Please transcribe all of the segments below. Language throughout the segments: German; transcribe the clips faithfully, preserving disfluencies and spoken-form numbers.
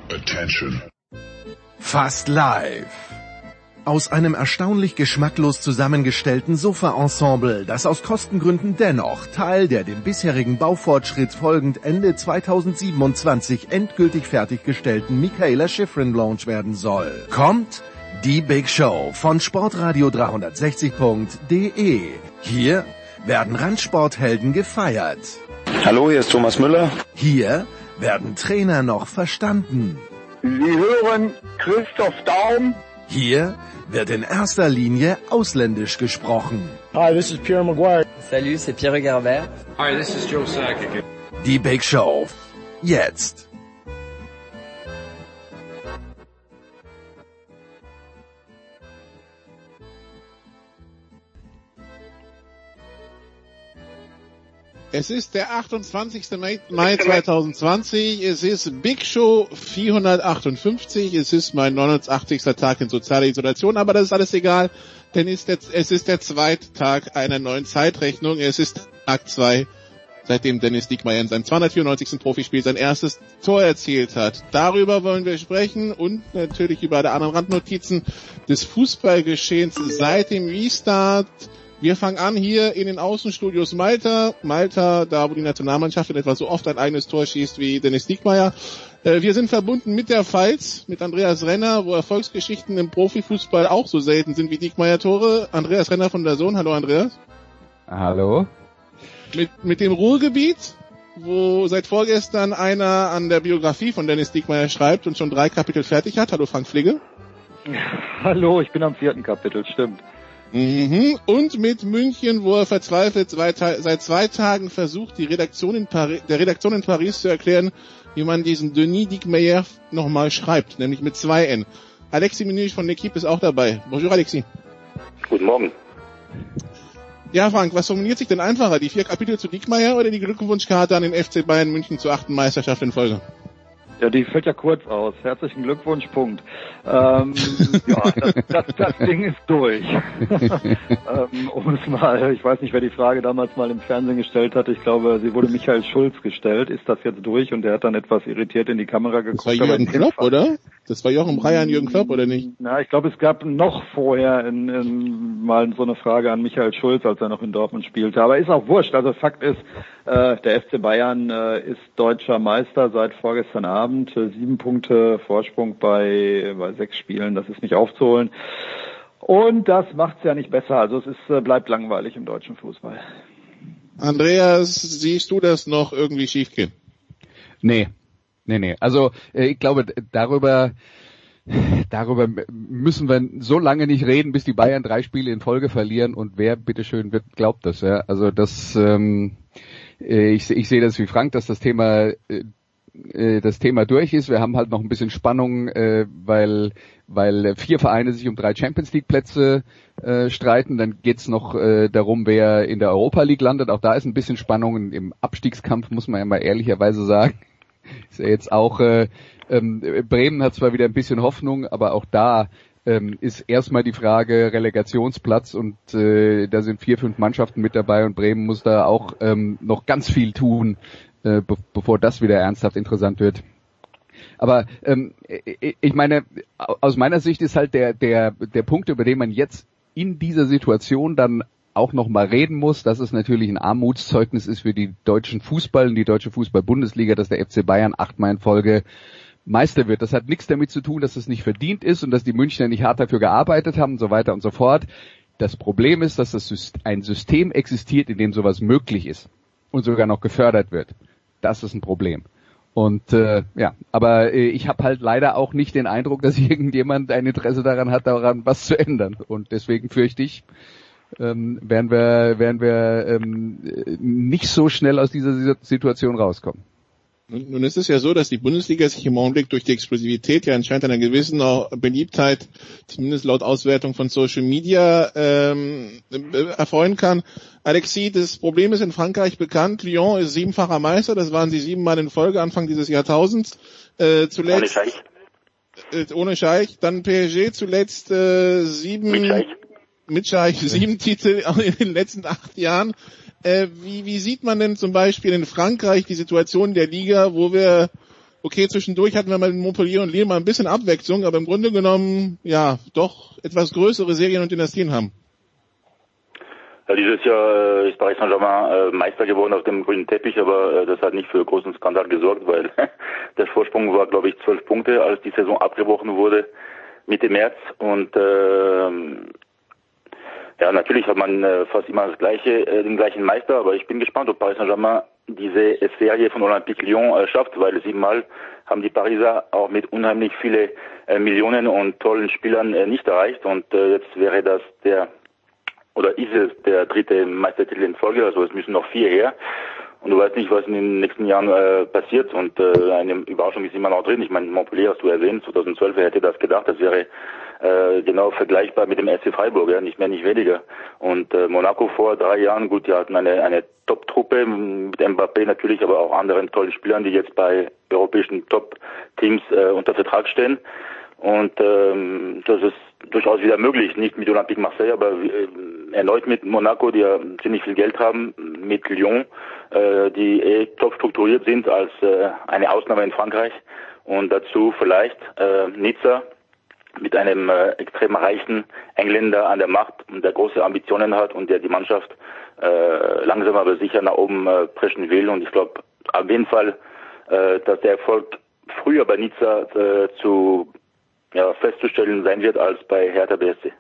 Attention. Fast live. Aus einem erstaunlich geschmacklos zusammengestellten Sofa-Ensemble, das aus Kostengründen dennoch Teil der dem bisherigen Baufortschritt folgend Ende zweitausendsiebenundzwanzig endgültig fertiggestellten Michaela Schifrin Lounge werden soll, kommt die Big Show von sportradio dreihundertsechzig punkt de. Hier werden Randsporthelden gefeiert. Hallo, hier ist Thomas Müller. Hier werden Trainer noch verstanden. Sie hören Christoph Daum. Hier wird in erster Linie ausländisch gesprochen. Hi, this is Pierre Maguire. Salut, c'est Pierre Garbert. Hi, this is Joe Sakic. Die Big Show. Jetzt. Es ist der achtundzwanzigster Mai zweitausendzwanzig, es ist Big Show vierhundertachtundfünfzig, es ist mein neunundachtzigster Tag in sozialer Isolation, aber das ist alles egal, denn es ist der, es ist der zweite Tag einer neuen Zeitrechnung, es ist Tag zwei, seitdem Dennis Diekmeyer in seinem zweihundertvierundneunzigsten Profispiel sein erstes Tor erzielt hat. Darüber wollen wir sprechen und natürlich über alle anderen Randnotizen des Fußballgeschehens seit dem Restart. Wir fangen an hier in den Außenstudios Malta. Malta, da wo die Nationalmannschaft etwa so oft ein eigenes Tor schießt wie Dennis Diekmeyer. Äh, wir sind verbunden mit der Pfalz, mit Andreas Renner, wo Erfolgsgeschichten im Profifußball auch so selten sind wie Diekmeyer-Tore. Andreas Renner von der Sohn. Hallo Andreas. Hallo. Mit, mit dem Ruhrgebiet, wo seit vorgestern einer an der Biografie von Dennis Diekmeyer schreibt und schon drei Kapitel fertig hat. Hallo Frank Fligge. Hallo, ich bin am vierten Kapitel, stimmt. Mhm. Und mit München, wo er verzweifelt zwei, seit zwei Tagen versucht, die Redaktion in Paris, der Redaktion in Paris zu erklären, wie man diesen Denis Diekmeyer nochmal schreibt, nämlich mit zwei N. Alexis Menüch von L'Equipe ist auch dabei. Bonjour Alexis. Guten Morgen. Ja Frank, was formuliert sich denn einfacher, die vier Kapitel zu Diekmeyer oder die Glückwunschkarte an den F C Bayern München zur achten Meisterschaft in Folge? Ja, die fällt ja kurz aus. Herzlichen Glückwunsch, Punkt. Ähm, ja, das, das, das Ding ist durch. ähm, um es mal, ich weiß nicht, wer die Frage damals mal im Fernsehen gestellt hat. Ich glaube, sie wurde Michael Schulz gestellt. Ist das jetzt durch? Und der hat dann etwas irritiert in die Kamera geguckt. Das war Jürgen Klopp, oder? Das war Jochen Breyer an Jürgen Klopp, oder nicht? Na, ich glaube, es gab noch vorher in, in, mal so eine Frage an Michael Schulz, als er noch in Dortmund spielte. Aber ist auch wurscht. Also Fakt ist, äh, der F C Bayern äh, ist deutscher Meister seit vorgestern Abend. Äh, sieben Punkte Vorsprung bei, bei sechs Spielen. Das ist nicht aufzuholen. Und das macht's ja nicht besser. Also es ist, äh, bleibt langweilig im deutschen Fußball. Andreas, siehst du das noch irgendwie schiefgehen? Nee. Nee, nee. Also äh, ich glaube, darüber darüber müssen wir so lange nicht reden, bis die Bayern drei Spiele in Folge verlieren und wer bitteschön wird, glaubt das. Ja? Also das ähm, ich, ich sehe das wie Frank, dass das Thema äh, das Thema durch ist. Wir haben halt noch ein bisschen Spannung, äh, weil weil vier Vereine sich um drei Champions League Plätze äh, streiten. Dann geht's noch äh, darum, wer in der Europa League landet. Auch da ist ein bisschen Spannung. Im Abstiegskampf muss man ja mal ehrlicherweise sagen. Ist ja jetzt auch, äh, ähm, Bremen hat zwar wieder ein bisschen Hoffnung, aber auch da ähm, ist erstmal die Frage Relegationsplatz und äh, da sind vier, fünf Mannschaften mit dabei und Bremen muss da auch ähm, noch ganz viel tun, äh, be- bevor das wieder ernsthaft interessant wird. Aber ähm, ich meine, aus meiner Sicht ist halt der, der, der Punkt, über den man jetzt in dieser Situation dann auch noch mal reden muss, dass es natürlich ein Armutszeugnis ist für die deutschen Fußball und die deutsche Fußball-Bundesliga, dass der F C Bayern achtmal in Folge Meister wird. Das hat nichts damit zu tun, dass es nicht verdient ist und dass die Münchner nicht hart dafür gearbeitet haben und so weiter und so fort. Das Problem ist, dass das ein System existiert, in dem sowas möglich ist und sogar noch gefördert wird. Das ist ein Problem. Und äh, ja, aber äh, ich habe halt leider auch nicht den Eindruck, dass irgendjemand ein Interesse daran hat, daran was zu ändern. Und deswegen fürchte ich, ähm, werden wir, werden wir ähm, nicht so schnell aus dieser Situation rauskommen. Nun ist es ja so, dass die Bundesliga sich im Augenblick durch die Explosivität ja anscheinend einer gewissen Beliebtheit, zumindest laut Auswertung von Social Media, ähm, erfreuen kann. Alexis, das Problem ist in Frankreich bekannt. Lyon ist siebenfacher Meister, das waren sie siebenmal in Folge Anfang dieses Jahrtausends. Äh, zuletzt ohne Scheich. Äh, ohne Scheich. Dann P S G zuletzt äh, sieben mit Scheich. Mit Scheich sieben Titel in den letzten acht Jahren. Äh, wie, wie sieht man denn zum Beispiel in Frankreich die Situation der Liga, wo wir okay, zwischendurch hatten wir mal in Montpellier und Lille mal ein bisschen Abwechslung, aber im Grunde genommen, ja, doch etwas größere Serien und Dynastien haben. Ja, dieses Jahr äh, ist Paris Saint-Germain äh, Meister geworden auf dem grünen Teppich, aber äh, das hat nicht für großen Skandal gesorgt, weil der Vorsprung war, glaube ich, zwölf Punkte, als die Saison abgebrochen wurde, Mitte März. Und äh, ja, natürlich hat man äh, fast immer das gleiche, äh, den gleichen Meister, aber ich bin gespannt, ob Paris Saint-Germain diese Serie von Olympique Lyon äh, schafft, weil siebenmal haben die Pariser auch mit unheimlich viele äh, Millionen und tollen Spielern äh, nicht erreicht. Und äh, jetzt wäre das der oder ist es der dritte Meistertitel in Folge, also es müssen noch vier her. Und du weißt nicht, was in den nächsten Jahren äh, passiert. Und äh, eine Überraschung ist immer noch drin. Ich meine, Montpellier hast du erwähnt, zweitausendzwölf, wer hätte das gedacht? Das wäre äh, genau vergleichbar mit dem S C Freiburg, ja, nicht mehr, nicht weniger. Und äh, Monaco vor drei Jahren, gut, die hatten eine eine Top-Truppe mit Mbappé natürlich, aber auch anderen tollen Spielern, die jetzt bei europäischen Top-Teams äh, unter Vertrag stehen. Und ähm, das ist durchaus wieder möglich, nicht mit Olympique Marseille, aber äh, erneut mit Monaco, die ja ziemlich viel Geld haben, mit Lyon, äh, die eh top strukturiert sind als äh, eine Ausnahme in Frankreich, und dazu vielleicht äh, Nizza mit einem äh, extrem reichen Engländer an der Macht und der große Ambitionen hat und der die Mannschaft äh, langsam aber sicher nach oben äh, preschen will. Und ich glaube auf jeden Fall, äh, dass der Erfolg früher bei Nizza äh, zu ja, festzustellen sein wird als bei Hertha B S C.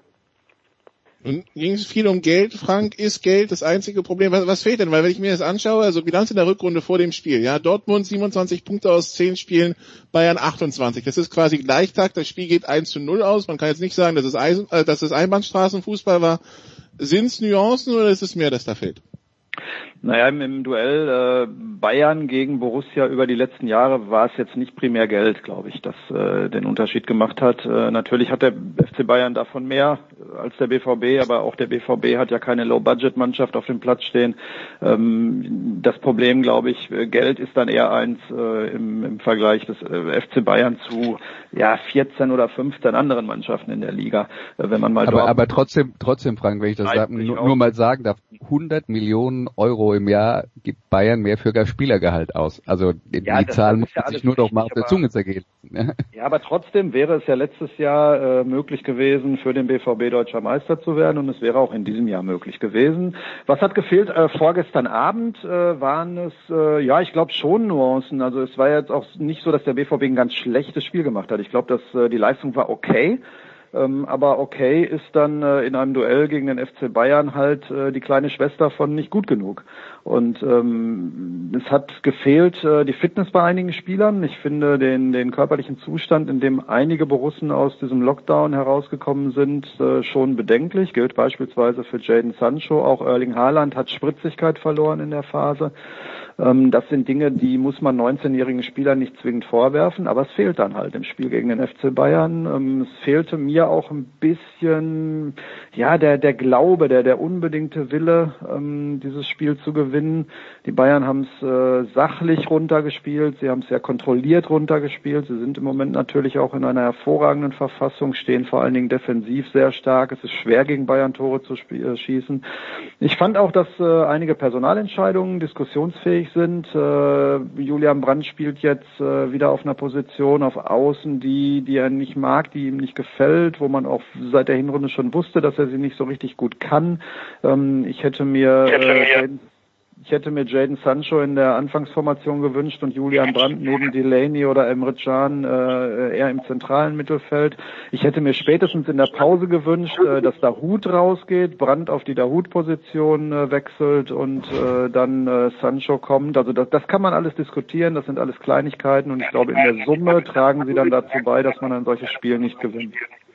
Und ging es viel um Geld, Frank? Ist Geld das einzige Problem? Was, was fehlt denn? Weil wenn ich mir das anschaue, also Bilanz in der Rückrunde vor dem Spiel, ja, Dortmund siebenundzwanzig Punkte aus zehn Spielen, Bayern achtundzwanzig. Das ist quasi Gleichtakt, das Spiel geht eins zu null aus. Man kann jetzt nicht sagen, dass es, Eisen, äh, dass es Einbahnstraßenfußball war. Sind es Nuancen oder ist es mehr, das da fehlt? Naja, im, im Duell äh, Bayern gegen Borussia über die letzten Jahre war es jetzt nicht primär Geld, glaube ich, das äh, den Unterschied gemacht hat. Äh, natürlich hat der F C Bayern davon mehr als der B V B, aber auch der B V B hat ja keine Low-Budget-Mannschaft auf dem Platz stehen. Ähm, das Problem, glaube ich, Geld ist dann eher eins äh, im, im Vergleich des äh, F C Bayern zu ja vierzehn oder fünfzehn anderen Mannschaften in der Liga. Äh, wenn man mal aber, aber trotzdem, trotzdem, Frank, wenn ich das sag, nur, nur mal sagen darf, hundert Millionen Euro im Jahr gibt Bayern mehr für Spielergehalt aus. Also die, ja, die Zahl muss ja sich nur noch mal auf der Zunge zergehen. Ja, aber trotzdem wäre es ja letztes Jahr äh, möglich gewesen, für den B V B deutscher Meister zu werden, und es wäre auch in diesem Jahr möglich gewesen. Was hat gefehlt? Äh, vorgestern Abend äh, waren es, äh, ja, ich glaube schon Nuancen. Also es war jetzt auch nicht so, dass der B V B ein ganz schlechtes Spiel gemacht hat. Ich glaube, dass äh, die Leistung war okay. Ähm, aber okay ist dann äh, in einem Duell gegen den F C Bayern halt äh, die kleine Schwester von nicht gut genug. Und ähm, es hat gefehlt äh, die Fitness bei einigen Spielern. Ich finde den den körperlichen Zustand, in dem einige Borussen aus diesem Lockdown herausgekommen sind, äh, schon bedenklich. Gilt beispielsweise für Jadon Sancho. Auch Erling Haaland hat Spritzigkeit verloren in der Phase. Ähm, das sind Dinge, die muss man neunzehnjährigen Spielern nicht zwingend vorwerfen, aber es fehlt dann halt im Spiel gegen den F C Bayern. Ähm, es fehlte mir auch ein bisschen, ja, der der Glaube, der der unbedingte Wille, ähm, dieses Spiel zu gewinnen. Die Bayern haben es äh, sachlich runtergespielt, sie haben es sehr kontrolliert runtergespielt. Sie sind im Moment natürlich auch in einer hervorragenden Verfassung, stehen vor allen Dingen defensiv sehr stark. Es ist schwer, gegen Bayern Tore zu sp- äh, schießen. Ich fand auch, dass äh, einige Personalentscheidungen diskussionsfähig sind. Äh, Julian Brandt spielt jetzt äh, wieder auf einer Position auf Außen, die die er nicht mag, die ihm nicht gefällt, wo man auch seit der Hinrunde schon wusste, dass er sie nicht so richtig gut kann. Ähm, ich hätte mir, ich hätte mir äh, Ich hätte mir Jadon Sancho in der Anfangsformation gewünscht und Julian Brandt neben Delaney oder Emre Can äh, eher im zentralen Mittelfeld. Ich hätte mir spätestens in der Pause gewünscht, äh, dass Dahoud rausgeht, Brandt auf die Dahoud-Position äh, wechselt und äh, dann äh, Sancho kommt. Also das, das kann man alles diskutieren, das sind alles Kleinigkeiten, und ich glaube, in der Summe tragen sie dann dazu bei, dass man ein solches Spiel nicht gewinnt.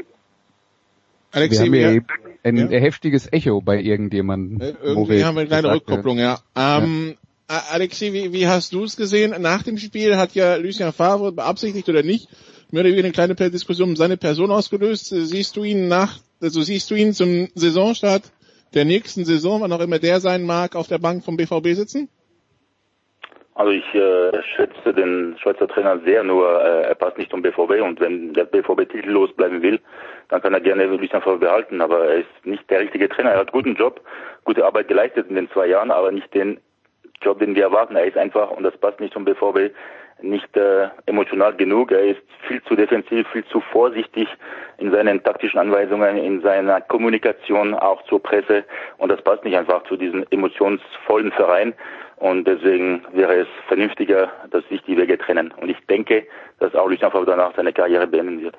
Alexi, wir haben hier ein ja? heftiges Echo bei irgendjemandem. Äh, irgendwie haben wir eine kleine Rückkopplung, ja. Ähm, ja. Alexi, wie, wie hast du es gesehen? Nach dem Spiel hat ja Lucien Favre, beabsichtigt oder nicht, mehr oder weniger eine kleine Diskussion um seine Person ausgelöst. Siehst du ihn nach, also siehst du ihn zum Saisonstart der nächsten Saison, wann auch immer der sein mag, auf der Bank vom B V B sitzen? Also ich äh, schätze den Schweizer Trainer sehr, nur äh, er passt nicht zum B V B, und wenn der B V B titellos bleiben will, dann kann er gerne Lucien Favre behalten, aber er ist nicht der richtige Trainer. Er hat guten Job, gute Arbeit geleistet in den zwei Jahren, aber nicht den Job, den wir erwarten. Er ist einfach, und das passt nicht zum B V B, nicht äh, emotional genug. Er ist viel zu defensiv, viel zu vorsichtig in seinen taktischen Anweisungen, in seiner Kommunikation auch zur Presse. Und das passt nicht einfach zu diesem emotionsvollen Verein. Und deswegen wäre es vernünftiger, dass sich die Wege trennen. Und ich denke, dass auch Lucien Favre danach seine Karriere beenden wird.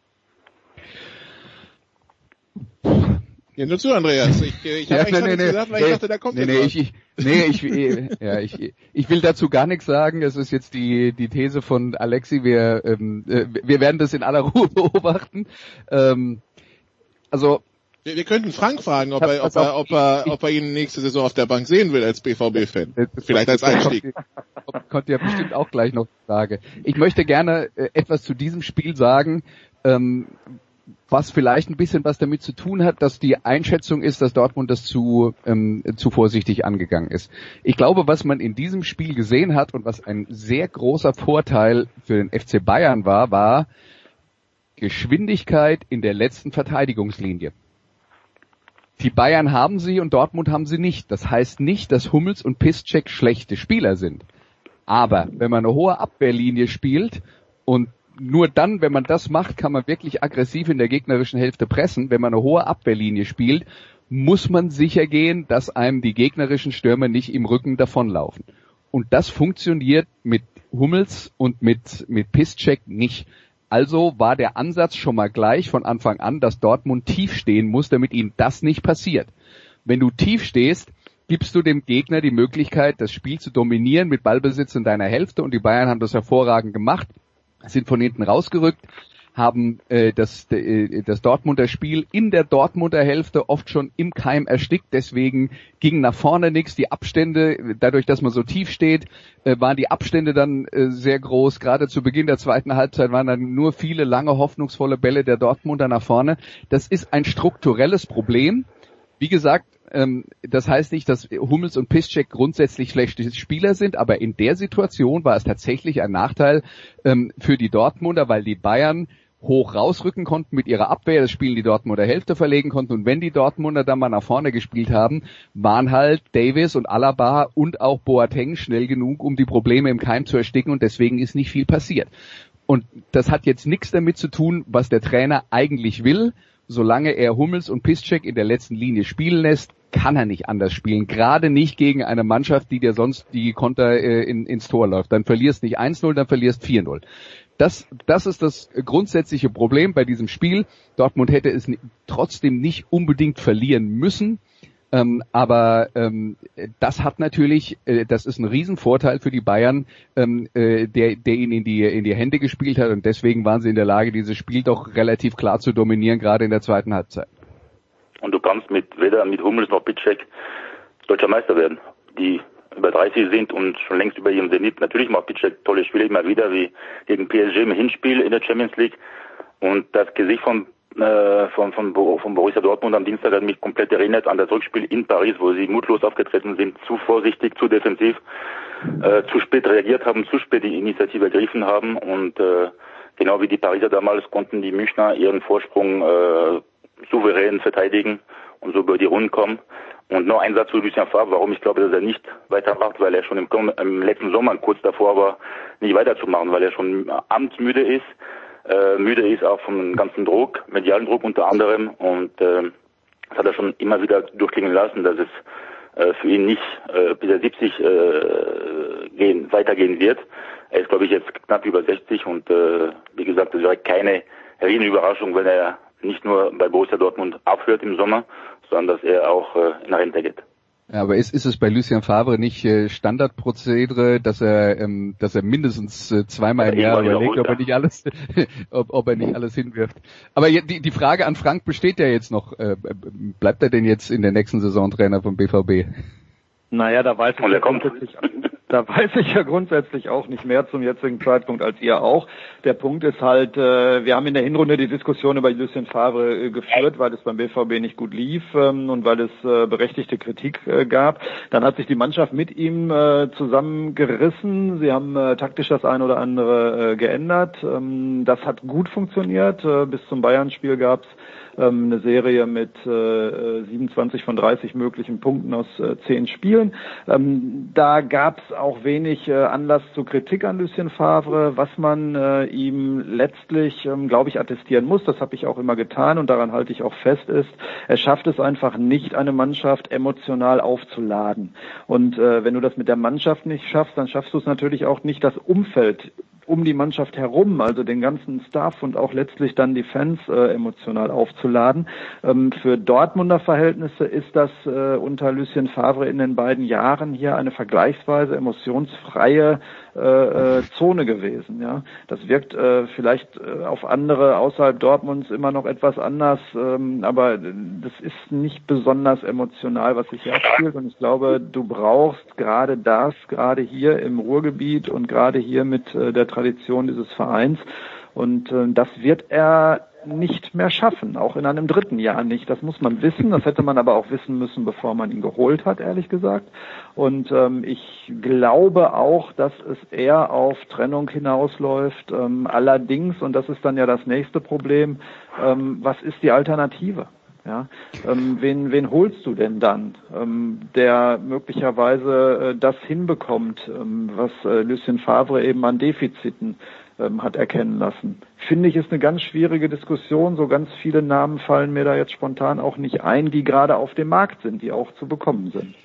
Ja, nur zu, Andreas. Ich, ich habe ja, extra nee, nichts nee, gesagt, weil nee, ich dachte, da kommt nee, nee, ich, ich, nee, ich, ja, ich, ich will dazu gar nichts sagen. Es ist jetzt die, die These von Alexi. Wir, ähm, wir werden das in aller Ruhe beobachten. Ähm, also, Wir, wir könnten Frank fragen, ob er, ob er, ob er, ob er ihn nächste Saison auf der Bank sehen will als B V B-Fan. Vielleicht als Einstieg. Kommt, kommt ja bestimmt auch gleich noch die Frage. Ich möchte gerne äh, etwas zu diesem Spiel sagen, ähm, was vielleicht ein bisschen was damit zu tun hat, dass die Einschätzung ist, dass Dortmund das zu, ähm, zu vorsichtig angegangen ist. Ich glaube, was man in diesem Spiel gesehen hat und was ein sehr großer Vorteil für den F C Bayern war, war Geschwindigkeit in der letzten Verteidigungslinie. Die Bayern haben sie und Dortmund haben sie nicht. Das heißt nicht, dass Hummels und Piszczek schlechte Spieler sind. Aber wenn man eine hohe Abwehrlinie spielt und nur dann, wenn man das macht, kann man wirklich aggressiv in der gegnerischen Hälfte pressen. Wenn man eine hohe Abwehrlinie spielt, muss man sicher gehen, dass einem die gegnerischen Stürmer nicht im Rücken davonlaufen. Und das funktioniert mit Hummels und mit, mit Piszczek nicht. Also war der Ansatz schon mal gleich von Anfang an, dass Dortmund tief stehen muss, damit ihnen das nicht passiert. Wenn du tief stehst, gibst du dem Gegner die Möglichkeit, das Spiel zu dominieren mit Ballbesitz in deiner Hälfte, und die Bayern haben das hervorragend gemacht, sind von hinten rausgerückt, haben äh, das, äh, das Dortmunder Spiel in der Dortmunder Hälfte oft schon im Keim erstickt, deswegen ging nach vorne nichts. Die Abstände, dadurch, dass man so tief steht, äh, waren die Abstände dann äh, sehr groß. Gerade zu Beginn der zweiten Halbzeit waren dann nur viele lange, hoffnungsvolle Bälle der Dortmunder nach vorne. Das ist ein strukturelles Problem. Wie gesagt, ähm, das heißt nicht, dass Hummels und Piszczek grundsätzlich schlechte Spieler sind, aber in der Situation war es tatsächlich ein Nachteil ähm, für die Dortmunder, weil die Bayern hoch rausrücken konnten mit ihrer Abwehr, das Spiel in die Dortmunder Hälfte verlegen konnten, und wenn die Dortmunder dann mal nach vorne gespielt haben, waren halt Davis und Alaba und auch Boateng schnell genug, um die Probleme im Keim zu ersticken, und deswegen ist nicht viel passiert. Und das hat jetzt nichts damit zu tun, was der Trainer eigentlich will. Solange er Hummels und Piszczek in der letzten Linie spielen lässt, kann er nicht anders spielen. Gerade nicht gegen eine Mannschaft, die dir sonst die Konter äh, in, ins Tor läuft. Dann verlierst nicht eins null, dann verlierst vier null. Das, das ist das grundsätzliche Problem bei diesem Spiel. Dortmund hätte es n- trotzdem nicht unbedingt verlieren müssen. Ähm, aber ähm, das hat natürlich, äh, das ist ein Riesenvorteil für die Bayern, ähm, äh, der, der ihnen in die, in die Hände gespielt hat, und deswegen waren sie in der Lage, dieses Spiel doch relativ klar zu dominieren, gerade in der zweiten Halbzeit. Und du kannst mit weder mit Hummels noch Piszczek deutscher Meister werden, die über dreißig sind und schon längst über ihrem Zenit. Natürlich macht Piszczek tolle Spiele immer wieder, wie gegen P S G im Hinspiel in der Champions League. Und das Gesicht von Äh, von, von, von Borussia Dortmund am Dienstag hat mich komplett erinnert an das Rückspiel in Paris, wo sie mutlos aufgetreten sind, zu vorsichtig, zu defensiv, äh, zu spät reagiert haben, zu spät die Initiative ergriffen haben, und äh, genau wie die Pariser damals konnten die Münchner ihren Vorsprung äh, souverän verteidigen und so über die Runden kommen. Und noch ein Satz zu Lucien Favre, warum ich glaube, dass er nicht weitermacht, weil er schon im, im letzten Sommer kurz davor war, nicht weiterzumachen, weil er schon amtsmüde ist. Äh, müde ist auch vom ganzen Druck, medialen Druck unter anderem, und äh, das hat er schon immer wieder durchklingen lassen, dass es äh, für ihn nicht äh, bis er siebzig äh, gehen, weitergehen wird. Er ist, glaube ich, jetzt knapp über sechzig, und äh, wie gesagt, es wäre keine Riesenüberraschung, wenn er nicht nur bei Borussia Dortmund aufhört im Sommer, sondern dass er auch äh, in Rente geht. Ja, aber ist, ist es bei Lucien Favre nicht äh, Standardprozedere, dass er, ähm, dass er mindestens äh, zweimal im Jahr überlegt, ob er nicht alles, ob, ob er nicht alles hinwirft? Aber die, die Frage an Frank besteht ja jetzt noch: äh, Bleibt er denn jetzt in der nächsten Saison Trainer vom B V B? Naja, da weiß ich ja grundsätzlich, da weiß ich ja grundsätzlich auch nicht mehr zum jetzigen Zeitpunkt als ihr auch. Der Punkt ist halt, äh, wir haben in der Hinrunde die Diskussion über Lucien Favre äh, geführt, weil es beim B V B nicht gut lief ähm, und weil es äh, berechtigte Kritik äh, gab. Dann hat sich die Mannschaft mit ihm äh, zusammengerissen. Sie haben äh, taktisch das eine oder andere äh, geändert. Ähm, das hat gut funktioniert. Äh, bis zum Bayern-Spiel gab's eine Serie mit äh, siebenundzwanzig von dreißig möglichen Punkten aus äh, zehn Spielen. Ähm, da gab es auch wenig äh, Anlass zur Kritik an Lucien Favre. Was man äh, ihm letztlich, ähm, glaube ich, attestieren muss, das habe ich auch immer getan und daran halte ich auch fest, ist, er schafft es einfach nicht, eine Mannschaft emotional aufzuladen. Und äh, wenn du das mit der Mannschaft nicht schaffst, dann schaffst du es natürlich auch nicht, das Umfeld um die Mannschaft herum, also den ganzen Staff und auch letztlich dann die Fans äh, emotional aufzuladen. Ähm, für Dortmunder Verhältnisse ist das äh, unter Lucien Favre in den beiden Jahren hier eine vergleichsweise emotionsfreie äh, äh, Zone gewesen. Ja, das wirkt äh, vielleicht äh, auf andere außerhalb Dortmunds immer noch etwas anders, ähm, aber das ist nicht besonders emotional, was sich hier abspielt. Und ich glaube, du brauchst gerade das, gerade hier im Ruhrgebiet und gerade hier mit äh, der Tradition dieses Vereins. Und äh, das wird er nicht mehr schaffen, auch in einem dritten Jahr nicht. Das muss man wissen, das hätte man aber auch wissen müssen, bevor man ihn geholt hat, ehrlich gesagt. Und ähm, ich glaube auch, dass es eher auf Trennung hinausläuft. Ähm, allerdings, und das ist dann ja das nächste Problem, ähm, was ist die Alternative? Ja, ähm, wen, wen holst du denn dann, ähm, der möglicherweise äh, das hinbekommt, ähm, was äh, Lucien Favre eben an Defiziten ähm, hat erkennen lassen? Finde ich, ist eine ganz schwierige Diskussion. So ganz viele Namen fallen mir da jetzt spontan auch nicht ein, die gerade auf dem Markt sind, die auch zu bekommen sind.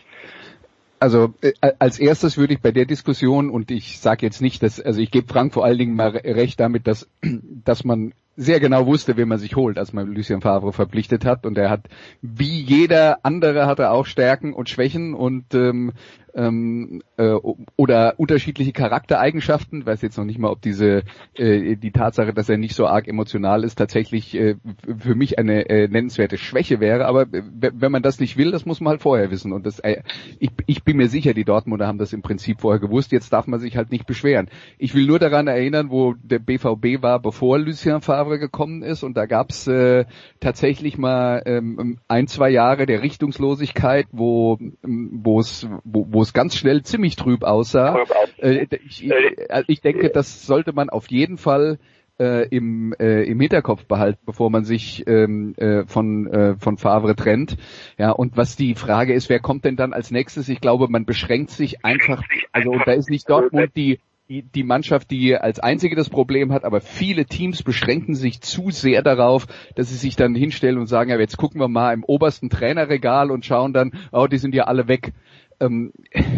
Also äh, als erstes würde ich bei der Diskussion, und ich sage jetzt nicht, dass, also ich gebe Frank vor allen Dingen mal recht damit, dass dass man sehr genau wusste, wen man sich holt, als man Lucien Favre verpflichtet hat. Und er hat, wie jeder andere, hat er auch Stärken und Schwächen und ähm, ähm, äh, oder unterschiedliche Charaktereigenschaften. Ich weiß jetzt noch nicht mal, ob diese äh, die Tatsache, dass er nicht so arg emotional ist, tatsächlich äh, für mich eine äh, nennenswerte Schwäche wäre. Aber äh, wenn man das nicht will, das muss man halt vorher wissen. Und das, äh, ich, ich bin mir sicher, die Dortmunder haben das im Prinzip vorher gewusst. Jetzt darf man sich halt nicht beschweren. Ich will nur daran erinnern, wo der B V B war, bevor Lucien Favre gekommen ist, und da gab's äh, tatsächlich mal ähm, ein, zwei Jahre der Richtungslosigkeit, wo wo es wo, wo es ganz schnell ziemlich trüb aussah. Äh, ich, ich, ich denke, das sollte man auf jeden Fall äh, im äh, im Hinterkopf behalten, bevor man sich ähm, äh, von äh, von Favre trennt. Ja, und was die Frage ist, wer kommt denn dann als nächstes? Ich glaube, man beschränkt sich einfach, also und da ist nicht Dortmund die Die, die Mannschaft, die als einzige das Problem hat, aber viele Teams beschränken sich zu sehr darauf, dass sie sich dann hinstellen und sagen, ja, jetzt gucken wir mal im obersten Trainerregal und schauen dann, oh, die sind ja alle weg. Ähm,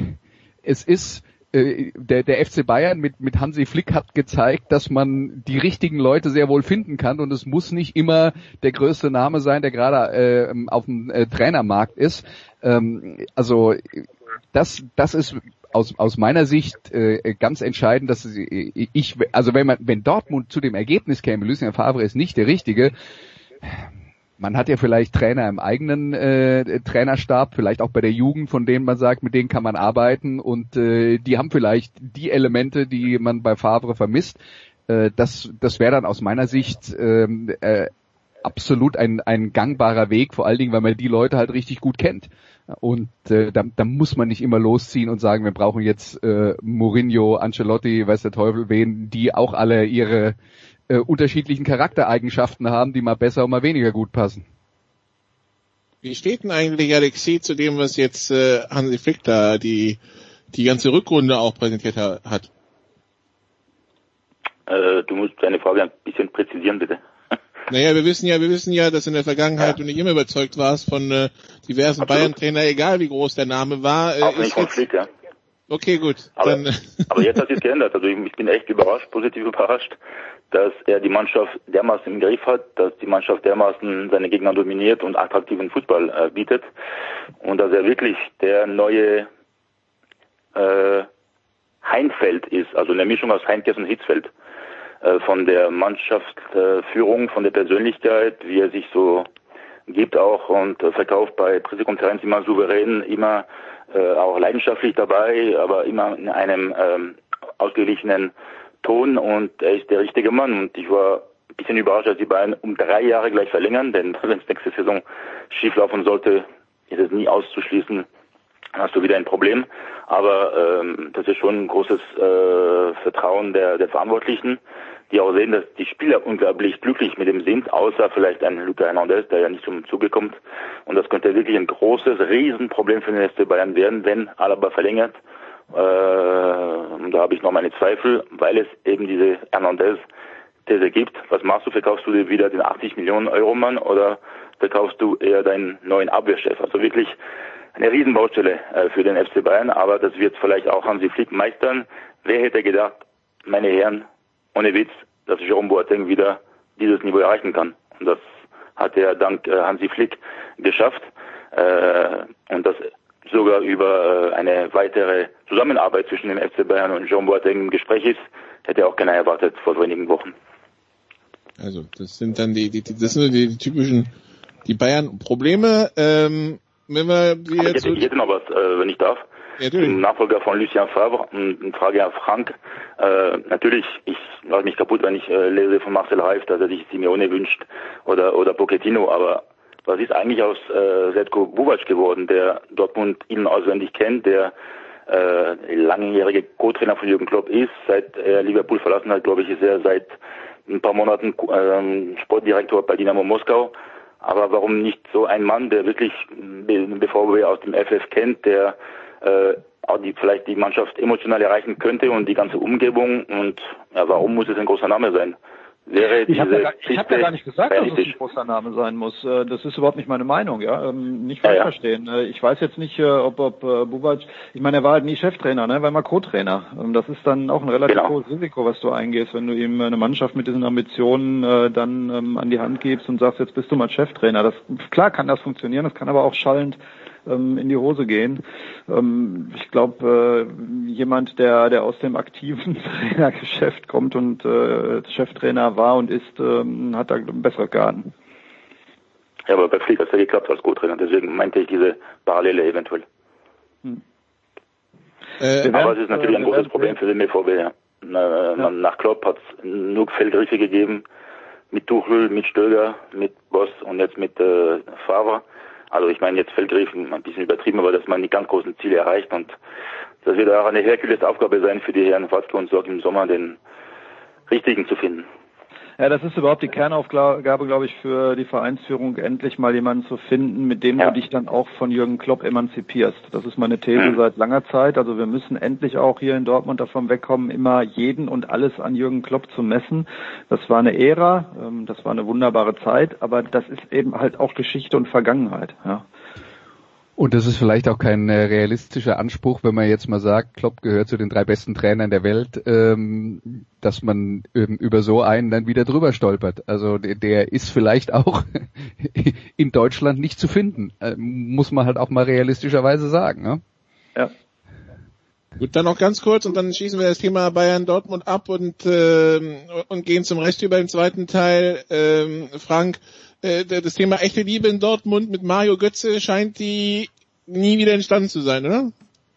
es ist, äh, der, der F C Bayern mit, mit Hansi Flick hat gezeigt, dass man die richtigen Leute sehr wohl finden kann, und es muss nicht immer der größte Name sein, der gerade äh, auf dem äh, Trainermarkt ist. Ähm, also das, das ist aus aus meiner Sicht äh, ganz entscheidend, dass ich, also wenn man, wenn Dortmund zu dem Ergebnis käme, Lucien Favre ist nicht der Richtige, man hat ja vielleicht Trainer im eigenen äh, Trainerstab, vielleicht auch bei der Jugend, von denen man sagt, mit denen kann man arbeiten, und äh, die haben vielleicht die Elemente, die man bei Favre vermisst. Äh, das das wäre dann aus meiner Sicht äh, äh, absolut ein ein gangbarer Weg, vor allen Dingen, weil man die Leute halt richtig gut kennt. Und äh, da, da muss man nicht immer losziehen und sagen, wir brauchen jetzt äh, Mourinho, Ancelotti, weiß der Teufel wen, die auch alle ihre äh, unterschiedlichen Charaktereigenschaften haben, die mal besser und mal weniger gut passen. Wie steht denn eigentlich Alexis zu dem, was jetzt äh, Hansi Flick da die die ganze Rückrunde auch präsentiert ha- hat? Äh, du musst deine Frage ein bisschen präzisieren, bitte. Naja, wir wissen ja, wir wissen ja, dass in der Vergangenheit du nicht immer überzeugt warst von äh, diversen Bayern-Trainer, egal wie groß der Name war. Äh, auch nicht von Flick, ja. Okay, gut. Aber, Dann, aber jetzt hat sich geändert. Also ich, ich bin echt überrascht, positiv überrascht, dass er die Mannschaft dermaßen im Griff hat, dass die Mannschaft dermaßen seine Gegner dominiert und attraktiven Fußball äh, bietet, und dass er wirklich der neue äh, Heinfeld ist, also eine Mischung aus Heinkes und Hitzfeld. Von der Mannschaftsführung, von der Persönlichkeit, wie er sich so gibt auch und verkauft bei Pressekonferenzen immer souverän, immer äh, auch leidenschaftlich dabei, aber immer in einem ähm, ausgeglichenen Ton, und er ist der richtige Mann, und ich war ein bisschen überrascht, dass die beiden um drei Jahre gleich verlängern, denn wenn es nächste Saison schief laufen sollte, ist es nie auszuschließen, dann hast du wieder ein Problem, aber ähm, das ist schon ein großes äh, Vertrauen der, der Verantwortlichen, die auch sehen, dass die Spieler unglaublich glücklich mit dem sind, außer vielleicht ein Lucas Hernandez, der ja nicht zum Zuge kommt. Und das könnte wirklich ein großes, Riesenproblem für den F C Bayern werden, wenn Alaba verlängert Äh, da habe ich noch meine Zweifel, weil es eben diese Hernandez-These gibt. Was machst du? Verkaufst du dir wieder den achtzig Millionen Euro Mann oder verkaufst du eher deinen neuen Abwehrchef? Also wirklich eine Riesenbaustelle äh, für den F C Bayern, aber das wird vielleicht auch Hansi Flick meistern. Wer hätte gedacht, meine Herren, ohne Witz, dass Jerome Boateng wieder dieses Niveau erreichen kann. Und das hat er dank äh, Hansi Flick geschafft. Äh, und das sogar über äh, eine weitere Zusammenarbeit zwischen dem F C Bayern und Jerome Boateng im Gespräch ist, hätte auch keiner erwartet vor wenigen Wochen. Also das sind dann die, die, die das sind die, die typischen die Bayern-Probleme. Ähm, wenn wir die jetzt ich, hätte, ich hätte noch was, äh, wenn ich darf. Ja, Nachfolger von Lucien Favre, eine Frage an Frank. Äh, natürlich, ich mache mich kaputt, wenn ich äh, lese von Marcel Reif, dass er sich Simeone wünscht oder oder Pochettino, aber was ist eigentlich aus äh, Željko Buvac geworden, der Dortmund innen auswendig kennt, der äh, langjährige Co-Trainer von Jürgen Klopp ist, seit er Liverpool verlassen hat, glaube ich, ist er seit ein paar Monaten äh, Sportdirektor bei Dynamo Moskau. Aber warum nicht so ein Mann, der wirklich den B V B aus dem F F kennt, der äh, auch die vielleicht die Mannschaft emotional erreichen könnte und die ganze Umgebung, und ja, warum muss es ein großer Name sein? Wäre ich habe ja, hab ja gar nicht gesagt, dass es ein großer großer Name sein muss. Das ist überhaupt nicht meine Meinung, ja. Nicht falsch ja, ja. verstehen. Ich weiß jetzt nicht, ob, ob Buvac, ich meine, er war halt nie Cheftrainer, ne, war mal Co-Trainer. Das ist dann auch ein relativ genau. hohes Risiko, was du eingehst, wenn du ihm eine Mannschaft mit diesen Ambitionen äh, dann ähm, an die Hand gibst und sagst, jetzt bist du mal Cheftrainer. Das, klar kann das funktionieren, das kann aber auch schallend ähm, in die Hose gehen. Ähm, ich glaube, äh, jemand, der der aus dem aktiven Trainergeschäft kommt und äh, Cheftrainer war und ist, ähm, hat da bessere Garten. Ja, aber bei Flick hat es ja geklappt als Co-Trainer, deswegen meinte ich diese Parallele eventuell. Hm. Äh, aber es ist natürlich äh, ein großes Problem für den B V B. Ja. Na, ja. Nach Klopp hat es nur Feldgriffe gegeben, mit Tuchel, mit Stöger, mit Boss und jetzt mit äh, Favre. Also ich meine jetzt Feldgriffen ein bisschen übertrieben, aber dass man die ganz großen Ziele erreicht, und das wird auch eine Herkulesaufgabe sein für die Herren Watzke und Sorg im Sommer, den richtigen zu finden. Ja, das ist überhaupt die Kernaufgabe, glaube ich, für die Vereinsführung, endlich mal jemanden zu finden, mit dem ja. du dich dann auch von Jürgen Klopp emanzipierst. Das ist meine These mhm. seit langer Zeit. Also wir müssen endlich auch hier in Dortmund davon wegkommen, immer jeden und alles an Jürgen Klopp zu messen. Das war eine Ära, das war eine wunderbare Zeit, aber das ist eben halt auch Geschichte und Vergangenheit. Ja. Und das ist vielleicht auch kein äh, realistischer Anspruch, wenn man jetzt mal sagt, Klopp gehört zu den drei besten Trainern der Welt, ähm, dass man ähm, über so einen dann wieder drüber stolpert. Also der, der ist vielleicht auch in Deutschland nicht zu finden, äh, muss man halt auch mal realistischerweise sagen. Ne? Ja. Gut, dann noch ganz kurz und dann schießen wir das Thema Bayern Dortmund ab und äh, und gehen zum Rest über im zweiten Teil. Ähm, Frank, äh, das Thema echte Liebe in Dortmund mit Mario Götze scheint die nie wieder entstanden zu sein, oder?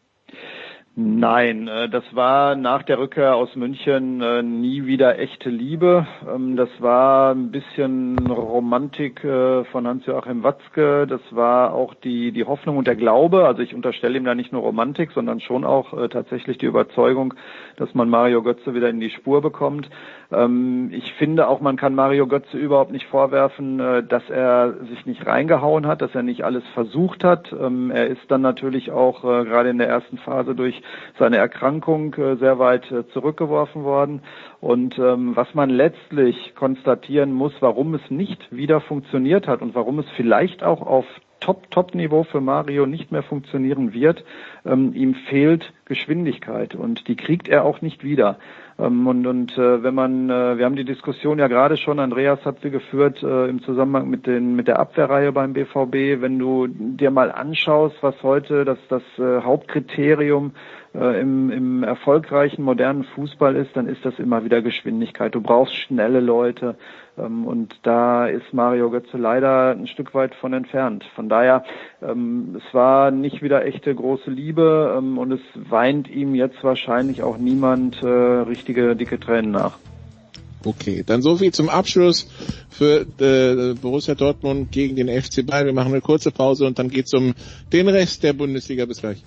Nein, das war nach der Rückkehr aus München nie wieder echte Liebe. Das war ein bisschen Romantik von Hans-Joachim Watzke. Das war auch die die Hoffnung und der Glaube. Also ich unterstelle ihm da nicht nur Romantik, sondern schon auch tatsächlich die Überzeugung, dass man Mario Götze wieder in die Spur bekommt. Ich finde auch, man kann Mario Götze überhaupt nicht vorwerfen, dass er sich nicht reingehauen hat, dass er nicht alles versucht hat. Er ist dann natürlich auch gerade in der ersten Phase durch seine Erkrankung äh, sehr weit äh, zurückgeworfen worden. Und ähm, was man letztlich konstatieren muss, warum es nicht wieder funktioniert hat und warum es vielleicht auch auf Top-Top-Niveau für Mario nicht mehr funktionieren wird, ähm, ihm fehlt Geschwindigkeit und die kriegt er auch nicht wieder. Ähm, und und äh, wenn man, äh, wir haben die Diskussion ja gerade schon, Andreas hat sie geführt äh, im Zusammenhang mit den mit der Abwehrreihe beim B V B. Wenn du dir mal anschaust, was heute das das äh, Hauptkriterium äh, im im erfolgreichen modernen Fußball ist, dann ist das immer wieder Geschwindigkeit. Du brauchst schnelle Leute. Und da ist Mario Götze leider ein Stück weit von entfernt. Von daher, ähm, es war nicht wieder echte große Liebe ähm, und es weint ihm jetzt wahrscheinlich auch niemand äh, richtige dicke Tränen nach. Okay, dann so viel zum Abschluss für äh, Borussia Dortmund gegen den F C Bayern. Wir machen eine kurze Pause und dann geht's um den Rest der Bundesliga. Bis gleich.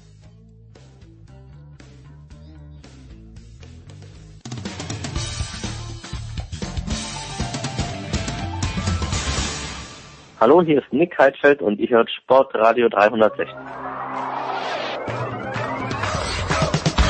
Hallo, hier ist Nick Heidfeld und ihr hört Sportradio dreihundertsechzig.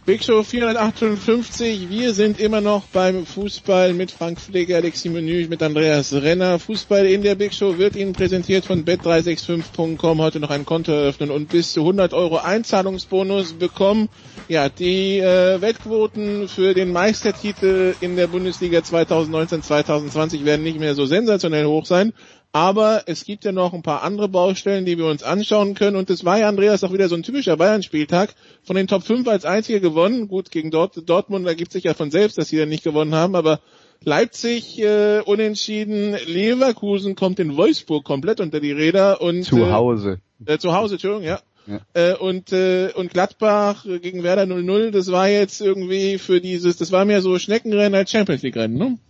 Big Show vierhundertachtundfünfzig, wir sind immer noch beim Fußball mit Frank Pfleger, Alexi Menü, mit Andreas Renner. Fußball in der Big Show wird Ihnen präsentiert von bet drei sechs fünf punkt com. Heute noch ein Konto eröffnen und bis zu hundert Euro Einzahlungsbonus bekommen. Ja, die äh, Wettquoten für den Meistertitel in der Bundesliga zweitausendneunzehn zweitausendzwanzig werden nicht mehr so sensationell hoch sein. Aber es gibt ja noch ein paar andere Baustellen, die wir uns anschauen können. Und das war ja, Andreas, auch wieder so ein typischer Bayern-Spieltag. Von den Top fünf als einziger gewonnen. Gut, gegen Dort- Dortmund ergibt sich ja von selbst, dass sie dann nicht gewonnen haben. Aber Leipzig äh, unentschieden. Leverkusen kommt in Wolfsburg komplett unter die Räder. Und Zu Hause. Äh, äh, zu Hause, Entschuldigung, ja. Ja. Äh, und äh, und Gladbach gegen Werder null null, das war jetzt irgendwie für dieses, das war mehr so Schneckenrennen als Champions League Rennen, ne?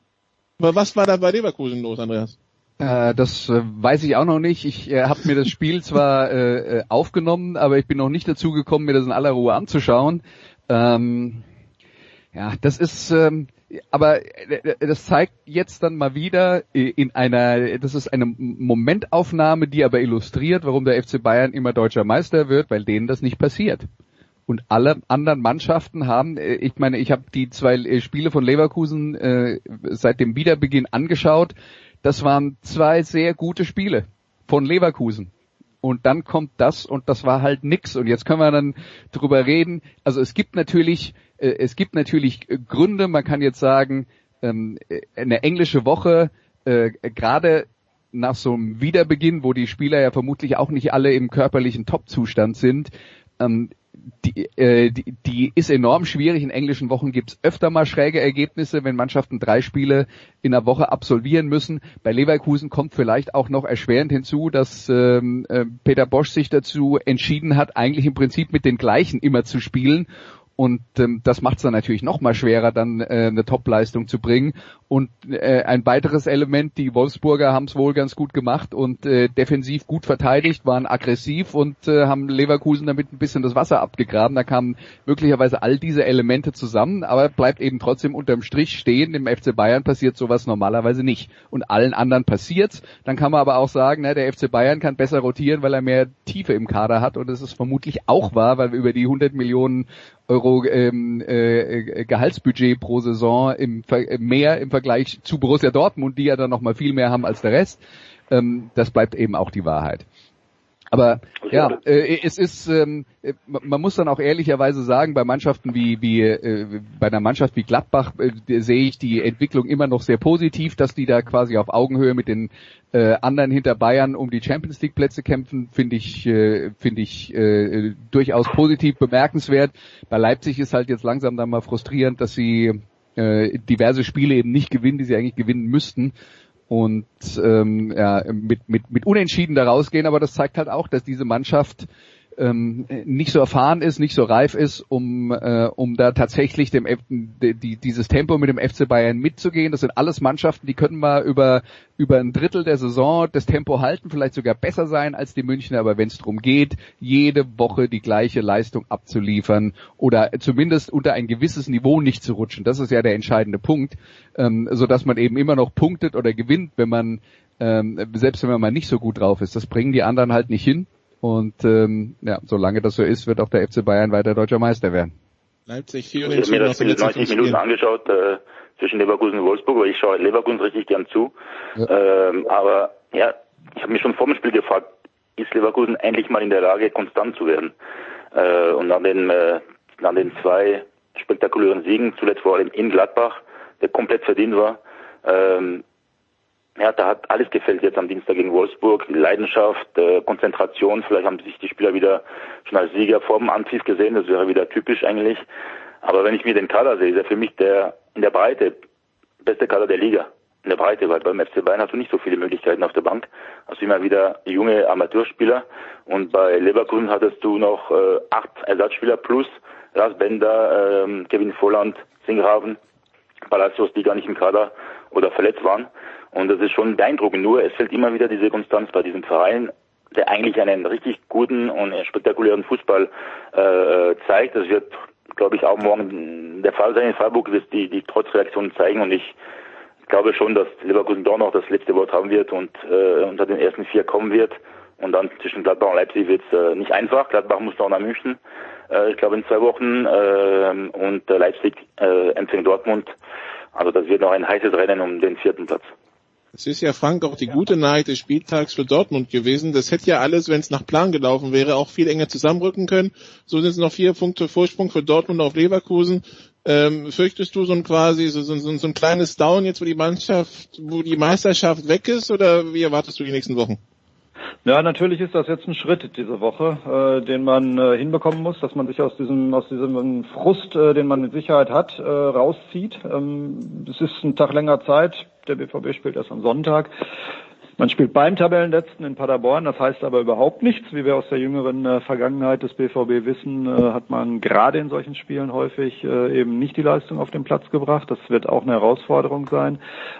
Aber was war da bei Leverkusen los, Andreas? Äh, das äh, weiß ich auch noch nicht. Ich äh, habe mir das Spiel zwar äh, aufgenommen, aber ich bin noch nicht dazu gekommen, mir das in aller Ruhe anzuschauen. Ähm, ja, das ist, ähm, aber äh, das zeigt jetzt dann mal wieder in einer, das ist eine Momentaufnahme, die aber illustriert, warum der F C Bayern immer deutscher Meister wird, weil denen das nicht passiert. Und alle anderen Mannschaften haben, ich meine, ich habe die zwei Spiele von Leverkusen äh, seit dem Wiederbeginn angeschaut. Das waren zwei sehr gute Spiele von Leverkusen. Und dann kommt das und das war halt nix. Und jetzt können wir dann drüber reden. Also es gibt natürlich, äh, es gibt natürlich Gründe. Man kann jetzt sagen, ähm, eine englische Woche, äh, gerade nach so einem Wiederbeginn, wo die Spieler ja vermutlich auch nicht alle im körperlichen Top-Zustand sind, ähm, Die, äh, die, die ist enorm schwierig. In englischen Wochen gibt's öfter mal schräge Ergebnisse, wenn Mannschaften drei Spiele in einer Woche absolvieren müssen. Bei Leverkusen kommt vielleicht auch noch erschwerend hinzu, dass ähm, äh, Peter Bosz sich dazu entschieden hat, eigentlich im Prinzip mit den gleichen immer zu spielen. Und ähm, das macht es dann natürlich noch mal schwerer, dann äh, eine Top-Leistung zu bringen. Und äh, ein weiteres Element, die Wolfsburger haben es wohl ganz gut gemacht und äh, defensiv gut verteidigt, waren aggressiv und äh, haben Leverkusen damit ein bisschen das Wasser abgegraben. Da kamen möglicherweise all diese Elemente zusammen, aber bleibt eben trotzdem unterm Strich stehen. Im F C Bayern passiert sowas normalerweise nicht. Und allen anderen passiert's. Dann kann man aber auch sagen, na, der F C Bayern kann besser rotieren, weil er mehr Tiefe im Kader hat. Und das ist vermutlich auch wahr, weil wir über die hundert Millionen Euro ähm, äh, Gehaltsbudget pro Saison im Ver- mehr im Vergleich zu Borussia Dortmund, die ja dann noch mal viel mehr haben als der Rest. Ähm, das bleibt eben auch die Wahrheit. Aber ja, äh, es ist, ähm, man muss dann auch ehrlicherweise sagen, bei Mannschaften wie wie äh, bei einer Mannschaft wie Gladbach äh, sehe ich die Entwicklung immer noch sehr positiv, dass die da quasi auf Augenhöhe mit den äh, anderen hinter Bayern um die Champions League Plätze kämpfen, finde ich äh, finde ich äh, durchaus positiv bemerkenswert. Bei Leipzig ist halt jetzt langsam dann mal frustrierend, dass sie äh, diverse Spiele eben nicht gewinnen, die sie eigentlich gewinnen müssten. Und ähm, ja, mit, mit, mit Unentschieden da rausgehen, aber das zeigt halt auch, dass diese Mannschaft ähm, nicht so erfahren ist, nicht so reif ist, um äh, um da tatsächlich dem F- die, dieses Tempo mit dem F C Bayern mitzugehen. Das sind alles Mannschaften, die können mal über über ein Drittel der Saison das Tempo halten, vielleicht sogar besser sein als die Münchner, aber wenn es darum geht, jede Woche die gleiche Leistung abzuliefern oder zumindest unter ein gewisses Niveau nicht zu rutschen, das ist ja der entscheidende Punkt, ähm, so dass man eben immer noch punktet oder gewinnt, wenn man ähm, selbst wenn man mal nicht so gut drauf ist. Das bringen die anderen halt nicht hin. Und ähm, ja, solange das so ist, wird auch der F C Bayern weiter deutscher Meister werden. Leipzig vier Ich habe mir das Spiel neunzig Minuten angeschaut äh, zwischen Leverkusen und Wolfsburg, weil ich schaue Leverkusen richtig gern zu. Ja. Ähm, aber ja, ich habe mich schon vor dem Spiel gefragt, ist Leverkusen endlich mal in der Lage, konstant zu werden? Äh, und nach den, äh, nach den zwei spektakulären Siegen, zuletzt vor allem in Gladbach, der komplett verdient war, ähm, ja, da hat alles gefällt jetzt am Dienstag gegen Wolfsburg. Leidenschaft, äh, Konzentration. Vielleicht haben sich die Spieler wieder schon als Sieger vor dem Anpfiff gesehen. Das wäre wieder typisch eigentlich. Aber wenn ich mir den Kader sehe, ist er für mich der in der Breite beste Kader der Liga. In der Breite, weil beim F C Bayern hast du nicht so viele Möglichkeiten auf der Bank. Hast du immer wieder junge Amateurspieler. Und bei Leverkusen hattest du noch äh, acht Ersatzspieler plus Lars Bender, äh, Kevin Volland, Singgraven, Palacios, die gar nicht im Kader oder verletzt waren. Und das ist schon beeindruckend. Nur es fehlt immer wieder diese Konstanz bei diesem Verein, der eigentlich einen richtig guten und spektakulären Fußball äh, zeigt. Das wird, glaube ich, auch morgen der Fall sein in Freiburg, wird die, die Trotzreaktionen zeigen. Und ich glaube schon, dass Leverkusen doch noch das letzte Wort haben wird und äh, unter den ersten vier kommen wird. Und dann zwischen Gladbach und Leipzig wird es äh, nicht einfach. Gladbach muss noch nach München. äh, ich glaube in zwei Wochen, äh, und äh, Leipzig äh, empfängt Dortmund. Also das wird noch ein heißes Rennen um den vierten Platz. Es ist ja, Frank, auch die gute Nachricht des Spieltags für Dortmund gewesen. Das hätte ja alles, wenn es nach Plan gelaufen wäre, auch viel enger zusammenrücken können. So sind es noch vier Punkte Vorsprung für Dortmund auf Leverkusen. Ähm, fürchtest du so ein quasi so, so, so ein kleines Down jetzt, wo die Mannschaft, wo die Meisterschaft weg ist, oder wie erwartest du die nächsten Wochen? Ja, natürlich ist das jetzt ein Schritt diese Woche, äh, den man äh, hinbekommen muss, dass man sich aus diesem aus diesem Frust, äh, den man mit Sicherheit hat, äh, rauszieht. Ähm, es ist ein Tag länger Zeit. Der B V B spielt erst am Sonntag. Man spielt beim Tabellenletzten in Paderborn, das heißt aber überhaupt nichts. Wie wir aus der jüngeren äh, Vergangenheit des B V B wissen, äh, hat man gerade in solchen Spielen häufig äh, eben nicht die Leistung auf den Platz gebracht. Das wird auch eine Herausforderung sein.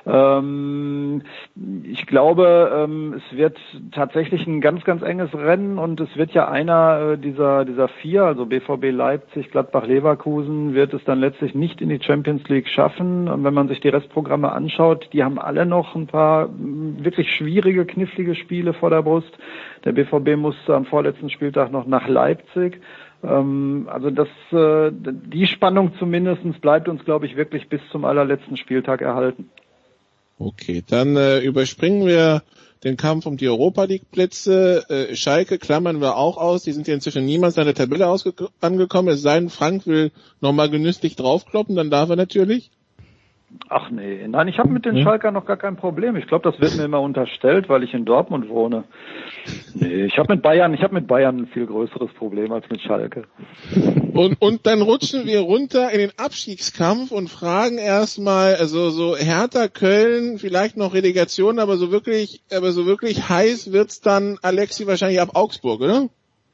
Ähm, ich glaube, ähm, es wird tatsächlich ein ganz, ganz enges Rennen und es wird ja einer äh, dieser dieser vier, also B V B Leipzig, Gladbach, Leverkusen, wird es dann letztlich nicht in die Champions League schaffen. Und wenn man sich die Restprogramme anschaut, die haben alle noch ein paar wirklich schwierige, knifflige Spiele vor der Brust. Der B V B muss am vorletzten Spieltag noch nach Leipzig. Ähm, also das, äh, die Spannung zumindest bleibt uns, glaube ich, wirklich bis zum allerletzten Spieltag erhalten. Okay, dann äh, überspringen wir den Kampf um die Europa-League-Plätze. Äh, Schalke klammern wir auch aus. Die sind ja inzwischen niemals an der Tabelle ausge- angekommen. Es sei denn, Frank will nochmal genüsslich draufkloppen, dann darf er natürlich. Ach nee, nein, ich habe mit den Schalkern noch gar kein Problem. Ich glaube, das wird mir immer unterstellt, weil ich in Dortmund wohne. Nee, ich habe mit Bayern, ich habe mit Bayern ein viel größeres Problem als mit Schalke. Und und dann rutschen wir runter in den Abstiegskampf und fragen erstmal, also so Hertha, Köln, vielleicht noch Relegation, aber so wirklich, aber so wirklich heiß wird's dann, Alexi, wahrscheinlich ab Augsburg, oder?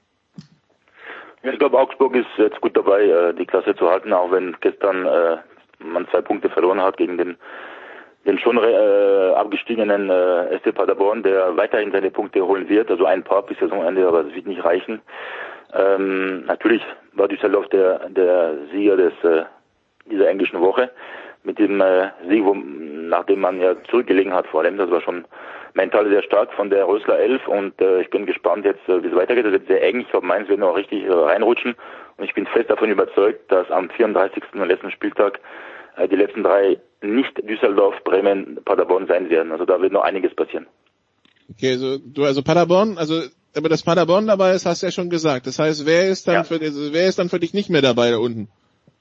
Ja, ich glaube, Augsburg ist jetzt gut dabei, die Klasse zu halten, auch wenn gestern äh, man zwei Punkte verloren hat gegen den den schon äh, abgestiegenen äh, S C Paderborn, der weiterhin seine Punkte holen wird, also ein paar bis Saisonende, aber das wird nicht reichen. Ähm, natürlich war Düsseldorf der der Sieger des äh, dieser englischen Woche mit dem äh, Sieg, wo, nachdem man ja zurückgelegen hat vor allem. Das war schon mental sehr stark von der Rösler Elf und äh, ich bin gespannt jetzt, äh, wie es weitergeht. Das wird sehr eng. Ich glaube, Mainz wird noch richtig äh, reinrutschen und ich bin fest davon überzeugt, dass am vierunddreißigsten und letzten Spieltag äh, die letzten drei nicht Düsseldorf, Bremen, Paderborn sein werden. Also da wird noch einiges passieren. Okay, also du also Paderborn, also aber dass Paderborn dabei ist, hast du ja schon gesagt. Das heißt, wer ist dann ja. für also, wer ist dann für dich nicht mehr dabei da unten?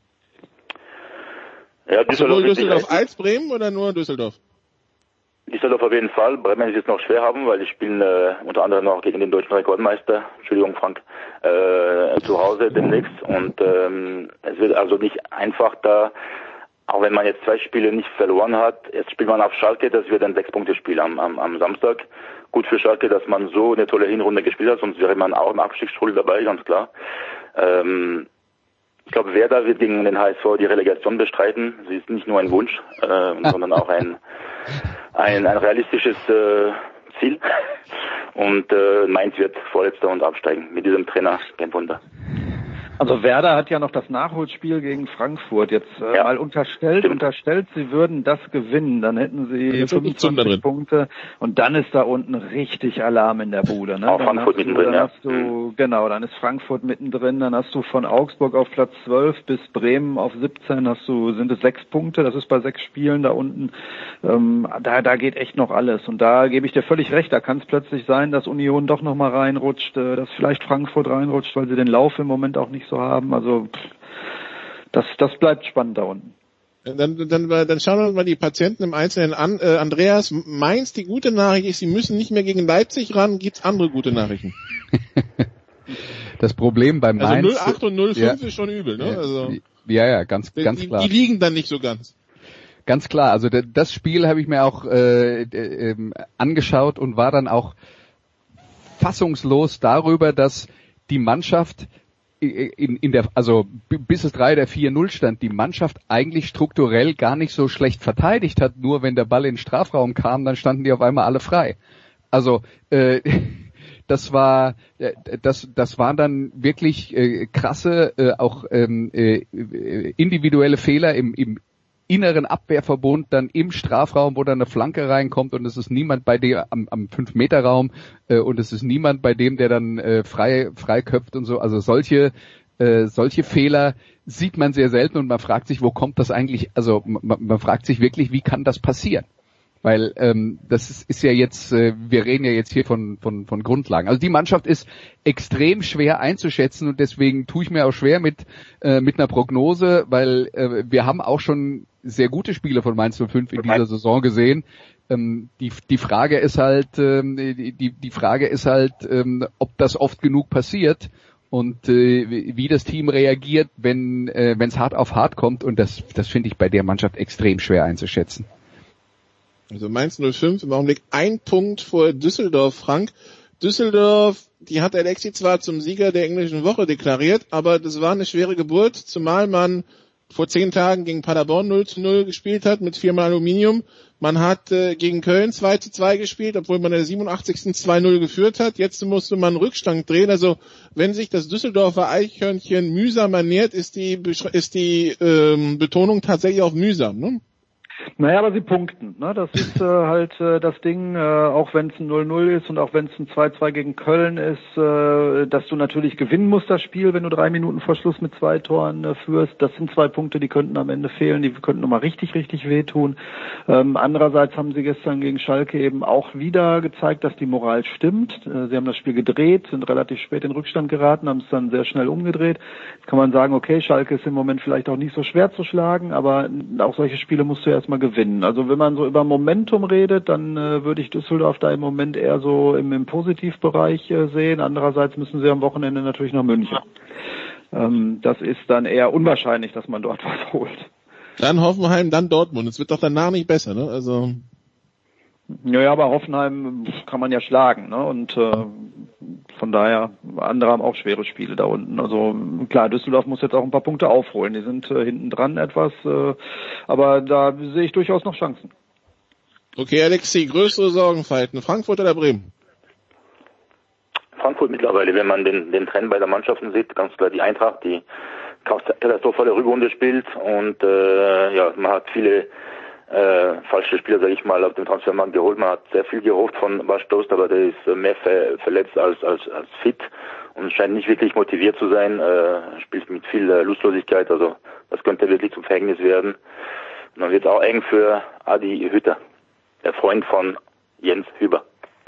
Ja, Düsseldorf, also Düsseldorf als Bremen oder nur Düsseldorf? Düsseldorf auf jeden Fall. Bremen ist jetzt noch schwer haben, weil die spielen äh, unter anderem noch gegen den deutschen Rekordmeister, Entschuldigung Frank, äh, zu Hause demnächst. Und ähm, es wird also nicht einfach da, auch wenn man jetzt zwei Spiele nicht verloren hat. Jetzt spielt man auf Schalke, das wird ein Sechs-Punkte-Spiel am, am, am Samstag. Gut für Schalke, dass man so eine tolle Hinrunde gespielt hat, sonst wäre man auch im Abstiegsstrudel dabei, ganz klar. Ähm, ich glaube, Werder wird gegen den H S V die Relegation bestreiten. Sie ist nicht nur ein Wunsch, äh, sondern auch ein, ein, ein realistisches äh, Ziel. Und äh, Mainz wird Vorletzter und absteigen. Mit diesem Trainer kein Wunder. Also Werder hat ja noch das Nachholspiel gegen Frankfurt. Jetzt äh, ja. mal unterstellt, Stimmt. unterstellt, sie würden das gewinnen, dann hätten sie fünfundzwanzig Punkte und dann ist da unten richtig Alarm in der Bude. Ne? Auch dann Frankfurt mittendrin, dann ja. Hast du, mhm. Genau, dann ist Frankfurt mittendrin, dann hast du von Augsburg auf Platz zwölf bis Bremen auf siebzehn, hast du, sind es sechs Punkte, das ist bei sechs Spielen da unten. Ähm, da, da geht echt noch alles und da gebe ich dir völlig recht, da kann es plötzlich sein, dass Union doch nochmal reinrutscht, äh, dass vielleicht Frankfurt reinrutscht, weil sie den Lauf im Moment auch nicht so haben. Also das, das bleibt spannend da unten. Dann, dann, dann schauen wir uns mal die Patienten im Einzelnen an. Äh, Andreas, Mainz, die gute Nachricht ist, sie müssen nicht mehr gegen Leipzig ran. Gibt's andere gute Nachrichten? Das Problem bei Mainz... Also null acht und null fünf ja, ist schon übel, ne? Also, ja, ja, ganz, ganz die, klar. Die liegen dann nicht so ganz. Ganz klar, also das Spiel habe ich mir auch äh, äh, angeschaut und war dann auch fassungslos darüber, dass die Mannschaft in, in der, also bis es drei oder vier null stand, die Mannschaft eigentlich strukturell gar nicht so schlecht verteidigt hat, nur wenn der Ball in den Strafraum kam, dann standen die auf einmal alle frei. Also äh, das war das das waren dann wirklich äh, krasse äh, auch ähm, äh, individuelle Fehler im im inneren Abwehrverbund dann im Strafraum, wo dann eine Flanke reinkommt und es ist niemand bei dem am, am fünf Meter Raum äh, und es ist niemand bei dem, der dann äh, frei frei köpft und so. Also solche äh, solche Fehler sieht man sehr selten und man fragt sich, wo kommt das eigentlich, also man, man fragt sich wirklich, wie kann das passieren? Weil ähm, das ist, ist ja jetzt, äh, wir reden ja jetzt hier von, von, von Grundlagen. Also die Mannschaft ist extrem schwer einzuschätzen und deswegen tue ich mir auch schwer mit, äh, mit einer Prognose, weil äh, wir haben auch schon sehr gute Spiele von Mainz null fünf in dieser Saison gesehen. Ähm, die, die Frage ist halt, ähm, die, die Frage ist halt, ähm, ob das oft genug passiert und äh, wie das Team reagiert, wenn äh, wenn es hart auf hart kommt, und das, das finde ich bei der Mannschaft extrem schwer einzuschätzen. Also Mainz null fünf im Augenblick ein Punkt vor Düsseldorf, Frank. Düsseldorf, die hat Alexi zwar zum Sieger der englischen Woche deklariert, aber das war eine schwere Geburt, zumal man vor zehn Tagen gegen Paderborn null zu null gespielt hat mit viermal Aluminium. Man hat äh, gegen Köln zwei zu zwei gespielt, obwohl man in der siebenundachtzigsten zwei null geführt hat. Jetzt musste man Rückstand drehen. Also wenn sich das Düsseldorfer Eichhörnchen mühsam ernährt, ist die, ist die ähm, Betonung tatsächlich auf mühsam, ne? Naja, aber sie punkten. Ne? Das ist äh, halt äh, das Ding, äh, auch wenn es ein null null ist und auch wenn es ein zwei zwei gegen Köln ist, äh, dass du natürlich gewinnen musst, das Spiel, wenn du drei Minuten vor Schluss mit zwei Toren äh, führst. Das sind zwei Punkte, die könnten am Ende fehlen, die könnten nochmal richtig, richtig wehtun. Ähm, andererseits haben sie gestern gegen Schalke eben auch wieder gezeigt, dass die Moral stimmt. Äh, sie haben das Spiel gedreht, sind relativ spät in Rückstand geraten, haben es dann sehr schnell umgedreht. Jetzt kann man sagen, okay, Schalke ist im Moment vielleicht auch nicht so schwer zu schlagen, aber auch solche Spiele musst du erstmal gewinnen. Also wenn man so über Momentum redet, dann äh, würde ich Düsseldorf da im Moment eher so im, im Positivbereich äh, sehen. Andererseits müssen sie am Wochenende natürlich nach München. Ähm, das ist dann eher unwahrscheinlich, dass man dort was holt. Dann Hoffenheim, dann Dortmund. Es wird doch danach nicht besser, ne? Also ja, ja, aber Hoffenheim kann man ja schlagen, ne? Und äh, von daher, andere haben auch schwere Spiele da unten. Also klar, Düsseldorf muss jetzt auch ein paar Punkte aufholen. Die sind äh, hinten dran etwas, äh, aber da sehe ich durchaus noch Chancen. Okay, Alexi, größere Sorgenfalten, Frankfurt oder Bremen? Frankfurt mittlerweile, wenn man den, den Trend bei der Mannschaften sieht, ganz klar die Eintracht, die katastrophale Rückrunde spielt und äh, ja, man hat viele Äh, falsche Spieler, sage ich mal, auf dem Transfermarkt geholt. Man hat sehr viel gehofft von Bas Dost, aber der ist mehr ver- verletzt als, als, als fit und scheint nicht wirklich motiviert zu sein, äh, spielt mit viel äh, Lustlosigkeit, also das könnte wirklich zum Verhängnis werden. Und dann wird es auch eng für Adi Hütter, der Freund von Jens Hüber.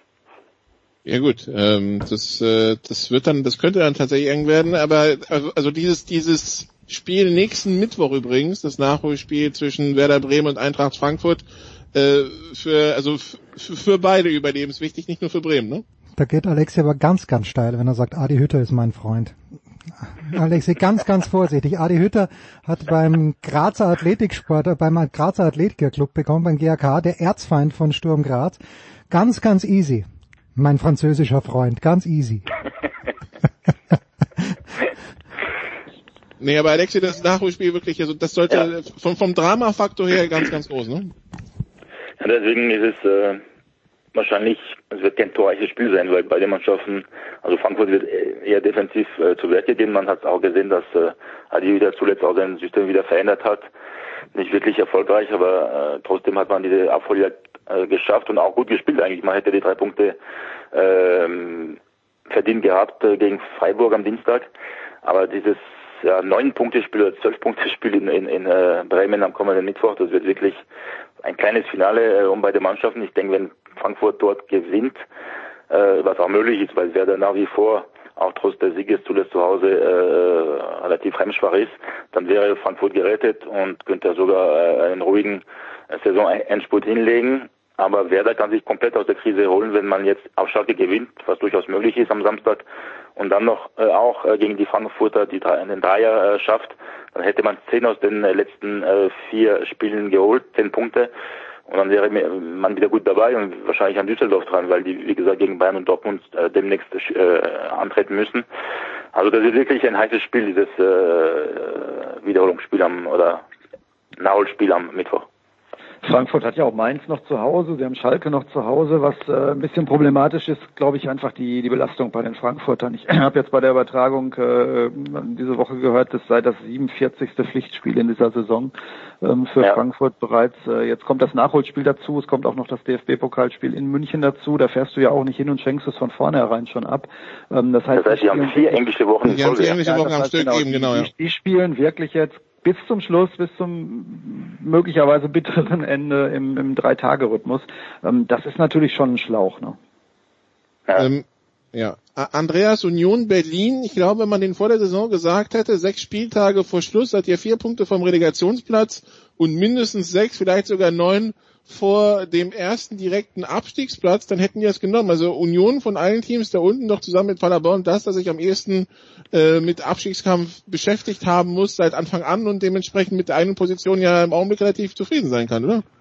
Ja gut, ähm, das, äh, das wird dann, das könnte dann tatsächlich eng werden, aber also, also dieses, dieses Spiel nächsten Mittwoch übrigens, das Nachholspiel zwischen Werder Bremen und Eintracht Frankfurt, äh, für, also f- für beide überlebenswichtig, nicht nur für Bremen, ne? Da geht Alexi aber ganz, ganz steil, wenn er sagt, Adi Hütter ist mein Freund. Alexi, ganz, ganz vorsichtig. Adi Hütter hat beim Grazer Athletiksport, beim Grazer Athletikerclub bekommen, beim G A K, der Erzfeind von Sturm Graz. Ganz, ganz easy. Mein französischer Freund, ganz easy. Nee, aber Alexi, das Nachholspiel wirklich, also das sollte ja. vom, vom Drama-Faktor her ganz, ganz groß, ne? Ja, deswegen ist es äh, wahrscheinlich, es wird kein torreiches Spiel sein, weil beide Mannschaften, also Frankfurt wird eher defensiv äh, zu Werke gehen. Man hat auch gesehen, dass äh, Adi wieder zuletzt auch sein System wieder verändert hat. Nicht wirklich erfolgreich, aber äh, trotzdem hat man diese Abfolge äh, geschafft und auch gut gespielt eigentlich. Man hätte die drei Punkte äh, verdient gehabt äh, gegen Freiburg am Dienstag, aber dieses ja, neun-Punkte-Spiel oder zwölf-Punkte-Spiel in, in, in äh, Bremen am kommenden Mittwoch, das wird wirklich ein kleines Finale äh, um beide Mannschaften. Ich denke, wenn Frankfurt dort gewinnt, äh, was auch möglich ist, weil Werder nach wie vor auch trotz des Sieges zuletzt zu Hause äh, relativ heimschwach ist, dann wäre Frankfurt gerettet und könnte sogar äh, einen ruhigen äh, Saisonendspurt hinlegen. Aber Werder kann sich komplett aus der Krise holen, wenn man jetzt auf Schalke gewinnt, was durchaus möglich ist am Samstag, und dann noch äh, auch äh, gegen die Frankfurter die drei, den Dreier äh, schafft, dann hätte man zehn aus den äh, letzten äh, vier Spielen geholt, zehn Punkte, und dann wäre man wieder gut dabei und wahrscheinlich an Düsseldorf dran, weil die, wie gesagt, gegen Bayern und Dortmund äh, demnächst äh, antreten müssen. Also das ist wirklich ein heißes Spiel, dieses äh, Wiederholungsspiel am oder Nachholspiel am Mittwoch. Frankfurt hat ja auch Mainz noch zu Hause, sie haben Schalke noch zu Hause, was äh, ein bisschen problematisch ist, glaube ich, einfach die die Belastung bei den Frankfurtern. Ich habe jetzt bei der Übertragung äh, diese Woche gehört, das sei das siebenundvierzigste Pflichtspiel in dieser Saison ähm, für ja. Frankfurt bereits. Äh, jetzt kommt das Nachholspiel dazu, es kommt auch noch das D F B-Pokalspiel in München dazu, da fährst du ja auch nicht hin und schenkst es von vornherein schon ab. Ähm, das heißt, das heißt, die haben vier englische Wochen. Die haben vier englische Wochen am Stück eben, genau. Die, die spielen wirklich jetzt bis zum Schluss, bis zum möglicherweise bitteren Ende im, im Drei-Tage-Rhythmus. Ähm, das ist natürlich schon ein Schlauch, ne? Ja. Ähm, ja. Andreas, Union Berlin, ich glaube, wenn man den vor der Saison gesagt hätte, sechs Spieltage vor Schluss, seid ihr vier Punkte vom Relegationsplatz und mindestens sechs, vielleicht sogar neun vor dem ersten direkten Abstiegsplatz, dann hätten die es genommen. Also Union von allen Teams da unten doch zusammen mit Paderborn das, das sich am ehesten äh, mit Abstiegskampf beschäftigt haben muss seit Anfang an und dementsprechend mit der eigenen Position ja im Augenblick relativ zufrieden sein kann, oder?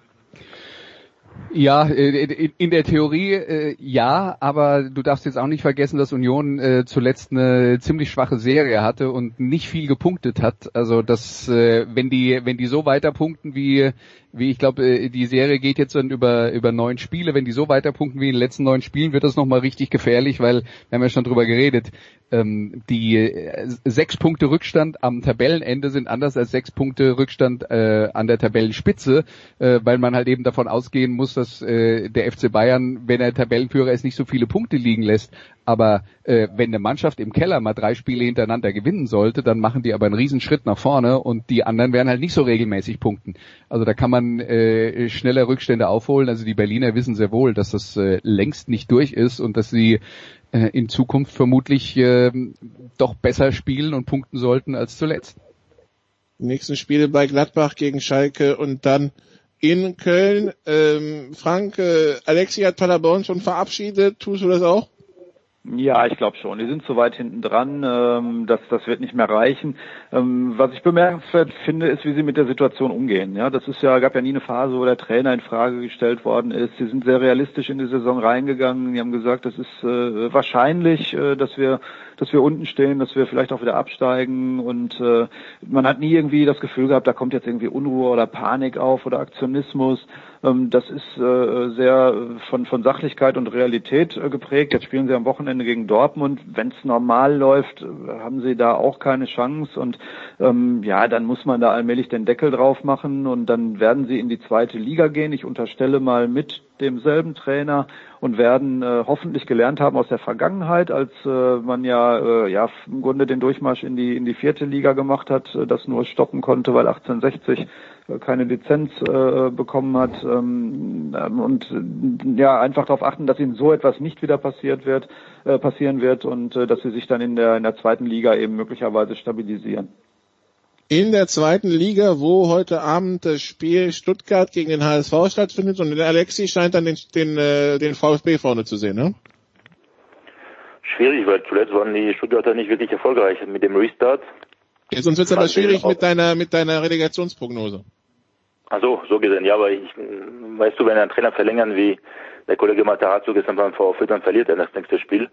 Ja, in der Theorie äh, ja, aber du darfst jetzt auch nicht vergessen, dass Union äh, zuletzt eine ziemlich schwache Serie hatte und nicht viel gepunktet hat. Also dass äh, wenn die wenn die so weiter punkten wie wie ich glaube, die Serie geht jetzt dann über über neun Spiele. Wenn die so weiter punkten wie in den letzten neun Spielen, wird das nochmal richtig gefährlich, weil wir haben ja schon drüber geredet. Ähm, die äh, sechs Punkte Rückstand am Tabellenende sind anders als sechs Punkte Rückstand äh, an der Tabellenspitze, äh, weil man halt eben davon ausgehen muss, dass äh, der F C Bayern, wenn er Tabellenführer ist, nicht so viele Punkte liegen lässt. Aber äh, wenn eine Mannschaft im Keller mal drei Spiele hintereinander gewinnen sollte, dann machen die aber einen riesen Schritt nach vorne und die anderen werden halt nicht so regelmäßig punkten. Also da kann man äh, schneller Rückstände aufholen. Also die Berliner wissen sehr wohl, dass das äh, längst nicht durch ist und dass sie äh, in Zukunft vermutlich äh, doch besser spielen und punkten sollten als zuletzt. Die nächsten Spiele bei Gladbach gegen Schalke und dann in Köln. Ähm, Frank, äh, Alexi hat Paderborn schon verabschiedet. Tust du das auch? Ja, ich glaube schon. Die sind so weit hinten dran, ähm, dass das wird nicht mehr reichen. Ähm, was ich bemerkenswert finde, ist, wie sie mit der Situation umgehen. Ja, das ist ja gab ja nie eine Phase, wo der Trainer in Frage gestellt worden ist. Sie sind sehr realistisch in die Saison reingegangen. Die haben gesagt, das ist äh, wahrscheinlich, äh, dass wir dass wir unten stehen, dass wir vielleicht auch wieder absteigen und äh, man hat nie irgendwie das Gefühl gehabt, da kommt jetzt irgendwie Unruhe oder Panik auf oder Aktionismus. Ähm, das ist äh, sehr von von Sachlichkeit und Realität äh, geprägt. Jetzt spielen sie am Wochenende gegen Dortmund. Wenn es normal läuft, haben sie da auch keine Chance und ähm, ja, dann muss man da allmählich den Deckel drauf machen und dann werden sie in die zweite Liga gehen. Ich unterstelle mal mit demselben Trainer und werden äh, hoffentlich gelernt haben aus der Vergangenheit, als äh, man ja äh, ja im Grunde den Durchmarsch in die in die vierte Liga gemacht hat, äh, das nur stoppen konnte, weil achtzehnhundertsechzig äh, keine Lizenz äh, bekommen hat ähm, und äh, ja einfach darauf achten, dass ihnen so etwas nicht wieder passiert wird, äh, passieren wird und äh, dass sie sich dann in der in der zweiten Liga eben möglicherweise stabilisieren. In der zweiten Liga, wo heute Abend das Spiel Stuttgart gegen den H S V stattfindet und der Alexi scheint dann den, den, den VfB vorne zu sehen, ne? Schwierig, weil zuletzt waren die Stuttgarter nicht wirklich erfolgreich mit dem Restart. Ja, sonst wird es aber schwierig mit deiner mit deiner Relegationsprognose. Ach so, so gesehen, ja, aber ich, weißt du, wenn ein Trainer verlängern, wie der Kollege Matarazzo gestern beim VfB, dann verliert er das nächste Spiel.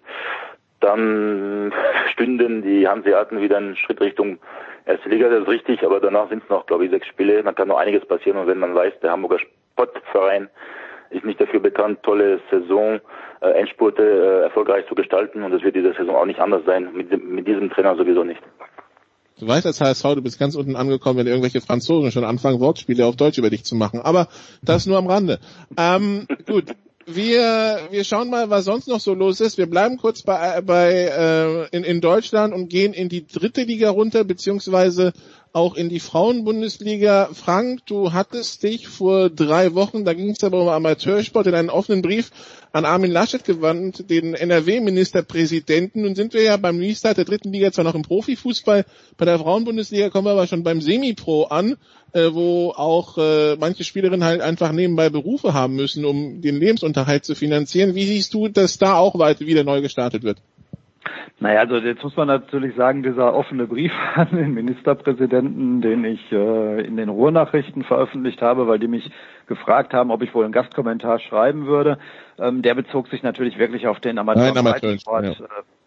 Dann stünden die Hanseaten wieder einen Schritt Richtung erste Liga, das ist richtig, aber danach sind es noch, glaube ich, sechs Spiele. Da kann noch einiges passieren und wenn man weiß, der Hamburger Sportverein ist nicht dafür bekannt, tolle Saison, äh, Endspurte äh, erfolgreich zu gestalten und das wird diese Saison auch nicht anders sein, mit, mit diesem Trainer sowieso nicht. Du weißt als H S V, du bist ganz unten angekommen, wenn irgendwelche Franzosen schon anfangen, Wortspiele auf Deutsch über dich zu machen, aber das nur am Rande. Ähm, gut. Wir wir schauen mal, was sonst noch so los ist. Wir bleiben kurz bei bei äh, in in Deutschland und gehen in die dritte Liga runter, beziehungsweise auch in die Frauenbundesliga. Frank, du hattest dich vor drei Wochen, da ging es aber um Amateursport, in einen offenen Brief an Armin Laschet gewandt, den N R W-Ministerpräsidenten. Nun sind wir ja beim Restart der dritten Liga zwar noch im Profifußball, bei der Frauenbundesliga kommen wir aber schon beim Semi-Pro an, äh, wo auch äh, manche Spielerinnen halt einfach nebenbei Berufe haben müssen, um den Lebensunterhalt zu finanzieren. Wie siehst du, dass da auch weiter wieder neu gestartet wird? Naja, also jetzt muss man natürlich sagen, dieser offene Brief an den Ministerpräsidenten, den ich äh, in den Ruhrnachrichten veröffentlicht habe, weil die mich gefragt haben, ob ich wohl einen Gastkommentar schreiben würde, ähm, der bezog sich natürlich wirklich auf den Amateursport. Ja.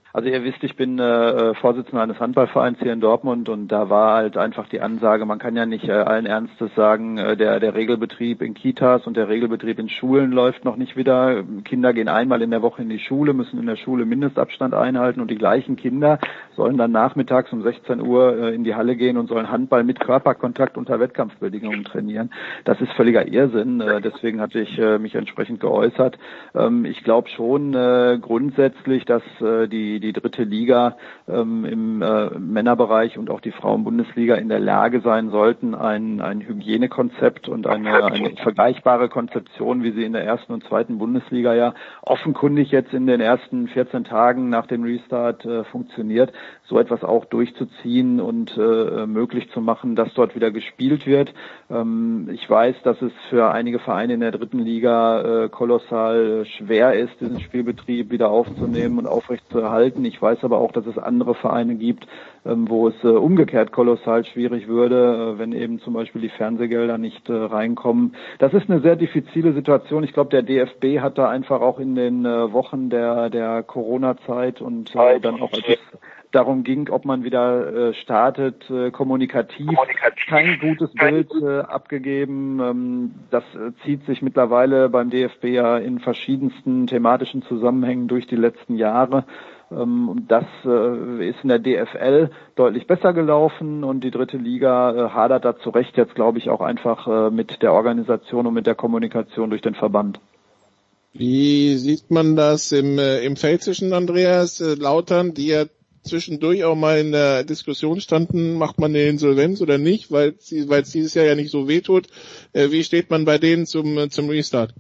Also ihr wisst, ich bin äh, Vorsitzender eines Handballvereins hier in Dortmund und da war halt einfach die Ansage, man kann ja nicht äh, allen Ernstes sagen, äh, der der Regelbetrieb in Kitas und der Regelbetrieb in Schulen läuft noch nicht wieder. Kinder gehen einmal in der Woche in die Schule, müssen in der Schule Mindestabstand einhalten und die gleichen Kinder sollen dann nachmittags um sechzehn Uhr äh, in die Halle gehen und sollen Handball mit Körperkontakt unter Wettkampfbedingungen trainieren. Das ist völliger Irrsinn, äh, deswegen hatte ich äh, mich entsprechend geäußert. Ähm, ich glaube schon äh, grundsätzlich, dass äh, die die dritte Liga ähm, im äh, Männerbereich und auch die Frauenbundesliga in der Lage sein sollten, ein, ein Hygienekonzept und eine, eine vergleichbare Konzeption, wie sie in der ersten und zweiten Bundesliga ja offenkundig jetzt in den ersten vierzehn Tagen nach dem Restart äh, funktioniert, so etwas auch durchzuziehen und äh, möglich zu machen, dass dort wieder gespielt wird. Ähm, ich weiß, dass es für einige Vereine in der dritten Liga äh, kolossal schwer ist, diesen Spielbetrieb wieder aufzunehmen und aufrechtzuerhalten. Ich weiß aber auch, dass es andere Vereine gibt, ähm, wo es äh, umgekehrt kolossal schwierig würde, äh, wenn eben zum Beispiel die Fernsehgelder nicht äh, reinkommen. Das ist eine sehr diffizile Situation. Ich glaube, der D F B hat da einfach auch in den äh, Wochen der der Corona-Zeit und äh, dann auch als es darum ging, ob man wieder äh, startet, äh, kommunikativ, kommunikativ kein gutes Bild äh, abgegeben. Ähm, das äh, zieht sich mittlerweile beim D F B ja in verschiedensten thematischen Zusammenhängen durch die letzten Jahre. Ähm, und das äh, ist in der D F L deutlich besser gelaufen und die dritte Liga äh, hadert da zu Recht jetzt, glaube ich, auch einfach äh, mit der Organisation und mit der Kommunikation durch den Verband. Wie sieht man das im, äh, im Pfälzischen, Andreas? Äh, Lautern, die ja zwischendurch auch mal in der Diskussion standen, macht man eine Insolvenz oder nicht, weil weil es dieses Jahr ja nicht so wehtut. Äh, wie steht man bei denen zum zum Restart?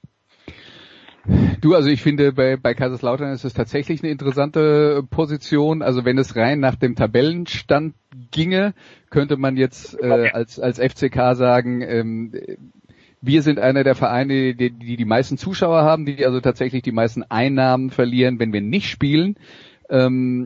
Du, also ich finde, bei, bei Kaiserslautern ist es tatsächlich eine interessante Position. Also wenn es rein nach dem Tabellenstand ginge, könnte man jetzt äh, als als F C K sagen, ähm, wir sind einer der Vereine, die, die die meisten Zuschauer haben, die also tatsächlich die meisten Einnahmen verlieren, wenn wir nicht spielen. Ähm,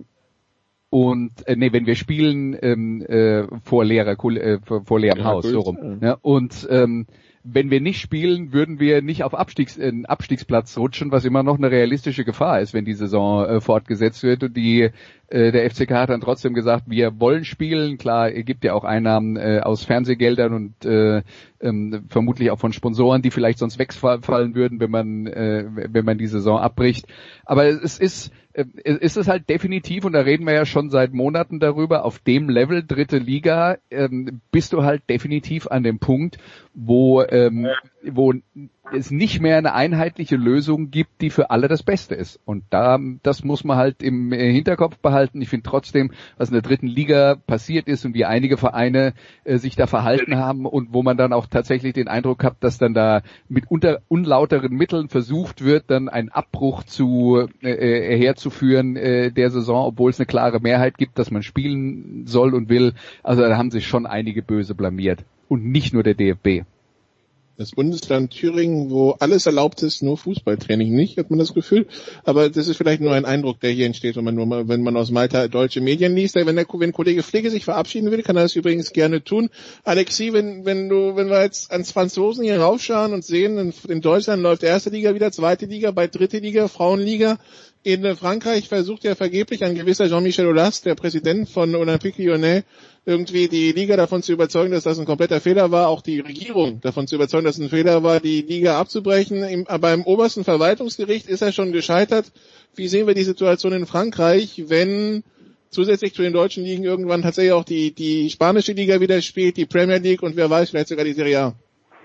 Und äh, nee, wenn wir spielen ähm, äh, vor leerer äh, vor leerem ja, Haus, so rum. Ja. Ja, und ähm, wenn wir nicht spielen, würden wir nicht auf Abstiegs, äh, Abstiegsplatz rutschen, was immer noch eine realistische Gefahr ist, wenn die Saison äh, fortgesetzt wird. Und die äh, der F C K hat dann trotzdem gesagt, wir wollen spielen. Klar, es gibt ja auch Einnahmen äh, aus Fernsehgeldern und äh, ähm, vermutlich auch von Sponsoren, die vielleicht sonst wegfallen würden, wenn man äh, wenn man die Saison abbricht. Aber es ist äh, es ist halt definitiv, und da reden wir ja schon seit Monaten darüber, auf dem Level dritte Liga ähm, bist du halt definitiv an dem Punkt, wo ähm, wo es nicht mehr eine einheitliche Lösung gibt, die für alle das Beste ist. Und da, das muss man halt im Hinterkopf behalten. Ich finde trotzdem, was in der dritten Liga passiert ist und wie einige Vereine äh, sich da verhalten haben und wo man dann auch tatsächlich den Eindruck hat, dass dann da mit unter, unlauteren Mitteln versucht wird, dann einen Abbruch zu äh, herzuführen äh, der Saison, obwohl es eine klare Mehrheit gibt, dass man spielen soll und will. Also da haben sich schon einige böse blamiert. Und nicht nur der D F B. Das Bundesland Thüringen, wo alles erlaubt ist, nur Fußballtraining nicht, hat man das Gefühl. Aber das ist vielleicht nur ein Eindruck, der hier entsteht, wenn man nur mal, wenn man aus Malta deutsche Medien liest. Wenn der, wenn Kollege Pflege sich verabschieden will, kann er das übrigens gerne tun. Alexi, wenn, wenn du, wenn wir jetzt ans Franzosen hier raufschauen und sehen, in, in Deutschland läuft erste Liga wieder, zweite Liga, bei dritte Liga, Frauenliga. In Frankreich versucht ja vergeblich ein gewisser Jean-Michel Aulas, der Präsident von Olympique Lyonnais, irgendwie die Liga davon zu überzeugen, dass das ein kompletter Fehler war, auch die Regierung davon zu überzeugen, dass es ein Fehler war, die Liga abzubrechen. Im, aber im obersten Verwaltungsgericht ist er schon gescheitert. Wie sehen wir die Situation in Frankreich, wenn zusätzlich zu den deutschen Ligen irgendwann tatsächlich auch die, die spanische Liga wieder spielt, die Premier League und wer weiß, vielleicht sogar die Serie A?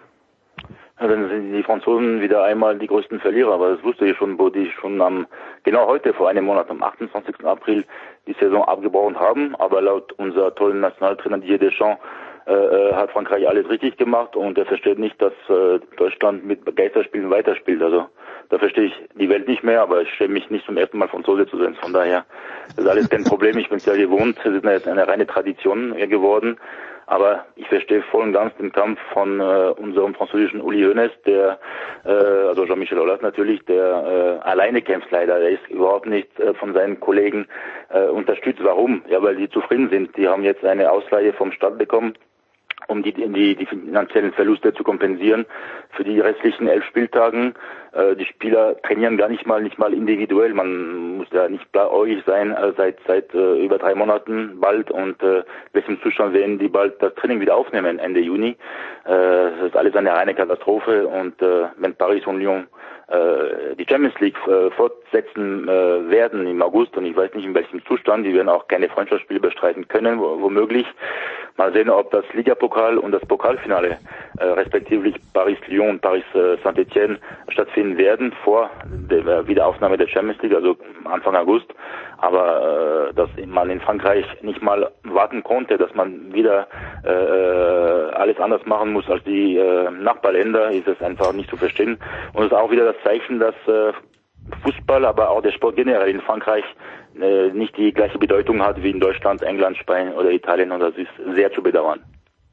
Ja, dann sind die Franzosen wieder einmal die größten Verlierer, aber das wusste ich schon, wo die schon am, genau heute, vor einem Monat, am achtundzwanzigsten April, die Saison abgebrochen haben. Aber laut unser tollen Nationaltrainer Didier Deschamps äh, hat Frankreich alles richtig gemacht und er versteht nicht, dass äh, Deutschland mit Geisterspielen weiterspielt. Also da verstehe ich die Welt nicht mehr, aber ich schäme mich nicht zum ersten Mal Franzose zu sein. Von daher ist alles kein Problem. Ich bin es ja gewohnt. Es ist eine, eine reine Tradition geworden. Aber ich verstehe voll und ganz den Kampf von äh, unserem französischen Uli Hoeneß, der, äh, also Jean-Michel Aulas natürlich, der äh, alleine kämpft leider. Der ist überhaupt nicht äh, von seinen Kollegen äh, unterstützt. Warum? Ja, weil die zufrieden sind. Die haben jetzt eine Ausleihe vom Staat bekommen um die, die, die finanziellen Verluste zu kompensieren für die restlichen elf Spieltagen. Äh, die Spieler trainieren gar nicht mal, nicht mal individuell. Man muss ja nicht blauäugig sein, äh, seit, seit äh, über drei Monaten bald und äh, welchem Zustand werden die bald das Training wieder aufnehmen Ende Juni. Äh, das ist alles eine reine Katastrophe und äh, wenn Paris und Lyon äh, die Champions League äh, fortsetzen äh, werden im August und ich weiß nicht in welchem Zustand, die werden auch keine Freundschaftsspiele bestreiten können, wo, womöglich. Mal sehen, ob das Ligapokal und das Pokalfinale, äh, respektive Paris-Lyon und Paris-Saint-Etienne stattfinden werden vor der Wiederaufnahme der Champions League, also Anfang August. Aber äh, dass man in Frankreich nicht mal warten konnte, dass man wieder äh, alles anders machen muss als die äh, Nachbarländer, ist es einfach nicht zu verstehen. Und es ist auch wieder das Zeichen, dass äh, Fußball, aber auch der Sport generell in Frankreich äh, nicht die gleiche Bedeutung hat wie in Deutschland, England, Spanien oder Italien und das ist sehr zu bedauern.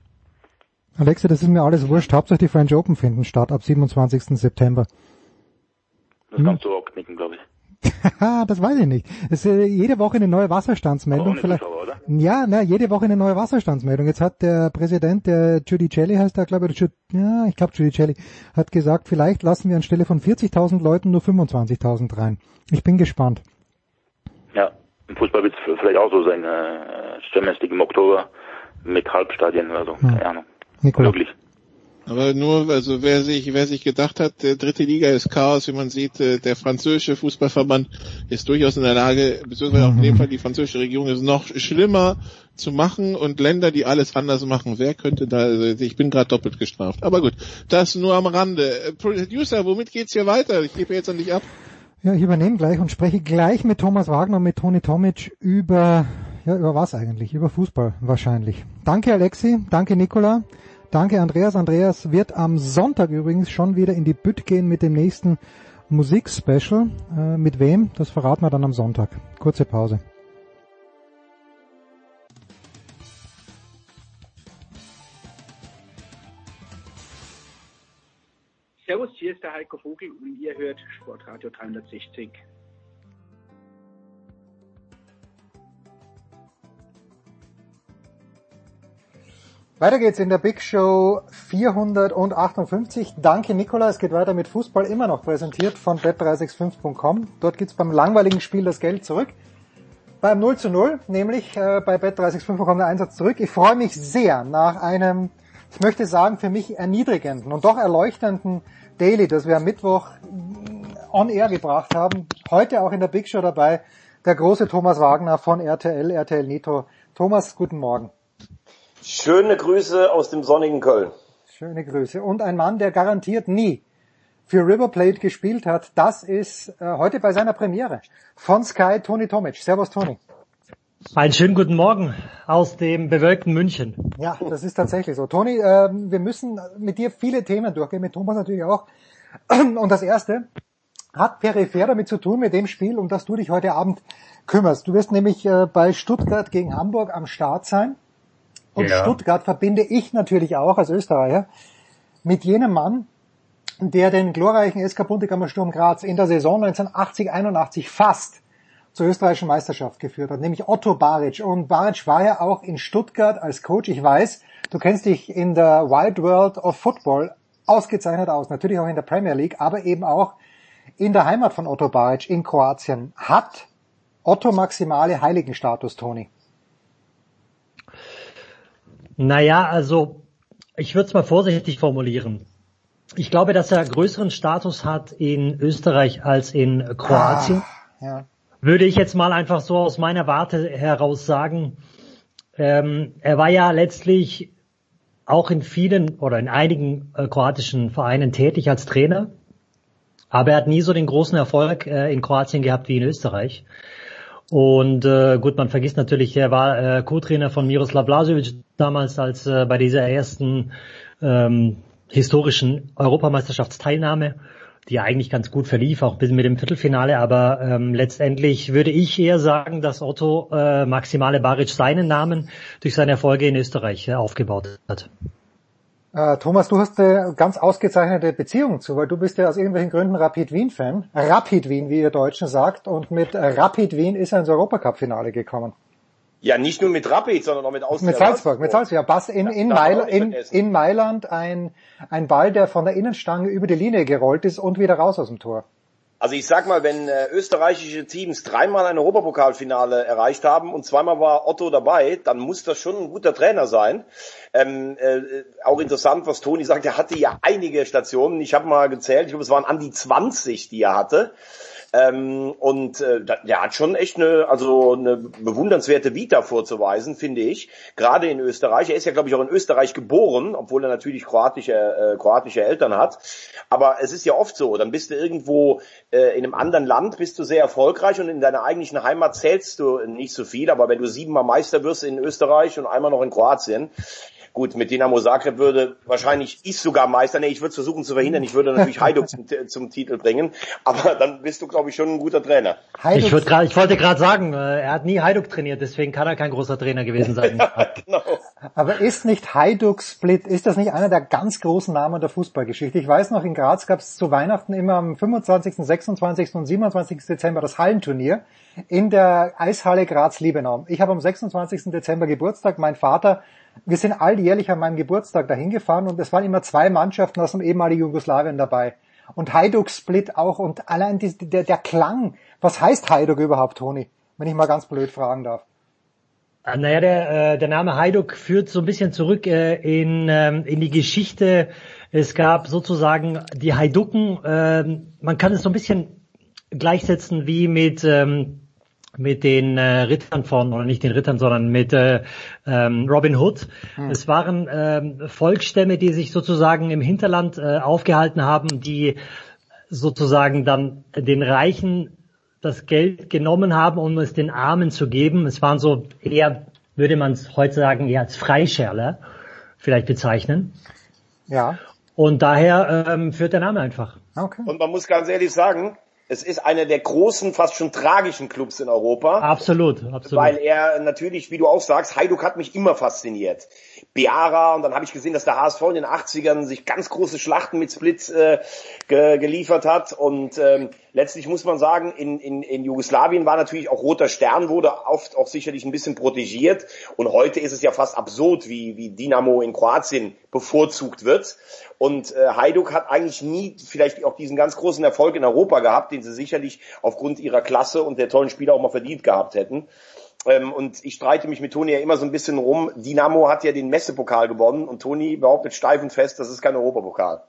Alexe, das ist mir alles wurscht. Hauptsache die French Open finden statt ab siebenundzwanzigsten September. Das kannst hm? du auch knicken, glaube ich. Das weiß ich nicht. Es ist äh, jede Woche eine neue Wasserstandsmeldung. Vielleicht. Zuschauer, oder? Ja, na, jede Woche eine neue Wasserstandsmeldung. Jetzt hat der Präsident, der Giudicelli heißt er, glaube ich, ja, ich glaube Giudicelli, hat gesagt, vielleicht lassen wir anstelle von vierzigtausend Leuten nur fünfundzwanzigtausend rein. Ich bin gespannt. Ja, im Fußball wird es vielleicht auch so sein. Äh, Champions League im Oktober mit Halbstadien oder so. Hm. Keine Ahnung. Möglich. Aber nur, also wer sich, wer sich gedacht hat, der dritte Liga ist Chaos, wie man sieht, der französische Fußballverband ist durchaus in der Lage, beziehungsweise auch in dem Fall die französische Regierung ist noch schlimmer zu machen und Länder, die alles anders machen. Wer könnte da, also ich bin gerade doppelt gestraft. Aber gut, das nur am Rande. Producer, womit geht's hier weiter? Ich gebe jetzt an dich ab. Ja, ich übernehme gleich und spreche gleich mit Thomas Wagner und mit Toni Tomic über, ja, über was eigentlich? Über Fußball wahrscheinlich. Danke Alexi, danke Nicola. Danke Andreas. Andreas wird am Sonntag übrigens schon wieder in die Bütt gehen mit dem nächsten Musikspecial. Äh, mit wem? Das verraten wir dann am Sonntag. Kurze Pause. Servus, hier ist der Heiko Vogel und ihr hört Sportradio dreihundertsechzig. Weiter geht's in der Big Show vierhundertachtundfünfzig. Danke Nicola, es geht weiter mit Fußball, immer noch präsentiert von bet drei sechs fünf punkt com. Dort gibt's beim langweiligen Spiel das Geld zurück. Beim null zu null, nämlich äh, bei bet drei sechs fünf punkt com der Einsatz zurück. Ich freue mich sehr nach einem, ich möchte sagen, für mich erniedrigenden und doch erleuchtenden Daily, das wir am Mittwoch on air gebracht haben. Heute auch in der Big Show dabei der große Thomas Wagner von R T L, R T L Nitro. Thomas, guten Morgen. Schöne Grüße aus dem sonnigen Köln. Schöne Grüße. Und ein Mann, der garantiert nie für River Plate gespielt hat, das ist äh, heute bei seiner Premiere von Sky Toni Tomic. Servus Toni. Einen schönen guten Morgen aus dem bewölkten München. Ja, das ist tatsächlich so. Toni, äh, wir müssen mit dir viele Themen durchgehen, mit Thomas natürlich auch. Und das erste hat peripher damit zu tun mit dem Spiel, um das du dich heute Abend kümmerst. Du wirst nämlich äh, bei Stuttgart gegen Hamburg am Start sein. Und ja. Stuttgart verbinde ich natürlich auch als Österreicher mit jenem Mann, der den glorreichen S K Bundegammer Sturm Graz in der Saison neunzehnhundertachtzig einundachtzig fast zur österreichischen Meisterschaft geführt hat, nämlich Otto Baric. Und Baric war ja auch in Stuttgart als Coach. Ich weiß, du kennst dich in der Wide World of Football ausgezeichnet aus, natürlich auch in der Premier League, aber eben auch in der Heimat von Otto Baric in Kroatien. Hat Otto maximale Heiligenstatus, Toni? Naja, also ich würde es mal vorsichtig formulieren. Ich glaube, dass er größeren Status hat in Österreich als in Kroatien. Ah, ja. Würde ich jetzt mal einfach so aus meiner Warte heraus sagen. Ähm, er war ja letztlich auch in vielen oder in einigen äh, kroatischen Vereinen tätig als Trainer. Aber er hat nie so den großen Erfolg äh, in Kroatien gehabt wie in Österreich. Und äh, gut, man vergisst natürlich, er war äh, Co-Trainer von Miroslav Blažević damals, als äh, bei dieser ersten ähm, historischen Europameisterschaftsteilnahme, die ja eigentlich ganz gut verlief, auch bis mit dem Viertelfinale. Aber ähm, letztendlich würde ich eher sagen, dass Otto äh, Maximale Baric seinen Namen durch seine Erfolge in Österreich äh, aufgebaut hat. Äh, Thomas, du hast eine ganz ausgezeichnete Beziehung zu, weil du bist ja aus irgendwelchen Gründen Rapid Wien-Fan. Rapid Wien, wie ihr Deutschen sagt. Und mit Rapid Wien ist er ins Europacup-Finale gekommen. Ja, nicht nur mit Rapid, sondern auch mit Austria. Mit Salzburg, mit Salzburg. Ja, Pass in, in, Mail, in, in Mailand ein, ein Ball, der von der Innenstange über die Linie gerollt ist und wieder raus aus dem Tor. Also ich sag mal, wenn äh, österreichische Teams dreimal ein Europapokalfinale erreicht haben und zweimal war Otto dabei, dann muss das schon ein guter Trainer sein. Ähm, äh, auch interessant, was Toni sagt, er hatte ja einige Stationen. Ich habe mal gezählt, ich glaube, es waren an die zwanzig, die er hatte. Ähm, und äh, der hat schon echt eine, also eine bewundernswerte Vita vorzuweisen, finde ich. Gerade in Österreich. Er ist ja, glaube ich, auch in Österreich geboren, obwohl er natürlich kroatische, äh, kroatische Eltern hat. Aber es ist ja oft so, dann bist du irgendwo äh, in einem anderen Land, bist du sehr erfolgreich und in deiner eigentlichen Heimat zählst du nicht so viel. Aber wenn du siebenmal Meister wirst in Österreich und einmal noch in Kroatien, gut, mit Dinamo Zagreb würde wahrscheinlich ich sogar Meister. Nee, ich würde es versuchen zu verhindern. Ich würde natürlich Hajduk zum, zum Titel bringen. Aber dann bist du, glaube ich, schon ein guter Trainer. Ich, würd grad, ich wollte gerade sagen, er hat nie Hajduk trainiert, deswegen kann er kein großer Trainer gewesen sein. Ja, genau. Aber ist nicht Hajduk Split, ist das nicht einer der ganz großen Namen der Fußballgeschichte? Ich weiß noch, in Graz gab es zu Weihnachten immer am fünfundzwanzigsten, sechsundzwanzigsten und siebenundzwanzigsten Dezember das Hallenturnier in der Eishalle Graz-Liebenau. Ich habe am sechsundzwanzigsten Dezember Geburtstag, mein Vater. Wir sind alljährlich an meinem Geburtstag dahin gefahren und es waren immer zwei Mannschaften aus dem ehemaligen Jugoslawien dabei. Und Hajduk Split auch und allein die, der, der Klang. Was heißt Hajduk überhaupt, Toni? Wenn ich mal ganz blöd fragen darf. Naja, der, äh, der Name Hajduk führt so ein bisschen zurück äh, in, ähm, in die Geschichte. Es gab sozusagen die Haiduken. Äh, man kann es so ein bisschen gleichsetzen wie mit... Ähm, mit den äh, Rittern von, oder nicht den Rittern, sondern mit äh, ähm, Robin Hood. Hm. Es waren ähm, Volksstämme, die sich sozusagen im Hinterland äh, aufgehalten haben, die sozusagen dann den Reichen das Geld genommen haben, um es den Armen zu geben. Es waren so eher, würde man es heute sagen, eher als Freischärler vielleicht bezeichnen. Ja. Und daher ähm, führt der Name einfach. Okay. Und man muss ganz ehrlich sagen, es ist einer der großen, fast schon tragischen Clubs in Europa. Absolut, absolut. Weil er natürlich, wie du auch sagst, Hajduk hat mich immer fasziniert. Beara, und dann habe ich gesehen, dass der H S V in den achtzigern sich ganz große Schlachten mit Split äh, ge- geliefert hat. Und ähm, letztlich muss man sagen, in, in, in Jugoslawien war natürlich auch Roter Stern, wurde oft auch sicherlich ein bisschen protegiert. Und heute ist es ja fast absurd, wie, wie Dinamo in Kroatien bevorzugt wird. Und äh, Hajduk hat eigentlich nie vielleicht auch diesen ganz großen Erfolg in Europa gehabt, den sie sicherlich aufgrund ihrer Klasse und der tollen Spieler auch mal verdient gehabt hätten. Ähm, und ich streite mich mit Toni ja immer so ein bisschen rum. Dinamo hat ja den Messepokal gewonnen und Toni behauptet steif und fest, das ist kein Europapokal.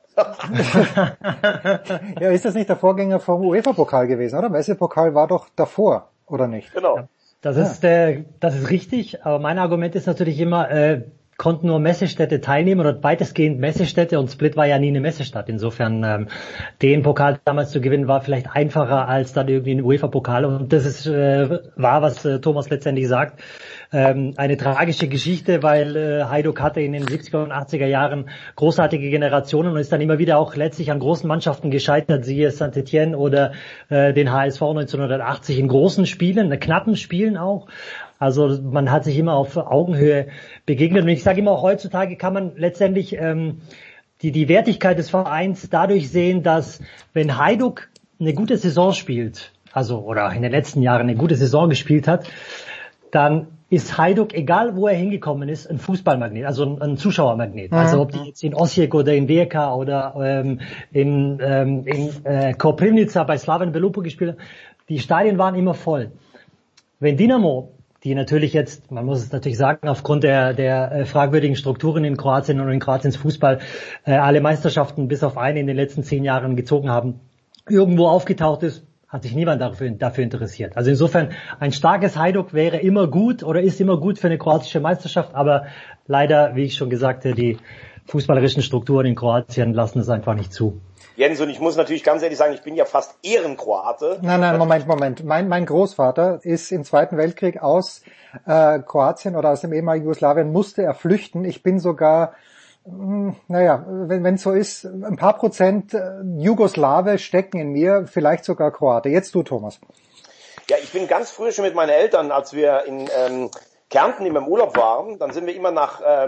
Ja, ist das nicht der Vorgänger vom UEFA-Pokal gewesen, oder? Messepokal war doch davor, oder nicht? Genau. Ja, das ist, äh, das ist richtig, aber mein Argument ist natürlich immer, äh, konnten nur Messestädte teilnehmen oder weitestgehend Messestädte und Split war ja nie eine Messestadt. Insofern ähm, den Pokal damals zu gewinnen war vielleicht einfacher als dann irgendwie ein UEFA-Pokal und das ist äh, war, was äh, Thomas letztendlich sagt. Ähm, eine tragische Geschichte, weil äh, Hajduk hatte in den siebziger und achtziger Jahren großartige Generationen und ist dann immer wieder auch letztlich an großen Mannschaften gescheitert, siehe Saint-Étienne oder äh, den H S V neunzehnhundertachtzig in großen Spielen, in knappen Spielen auch. Also man hat sich immer auf Augenhöhe begegnet und ich sage immer, auch heutzutage kann man letztendlich ähm, die, die Wertigkeit des Vereins dadurch sehen, dass wenn Hajduk eine gute Saison spielt, also oder in den letzten Jahren eine gute Saison gespielt hat, dann ist Hajduk, egal wo er hingekommen ist, ein Fußballmagnet, also ein, ein Zuschauermagnet. Mhm. Also ob die jetzt in Osijek oder in Rijeka oder ähm, in, ähm, in äh, Koprivnica bei Slaven Belupo gespielt haben, die Stadien waren immer voll. Wenn Dinamo, die natürlich jetzt, man muss es natürlich sagen, aufgrund der, der äh, fragwürdigen Strukturen in Kroatien und in Kroatiens Fußball äh, alle Meisterschaften bis auf eine in den letzten zehn Jahren gezogen haben, irgendwo aufgetaucht ist, hat sich niemand dafür, dafür interessiert. Also insofern, ein starkes Hajduk wäre immer gut oder ist immer gut für eine kroatische Meisterschaft, aber leider, wie ich schon gesagt habe, die fußballerischen Strukturen in Kroatien lassen es einfach nicht zu. Jens, und ich muss natürlich ganz ehrlich sagen, ich bin ja fast Ehrenkroate. Nein, nein, Moment, Moment. Mein, mein Großvater ist im Zweiten Weltkrieg aus äh, Kroatien oder aus dem ehemaligen Jugoslawien, musste er flüchten. Ich bin sogar, mh, naja, wenn es so ist, ein paar Prozent äh, Jugoslawe stecken in mir, vielleicht sogar Kroate. Jetzt du, Thomas. Ja, ich bin ganz früh schon mit meinen Eltern, als wir in ähm, Kärnten immer im Urlaub waren, dann sind wir immer nach... Ähm,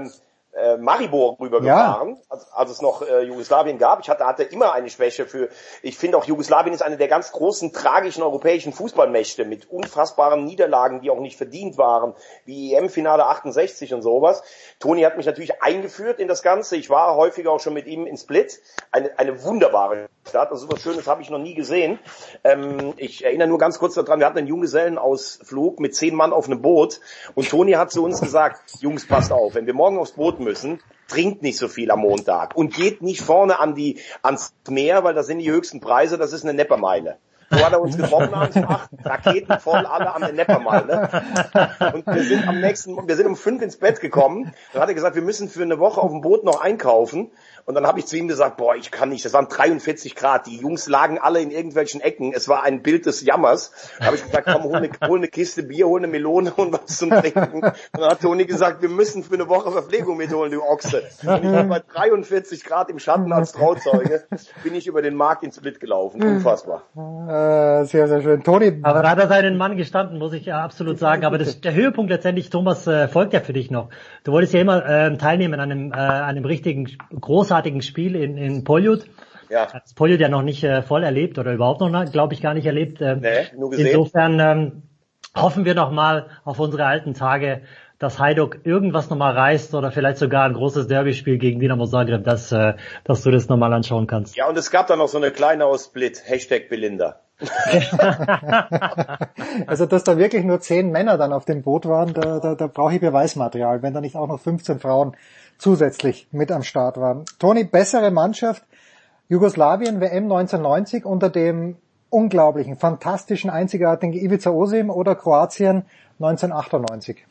äh, Maribor rübergefahren, ja. als, als es noch äh, Jugoslawien gab. Ich hatte, hatte immer eine Schwäche für, ich finde auch Jugoslawien ist eine der ganz großen, tragischen europäischen Fußballmächte mit unfassbaren Niederlagen, die auch nicht verdient waren, wie E M-Finale achtundsechzig und sowas. Toni hat mich natürlich eingeführt in das Ganze. Ich war häufiger auch schon mit ihm in Split. Eine, eine wunderbare Stadt. Also so was Schönes habe ich noch nie gesehen. Ähm, ich erinnere nur ganz kurz daran, wir hatten einen Junggesellenausflug mit zehn Mann auf einem Boot und Toni hat zu uns gesagt, Jungs, passt auf, wenn wir morgen aufs Boot müssen, trinkt nicht so viel am Montag und geht nicht vorne an die ans Meer, weil das sind die höchsten Preise, das ist eine Neppermeile. So hat er uns getroffen abends um acht, Raketen voll alle an der Neppermeile. Und wir sind am nächsten, wir sind um fünf ins Bett gekommen. Dann hat er gesagt, wir müssen für eine Woche auf dem Boot noch einkaufen. Und dann habe ich zu ihm gesagt, boah, ich kann nicht, das waren dreiundvierzig Grad, die Jungs lagen alle in irgendwelchen Ecken, es war ein Bild des Jammers. Da habe ich gesagt, komm, hol eine, hol eine Kiste Bier, hol eine Melone und was zum Trinken. Und dann hat Toni gesagt, wir müssen für eine Woche Verpflegung mitholen, du Ochse. Und ich habe bei dreiundvierzig Grad im Schatten als Trauzeuge, bin ich über den Markt ins Split gelaufen. Unfassbar. Äh, sehr, sehr schön. Toni. Aber da hat er seinen Mann gestanden, muss ich ja absolut sagen. Aber das, der Höhepunkt letztendlich, Thomas, äh, folgt ja für dich noch. Du wolltest ja immer äh, teilnehmen an einem, äh, an einem richtigen, großartigen Spiel in, in Poljud. Ja. Das Poljud ja noch nicht äh, voll erlebt oder überhaupt noch, glaube ich, gar nicht erlebt. Äh, nee, nur gesehen. Insofern ähm, hoffen wir noch mal auf unsere alten Tage, dass Hajduk irgendwas nochmal reißt oder vielleicht sogar ein großes Derby-Spiel gegen Dinamo Zagreb, dass, äh, dass du das nochmal anschauen kannst. Ja, und es gab da noch so eine kleine aus Split, Hashtag Belinda. Also, dass da wirklich nur zehn Männer dann auf dem Boot waren, da, da, da brauche ich Beweismaterial, wenn da nicht auch noch fünfzehn Frauen zusätzlich mit am Start waren. Toni, bessere Mannschaft, Jugoslawien W M neunzehnhundertneunzig unter dem unglaublichen, fantastischen, einzigartigen Ivica Osim oder Kroatien neunzehnhundertachtundneunzig?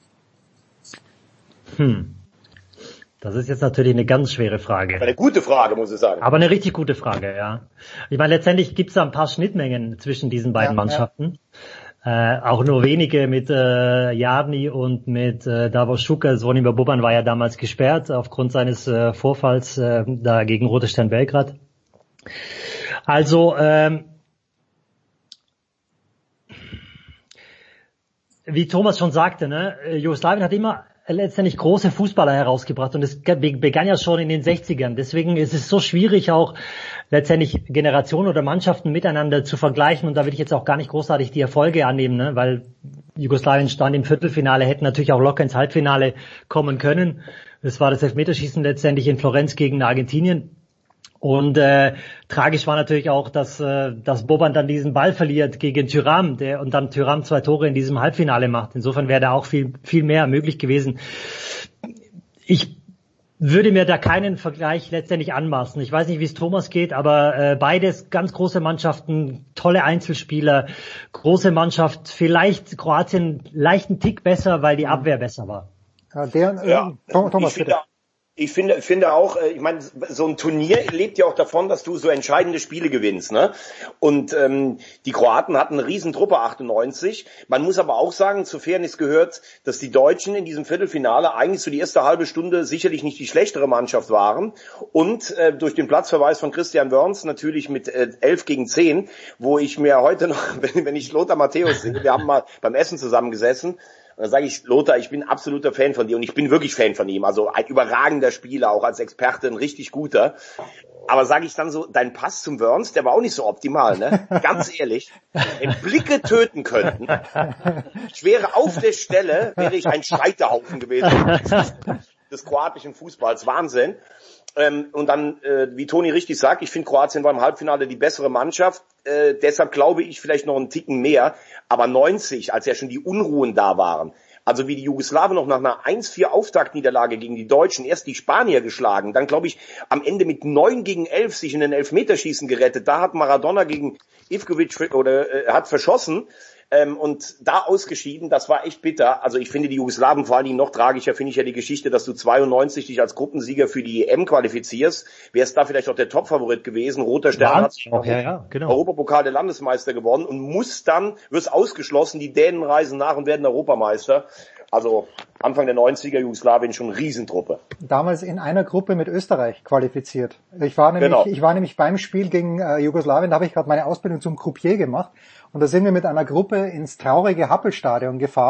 Hm. Das ist jetzt natürlich eine ganz schwere Frage. Eine gute Frage, muss ich sagen. Aber eine richtig gute Frage, ja. Ich meine, letztendlich gibt es da ein paar Schnittmengen zwischen diesen beiden ja, Mannschaften. Ja. Äh, auch nur wenige mit äh, Jarni und mit äh, Davos Šuker. Zvonimir Boban war ja damals gesperrt aufgrund seines äh, Vorfalls äh, da gegen Roter Stern Belgrad. Also, ähm, wie Thomas schon sagte, ne, Jugoslawien hat immer letztendlich große Fußballer herausgebracht und es begann ja schon in den sechzigern. Deswegen ist es so schwierig, auch letztendlich Generationen oder Mannschaften miteinander zu vergleichen und da will ich jetzt auch gar nicht großartig die Erfolge annehmen, ne? Weil Jugoslawien stand im Viertelfinale, hätten natürlich auch locker ins Halbfinale kommen können. Das war das Elfmeterschießen letztendlich in Florenz gegen Argentinien. Und äh, tragisch war natürlich auch, dass äh, dass Boban dann diesen Ball verliert gegen Thuram, der und dann Thuram zwei Tore in diesem Halbfinale macht. Insofern wäre da auch viel viel mehr möglich gewesen. Ich würde mir da keinen Vergleich letztendlich anmaßen. Ich weiß nicht, wie es Thomas geht, aber äh, beides ganz große Mannschaften, tolle Einzelspieler, große Mannschaft. Vielleicht Kroatien leicht einen Tick besser, weil die Abwehr besser war. Ja, der, äh, ja, Thomas, bitte. Ich finde, finde auch, ich meine, so ein Turnier lebt ja auch davon, dass du so entscheidende Spiele gewinnst, ne? Und ähm, die Kroaten hatten eine Riesentruppe achtundneunzig. Man muss aber auch sagen, zu Fairness gehört, dass die Deutschen in diesem Viertelfinale eigentlich so die erste halbe Stunde sicherlich nicht die schlechtere Mannschaft waren und äh, durch den Platzverweis von Christian Wörns natürlich mit äh, elf gegen zehn, wo ich mir heute noch, wenn, wenn ich Lothar Matthäus sehe, wir haben mal beim Essen zusammengesessen. Und dann sage ich, Lothar, ich bin absoluter Fan von dir und ich bin wirklich Fan von ihm. Also ein überragender Spieler, auch als Experte ein richtig guter. Aber sage ich dann so, dein Pass zum Wörns, der war auch nicht so optimal, ne? Ganz ehrlich, wenn Blicke töten könnten, ich wäre auf der Stelle, wäre ich ein Scheiterhaufen gewesen des kroatischen Fußballs. Wahnsinn. Ähm, und dann, äh, wie Toni richtig sagt, ich finde Kroatien war im Halbfinale die bessere Mannschaft. Äh, deshalb glaube ich vielleicht noch einen Ticken mehr. Aber neunzig, als ja schon die Unruhen da waren, also wie die Jugoslawen noch nach einer eins vier Auftaktniederlage gegen die Deutschen erst die Spanier geschlagen, dann glaube ich am Ende mit neun gegen elf sich in den Elfmeterschießen gerettet. Da hat Maradona gegen Ivkovic oder äh, hat verschossen. Ähm, und da ausgeschieden, das war echt bitter. Also ich finde die Jugoslawen vor allen Dingen noch tragischer, finde ich ja die Geschichte, dass du zweiundneunzig dich als Gruppensieger für die E M qualifizierst. Wäre es da vielleicht auch der Topfavorit gewesen. Roter Stern hat auch, ja, ja, genau. Europapokal der Landesmeister gewonnen und muss dann, wird ausgeschlossen, die Dänen reisen nach und werden Europameister. Also Anfang der neunziger Jugoslawien schon Riesentruppe. Damals in einer Gruppe mit Österreich qualifiziert. Ich war nämlich, genau. ich war nämlich beim Spiel gegen äh, Jugoslawien, da habe ich gerade meine Ausbildung zum Croupier gemacht und da sind wir mit einer Gruppe ins traurige Happelstadion gefahren,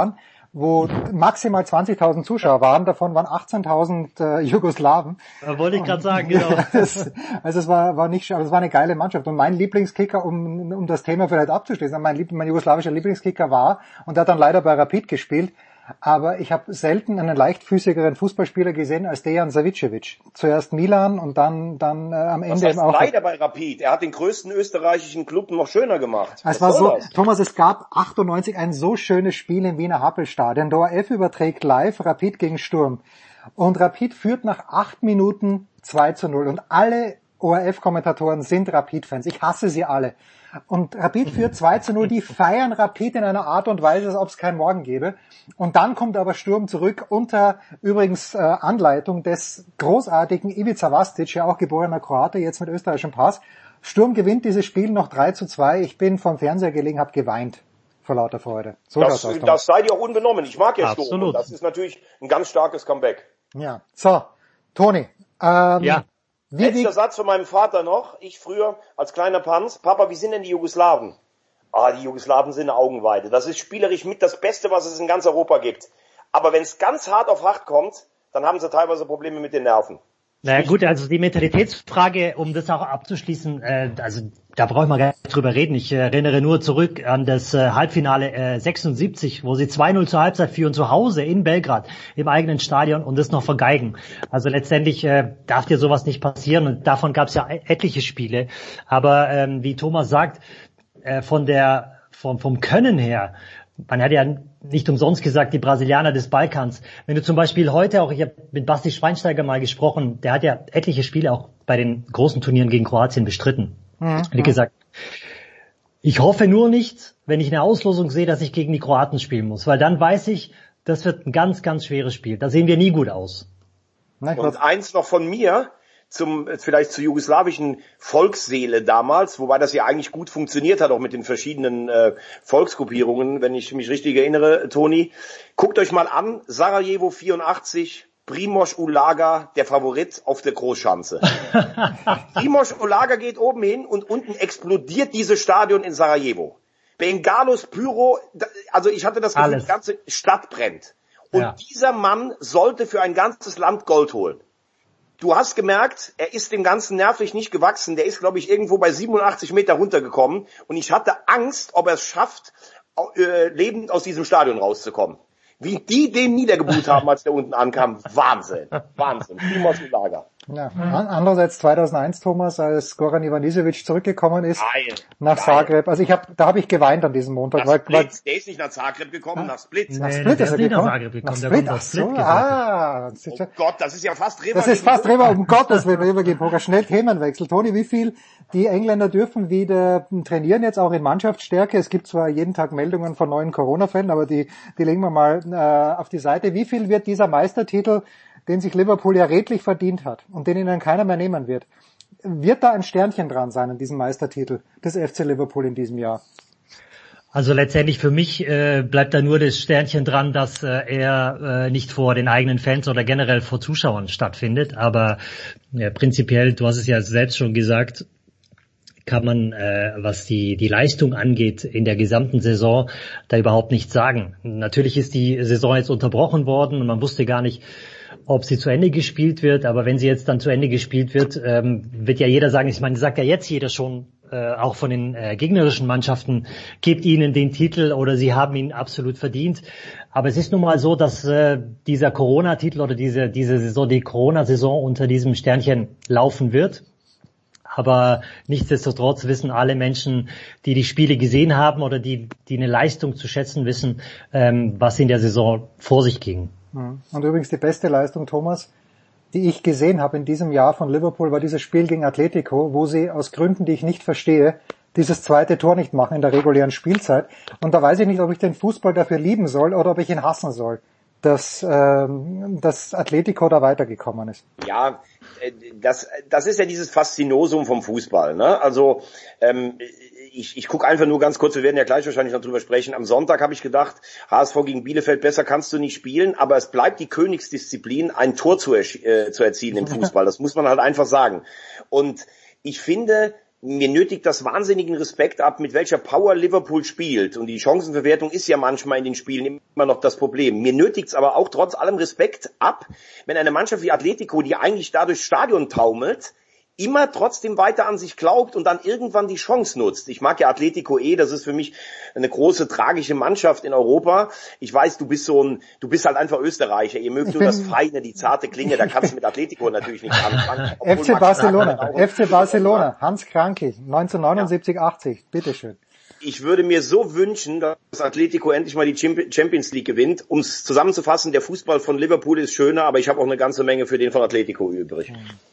wo maximal zwanzigtausend Zuschauer waren, davon waren achtzehntausend äh, Jugoslawen. Da wollte ich gerade sagen, genau. das, also es war, war nicht, aber es war eine geile Mannschaft. Und mein Lieblingskicker, um, um das Thema vielleicht abzuschließen, mein, Lieb, mein jugoslawischer Lieblingskicker war, und der hat dann leider bei Rapid gespielt, aber ich habe selten einen leichtfüßigeren Fußballspieler gesehen als Dejan Savicevic. Zuerst Milan und dann dann äh, am Ende Was heißt eben auch. Leider bei Rapid. Er hat den größten österreichischen Club noch schöner gemacht. Es war so, das? Thomas, es gab achtundneunzig ein so schönes Spiel im Wiener Happelstadion. Der O R F überträgt live Rapid gegen Sturm. Und Rapid führt nach acht Minuten zwei zu null. Und alle O R F-Kommentatoren sind Rapid-Fans. Ich hasse sie alle. Und Rapid führt zwei zu null, die feiern Rapid in einer Art und Weise, als ob es keinen Morgen gäbe. Und dann kommt aber Sturm zurück unter übrigens äh, Anleitung des großartigen Ivica Vastic, ja auch geborener Kroate, jetzt mit österreichischem Pass. Sturm gewinnt dieses Spiel noch drei zu zwei. Ich bin vom Fernseher gelegen, habe geweint vor lauter Freude. So das, das, das sei dir auch unbenommen. Ich mag ja Sturm. Das ist natürlich ein ganz starkes Comeback. Ja. So, Toni. Ähm, ja. Wie, Letzter wie, Satz von meinem Vater noch. Ich früher als kleiner Panz. Papa, wie sind denn die Jugoslawen? Ah, die Jugoslawen sind eine Augenweide. Das ist spielerisch mit das Beste, was es in ganz Europa gibt. Aber wenn es ganz hart auf hart kommt, dann haben sie teilweise Probleme mit den Nerven. Naja gut, also die Mentalitätsfrage, um das auch abzuschließen, äh, also da brauche ich mal gar nicht drüber reden. Ich erinnere nur zurück an das äh, Halbfinale äh, sechsundsiebzig, wo sie zwei null zur Halbzeit führen, zu Hause in Belgrad, im eigenen Stadion und das noch vergeigen. Also letztendlich äh, darf dir sowas nicht passieren und davon gab es ja etliche Spiele. Aber ähm, wie Thomas sagt, äh, von der vom, vom Können her, man hat ja nicht umsonst gesagt, die Brasilianer des Balkans. Wenn du zum Beispiel heute auch, ich habe mit Basti Schweinsteiger mal gesprochen, der hat ja etliche Spiele auch bei den großen Turnieren gegen Kroatien bestritten. Mhm. Wie gesagt, ich hoffe nur nicht, wenn ich eine Auslosung sehe, dass ich gegen die Kroaten spielen muss, weil dann weiß ich, das wird ein ganz, ganz schweres Spiel. Da sehen wir nie gut aus. Und eins noch von mir, zum vielleicht zur jugoslawischen Volksseele damals, wobei das ja eigentlich gut funktioniert hat, auch mit den verschiedenen äh, Volksgruppierungen, wenn ich mich richtig erinnere, Toni. Guckt euch mal an, Sarajevo vierundachtzig, Primož Ulaga, der Favorit auf der Großschanze. Primož Ulaga geht oben hin und unten explodiert dieses Stadion in Sarajevo. Bengalos Pyro, also ich hatte das Gefühl, Alles. Die ganze Stadt brennt. Und ja. Dieser Mann sollte für ein ganzes Land Gold holen. Du hast gemerkt, er ist dem Ganzen nervlich nicht gewachsen. Der ist, glaube ich, irgendwo bei siebenundachtzig Meter runtergekommen. Und ich hatte Angst, ob er es schafft, äh, lebend aus diesem Stadion rauszukommen. Wie die den niedergebuht haben, als der unten ankam. Wahnsinn. Wahnsinn. Primož Ulaga. Ja. Andererseits zweitausendeins, Thomas, als Goran Ivanišević zurückgekommen ist Geil. nach Geil. Zagreb. Also ich habe, da habe ich geweint an diesem Montag. Nach Split. Weil, der ist nicht nach Zagreb gekommen, nach Split. Nach Split ist er gekommen. Nach Zagreb gekommen. Nach Split, ach so, ah. Oh Gott, das ist ja fast Rema. Das ist fast Rema, um Gottes Willen, Rema gegen Poker. Schnell Themenwechsel. Toni, wie viel die Engländer dürfen wieder trainieren, jetzt auch in Mannschaftsstärke? Es gibt zwar jeden Tag Meldungen von neuen Corona-Fällen, aber die, die legen wir mal äh, auf die Seite. Wie viel wird dieser Meistertitel, den sich Liverpool ja redlich verdient hat und den ihnen keiner mehr nehmen wird, wird da ein Sternchen dran sein an diesem Meistertitel des F C Liverpool in diesem Jahr? Also letztendlich für mich äh, bleibt da nur das Sternchen dran, dass äh, er äh, nicht vor den eigenen Fans oder generell vor Zuschauern stattfindet. Aber ja, prinzipiell, du hast es ja selbst schon gesagt, kann man, äh, was die die Leistung angeht, in der gesamten Saison da überhaupt nichts sagen. Natürlich ist die Saison jetzt unterbrochen worden und man wusste gar nicht, ob sie zu Ende gespielt wird, aber wenn sie jetzt dann zu Ende gespielt wird, ähm, wird ja jeder sagen, ich meine, sagt ja jetzt jeder schon, äh, auch von den äh, gegnerischen Mannschaften, gebt ihnen den Titel oder sie haben ihn absolut verdient. Aber es ist nun mal so, dass äh, dieser Corona-Titel oder diese diese Saison, die Corona-Saison unter diesem Sternchen laufen wird. Aber nichtsdestotrotz wissen alle Menschen, die die Spiele gesehen haben oder die die eine Leistung zu schätzen wissen, ähm, was in der Saison vor sich ging. Und übrigens die beste Leistung, Thomas, die ich gesehen habe in diesem Jahr von Liverpool, war dieses Spiel gegen Atletico, wo sie aus Gründen, die ich nicht verstehe, dieses zweite Tor nicht machen in der regulären Spielzeit. Und da weiß ich nicht, ob ich den Fußball dafür lieben soll oder ob ich ihn hassen soll, dass, ähm, dass Atletico da weitergekommen ist. Ja, das, das ist ja dieses Faszinosum vom Fußball, ne? Also ähm, ich, ich gucke einfach nur ganz kurz, wir werden ja gleich wahrscheinlich noch drüber sprechen. Am Sonntag habe ich gedacht, H S V gegen Bielefeld, besser kannst du nicht spielen, aber es bleibt die Königsdisziplin, ein Tor zu, äh, zu erzielen im Fußball. Das muss man halt einfach sagen. Und ich finde, mir nötigt das wahnsinnigen Respekt ab, mit welcher Power Liverpool spielt. Und die Chancenverwertung ist ja manchmal in den Spielen immer noch das Problem. Mir nötigt es aber auch trotz allem Respekt ab, wenn eine Mannschaft wie Atletico, die eigentlich da durchs Stadion taumelt, immer trotzdem weiter an sich glaubt und dann irgendwann die Chance nutzt. Ich mag ja Atletico eh, das ist für mich eine große, tragische Mannschaft in Europa. Ich weiß, du bist so ein, du bist halt einfach Österreicher. Ihr mögt nur das Feine, die zarte Klinge, da kannst du mit Atletico natürlich nicht anfangen. F C Barcelona, F C Barcelona, Hans Kranke, neunzehnhundertneunundsiebzig, ja. achtzig, bitteschön. Ich würde mir so wünschen, dass Atletico endlich mal die Champions League gewinnt. Um es zusammenzufassen, der Fußball von Liverpool ist schöner, aber ich habe auch eine ganze Menge für den von Atletico übrig.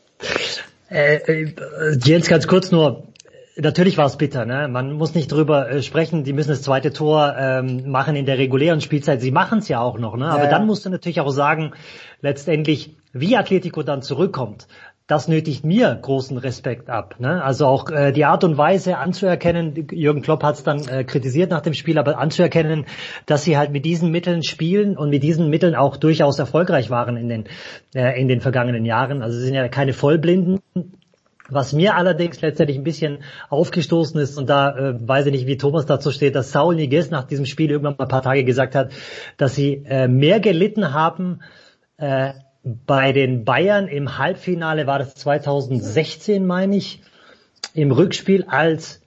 Äh, äh, Jens, ganz kurz nur, natürlich war es bitter, ne? Man muss nicht drüber äh, sprechen, die müssen das zweite Tor ähm, machen in der regulären Spielzeit, sie machen es ja auch noch, ne? Aber ja, dann musst du natürlich auch sagen, letztendlich, wie Atletico dann zurückkommt, das nötigt mir großen Respekt ab, ne? Also auch äh, die Art und Weise anzuerkennen, Jürgen Klopp hat es dann äh, kritisiert nach dem Spiel, aber anzuerkennen, dass sie halt mit diesen Mitteln spielen und mit diesen Mitteln auch durchaus erfolgreich waren in den äh, in den vergangenen Jahren. Also sie sind ja keine Vollblinden. Was mir allerdings letztendlich ein bisschen aufgestoßen ist, und da äh, weiß ich nicht, wie Thomas dazu steht, dass Saúl Ñíguez nach diesem Spiel irgendwann mal ein paar Tage gesagt hat, dass sie äh, mehr gelitten haben äh, bei den Bayern im Halbfinale, war das zweitausendsechzehn, meine ich, im Rückspiel als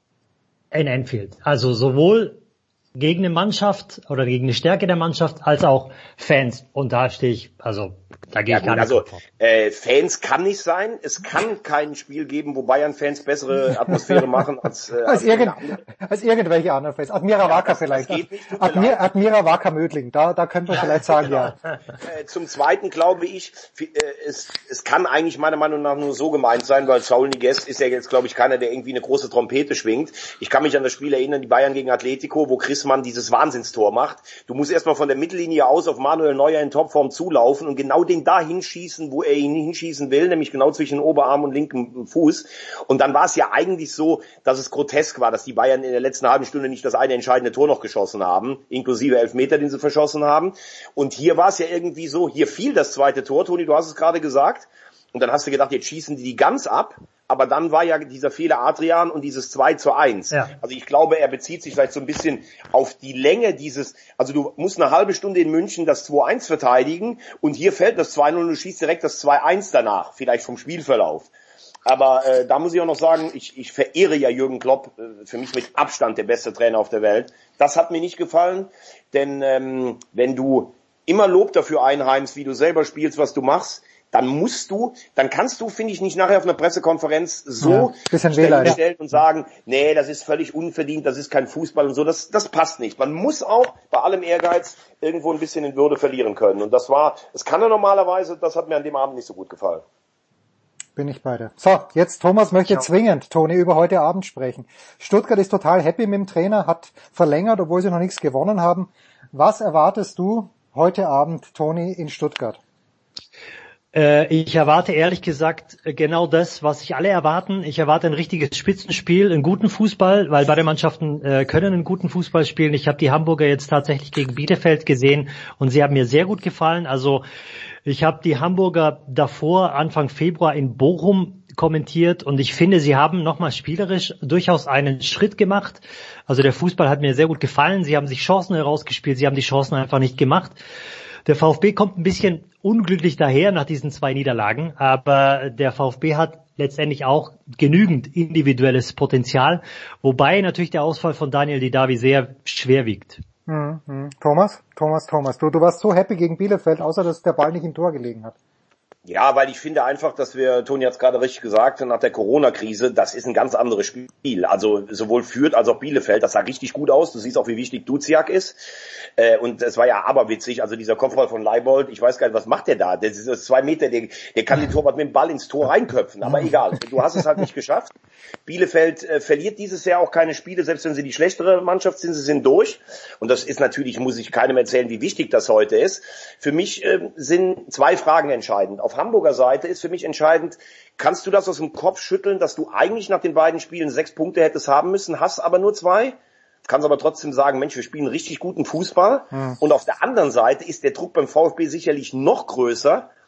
in Anfield. Also sowohl gegen eine Mannschaft oder gegen eine Stärke der Mannschaft als auch Fans. Und da stehe ich, also da gehe ja, ich gar gut, nicht also vor. äh, Fans kann nicht sein. Es kann kein Spiel geben, wo Bayern-Fans bessere Atmosphäre machen als äh, als, irgend, als irgendwelche anderen Fans. Admira ja, Wacker vielleicht. Admira, Admira Wacker Mödling. Da, da könnte man vielleicht sagen, genau. ja. Äh, zum Zweiten glaube ich, äh, es, es kann eigentlich meiner Meinung nach nur so gemeint sein, weil Saúl Ñíguez ist ja jetzt, glaube ich, keiner, der irgendwie eine große Trompete schwingt. Ich kann mich an das Spiel erinnern, die Bayern gegen Atletico, wo Griezmann dieses Wahnsinnstor macht. Du musst erstmal von der Mittellinie aus auf Manuel Neuer in Topform zulaufen und genau den da hinschießen, wo er ihn hinschießen will, nämlich genau zwischen Oberarm und linkem Fuß. Und dann war es ja eigentlich so, dass es grotesk war, dass die Bayern in der letzten halben Stunde nicht das eine entscheidende Tor noch geschossen haben, inklusive Elfmeter, den sie verschossen haben. Und hier war es ja irgendwie so, hier fiel das zweite Tor, Toni, du hast es gerade gesagt. Und dann hast du gedacht, jetzt schießen die die ganz ab. Aber dann war ja dieser Fehler Adrian und dieses zwei zu eins. Ja. Also ich glaube, er bezieht sich vielleicht so ein bisschen auf die Länge dieses, also du musst eine halbe Stunde in München das zwei eins verteidigen und hier fällt das zwei null und du schießt direkt das zwei eins danach, vielleicht vom Spielverlauf. Aber äh, da muss ich auch noch sagen, ich, ich verehre ja Jürgen Klopp, äh, für mich mit Abstand der beste Trainer auf der Welt. Das hat mir nicht gefallen, denn ähm, wenn du immer Lob dafür einheimst, wie du selber spielst, was du machst, dann musst du, dann kannst du, finde ich, nicht nachher auf einer Pressekonferenz so ja, stellen und sagen, nee, das ist völlig unverdient, das ist kein Fußball und so, das, das passt nicht. Man muss auch bei allem Ehrgeiz irgendwo ein bisschen in Würde verlieren können. Und das war, das kann er normalerweise, das hat mir an dem Abend nicht so gut gefallen. Bin ich bei dir. So, jetzt Thomas möchte ja. zwingend, Toni, über heute Abend sprechen. Stuttgart ist total happy mit dem Trainer, hat verlängert, obwohl sie noch nichts gewonnen haben. Was erwartest du heute Abend, Toni, in Stuttgart? Ich erwarte ehrlich gesagt genau das, was sich alle erwarten. Ich erwarte ein richtiges Spitzenspiel, einen guten Fußball, weil beide Mannschaften äh, können einen guten Fußball spielen. Ich habe die Hamburger jetzt tatsächlich gegen Bielefeld gesehen und sie haben mir sehr gut gefallen. Also ich habe die Hamburger davor, Anfang Februar in Bochum kommentiert und ich finde, sie haben nochmal spielerisch durchaus einen Schritt gemacht. Also der Fußball hat mir sehr gut gefallen. Sie haben sich Chancen herausgespielt, sie haben die Chancen einfach nicht gemacht. Der VfB kommt ein bisschen unglücklich daher nach diesen zwei Niederlagen, aber der VfB hat letztendlich auch genügend individuelles Potenzial, wobei natürlich der Ausfall von Daniel Didavi sehr schwer wiegt. Mhm. Thomas, Thomas, Thomas, du, du warst so happy gegen Bielefeld, außer dass der Ball nicht im Tor gelegen hat. Ja, weil ich finde einfach, dass wir, Toni hat es gerade richtig gesagt, nach der Corona-Krise, das ist ein ganz anderes Spiel. Also sowohl Fürth als auch Bielefeld, das sah richtig gut aus. Du siehst auch, wie wichtig Duziak ist. Äh, und es war ja aberwitzig, also dieser Kopfball von Leibold, ich weiß gar nicht, was macht der da? Der ist zwei Meter, der, der kann den Torwart mit dem Ball ins Tor reinköpfen. Aber egal, du hast es halt nicht geschafft. Bielefeld äh, verliert dieses Jahr auch keine Spiele, selbst wenn sie die schlechtere Mannschaft sind, sie sind durch. Und das ist natürlich, muss ich keinem erzählen, wie wichtig das heute ist. Für mich äh, sind zwei Fragen entscheidend. Auf Hamburger Seite ist für mich entscheidend, kannst du das aus dem Kopf schütteln, dass du eigentlich nach den beiden Spielen sechs Punkte hättest haben müssen, hast aber nur zwei? Kannst aber trotzdem sagen, Mensch, wir spielen richtig guten Fußball. Hm. Und auf der anderen Seite ist der Druck beim VfB sicherlich noch größer,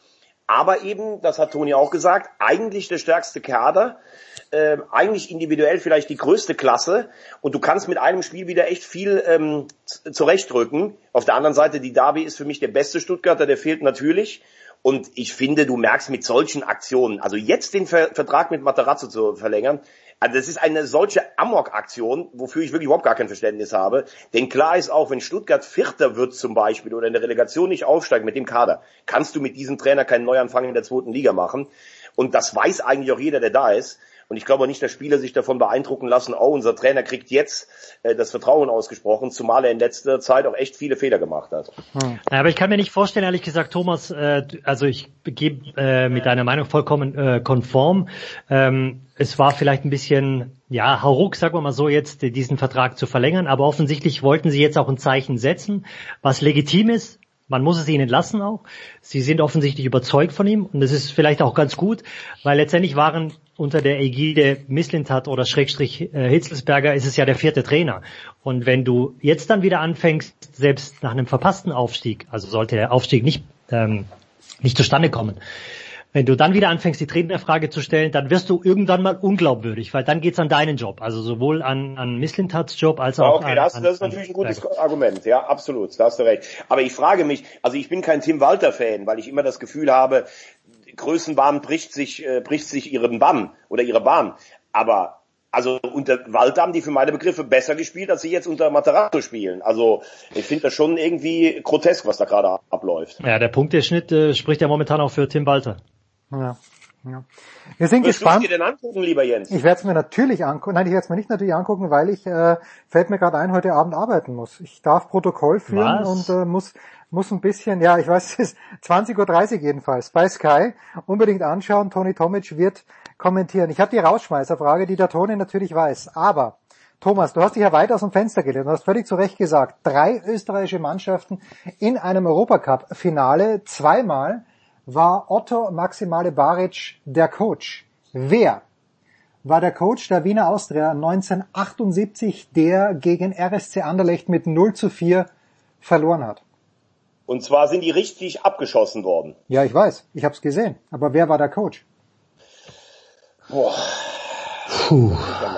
aber eben, das hat Toni auch gesagt, eigentlich der stärkste Kader, äh, eigentlich individuell vielleicht die größte Klasse und du kannst mit einem Spiel wieder echt viel ähm, zurechtrücken. Auf der anderen Seite, die Derby ist für mich der beste Stuttgarter, der fehlt natürlich. Und ich finde, du merkst mit solchen Aktionen, also jetzt den Ver- Vertrag mit Matarazzo zu verlängern, also das ist eine solche Amok-Aktion, wofür ich wirklich überhaupt gar kein Verständnis habe. Denn klar ist auch, wenn Stuttgart Vierter wird zum Beispiel oder in der Relegation nicht aufsteigt mit dem Kader, kannst du mit diesem Trainer keinen Neuanfang in der zweiten Liga machen. Und das weiß eigentlich auch jeder, der da ist. Und ich glaube auch nicht, dass Spieler sich davon beeindrucken lassen, oh, unser Trainer kriegt jetzt äh, das Vertrauen ausgesprochen, zumal er in letzter Zeit auch echt viele Fehler gemacht hat. Hm. Ja, aber ich kann mir nicht vorstellen, ehrlich gesagt, Thomas, äh, also ich gebe äh, mit deiner Meinung vollkommen äh, konform. Ähm, es war vielleicht ein bisschen, ja, hauruck, sagen wir mal so, jetzt diesen Vertrag zu verlängern, aber offensichtlich wollten sie jetzt auch ein Zeichen setzen, was legitim ist. Man muss es ihnen lassen auch. Sie sind offensichtlich überzeugt von ihm und das ist vielleicht auch ganz gut, weil letztendlich waren unter der Ägide Mislintat oder Schrägstrich äh, Hitzelsberger ist es ja der vierte Trainer. Und wenn du jetzt dann wieder anfängst, selbst nach einem verpassten Aufstieg, also sollte der Aufstieg nicht ähm, nicht zustande kommen, wenn du dann wieder anfängst, die Trainerfrage zu stellen, dann wirst du irgendwann mal unglaubwürdig, weil dann geht's an deinen Job, also sowohl an, an Mislintats Job als auch okay, an... das, an, das ist an, natürlich ein gutes Argument, ja, absolut, da hast du recht. Aber ich frage mich, also ich bin kein Tim Walter-Fan, weil ich immer das Gefühl habe, Größenbahn bricht sich, äh, bricht sich ihren Bann oder ihre Bahn. Aber also unter Walter haben die für meine Begriffe besser gespielt, als sie jetzt unter Matarazzo spielen. Also ich finde das schon irgendwie grotesk, was da gerade abläuft. Ja, der Punkteschnitt äh, spricht ja momentan auch für Tim Walter. Ja, ja. Wir sind Wirst gespannt. Du es dir denn angucken, lieber Jens? Ich werde es mir natürlich angucken. Nein, ich werde es mir nicht natürlich angucken, weil ich, äh, fällt mir gerade ein, heute Abend arbeiten muss. Ich darf Protokoll führen Was? und äh, muss muss ein bisschen, ja, ich weiß, es ist zwanzig Uhr dreißig jedenfalls, bei Sky. Unbedingt anschauen, Toni Tomic wird kommentieren. Ich habe die Rausschmeißerfrage, die der Toni natürlich weiß. Aber, Thomas, du hast dich ja weit aus dem Fenster gelehnt und hast völlig zu Recht gesagt, drei österreichische Mannschaften in einem Europacup-Finale, zweimal war Otto Maximale Baric der Coach. Wer war der Coach der Wiener Austria neunzehnhundertachtundsiebzig, der gegen R S C Anderlecht mit null zu vier verloren hat? Und zwar sind die richtig abgeschossen worden. Ja, ich weiß. Ich habe es gesehen. Aber wer war der Coach? Boah. Puh.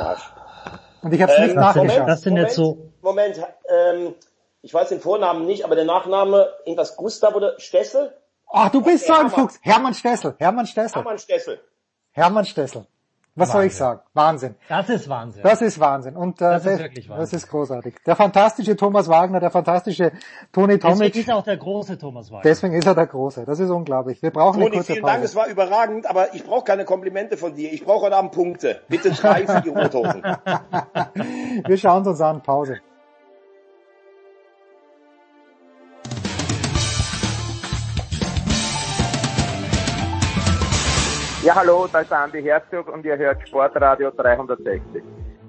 Und ich habe es ähm, nicht nachgeschaut. Moment, das sind Moment, jetzt so. Moment, ähm, ich weiß den Vornamen nicht, aber der Nachname, irgendwas Gustav oder Stessel? Ach, du bist so ein Hermann. Fuchs. Hermann Stessel. Hermann Stessel. Hermann Stessel. Hermann Stessel. Was Wahnsinn. soll ich sagen? Wahnsinn. Das ist Wahnsinn. Das ist Wahnsinn. Und äh, Das ist das, wirklich Wahnsinn. das ist großartig. Der fantastische Thomas Wagner, der fantastische Toni Tomic. Deswegen ist auch der große Thomas Wagner. Deswegen ist er der Große. Das ist unglaublich. Wir brauchen eine Toni, kurze vielen Pause. Dank, es war überragend, aber ich brauche keine Komplimente von dir. Ich brauche heute Abend Punkte. Bitte drei für die Rothosen. Wir schauen uns an. Pause. Ja, hallo, da ist Andi Herzog und ihr hört Sportradio dreihundertsechzig.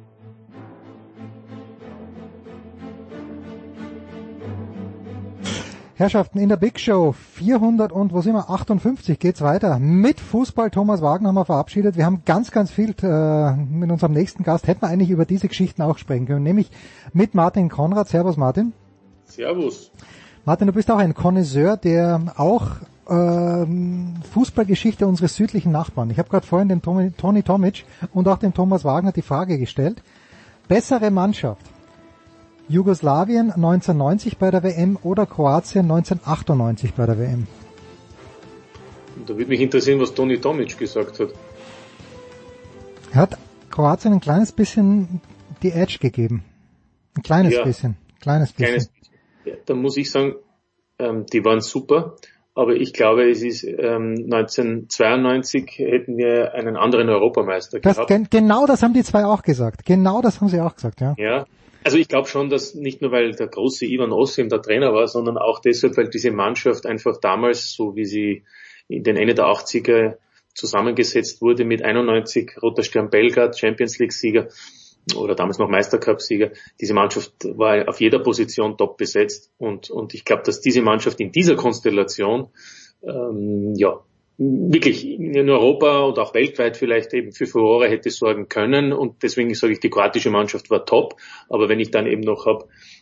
Herrschaften, in der Big Show vierhundert und wo sind wir? achtundfünfzig geht's weiter. Mit Fußball. Thomas Wagner haben wir verabschiedet. Wir haben ganz, ganz viel äh, mit unserem nächsten Gast. Hätten wir eigentlich über diese Geschichten auch sprechen können. Nämlich mit Martin Konrad. Servus Martin. Servus. Martin, du bist auch ein Connoisseur, der auch ähm, Fußballgeschichte unseres südlichen Nachbarn. Ich habe gerade vorhin dem Toni, Toni Tomic und auch dem Thomas Wagner die Frage gestellt. Bessere Mannschaft. Jugoslawien neunzehnhundertneunzig bei der W M oder Kroatien neunzehnhundertachtundneunzig bei der W M? Da würde mich interessieren, was Toni Tomic gesagt hat. Er hat Kroatien ein kleines bisschen die Edge gegeben. Ein kleines ja, bisschen. Kleines bisschen. Kleines, ja, da muss ich sagen, ähm, die waren super. Aber ich glaube, es ist ähm, neunzehnhundertzweiundneunzig hätten wir einen anderen Europameister das, gehabt. Gen, genau das haben die zwei auch gesagt. Genau das haben sie auch gesagt, ja. Ja. Also ich glaube schon, dass nicht nur, weil der große Ivan Osim der Trainer war, sondern auch deshalb, weil diese Mannschaft einfach damals, so wie sie in den Ende der achtziger zusammengesetzt wurde, mit einundneunzig Roter Stern Belgrad, Champions League Sieger oder damals noch Meistercup Sieger, diese Mannschaft war auf jeder Position top besetzt und und ich glaube, dass diese Mannschaft in dieser Konstellation ähm, ja wirklich in Europa und auch weltweit vielleicht eben für Furore hätte sorgen können und deswegen sage ich, die kroatische Mannschaft war top, aber wenn ich dann eben noch habe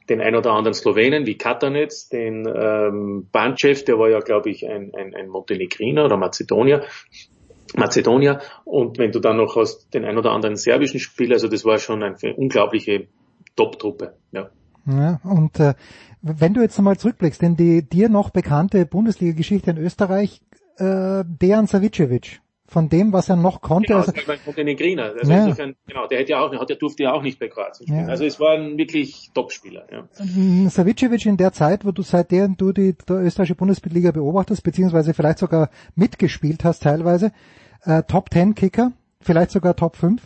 den ein oder anderen Slowenen wie Katanec, den ähm, Bancev, der war ja, glaube ich, ein, ein, ein Montenegriner oder Mazedonier. Mazedonier. Und wenn du dann noch hast den ein oder anderen serbischen Spieler, also das war schon eine unglaubliche Top-Truppe. Ja. Ja, und äh, wenn du jetzt einmal zurückblickst, denn die dir noch bekannte Bundesliga-Geschichte in Österreich, äh, Dejan Savicevic, von dem, was er noch konnte. Genau, also, das war ein Montenegriner. Also ja. insofern, genau, der hätte ja auch, der durfte ja auch nicht bei Kroatien spielen. Ja. Also es war ein wirklich Top-Spieler. Ja. Savicevic in der Zeit, wo du seitdem du die, die österreichische Bundesliga beobachtest, beziehungsweise vielleicht sogar mitgespielt hast teilweise, äh, Top Ten Kicker, vielleicht sogar Top fünf?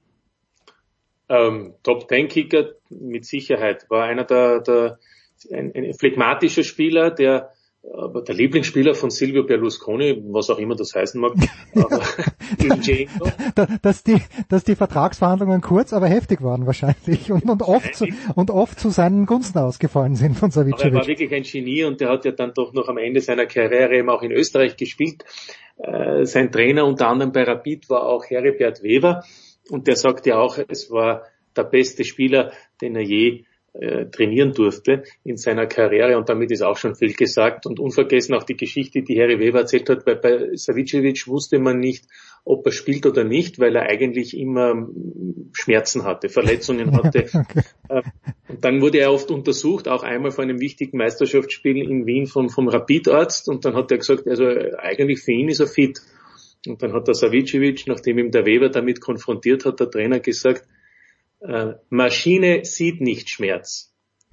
Ähm, Top Ten Kicker mit Sicherheit. War einer der, der ein, ein phlegmatischer Spieler, der aber der Lieblingsspieler von Silvio Berlusconi, was auch immer das heißen mag, aber da, dass die, dass die Vertragsverhandlungen kurz, aber heftig waren wahrscheinlich und, und oft zu, und oft zu seinen Gunsten ausgefallen sind von Savicevic. Aber er war wirklich ein Genie und der hat ja dann doch noch am Ende seiner Karriere eben auch in Österreich gespielt. Äh, sein Trainer unter anderem bei Rapid war auch Heribert Weber und der sagt ja auch, es war der beste Spieler, den er je trainieren durfte in seiner Karriere und damit ist auch schon viel gesagt und unvergessen auch die Geschichte, die Harry Weber erzählt hat, weil bei Savicevic wusste man nicht, ob er spielt oder nicht, weil er eigentlich immer Schmerzen hatte, Verletzungen hatte. Okay. Und dann wurde er oft untersucht, auch einmal vor einem wichtigen Meisterschaftsspiel in Wien vom, vom Rapid-Arzt und dann hat er gesagt, also eigentlich für ihn ist er fit. Und dann hat der Savicevic, nachdem ihm der Weber damit konfrontiert hat, der Trainer gesagt, Uh, Maschine sieht nicht Schmerz.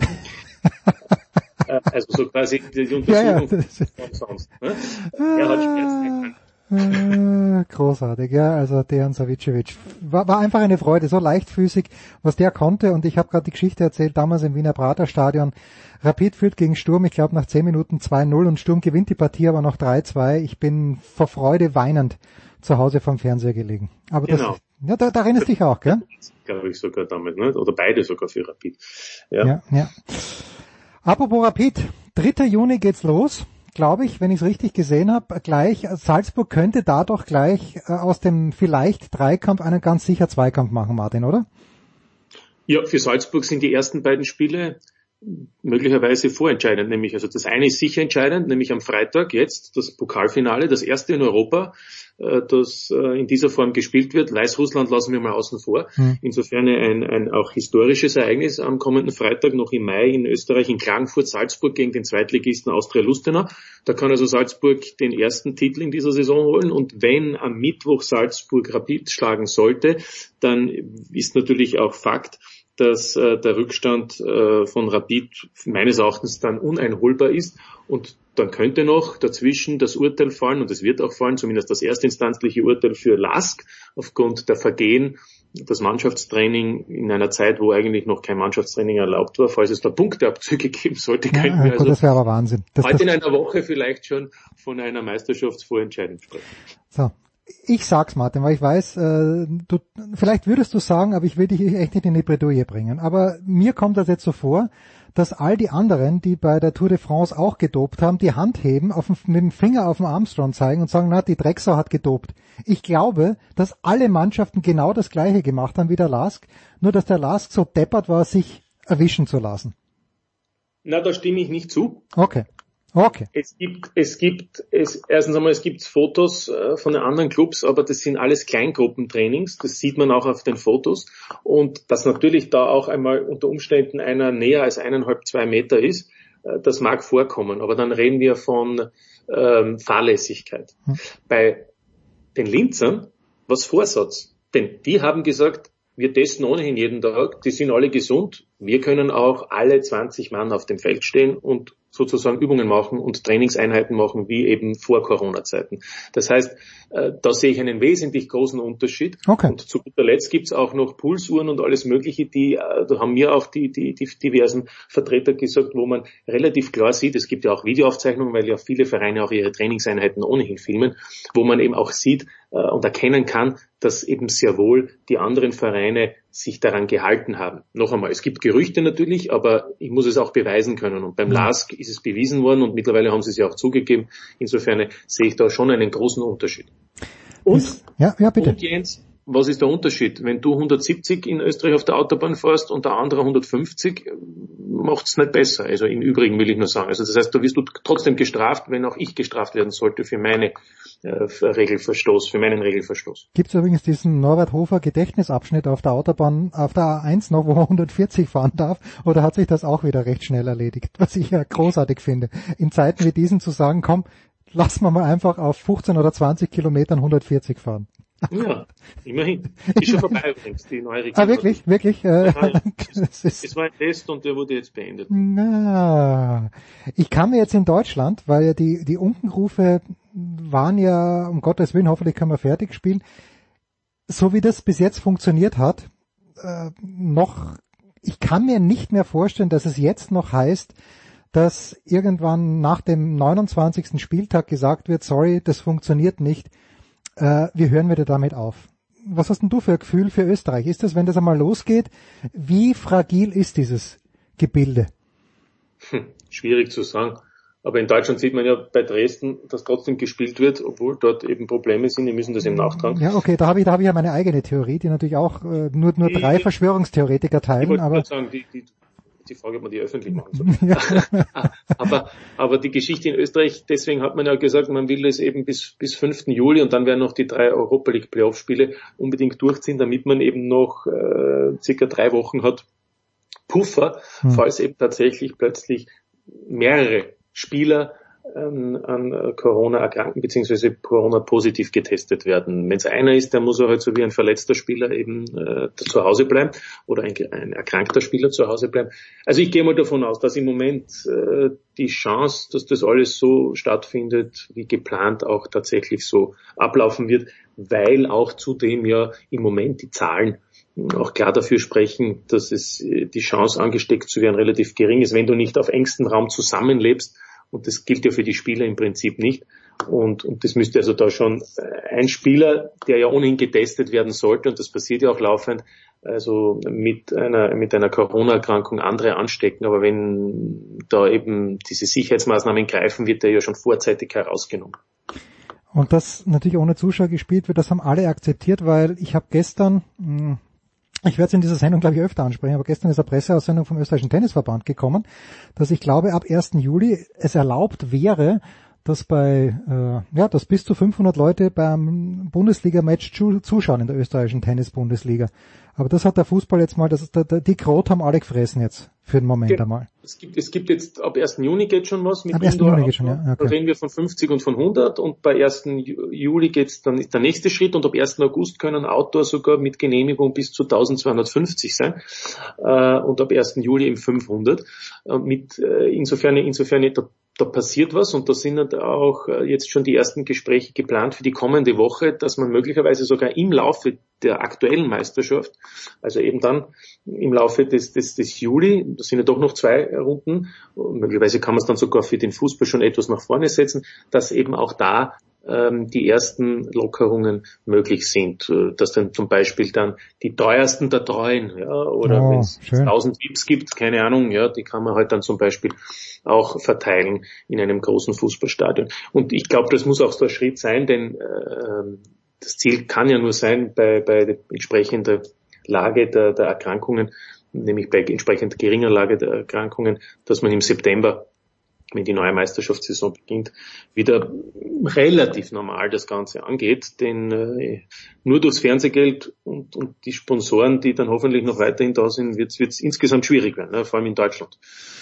uh, also so quasi die Untersuchung ja, ja, von sonst. Ne? Er hat Schmerz erkannt. Großartig, ja, also Dejan Savicevic. War, war einfach eine Freude, so leichtfüßig, was der konnte und ich habe gerade die Geschichte erzählt, damals im Wiener Praterstadion. Rapid führt gegen Sturm, ich glaube nach zehn Minuten zwei null und Sturm gewinnt die Partie aber noch drei zwei. Ich bin vor Freude weinend zu Hause vom Fernseher gelegen. Aber das, genau. Ja, da, da erinnerst du dich auch, gell? Glaube ich sogar damit, ne? Oder beide sogar für Rapid. Ja, ja. ja. Apropos Rapid, dritter Juni geht's los, glaube ich, wenn ich es richtig gesehen habe. Gleich, Salzburg könnte da doch gleich äh, aus dem vielleicht Dreikampf einen ganz sicher Zweikampf machen, Martin, oder? Ja, für Salzburg sind die ersten beiden Spiele möglicherweise vorentscheidend, nämlich, also das eine ist sicher entscheidend, nämlich am Freitag jetzt das Pokalfinale, das erste in Europa, das in dieser Form gespielt wird. Weißrussland lassen wir mal außen vor. Hm. Insofern ein, ein auch historisches Ereignis am kommenden Freitag, noch im Mai in Österreich, in Klagenfurt, Salzburg gegen den Zweitligisten Austria Lustenau. Da kann also Salzburg den ersten Titel in dieser Saison holen und wenn am Mittwoch Salzburg Rapid schlagen sollte, dann ist natürlich auch Fakt, dass äh, der Rückstand äh, von Rapid meines Erachtens dann uneinholbar ist und dann könnte noch dazwischen das Urteil fallen und es wird auch fallen, zumindest das erstinstanzliche Urteil für Lask aufgrund der Vergehen, das Mannschaftstraining in einer Zeit, wo eigentlich noch kein Mannschaftstraining erlaubt war, falls es da Punkteabzüge geben sollte, ja, könnten wir gut, also das wäre aber Wahnsinn. Das, heute das, in einer Woche vielleicht schon von einer Meisterschaftsvorentscheidung sprechen. So. Ich sag's, Martin, weil ich weiß, äh, du, vielleicht würdest du sagen, aber ich will dich echt nicht in die Bredouille bringen. Aber mir kommt das jetzt so vor, dass all die anderen, die bei der Tour de France auch gedopt haben, die Hand heben, auf den, mit dem Finger auf den Armstrong zeigen und sagen, na, die Drecksau hat gedopt. Ich glaube, dass alle Mannschaften genau das Gleiche gemacht haben wie der Lask, nur dass der Lask so deppert war, sich erwischen zu lassen. Na, da stimme ich nicht zu. Okay. Okay. Es gibt, es gibt, es, erstens einmal, es gibt Fotos äh, von den anderen Clubs, aber das sind alles Kleingruppentrainings, das sieht man auch auf den Fotos und dass natürlich da auch einmal unter Umständen einer näher als eineinhalb, zwei Meter ist, äh, das mag vorkommen, aber dann reden wir von ähm, Fahrlässigkeit. Hm. Bei den Linzern was Vorsatz, denn die haben gesagt, wir testen ohnehin jeden Tag, die sind alle gesund, wir können auch alle zwanzig Mann auf dem Feld stehen und sozusagen Übungen machen und Trainingseinheiten machen, wie eben vor Corona-Zeiten. Das heißt, da sehe ich einen wesentlich großen Unterschied. Okay. Und zu guter Letzt gibt es auch noch Pulsuhren und alles Mögliche, die, da haben mir auch die, die, die diversen Vertreter gesagt, wo man relativ klar sieht, es gibt ja auch Videoaufzeichnungen, weil ja viele Vereine auch ihre Trainingseinheiten ohnehin filmen, wo man eben auch sieht und erkennen kann, dass eben sehr wohl die anderen Vereine sich daran gehalten haben. Noch einmal, es gibt Gerüchte natürlich, aber ich muss es auch beweisen können. Und beim Mhm. Lask ist es bewiesen worden und mittlerweile haben sie es ja auch zugegeben. Insofern sehe ich da schon einen großen Unterschied. Und, ja, ja, bitte. und Jens, was ist der Unterschied? Wenn du hundertsiebzig in Österreich auf der Autobahn fährst und der andere hundertfünfzig, macht's nicht besser. Also im Übrigen will ich nur sagen. Also das heißt, da wirst du trotzdem gestraft, wenn auch ich gestraft werden sollte für meine äh, Regelverstoß, für meinen Regelverstoß. Gibt es übrigens diesen Norbert Hofer Gedächtnisabschnitt auf der Autobahn, auf der A eins noch, wo man hundertvierzig fahren darf, oder hat sich das auch wieder recht schnell erledigt? Was ich ja großartig finde. In Zeiten wie diesen zu sagen, komm, lass wir mal einfach auf fünfzehn oder zwanzig Kilometern hundertvierzig fahren. Ja, immerhin. Ist schon vorbei übrigens, die neue Regierung. Ah, wirklich? Wirklich? Äh, es war ein Test und der wurde jetzt beendet. Na, ich kann mir jetzt in Deutschland, weil ja die, die Unkenrufe waren ja, um Gottes Willen, hoffentlich können wir fertig spielen, so wie das bis jetzt funktioniert hat, äh, noch, ich kann mir nicht mehr vorstellen, dass es jetzt noch heißt, dass irgendwann nach dem neunundzwanzigsten Spieltag gesagt wird, sorry, das funktioniert nicht, äh, wir hören wieder damit auf. Was hast denn du für ein Gefühl für Österreich? Ist das, wenn das einmal losgeht, wie fragil ist dieses Gebilde? Hm, schwierig zu sagen. Aber in Deutschland sieht man ja bei Dresden, dass trotzdem gespielt wird, obwohl dort eben Probleme sind, die müssen das eben nachtragen. Ja, okay, da habe ich, da habe ich ja meine eigene Theorie, die natürlich auch äh, nur nur die, drei Verschwörungstheoretiker teilen. Ich aber sagen, die, die, die Frage, ob man die öffentlich machen soll. Ja. aber, aber die Geschichte in Österreich, deswegen hat man ja gesagt, man will es eben bis, bis fünften Juli und dann werden noch die drei Europa League Playoff-Spiele unbedingt durchziehen, damit man eben noch äh, circa drei Wochen hat Puffer, hm. falls eben tatsächlich plötzlich mehrere Spieler ähm, an Corona erkranken bzw. Corona positiv getestet werden. Wenn es einer ist, der muss er halt so wie ein verletzter Spieler eben äh, zu Hause bleiben oder ein, ein erkrankter Spieler zu Hause bleiben. Also ich gehe mal davon aus, dass im Moment äh, die Chance, dass das alles so stattfindet, wie geplant auch tatsächlich so ablaufen wird, weil auch zudem ja im Moment die Zahlen auch klar dafür sprechen, dass es die Chance angesteckt zu werden relativ gering ist, wenn du nicht auf engstem Raum zusammenlebst. Und das gilt ja für die Spieler im Prinzip nicht. Und, und das müsste also da schon ein Spieler, der ja ohnehin getestet werden sollte, und das passiert ja auch laufend, also mit einer, mit einer Corona-Erkrankung andere anstecken. Aber wenn da eben diese Sicherheitsmaßnahmen greifen, wird der ja schon vorzeitig herausgenommen. Und das natürlich ohne Zuschauer gespielt wird, das haben alle akzeptiert, weil ich habe gestern, mh, ich werde es in dieser Sendung, glaube ich, öfter ansprechen, aber gestern ist eine Presseaussendung vom Österreichischen Tennisverband gekommen, dass ich glaube, ab ersten Juli es erlaubt wäre, dass bei, äh, ja, dass bis zu fünfhundert Leute beim Bundesliga-Match zuschauen in der österreichischen Tennis-Bundesliga. Aber das hat der Fußball jetzt mal, das ist der, der, die Krot haben alle gefressen jetzt, für den Moment ja, einmal. Es gibt, es gibt jetzt, ab ersten Juni geht schon was mit Ab ersten Juni geht schon, ja. Okay. Da reden wir von fünfzig und von hundert und bei ersten Juli geht's dann, ist der nächste Schritt und ab ersten August können Outdoor sogar mit Genehmigung bis zu eintausendzweihundertfünfzig sein, äh, und ab ersten Juli eben fünfhundert. Äh, mit, äh, insofern, insofern, da, da passiert was und da sind auch jetzt schon die ersten Gespräche geplant für die kommende Woche, dass man möglicherweise sogar im Laufe der aktuellen Meisterschaft, also eben dann im Laufe des, des, des Juli, das sind ja doch noch zwei Runden, möglicherweise kann man es dann sogar für den Fußball schon etwas nach vorne setzen, dass eben auch da ähm, die ersten Lockerungen möglich sind, dass dann zum Beispiel dann die teuersten der Treuen, ja, oder oh, wenn es tausend V I Ps gibt, keine Ahnung, ja, die kann man halt dann zum Beispiel auch verteilen in einem großen Fußballstadion. Und ich glaube, das muss auch so ein Schritt sein, denn äh, das Ziel kann ja nur sein, bei, bei der entsprechenden Lage der, der Erkrankungen, nämlich bei entsprechend geringer Lage der Erkrankungen, dass man im September, wenn die neue Meisterschaftssaison beginnt, wieder relativ normal das Ganze angeht. Denn äh, nur durchs Fernsehgeld und, und die Sponsoren, die dann hoffentlich noch weiterhin da sind, wird es insgesamt schwierig werden, ne? Vor allem in Deutschland.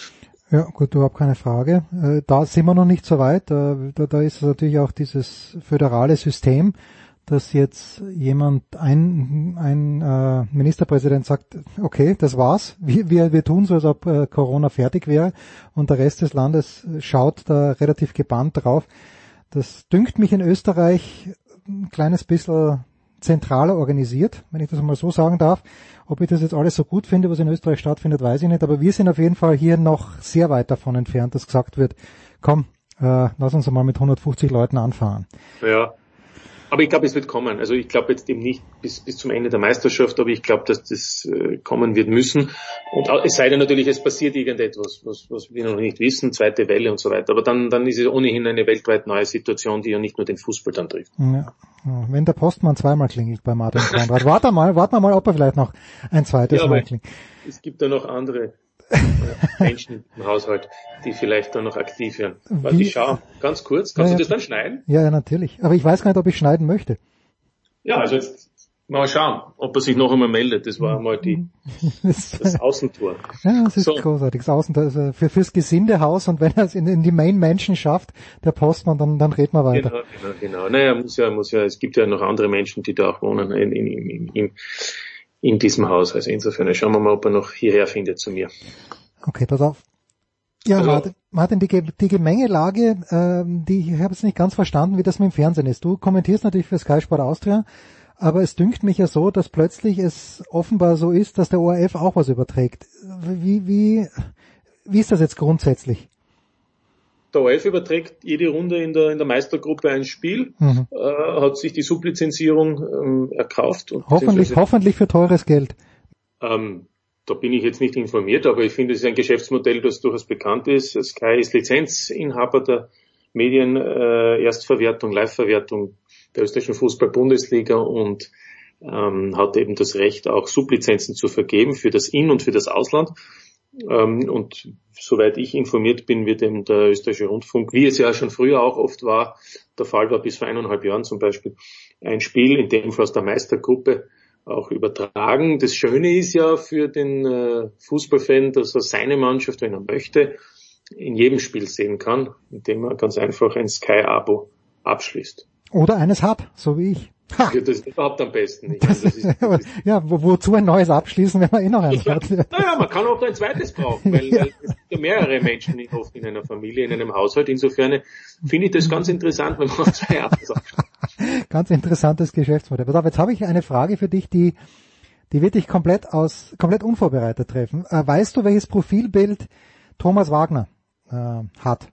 Ja, gut, überhaupt keine Frage. Äh, da sind wir noch nicht so weit. Da, da, da ist natürlich auch dieses föderale System, dass jetzt jemand, ein, ein äh, Ministerpräsident sagt, okay, das war's, wir, wir, wir tun so, als ob äh, Corona fertig wäre und der Rest des Landes schaut da relativ gebannt drauf. Das dünkt mich in Österreich ein kleines bisschen zentraler organisiert, wenn ich das mal so sagen darf. Ob ich das jetzt alles so gut finde, was in Österreich stattfindet, weiß ich nicht, aber wir sind auf jeden Fall hier noch sehr weit davon entfernt, dass gesagt wird, komm, äh, lass uns mal mit hundertfünfzig Leuten anfahren. Ja. Aber ich glaube, es wird kommen. Also ich glaube jetzt eben nicht bis bis zum Ende der Meisterschaft, aber ich glaube, dass das äh, kommen wird müssen. Und es sei denn natürlich, es passiert irgendetwas, was, was wir noch nicht wissen, zweite Welle und so weiter. Aber dann dann ist es ohnehin eine weltweit neue Situation, die ja nicht nur den Fußball dann trifft. Ja. Wenn der Postmann zweimal klingelt bei Martin Konrad. Warte mal, warte mal, ob er vielleicht noch ein zweites ja, Mal klingelt. Es gibt da noch andere Menschen im Haushalt, die vielleicht dann noch aktiv werden. Warte, ich schau ganz kurz. Kannst ja, du das dann schneiden? Ja, ja, natürlich. Aber ich weiß gar nicht, ob ich schneiden möchte. Ja, also jetzt mal schauen, ob er sich noch einmal meldet. Das war mal die, das Außentor. Ja, das ist so großartig. Das Außentor also für, fürs Gesindehaus und wenn er es in, in die Main-Menschen schafft, der Postmann, dann, dann reden wir weiter. Genau, genau, genau. Naja, muss ja, muss ja, es gibt ja noch andere Menschen, die da auch wohnen in, in, in, in, in diesem Haus. Also insofern schauen wir mal, ob er noch hierher findet zu mir. Okay, pass auf. Ja, also, Martin, Martin, die, die Gemengelage, ähm, die, ich habe jetzt nicht ganz verstanden, wie das mit dem Fernsehen ist. Du kommentierst natürlich für Sky Sport Austria, aber es dünkt mich ja so, dass plötzlich es offenbar so ist, dass der O R F auch was überträgt. Wie, wie, wie ist das jetzt grundsätzlich? Der O R F überträgt jede Runde in der, in der Meistergruppe ein Spiel, mhm. äh, hat sich die Sublizenzierung ähm, erkauft. Und hoffentlich, hoffentlich für teures Geld. Ähm, da bin ich jetzt nicht informiert, aber ich finde, es ist ein Geschäftsmodell, das durchaus bekannt ist. Sky ist Lizenzinhaber der Medien, äh, Erstverwertung, Live-Verwertung der österreichischen Fußball-Bundesliga und ähm, hat eben das Recht, auch Sublizenzen zu vergeben für das In- und für das Ausland. Ähm, und soweit ich informiert bin, wird eben der österreichische Rundfunk, wie es ja schon früher auch oft war, der Fall war bis vor eineinhalb Jahren zum Beispiel, ein Spiel, in dem Fall aus der Meistergruppe, auch übertragen. Das Schöne ist ja für den äh, Fußballfan, dass er seine Mannschaft, wenn er möchte, in jedem Spiel sehen kann, indem er ganz einfach ein Sky-Abo abschließt. Oder eines Hub, so wie ich. Ha. Ja, das ist überhaupt am besten. Ich das meine, das ist, das ist ja, wo, wozu ein neues abschließen, wenn man eh noch eins ja, hat? Naja, man kann auch ein zweites brauchen, weil, ja. weil es gibt ja mehrere Menschen in, oft in einer Familie, in einem Haushalt. Insofern finde ich das ganz interessant, wenn man auf zwei Abos abschließt. Ganz interessantes Geschäftsmodell. Pass auf, jetzt habe ich eine Frage für dich, die, die wird dich komplett aus, komplett unvorbereitet treffen. Äh, weißt du, welches Profilbild Thomas Wagner äh, hat?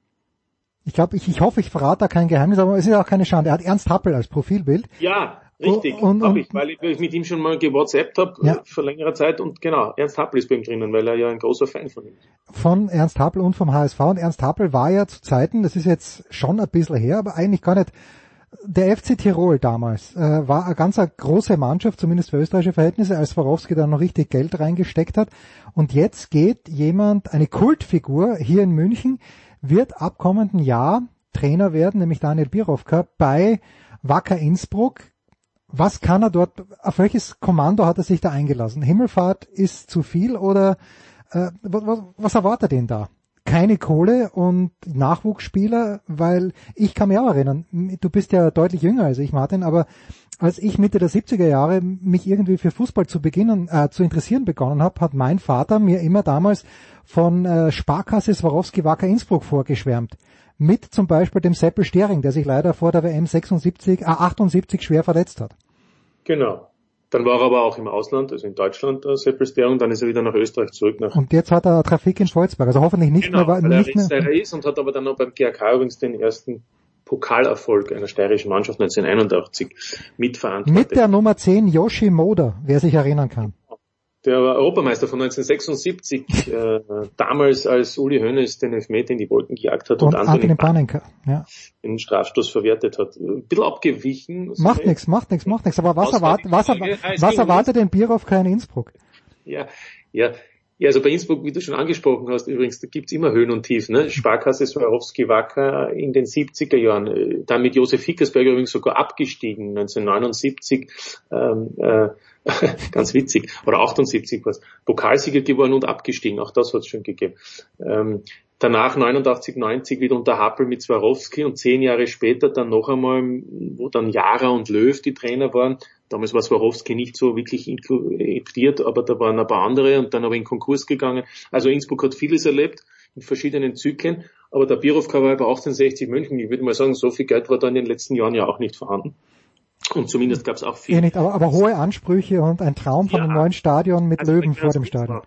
Ich glaube, ich, ich hoffe, ich verrate da kein Geheimnis, aber es ist auch keine Schande. Er hat Ernst Happel als Profilbild. Ja, richtig, habe ich, weil ich mit ihm schon mal gewhatsappt habe ja. vor längerer Zeit und genau, Ernst Happel ist bei ihm drinnen, weil er ja ein großer Fan von ihm ist. Von Ernst Happel und vom H S V. Und Ernst Happel war ja zu Zeiten, das ist jetzt schon ein bisschen her, aber eigentlich gar nicht, der F C Tirol damals äh, war eine ganz eine große Mannschaft, zumindest für österreichische Verhältnisse, als Swarovski da noch richtig Geld reingesteckt hat. Und jetzt geht jemand, eine Kultfigur hier in München, wird ab kommenden Jahr Trainer werden, nämlich Daniel Birovka bei Wacker Innsbruck. Was kann er dort, auf welches Kommando hat er sich da eingelassen? Himmelfahrt ist zu viel oder äh, was, was erwartet ihn da? Keine Kohle und Nachwuchsspieler, weil ich kann mich auch erinnern, du bist ja deutlich jünger als ich, Martin, aber als ich Mitte der siebziger Jahre mich irgendwie für Fußball zu beginnen, äh, zu interessieren begonnen habe, hat mein Vater mir immer damals von äh, Sparkasse Swarovski Wacker Innsbruck vorgeschwärmt. Mit zum Beispiel dem Seppel Stering, der sich leider vor der W M sechsundsiebzig, äh, achtundsiebzig schwer verletzt hat. Genau. Dann war er aber auch im Ausland, also in Deutschland, äh, Seppel Stering, dann ist er wieder nach Österreich zurück. Nach und jetzt hat er Trafik in Volzberg, also hoffentlich nicht genau, mehr. Weil nicht er mehr ist und hat aber dann noch beim G A K übrigens den ersten Pokalerfolg einer steirischen Mannschaft neunzehnhunderteinundachtzig mitverantwortet. Mit der Nummer zehn Yoshi Moda, wer sich erinnern kann. Der war Europameister von neunzehnhundertsechsundsiebzig, äh, damals als Uli Hoeneß den Elfmeter in die Wolken gejagt hat und, und Antonin Panenka ja. den Strafstoß verwertet hat. Ein bisschen abgewichen. So macht nichts, macht nichts, macht nichts. Aber was, erwart, was, erwart, was erwartet denn Birovka in Innsbruck? Ja, ja. Ja, also bei Innsbruck, wie du schon angesprochen hast, übrigens, da gibt's immer Höhen und Tiefen. Ne? Sparkasse Swarovski Wacker in den siebziger Jahren, dann mit Josef Hickersberger übrigens sogar abgestiegen, neunzehnhundertneunundsiebzig, ähm, äh, ganz witzig, oder achtundsiebzig was, Pokalsieger geworden und abgestiegen, auch das hat's schon gegeben. Ähm, danach neunundachtzig, neunzig wieder unter Happel mit Swarovski und zehn Jahre später dann noch einmal, wo dann Jara und Löw die Trainer waren. Damals war Swarovski nicht so wirklich inkludiert, aber da waren ein paar andere und dann aber in Konkurs gegangen. Also Innsbruck hat vieles erlebt in verschiedenen Zyklen, aber der Birovka war bei achtzehnhundertsechzig München. Ich würde mal sagen, so viel Geld war da in den letzten Jahren ja auch nicht vorhanden. Und zumindest gab es auch viel. Ja, nicht, aber, aber hohe Ansprüche und ein Traum von ja, einem neuen Stadion mit also Löwen vor dem Stadion.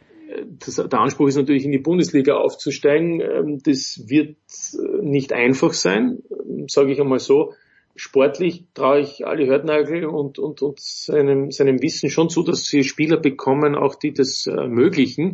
Das, der Anspruch ist natürlich, in die Bundesliga aufzusteigen. Das wird nicht einfach sein, sage ich einmal so. sportlich traue ich Ali Hörtnagel und, und, und seinem, seinem Wissen schon zu, dass sie Spieler bekommen, auch die das ermöglichen.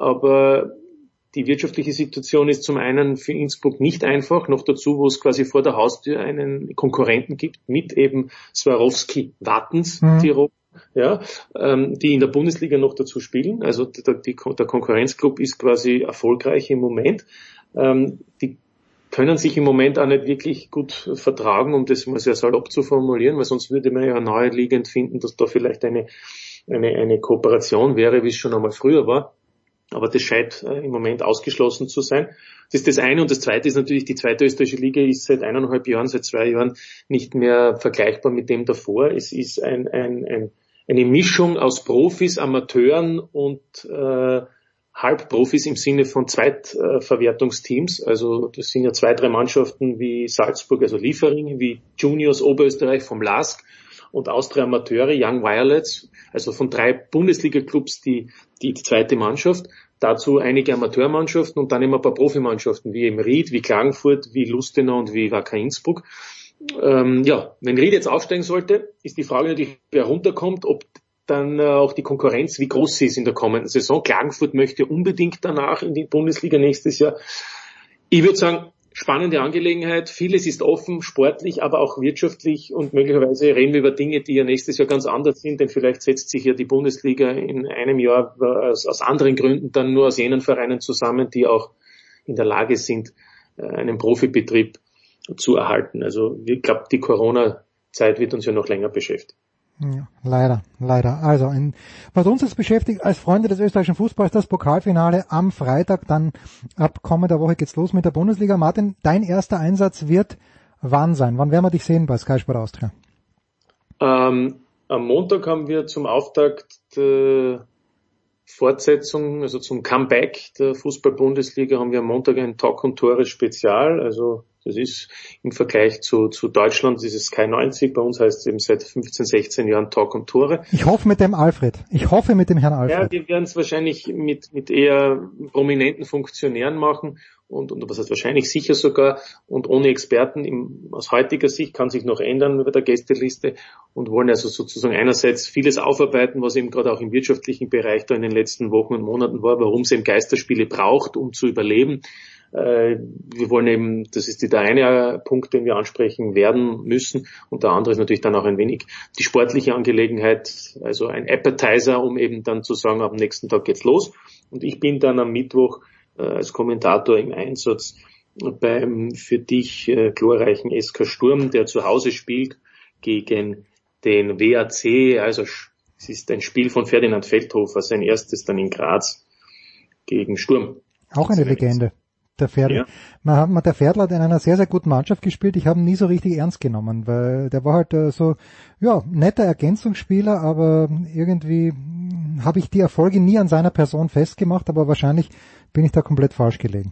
Aber die wirtschaftliche Situation ist zum einen für Innsbruck nicht einfach, noch dazu, wo es quasi vor der Haustür einen Konkurrenten gibt, mit eben Swarovski Wattens, mhm. Tirol, ja, ähm, die in der Bundesliga noch dazu spielen. Also der, die, der Konkurrenzclub ist quasi erfolgreich im Moment. Ähm, die können sich im Moment auch nicht wirklich gut vertragen, um das mal sehr salopp zu formulieren, weil sonst würde man ja naheliegend finden, dass da vielleicht eine, eine, eine Kooperation wäre, wie es schon einmal früher war. Aber das scheint äh, im Moment ausgeschlossen zu sein. Das ist das eine. Und das zweite ist natürlich, die zweite österreichische Liga ist seit eineinhalb Jahren, seit zwei Jahren nicht mehr vergleichbar mit dem davor. Es ist ein, ein, ein, eine Mischung aus Profis, Amateuren und äh, Halbprofis im Sinne von Zweitverwertungsteams. Also das sind ja zwei, drei Mannschaften wie Salzburg, also Liefering, wie Juniors Oberösterreich vom L A S K und Austria Amateure, Young Violets, also von drei Bundesliga-Clubs die, die, die zweite Mannschaft. Dazu einige Amateurmannschaften und dann immer ein paar Profimannschaften wie eben Ried, wie Klagenfurt, wie Lustenau und wie Wacker Innsbruck. Ähm, ja, wenn Ried jetzt aufsteigen sollte, ist die Frage natürlich, wer runterkommt, ob dann äh, auch die Konkurrenz, wie groß sie ist in der kommenden Saison. Klagenfurt möchte unbedingt danach in die Bundesliga nächstes Jahr. Ich würde sagen, spannende Angelegenheit. Vieles ist offen, sportlich, aber auch wirtschaftlich und möglicherweise reden wir über Dinge, die ja nächstes Jahr ganz anders sind, denn vielleicht setzt sich ja die Bundesliga in einem Jahr aus, aus anderen Gründen dann nur aus jenen Vereinen zusammen, die auch in der Lage sind, einen Profibetrieb zu erhalten. Also ich glaube, die Corona-Zeit wird uns ja noch länger beschäftigen. Ja, leider, leider. Also, in, was uns jetzt beschäftigt als Freunde des österreichischen Fußballs, das Pokalfinale am Freitag, dann ab kommender Woche geht's los mit der Bundesliga. Martin, dein erster Einsatz wird wann sein? Wann werden wir dich sehen bei Sky Sport Austria? Ähm, am Montag haben wir zum Auftakt der Fortsetzung, also zum Comeback der Fußball-Bundesliga, haben wir am Montag ein Talk und Tore Spezial, also das ist im Vergleich zu, zu Deutschland, das ist Sky neunzig, bei uns heißt es eben seit fünfzehn, sechzehn Jahren Talk und Tore. Ich hoffe mit dem Alfred, ich hoffe mit dem Herrn Alfred. Ja, wir werden es wahrscheinlich mit, mit eher prominenten Funktionären machen und, und was heißt wahrscheinlich sicher sogar und ohne Experten. Im, aus heutiger Sicht kann sich noch ändern über der Gästeliste und wollen also sozusagen einerseits vieles aufarbeiten, was eben gerade auch im wirtschaftlichen Bereich da in den letzten Wochen und Monaten war, warum es eben Geisterspiele braucht, um zu überleben. Wir wollen eben, das ist der eine Punkt, den wir ansprechen werden müssen und der andere ist natürlich dann auch ein wenig die sportliche Angelegenheit, also ein Appetizer, um eben dann zu sagen, am nächsten Tag geht's los und ich bin dann am Mittwoch äh, als Kommentator im Einsatz beim für dich äh, glorreichen S K Sturm, der zu Hause spielt gegen den W A C, also es ist ein Spiel von Ferdinand Feldhofer, sein erstes dann in Graz gegen Sturm. Auch eine Legende. Der Pferdl. Ja. Man hat, der Pferdl hat in einer sehr, sehr guten Mannschaft gespielt. Ich habe ihn nie so richtig ernst genommen, weil der war halt äh, so, ja, netter Ergänzungsspieler, aber irgendwie habe ich die Erfolge nie an seiner Person festgemacht, aber wahrscheinlich bin ich da komplett falsch gelegen.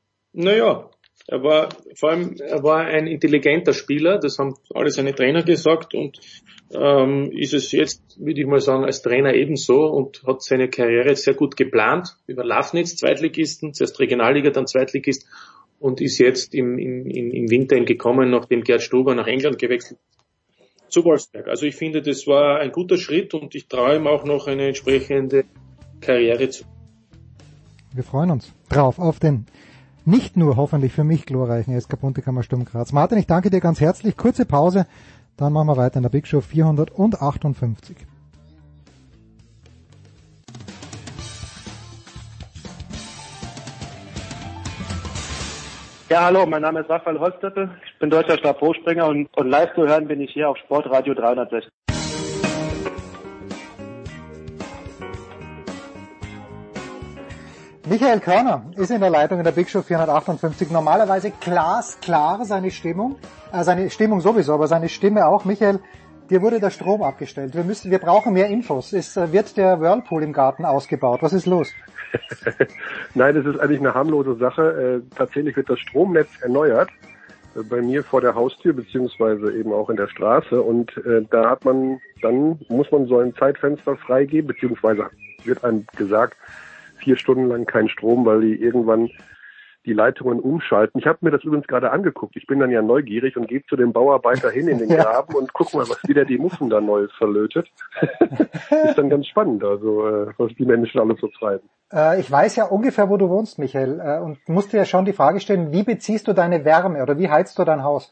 Naja, er war, vor allem, er war ein intelligenter Spieler, das haben alle seine Trainer gesagt und ähm, ist es jetzt, würde ich mal sagen, als Trainer ebenso und hat seine Karriere sehr gut geplant über Lafnitz, Zweitligisten, zuerst Regionalliga, dann Zweitligist und ist jetzt im, im, im Winter eben gekommen, nachdem Gerd Struber nach England gewechselt zu Wolfsberg. Also ich finde, das war ein guter Schritt und ich traue ihm auch noch eine entsprechende Karriere zu. Wir freuen uns drauf auf den nicht nur hoffentlich für mich glorreichen S K Buntekammer Sturm Graz. Martin, ich danke dir ganz herzlich. Kurze Pause, dann machen wir weiter in der Big Show vierhundertachtundfünfzig. Ja, hallo, mein Name ist Raphael Holztöppel. Ich bin deutscher Stabhochspringer und, und live zu hören bin ich hier auf Sportradio dreihundertsechzig. Michael Körner ist in der Leitung in der Big Show vierhundertachtundfünfzig. Normalerweise glasklar seine Stimmung, äh, seine Stimmung sowieso, aber seine Stimme auch. Michael, dir wurde der Strom abgestellt. Wir müssen, wir brauchen mehr Infos. Es äh, wird der Whirlpool im Garten ausgebaut. Was ist los? Nein, das ist eigentlich eine harmlose Sache. Äh, tatsächlich wird das Stromnetz erneuert. Äh, bei mir vor der Haustür, beziehungsweise eben auch in der Straße. Und äh, da hat man, dann muss man so ein Zeitfenster freigeben, beziehungsweise wird einem gesagt, vier Stunden lang kein Strom, weil die irgendwann die Leitungen umschalten. Ich habe mir das übrigens gerade angeguckt. Ich bin dann ja neugierig und gehe zu dem Bauarbeiter hin in den Graben und guck mal, was wieder die Muffen da neu verlötet. Ist dann ganz spannend, also äh, was die Menschen alles so treiben. Äh, ich weiß ja ungefähr, wo du wohnst, Michael, äh, und musste ja schon die Frage stellen, wie beziehst du deine Wärme oder wie heizt du dein Haus?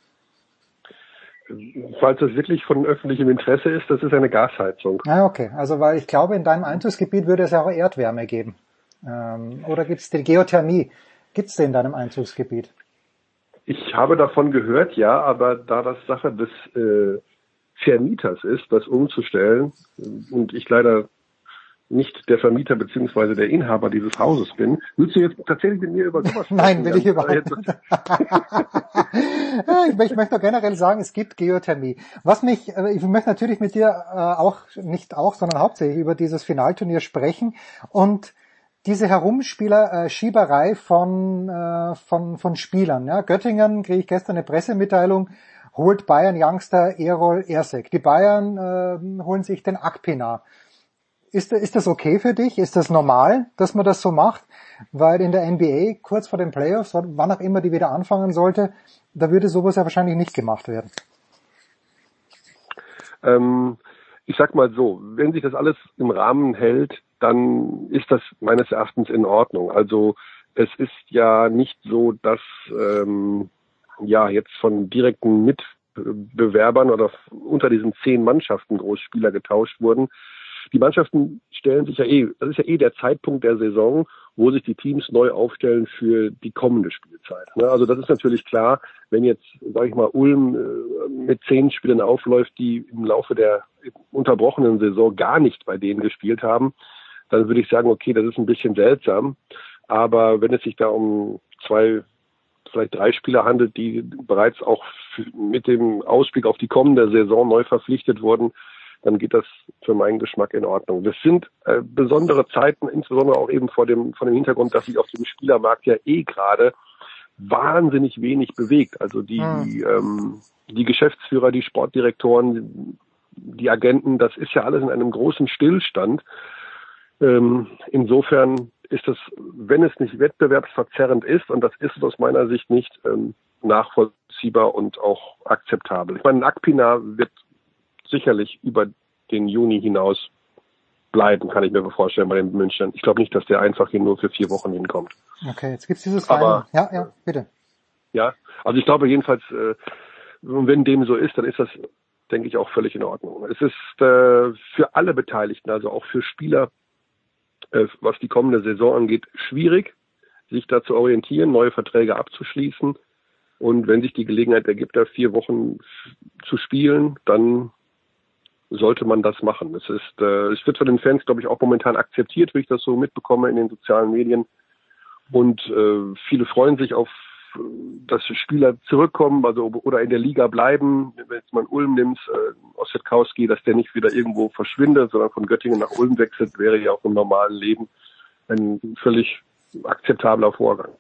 Falls das wirklich von öffentlichem Interesse ist, das ist eine Gasheizung. Ah, okay. Also, weil ich glaube, in deinem Einzugsgebiet würde es ja auch Erdwärme geben. Ähm, oder gibt es die Geothermie? Gibt es die in deinem Einzugsgebiet? Ich habe davon gehört, ja, aber da das Sache des äh, Vermieters ist, das umzustellen, und ich leider nicht der Vermieter beziehungsweise der Inhaber dieses Hauses bin, willst du jetzt tatsächlich mit mir über sowas sprechen? Nein, will ich überhaupt nicht. Ich möchte doch generell sagen, es gibt Geothermie. Was mich, ich möchte natürlich mit dir auch, nicht auch, sondern hauptsächlich über dieses Finalturnier sprechen und diese Herumspieler, äh, Schieberei von, äh, von, von Spielern. Ja. Göttingen, kriege ich gestern eine Pressemitteilung, holt Bayern Youngster Erol Ersek. Die Bayern äh, holen sich den Akpinar. Ist, ist das okay für dich? Ist das normal, dass man das so macht? Weil in der N B A, kurz vor den Playoffs, wann auch immer die wieder anfangen sollte, da würde sowas ja wahrscheinlich nicht gemacht werden. Ähm, ich sag mal so, wenn sich das alles im Rahmen hält, dann ist das meines Erachtens in Ordnung. Also es ist ja nicht so, dass ähm, ja jetzt von direkten Mitbewerbern oder unter diesen zehn Mannschaften Großspieler getauscht wurden. Die Mannschaften stellen sich ja eh, das ist ja eh der Zeitpunkt der Saison, wo sich die Teams neu aufstellen für die kommende Spielzeit. Also das ist natürlich klar, wenn jetzt, sage ich mal, Ulm mit zehn Spielern aufläuft, die im Laufe der unterbrochenen Saison gar nicht bei denen gespielt haben, dann würde ich sagen, okay, das ist ein bisschen seltsam. Aber wenn es sich da um zwei, vielleicht drei Spieler handelt, die bereits auch mit dem Ausblick auf die kommende Saison neu verpflichtet wurden, dann geht das für meinen Geschmack in Ordnung. Das sind äh, besondere Zeiten, insbesondere auch eben vor dem, vor dem Hintergrund, dass sich auf dem Spielermarkt ja eh gerade wahnsinnig wenig bewegt. Also die, hm. ähm, die Geschäftsführer, die Sportdirektoren, die Agenten, das ist ja alles in einem großen Stillstand. Ähm, insofern ist es, wenn es nicht wettbewerbsverzerrend ist, und das ist es aus meiner Sicht nicht, ähm, nachvollziehbar und auch akzeptabel. Ich meine, ein Akpinar wird sicherlich über den Juni hinaus bleiben, kann ich mir vorstellen, bei den Münchnern. Ich glaube nicht, dass der einfach hier nur für vier Wochen hinkommt. Okay, jetzt gibt's dieses Final. Ja, ja, bitte. Ja, also ich glaube jedenfalls, äh, wenn dem so ist, dann ist das, denke ich, auch völlig in Ordnung. Es ist äh, für alle Beteiligten, also auch für Spieler, äh, was die kommende Saison angeht, schwierig, sich da zu orientieren, neue Verträge abzuschließen. Und wenn sich die Gelegenheit ergibt, da vier Wochen zu spielen, dann sollte man das machen. Es ist, äh, es wird von den Fans, glaube ich, auch momentan akzeptiert, wie ich das so mitbekomme in den sozialen Medien. Und äh, viele freuen sich auf, dass Spieler zurückkommen, also oder in der Liga bleiben. Wenn jetzt mal Ulm nimmt, äh, Ossetkowski, dass der nicht wieder irgendwo verschwindet, sondern von Göttingen nach Ulm wechselt, wäre ja auch im normalen Leben ein völlig akzeptabler Vorgang.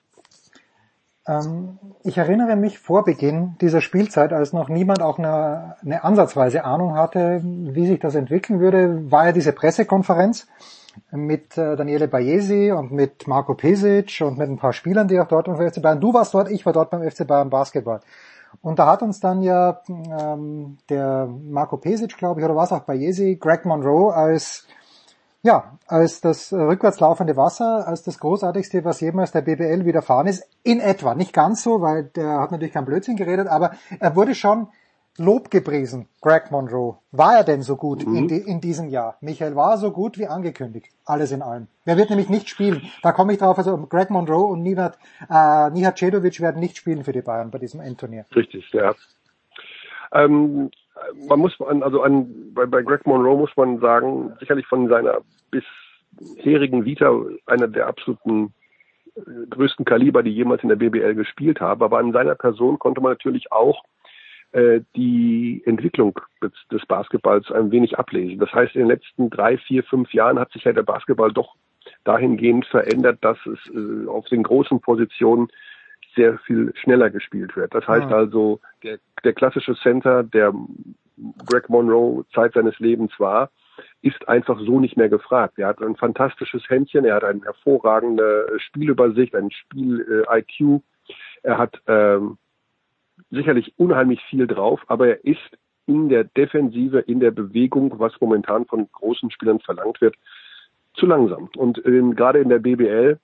Ich erinnere mich vor Beginn dieser Spielzeit, als noch niemand auch eine, eine ansatzweise Ahnung hatte, wie sich das entwickeln würde, war ja diese Pressekonferenz mit äh, Daniele Baiesi und mit Marco Pesic und mit ein paar Spielern, die auch dort beim F C Bayern. Du warst dort, ich war dort beim F C Bayern Basketball. Und da hat uns dann ja ähm, der Marco Pesic, glaube ich, oder war es auch Baiesi, Greg Monroe als Ja, als das rückwärts laufende Wasser, als das Großartigste, was jemals der B B L widerfahren ist, in etwa. Nicht ganz so, weil der hat natürlich kein Blödsinn geredet, aber er wurde schon Lob gepriesen, Greg Monroe. War er denn so gut mhm. in, die, in diesem Jahr? Michael, war er so gut wie angekündigt? Alles in allem. Wer wird nämlich nicht spielen? Da komme ich drauf, also Greg Monroe und Nihat, äh, Nihat Cedovic werden nicht spielen für die Bayern bei diesem Endturnier. Richtig, ja. Ähm, Man muss an, also an, bei, bei Greg Monroe muss man sagen, sicherlich von seiner bisherigen Vita einer der absoluten größten Kaliber, die jemals in der B B L gespielt haben. Aber an seiner Person konnte man natürlich auch äh, die Entwicklung des, des Basketballs ein wenig ablesen. Das heißt, in den letzten drei, vier, fünf Jahren hat sich ja der Basketball doch dahingehend verändert, dass es äh, auf den großen Positionen sehr viel schneller gespielt wird. Das heißt ja. also, der, der klassische Center, der Greg Monroe Zeit seines Lebens war, ist einfach so nicht mehr gefragt. Er hat ein fantastisches Händchen, er hat eine hervorragende Spielübersicht, ein Spiel-I Q. Er hat ähm, sicherlich unheimlich viel drauf, aber er ist in der Defensive, in der Bewegung, was momentan von großen Spielern verlangt wird, zu langsam. Und ähm, gerade in der B B L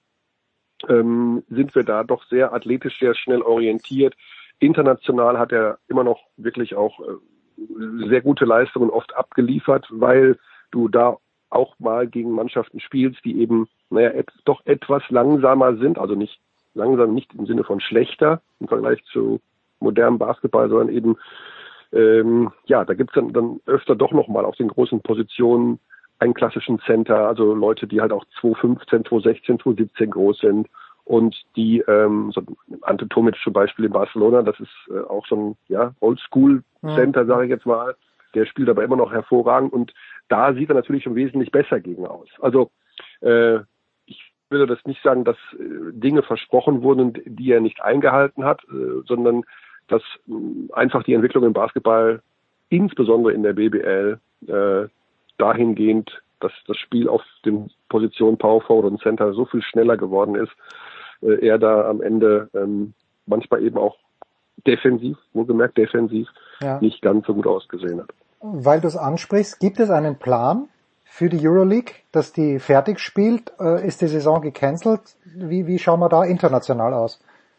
ähm, sind wir da doch sehr athletisch, sehr schnell orientiert. International hat er immer noch wirklich auch äh, sehr gute Leistungen oft abgeliefert, weil du da auch mal gegen Mannschaften spielst, die eben, naja, et- doch etwas langsamer sind, also nicht langsam, nicht im Sinne von schlechter im Vergleich zu modernem Basketball, sondern eben, ähm, ja, da gibt's dann, dann öfter doch nochmal auf den großen Positionen einen klassischen Center, also Leute, die halt auch zwei fünfzehn, zwei sechzehn, zwei siebzehn groß sind und die, ähm, so Ante Tomic zum Beispiel in Barcelona, das ist äh, auch so ein, ja, Oldschool-Center, ja. sage ich jetzt mal, der spielt aber immer noch hervorragend und da sieht er natürlich schon wesentlich besser gegen aus. Also, äh, ich würde das nicht sagen, dass äh, Dinge versprochen wurden, die er nicht eingehalten hat, äh, sondern dass äh, einfach die Entwicklung im Basketball, insbesondere in der B B L, äh, dahingehend, dass das Spiel auf den Positionen Power Forward und Center so viel schneller geworden ist, äh, er da am Ende ähm, manchmal eben auch defensiv, wohlgemerkt defensiv, ja. nicht ganz so gut ausgesehen hat. Weil du es ansprichst, gibt es einen Plan für die Euroleague, dass die fertig spielt? Äh, ist die Saison gecancelt? Wie, wie schauen wir da international aus?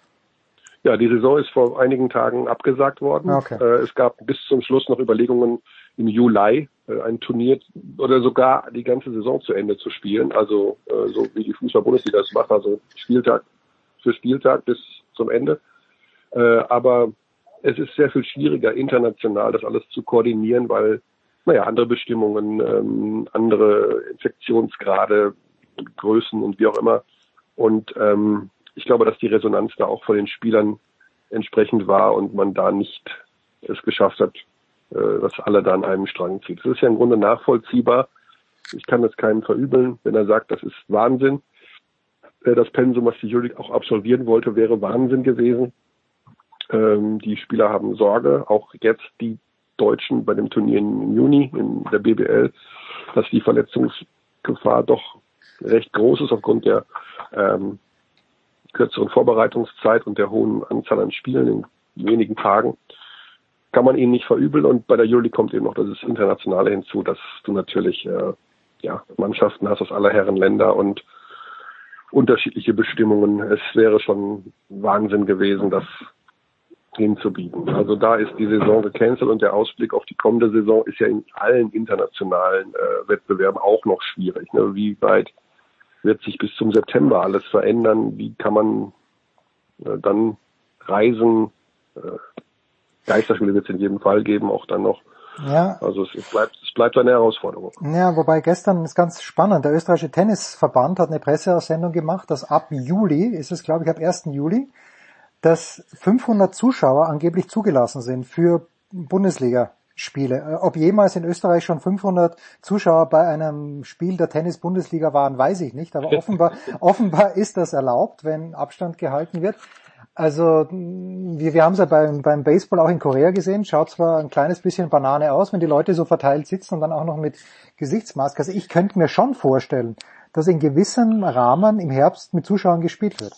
Ja, die Saison ist vor einigen Tagen abgesagt worden. Okay. Äh, es gab bis zum Schluss noch Überlegungen, im Juli äh, ein Turnier oder sogar die ganze Saison zu Ende zu spielen. Also äh, so wie die Fußball-Bundesliga das macht, also Spieltag für Spieltag bis zum Ende. Äh, aber es ist sehr viel schwieriger, international das alles zu koordinieren, weil, naja, andere Bestimmungen, ähm, andere Infektionsgrade, Größen und wie auch immer. Und ähm, ich glaube, dass die Resonanz da auch von den Spielern entsprechend war und man da nicht es geschafft hat, äh, dass alle da an einem Strang ziehen. Das ist ja im Grunde nachvollziehbar. Ich kann das keinem verübeln, wenn er sagt, das ist Wahnsinn. Äh, das Pensum, was die Euroleague auch absolvieren wollte, wäre Wahnsinn gewesen. Ähm, die Spieler haben Sorge, auch jetzt die Deutschen bei dem Turnier im Juni in der B B L, dass die Verletzungsgefahr doch recht groß ist aufgrund der ähm, kürzeren Vorbereitungszeit und der hohen Anzahl an Spielen in wenigen Tagen. Kann man ihnen nicht verübeln und bei der Euroleague kommt eben noch das Internationale hinzu, dass du natürlich äh, ja Mannschaften hast aus aller Herren Länder und unterschiedliche Bestimmungen. Es wäre schon Wahnsinn gewesen, das hinzubieten. Also da ist die Saison gecancelt und der Ausblick auf die kommende Saison ist ja in allen internationalen äh, Wettbewerben auch noch schwierig. Ne? Wie weit wird sich bis zum September alles verändern? Wie kann man äh, dann reisen? Äh, Geisterspiele wird es in jedem Fall geben, auch dann noch. Ja. Also es, es bleibt es bleibt eine Herausforderung. Ja, wobei gestern ist ganz spannend. Der österreichische Tennisverband hat eine Presseaussendung gemacht, dass ab Juli, ist es glaube ich ab ersten Juli, dass fünfhundert Zuschauer angeblich zugelassen sind für Bundesliga-Spiele. Ob jemals in Österreich schon fünfhundert Zuschauer bei einem Spiel der Tennis-Bundesliga waren, weiß ich nicht. Aber offenbar, offenbar ist das erlaubt, wenn Abstand gehalten wird. Also wir, wir haben es ja beim, beim Baseball auch in Korea gesehen. Schaut zwar ein kleines bisschen Banane aus, wenn die Leute so verteilt sitzen und dann auch noch mit Gesichtsmaske. Also ich könnte mir schon vorstellen, dass in gewissem Rahmen im Herbst mit Zuschauern gespielt wird.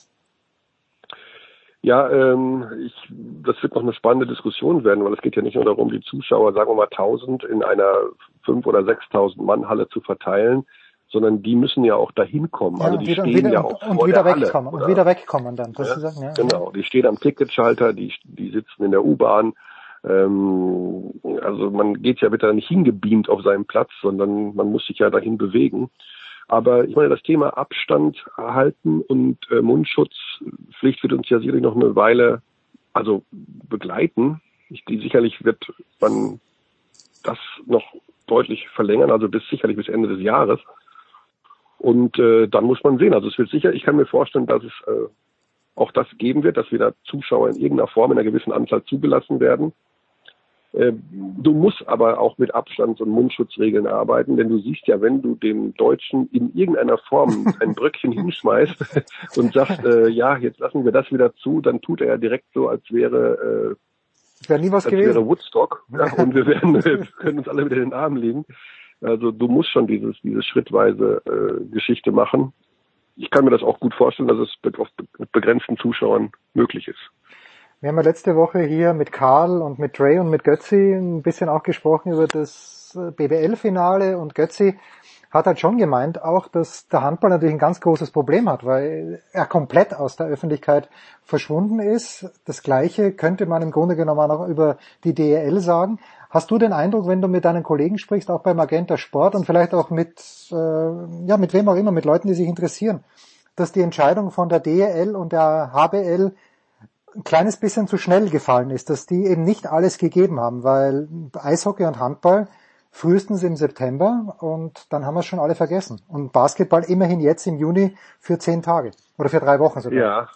Ja, ähm, ich, das wird noch eine spannende Diskussion werden, weil es geht ja nicht nur darum, die Zuschauer, sagen wir mal tausend in einer fünf oder sechstausend Mann Halle zu verteilen, sondern die müssen ja auch dahin kommen. Ja, also die wieder, stehen wieder, ja auch und vor wieder der wegkommen Halle, und wieder wegkommen dann. Ja, sagen, ja. Genau, die stehen am Ticketschalter, die die sitzen in der U-Bahn. Ähm, also man geht ja bitte nicht hingebeamt auf seinen Platz, sondern man muss sich ja dahin bewegen. Aber ich meine, das Thema Abstand halten und äh, Mundschutzpflicht wird uns ja sicherlich noch eine Weile also begleiten. Ich, die, sicherlich wird man das noch deutlich verlängern, also bis sicherlich bis Ende des Jahres. Und äh, dann muss man sehen. Also es wird sicher, ich kann mir vorstellen, dass es äh, auch das geben wird, dass wieder Zuschauer in irgendeiner Form in einer gewissen Anzahl zugelassen werden. Du musst aber auch mit Abstands- und Mundschutzregeln arbeiten, denn du siehst ja, wenn du dem Deutschen in irgendeiner Form ein Bröckchen hinschmeißt und sagst, äh, ja, jetzt lassen wir das wieder zu, dann tut er ja direkt so, als wäre, äh, wäre nie was als gewesen. wäre Woodstock, ja, und wir werden, wir können uns alle wieder in den Arm legen. Also du musst schon dieses, diese schrittweise äh, Geschichte machen. Ich kann mir das auch gut vorstellen, dass es mit, mit begrenzten Zuschauern möglich ist. Wir haben ja letzte Woche hier mit Karl und mit Dre und mit Götzi ein bisschen auch gesprochen über das B B L-Finale, und Götzi hat halt schon gemeint auch, dass der Handball natürlich ein ganz großes Problem hat, weil er komplett aus der Öffentlichkeit verschwunden ist. Das Gleiche könnte man im Grunde genommen auch über die D E L sagen. Hast du den Eindruck, wenn du mit deinen Kollegen sprichst, auch bei Magenta Sport und vielleicht auch mit, äh, ja, mit wem auch immer, mit Leuten, die sich interessieren, dass die Entscheidung von der D E L und der H B L ein kleines bisschen zu schnell gefallen ist, dass die eben nicht alles gegeben haben, weil Eishockey und Handball frühestens im September, und dann haben wir es schon alle vergessen. Und Basketball immerhin jetzt im Juni für zehn Tage oder für drei Wochen sogar. Ja.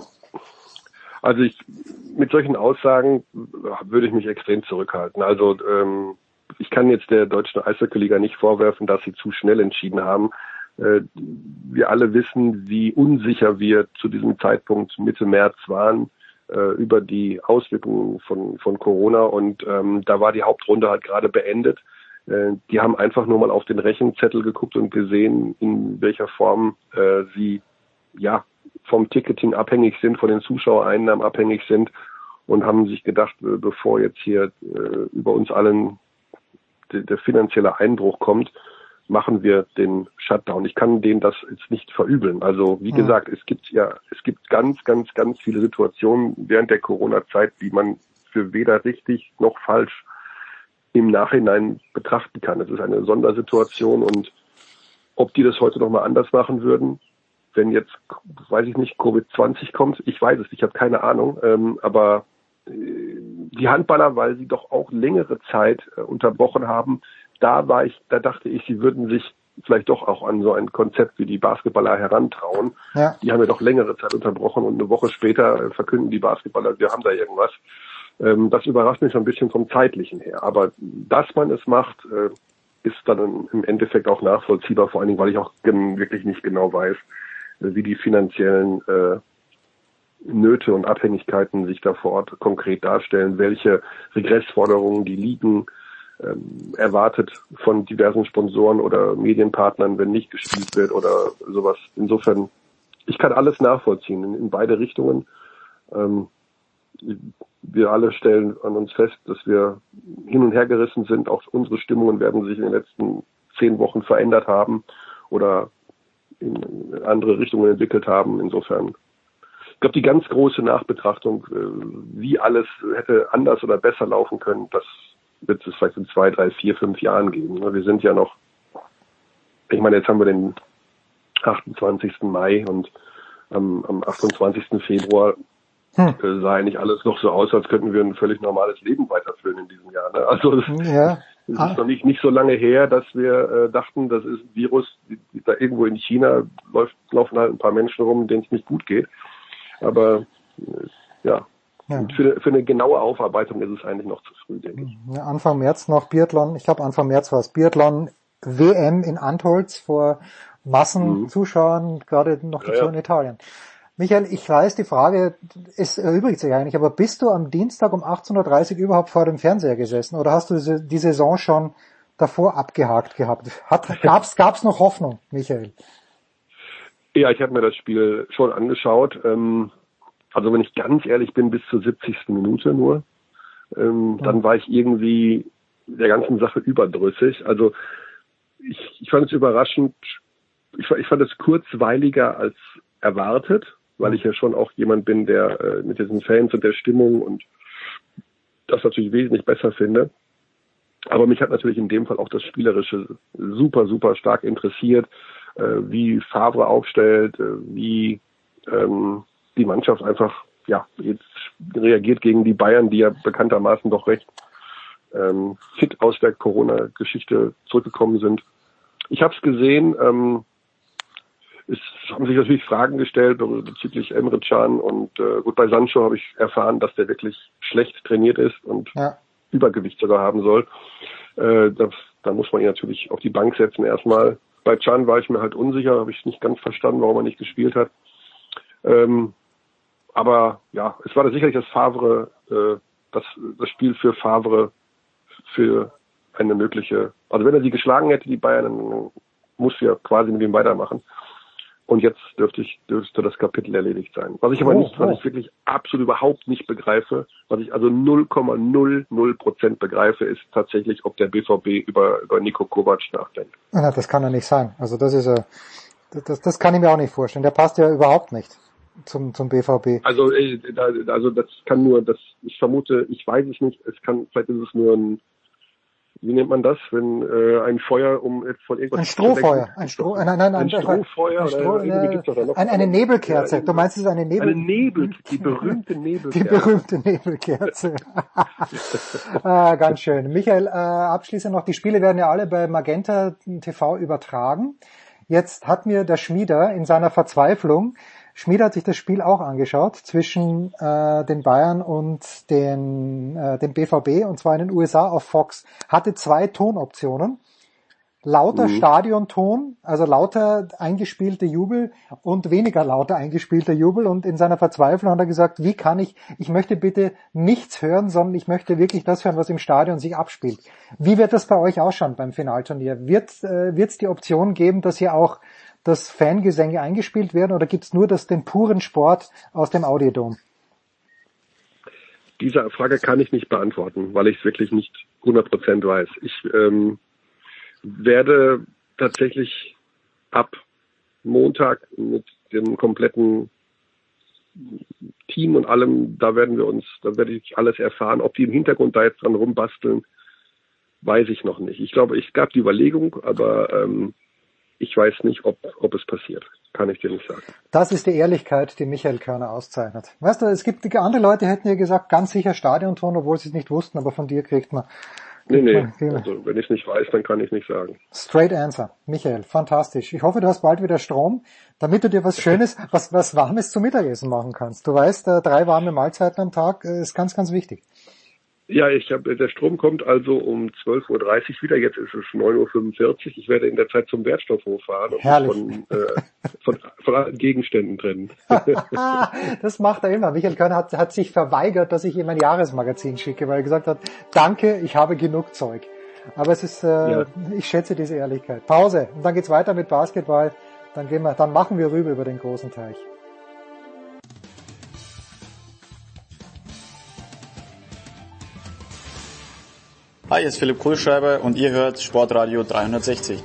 Also ich, mit solchen Aussagen würde ich mich extrem zurückhalten. Also ähm, ich kann jetzt der deutschen Eishockey-Liga nicht vorwerfen, dass sie zu schnell entschieden haben. Äh, wir alle wissen, wie unsicher wir zu diesem Zeitpunkt Mitte März waren äh, über die Auswirkungen von, von Corona, und ähm, da war die Hauptrunde halt gerade beendet. Äh, die haben einfach nur mal auf den Rechenzettel geguckt und gesehen, in welcher Form äh, sie ja vom Ticketing abhängig sind, von den Zuschauereinnahmen abhängig sind, und haben sich gedacht, bevor jetzt hier äh, über uns allen de, der finanzielle Einbruch kommt, machen wir den Shutdown. Ich kann denen das jetzt nicht verübeln. Also wie ja. gesagt, es gibt ja, es gibt ganz, ganz, ganz viele Situationen während der Corona-Zeit, die man für weder richtig noch falsch im Nachhinein betrachten kann. Es ist eine Sondersituation, und ob die das heute nochmal anders machen würden, wenn jetzt, weiß ich nicht, Covid zwanzig kommt, ich weiß es nicht, ich habe keine Ahnung, ähm, aber äh, die Handballer, weil sie doch auch längere Zeit äh, unterbrochen haben, da war ich, da dachte ich, sie würden sich vielleicht doch auch an so ein Konzept wie die Basketballer herantrauen. Ja. Die haben ja doch längere Zeit unterbrochen, und eine Woche später äh, verkünden die Basketballer, wir haben da irgendwas. Ähm, das überrascht mich schon ein bisschen vom Zeitlichen her, aber dass man es macht, äh, ist dann im Endeffekt auch nachvollziehbar, vor allen Dingen, weil ich auch gen- wirklich nicht genau weiß, wie die finanziellen äh, Nöte und Abhängigkeiten sich da vor Ort konkret darstellen, welche Regressforderungen die Ligen ähm, erwartet von diversen Sponsoren oder Medienpartnern, wenn nicht gespielt wird oder sowas. Insofern, ich kann alles nachvollziehen in, in beide Richtungen. Ähm, wir alle stellen an uns fest, dass wir hin und her gerissen sind. Auch unsere Stimmungen werden sich in den letzten zehn Wochen verändert haben oder in andere Richtungen entwickelt haben. Insofern, ich glaube, die ganz große Nachbetrachtung, wie alles hätte anders oder besser laufen können, das wird es vielleicht in zwei, drei, vier, fünf Jahren geben. Wir sind ja noch, ich meine, jetzt haben wir den achtundzwanzigsten Mai, und am, am achtundzwanzigsten Februar hm. sah eigentlich alles noch so aus, als könnten wir ein völlig normales Leben weiterführen in diesem Jahr. Ne? Also das, ja. Es ah. ist noch nicht, nicht so lange her, dass wir äh, dachten, das ist ein Virus, die, die, da irgendwo in China läuft, laufen halt ein paar Menschen rum, denen es nicht gut geht. Aber äh, ja, ja. Für, für eine genaue Aufarbeitung ist es eigentlich noch zu früh, denke ich. Ja, Anfang März noch Biathlon, ich glaube Anfang März war es Biathlon W M in Antholz vor Massenzuschauern, mhm. gerade noch dazu ja, ja. in Italien. Michael, ich weiß, die Frage, es erübrigt sich eigentlich, aber bist du am Dienstag um achtzehn Uhr dreißig überhaupt vor dem Fernseher gesessen, oder hast du die Saison schon davor abgehakt gehabt? Hat, gab's, gab's noch Hoffnung, Michael? Ja, ich habe mir das Spiel schon angeschaut. Also wenn ich ganz ehrlich bin, bis zur siebzigsten Minute nur. Dann mhm. war ich irgendwie der ganzen Sache überdrüssig. Also ich, ich fand es überraschend. Ich, ich fand es kurzweiliger als erwartet, weil ich ja schon auch jemand bin, der äh, mit diesen Fans und der Stimmung und das natürlich wesentlich besser finde. Aber mich hat natürlich in dem Fall auch das Spielerische super, super stark interessiert, äh, wie Favre aufstellt, äh, wie ähm, die Mannschaft einfach ja jetzt reagiert gegen die Bayern, die ja bekanntermaßen doch recht ähm, fit aus der Corona-Geschichte zurückgekommen sind. Ich habe es gesehen, ähm, es haben sich natürlich Fragen gestellt bezüglich Emre Can, und äh, gut, bei Sancho habe ich erfahren, dass der wirklich schlecht trainiert ist und ja. Übergewicht sogar haben soll. Äh, das, da muss man ihn natürlich auf die Bank setzen erstmal. Bei Can war ich mir halt unsicher, habe ich nicht ganz verstanden, warum er nicht gespielt hat. Ähm, aber ja, es war sicherlich das Favre, äh, das, das Spiel für Favre für eine mögliche, also wenn er sie geschlagen hätte, die Bayern, dann muss er quasi mit ihm weitermachen. Und jetzt dürfte ich, dürfte das Kapitel erledigt sein. Was ich aber oh, nicht, was oh. ich wirklich absolut überhaupt nicht begreife, was ich also null Komma null null Prozent begreife, ist tatsächlich, ob der B V B über, über Niko Kovac nachdenkt. Ja, das kann er nicht sagen. Also das ist, das, das kann ich mir auch nicht vorstellen. Der passt ja überhaupt nicht zum, zum B V B. Also, also das kann nur, das, ich vermute, ich weiß es nicht, es kann, vielleicht ist es nur ein, wie nennt man das, wenn äh, ein Feuer um jetzt von irgendwas ein Strohfeuer, ein Stroh, nein, nein, ein, ein Strohfeuer, ein Stroh, oder irgendwie gibt's doch da noch ein, eine Nebelkerze. Du meinst, es ist eine Nebel? Eine Nebel, die berühmte Nebelkerze. Die berühmte Nebelkerze. ah, ganz schön. Michael, äh, abschließend noch: Die Spiele werden ja alle bei Magenta T V übertragen. Jetzt hat mir der Schmieder in seiner Verzweiflung Schmieder hat sich das Spiel auch angeschaut zwischen äh, den Bayern und den, äh, dem B V B, und zwar in den U S A auf Fox. Hatte zwei Tonoptionen. Lauter mhm. Stadionton, also lauter eingespielte Jubel und weniger lauter eingespielter Jubel. Und in seiner Verzweiflung hat er gesagt, wie kann ich, ich möchte bitte nichts hören, sondern ich möchte wirklich das hören, was im Stadion sich abspielt. Wie wird das bei euch ausschauen beim Finalturnier? Wird äh, wird's die Option geben, dass hier auch das Fangesänge eingespielt werden, oder gibt's nur das, den puren Sport aus dem Audiodom? Diese Frage kann ich nicht beantworten, weil ich es wirklich nicht hundert Prozent weiß. Ich ähm, werde tatsächlich ab Montag mit dem kompletten Team und allem, da werden wir uns, da werde ich alles erfahren. Ob die im Hintergrund da jetzt dran rumbasteln, weiß ich noch nicht. Ich glaube, es gab die Überlegung, aber ähm, ich weiß nicht, ob, ob es passiert. Kann ich dir nicht sagen. Das ist die Ehrlichkeit, die Michael Körner auszeichnet. Weißt du, es gibt andere Leute, hätten ja gesagt, ganz sicher Stadionton, obwohl sie es nicht wussten, aber von dir kriegt man... Nee, nee, also wenn ich es nicht weiß, dann kann ich nicht sagen. Straight answer. Michael, fantastisch. Ich hoffe, du hast bald wieder Strom, damit du dir was Schönes, was, was Warmes zum Mittagessen machen kannst. Du weißt, äh, drei warme Mahlzeiten am Tag äh, ist ganz, ganz wichtig. Ja, ich habe, der Strom kommt also um zwölf Uhr dreißig wieder, jetzt ist es neun Uhr fünfundvierzig. Ich werde in der Zeit zum Wertstoffhof fahren und Herrlich. von, äh, von, von allen Gegenständen trennen. Das macht er immer. Michael Körner hat, hat sich verweigert, dass ich ihm ein Jahresmagazin schicke, weil er gesagt hat, danke, ich habe genug Zeug. Aber es ist, äh, ja. ich schätze diese Ehrlichkeit. Pause. Und dann geht's weiter mit Basketball. Dann gehen wir, dann machen wir rüber über den großen Teich. Hi, hier ist Philipp Kohlschreiber und ihr hört Sportradio dreihundertsechzig.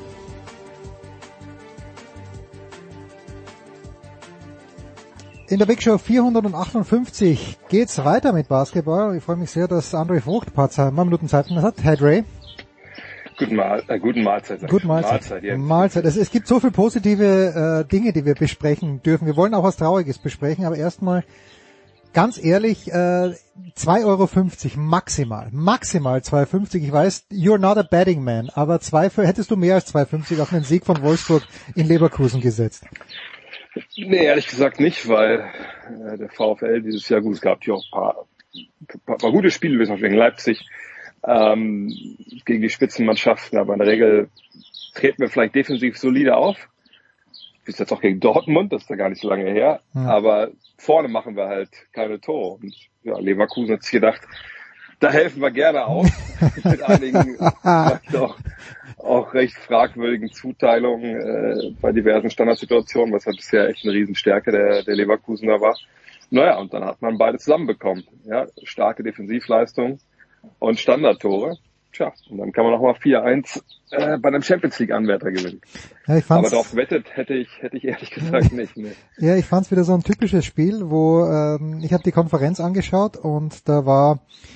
In der Big Show vierhundertachtundfünfzig geht's weiter mit Basketball. Ich freue mich sehr, dass André Vogt ein paar Minuten Zeit hat. Hey Dre. Guten, Mahl, äh, guten Mahlzeit. Guten Mahlzeit. Mahlzeit, ja. Mahlzeit. Es, es gibt so viele positive äh, Dinge, die wir besprechen dürfen. Wir wollen auch was Trauriges besprechen, aber erstmal ganz ehrlich, äh, zwei Euro fünfzig maximal, maximal zwei Euro fünfzig. Ich weiß, you're not a betting man, aber zwei, hättest du mehr als zwei Euro fünfzig auf einen Sieg von Wolfsburg in Leverkusen gesetzt? Nee, ehrlich gesagt nicht, weil äh, der VfL dieses Jahr, gut, es gab ja auch ein paar, paar, paar gute Spiele, wie zum Beispiel gegen Leipzig, ähm, gegen die Spitzenmannschaften, aber in der Regel treten wir vielleicht defensiv solide auf. Bis jetzt auch gegen Dortmund, das ist ja gar nicht so lange her, ja. Aber vorne machen wir halt keine Tore. Und ja, Leverkusen hat sich gedacht, da helfen wir gerne auf, mit einigen vielleicht auch, auch recht fragwürdigen Zuteilungen äh, bei diversen Standardsituationen, was ja bisher echt eine Riesenstärke der, der Leverkusener war. Naja, und dann hat man beide zusammenbekommen. Ja, starke Defensivleistung und Standardtore. Tja, und dann kann man noch mal vier eins äh, bei einem Champions-League-Anwärter gewinnen. Ja, ich fand's, aber darauf gewettet hätte ich hätte ich ehrlich gesagt nicht. Nee. Ja, ich fand's wieder so ein typisches Spiel, wo ähm, ich habe die Konferenz angeschaut und da war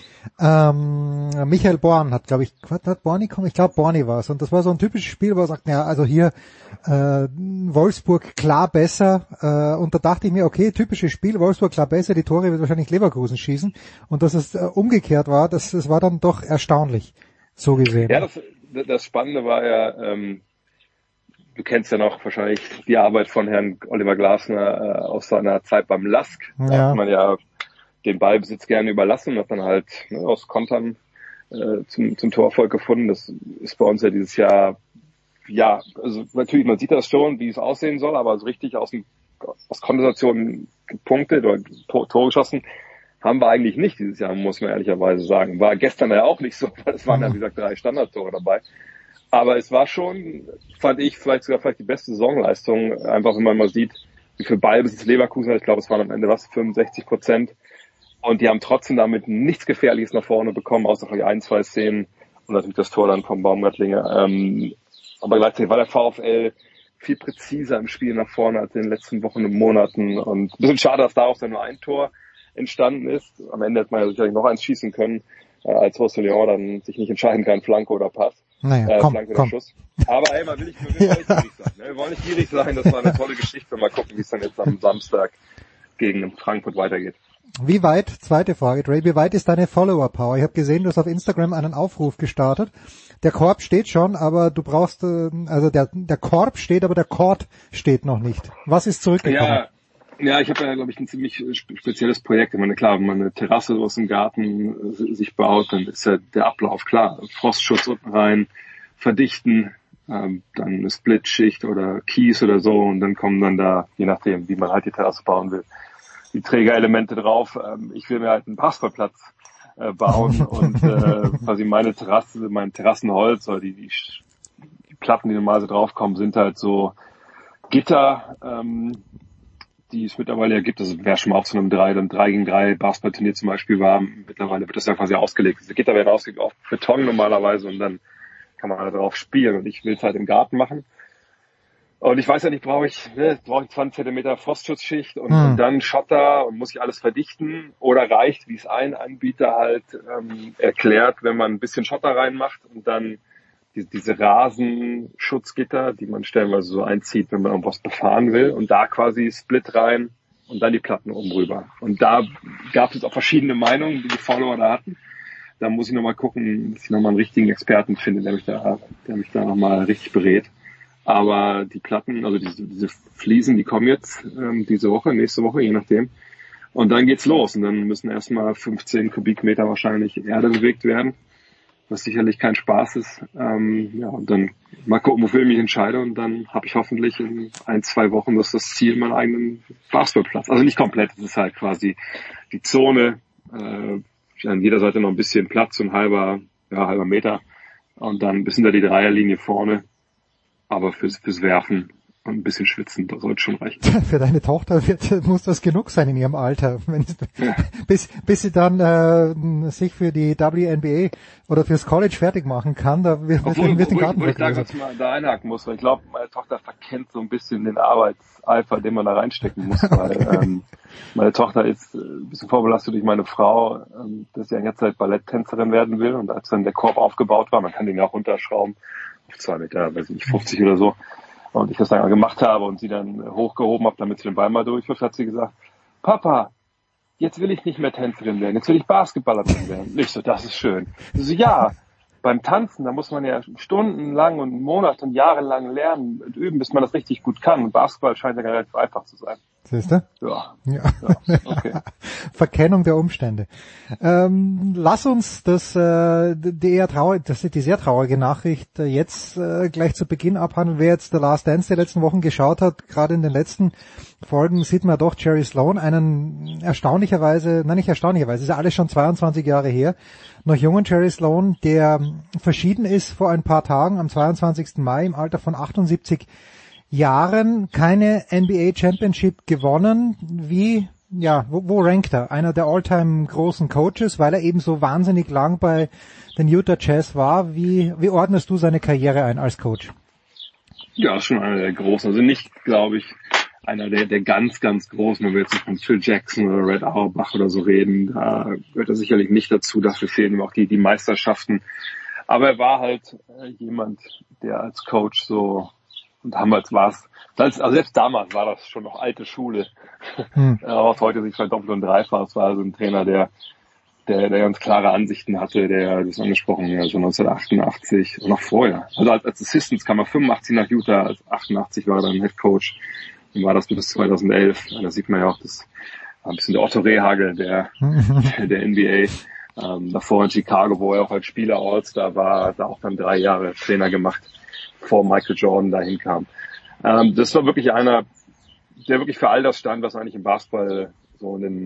ähm, Michael Born hat, glaube ich, hat Borny kommen? Ich glaube Borny war's, und das war so ein typisches Spiel, wo er sagt, ja, also hier äh, Wolfsburg klar besser, äh, und da dachte ich mir, okay, typisches Spiel, Wolfsburg klar besser, die Tore wird wahrscheinlich Leverkusen schießen, und dass es äh, umgekehrt war, das, das war dann doch erstaunlich, so gesehen. Ja, das, das Spannende war ja, ähm, du kennst ja noch wahrscheinlich die Arbeit von Herrn Oliver Glasner äh, aus seiner Zeit beim Lask. Da ja. hat man ja den Ballbesitz gerne überlassen und hat dann halt ne, aus Kontern äh, zum, zum Torerfolg gefunden. Das ist bei uns ja dieses Jahr, ja, also natürlich, man sieht das schon, wie es aussehen soll, aber so richtig aus, dem, aus Kontersationen gepunktet oder Tor, Tor geschossen haben wir eigentlich nicht dieses Jahr, muss man ehrlicherweise sagen. War gestern ja auch nicht so, weil es waren ja, wie gesagt, drei Standardtore dabei. Aber es war schon, fand ich, vielleicht sogar vielleicht die beste Saisonleistung, einfach wenn man mal sieht, wie viel Ballbesitz Leverkusen hat. Ich glaube, es waren am Ende was, fünfundsechzig Prozent. Und die haben trotzdem damit nichts Gefährliches nach vorne bekommen, außer vielleicht ein, zwei Szenen und natürlich das Tor dann vom Baumgartlinger. Ähm, aber gleichzeitig war der VfL viel präziser im Spiel nach vorne als in den letzten Wochen und Monaten. Und ein bisschen schade, dass daraus dann nur ein Tor entstanden ist. Am Ende hätte man ja sicherlich noch eins schießen können, äh, als Roussillon dann sich nicht entscheiden kann, Flanke oder Pass. Naja, äh, komm, Flanke komm. oder Schuss. Aber ey, man will nicht, wir wollen nicht gierig sein. Ne? Wir wollen nicht gierig sein, das war eine tolle Geschichte. Mal gucken, wie es dann jetzt am Samstag gegen Frankfurt weitergeht. Wie weit, zweite Frage, Dre, wie weit ist deine Follower-Power? Ich habe gesehen, du hast auf Instagram einen Aufruf gestartet. Der Korb steht schon, aber du brauchst, äh, also der, der Korb steht, aber der Court steht noch nicht. Was ist zurückgekommen? Ja, ja, ich habe ja, glaube ich, ein ziemlich spezielles Projekt. Ich meine, klar, wenn man eine Terrasse aus dem Garten äh, sich baut, dann ist ja der Ablauf klar. Frostschutz unten rein, verdichten, ähm, dann eine Splitschicht oder Kies oder so und dann kommen dann da, je nachdem, wie man halt die Terrasse bauen will, die Trägerelemente drauf. Ähm, ich will mir halt einen Basketballplatz äh, bauen und äh, quasi meine Terrasse, mein Terrassenholz oder die, die, die Platten, die normal so draufkommen, sind halt so Gitter, ähm, die es mittlerweile ja gibt. Also wer schon mal auf so einem drei, dann drei gegen drei Basketballturnier zum Beispiel war, mittlerweile wird das ja quasi ausgelegt. Diese Gitter werden ausgelegt auf Beton normalerweise und dann kann man da drauf spielen und ich will es halt im Garten machen. Und ich weiß ja nicht, brauche ich, ne, brauche ich zwanzig Zentimeter Frostschutzschicht und, Hm. und dann Schotter und muss ich alles verdichten oder reicht, wie es ein Anbieter halt ähm, erklärt, wenn man ein bisschen Schotter reinmacht und dann die, diese Rasenschutzgitter, die man stellenweise so einzieht, wenn man irgendwas befahren will und da quasi Split rein und dann die Platten oben rüber. Und da gab es auch verschiedene Meinungen, die die Follower da hatten. Da muss ich nochmal gucken, dass ich nochmal einen richtigen Experten finde, der mich da, der mich da nochmal richtig berät. Aber die Platten, also diese, diese Fliesen, die kommen jetzt ähm, diese Woche, nächste Woche, je nachdem. Und dann geht's los. Und dann müssen erstmal fünfzehn Kubikmeter wahrscheinlich Erde bewegt werden, was sicherlich kein Spaß ist. Ähm, ja, und dann mal gucken, wofür ich mich entscheide. Und dann habe ich hoffentlich in ein, zwei Wochen das, das Ziel, meinen eigenen Basketballplatz. Also nicht komplett, es ist halt quasi die Zone, äh, an jeder Seite noch ein bisschen Platz, so ein halber, ja, halber Meter. Und dann bis hinter die Dreierlinie vorne. Aber fürs, fürs Werfen und ein bisschen schwitzen, das sollte schon reichen. Für deine Tochter wird, muss das genug sein in ihrem Alter. Wenn es, ja. bis, bis sie dann äh, sich für die W N B A oder fürs College fertig machen kann, da wird, Obwohl, wird den Garten wo ich da kurz mal da einhaken muss, weil ich glaube, meine Tochter verkennt so ein bisschen den Arbeitseifer, den man da reinstecken muss, weil okay. ähm, meine Tochter ist äh, ein bisschen vorbelastet durch meine Frau, ähm, dass sie in der Zeit Balletttänzerin werden will und als dann der Korb aufgebaut war, man kann den ja auch runterschrauben, auf zwei Meter, weiß ich nicht, fünfzig oder so. Und ich das dann gemacht habe und sie dann hochgehoben habe, damit sie den Ball mal durchwirft, hat sie gesagt, Papa, jetzt will ich nicht mehr Tänzerin werden, jetzt will ich Basketballerin werden. Ich so, das ist schön. Sie so, ja, beim Tanzen, da muss man ja stundenlang und Monate und Jahre lang lernen und üben, bis man das richtig gut kann. Und Basketball scheint ja relativ einfach zu sein. Siehst du? Ja. ja. ja okay. Verkennung der Umstände. Ähm, lass uns das, äh, die eher traurig, das ist die sehr traurige Nachricht äh, jetzt äh, gleich zu Beginn abhandeln. Wer jetzt The Last Dance der letzten Wochen geschaut hat, gerade in den letzten Folgen sieht man doch Jerry Sloan, einen erstaunlicherweise, nein nicht erstaunlicherweise, ist ja alles schon zweiundzwanzig Jahre her, noch jungen Jerry Sloan, der verschieden ist vor ein paar Tagen am zweiundzwanzigsten Mai im Alter von achtundsiebzig Jahren, keine N B A Championship gewonnen. Wie, ja, wo, wo rankt er? Einer der all-time großen Coaches, weil er eben so wahnsinnig lang bei den Utah Jazz war. Wie, wie ordnest du seine Karriere ein als Coach? Ja, schon einer der großen. Also nicht, glaube ich, einer der, der ganz, ganz großen, wenn wir jetzt nicht von Phil Jackson oder Red Auerbach oder so reden. Da gehört er sicherlich nicht dazu. Dafür fehlen ihm auch die, die Meisterschaften. Aber er war halt äh, jemand, der als Coach so, und damals war es, also selbst damals war das schon noch alte Schule. Hm. Auch heute sich vielleicht doppelt und dreifach. Es war also ein Trainer, der, der, der ganz klare Ansichten hatte, der, das angesprochen, ja, so neunzehnhundertachtundachtzig, und noch vorher. Also als, als Assistant kam er fünfundachtzig nach Utah, als achtundachtzig war er dann Head Coach. Dann war das bis zweitausendelf. Da sieht man ja auch, das war ein bisschen der Otto Rehhagel der, der, der N B A. Ähm, davor in Chicago, wo er auch als Spieler All-Star war, da auch dann drei Jahre Trainer gemacht, bevor Michael Jordan dahin kam. Ähm, das war wirklich einer, der wirklich für all das stand, was eigentlich im Basketball so in den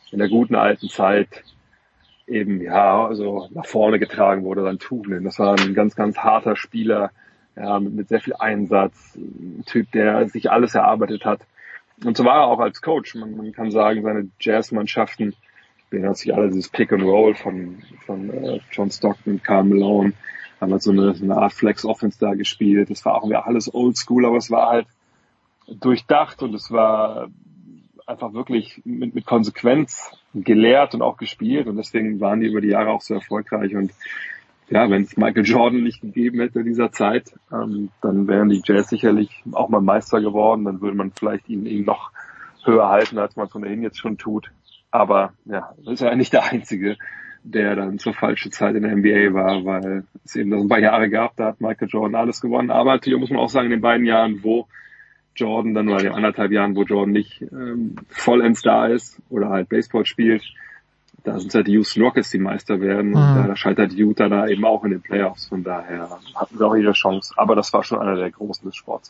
in der guten alten Zeit eben, ja, also nach vorne getragen wurde, dann Tugenden. Das war ein ganz, ganz harter Spieler, ja, mit, mit sehr viel Einsatz, ein Typ, der sich alles erarbeitet hat. Und so war er auch als Coach. Man, man kann sagen, seine Jazz-Mannschaften, denen hat sich alle dieses Pick and Roll von, von äh, John Stockton, Karl Malone, haben halt so eine, so eine Art Flex-Offense da gespielt. Das war auch wieder alles Oldschool, aber es war halt durchdacht und es war einfach wirklich mit, mit Konsequenz gelehrt und auch gespielt und deswegen waren die über die Jahre auch so erfolgreich und ja, wenn es Michael Jordan nicht gegeben hätte in dieser Zeit, ähm, dann wären die Jazz sicherlich auch mal Meister geworden, dann würde man vielleicht ihn, ihn noch höher halten, als man es ohnehin jetzt schon tut. Aber ja, das ist ja nicht der Einzige, der dann zur falschen Zeit in der N B A war, weil es eben das ein paar Jahre gab, da hat Michael Jordan alles gewonnen. Aber natürlich muss man auch sagen, in den beiden Jahren, wo Jordan dann, oder in den anderthalb Jahren, wo Jordan nicht ähm, vollends da ist oder halt Baseball spielt, da sind es halt die Houston Rockets, die Meister werden. Mhm. Und da scheitert Utah da eben auch in den Playoffs. Von daher hatten sie auch ihre Chance. Aber das war schon einer der Großen des Sports.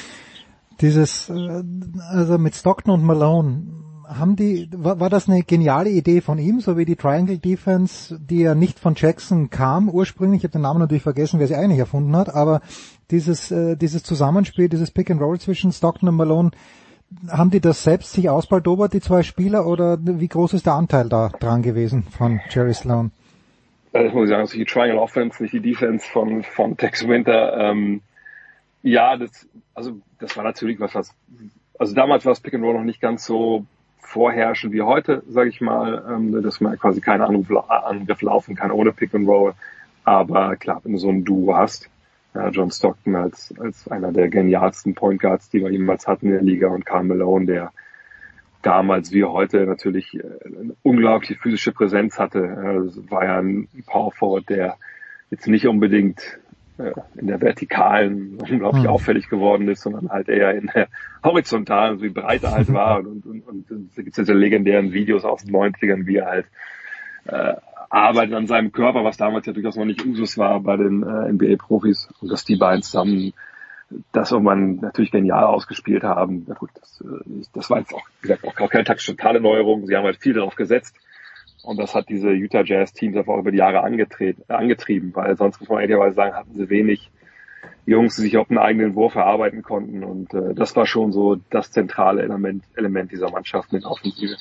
Dieses, also mit Stockton und Malone, haben die, war, war das eine geniale Idee von ihm, so wie die Triangle Defense, die ja nicht von Jackson kam ursprünglich? Ich habe den Namen natürlich vergessen, wer sie eigentlich erfunden hat, aber dieses, äh, dieses Zusammenspiel, dieses Pick and Roll zwischen Stockton und Malone, haben die das selbst sich ausbaldobert, die zwei Spieler, oder wie groß ist der Anteil da dran gewesen von Jerry Sloan? Also ich muss sagen, also die Triangle Offense, nicht die Defense von, von Tex Winter, ähm, ja, das, also, das war natürlich was, was, also damals war das Pick and Roll noch nicht ganz so vorherrschend wie heute, sage ich mal, ähm, dass man quasi keinen Angriff, Angriff laufen kann ohne Pick and Roll. Aber klar, wenn du so ein Duo hast, ja, John Stockton als als einer der genialsten Point Guards, die wir jemals hatten in der Liga, und Karl Malone, der damals wie heute natürlich eine unglaubliche physische Präsenz hatte. Das war ja ein Power Forward, der jetzt nicht unbedingt in der Vertikalen unglaublich mhm. auffällig geworden ist, sondern halt eher in der Horizontalen, so wie breit er halt war. Und, und, und, und da gibt es ja legendären Videos aus den neunzigern, wie er halt äh, arbeitet an seinem Körper, was damals ja durchaus noch nicht Usus war bei den äh, N B A-Profis. Und dass die beiden zusammen das irgendwann natürlich genial ausgespielt haben. Na gut, das, das war jetzt auch, wie gesagt, auch keine taktische totale Neuerung. Sie haben halt viel darauf gesetzt. Und das hat diese Utah Jazz Teams einfach über die Jahre angetreten, angetrieben, weil sonst muss man ehrlicherweise sagen, hatten sie wenig Jungs, die sich auf einen eigenen Wurf erarbeiten konnten. Und äh, das war schon so das zentrale Element, Element dieser Mannschaft in der Offensive.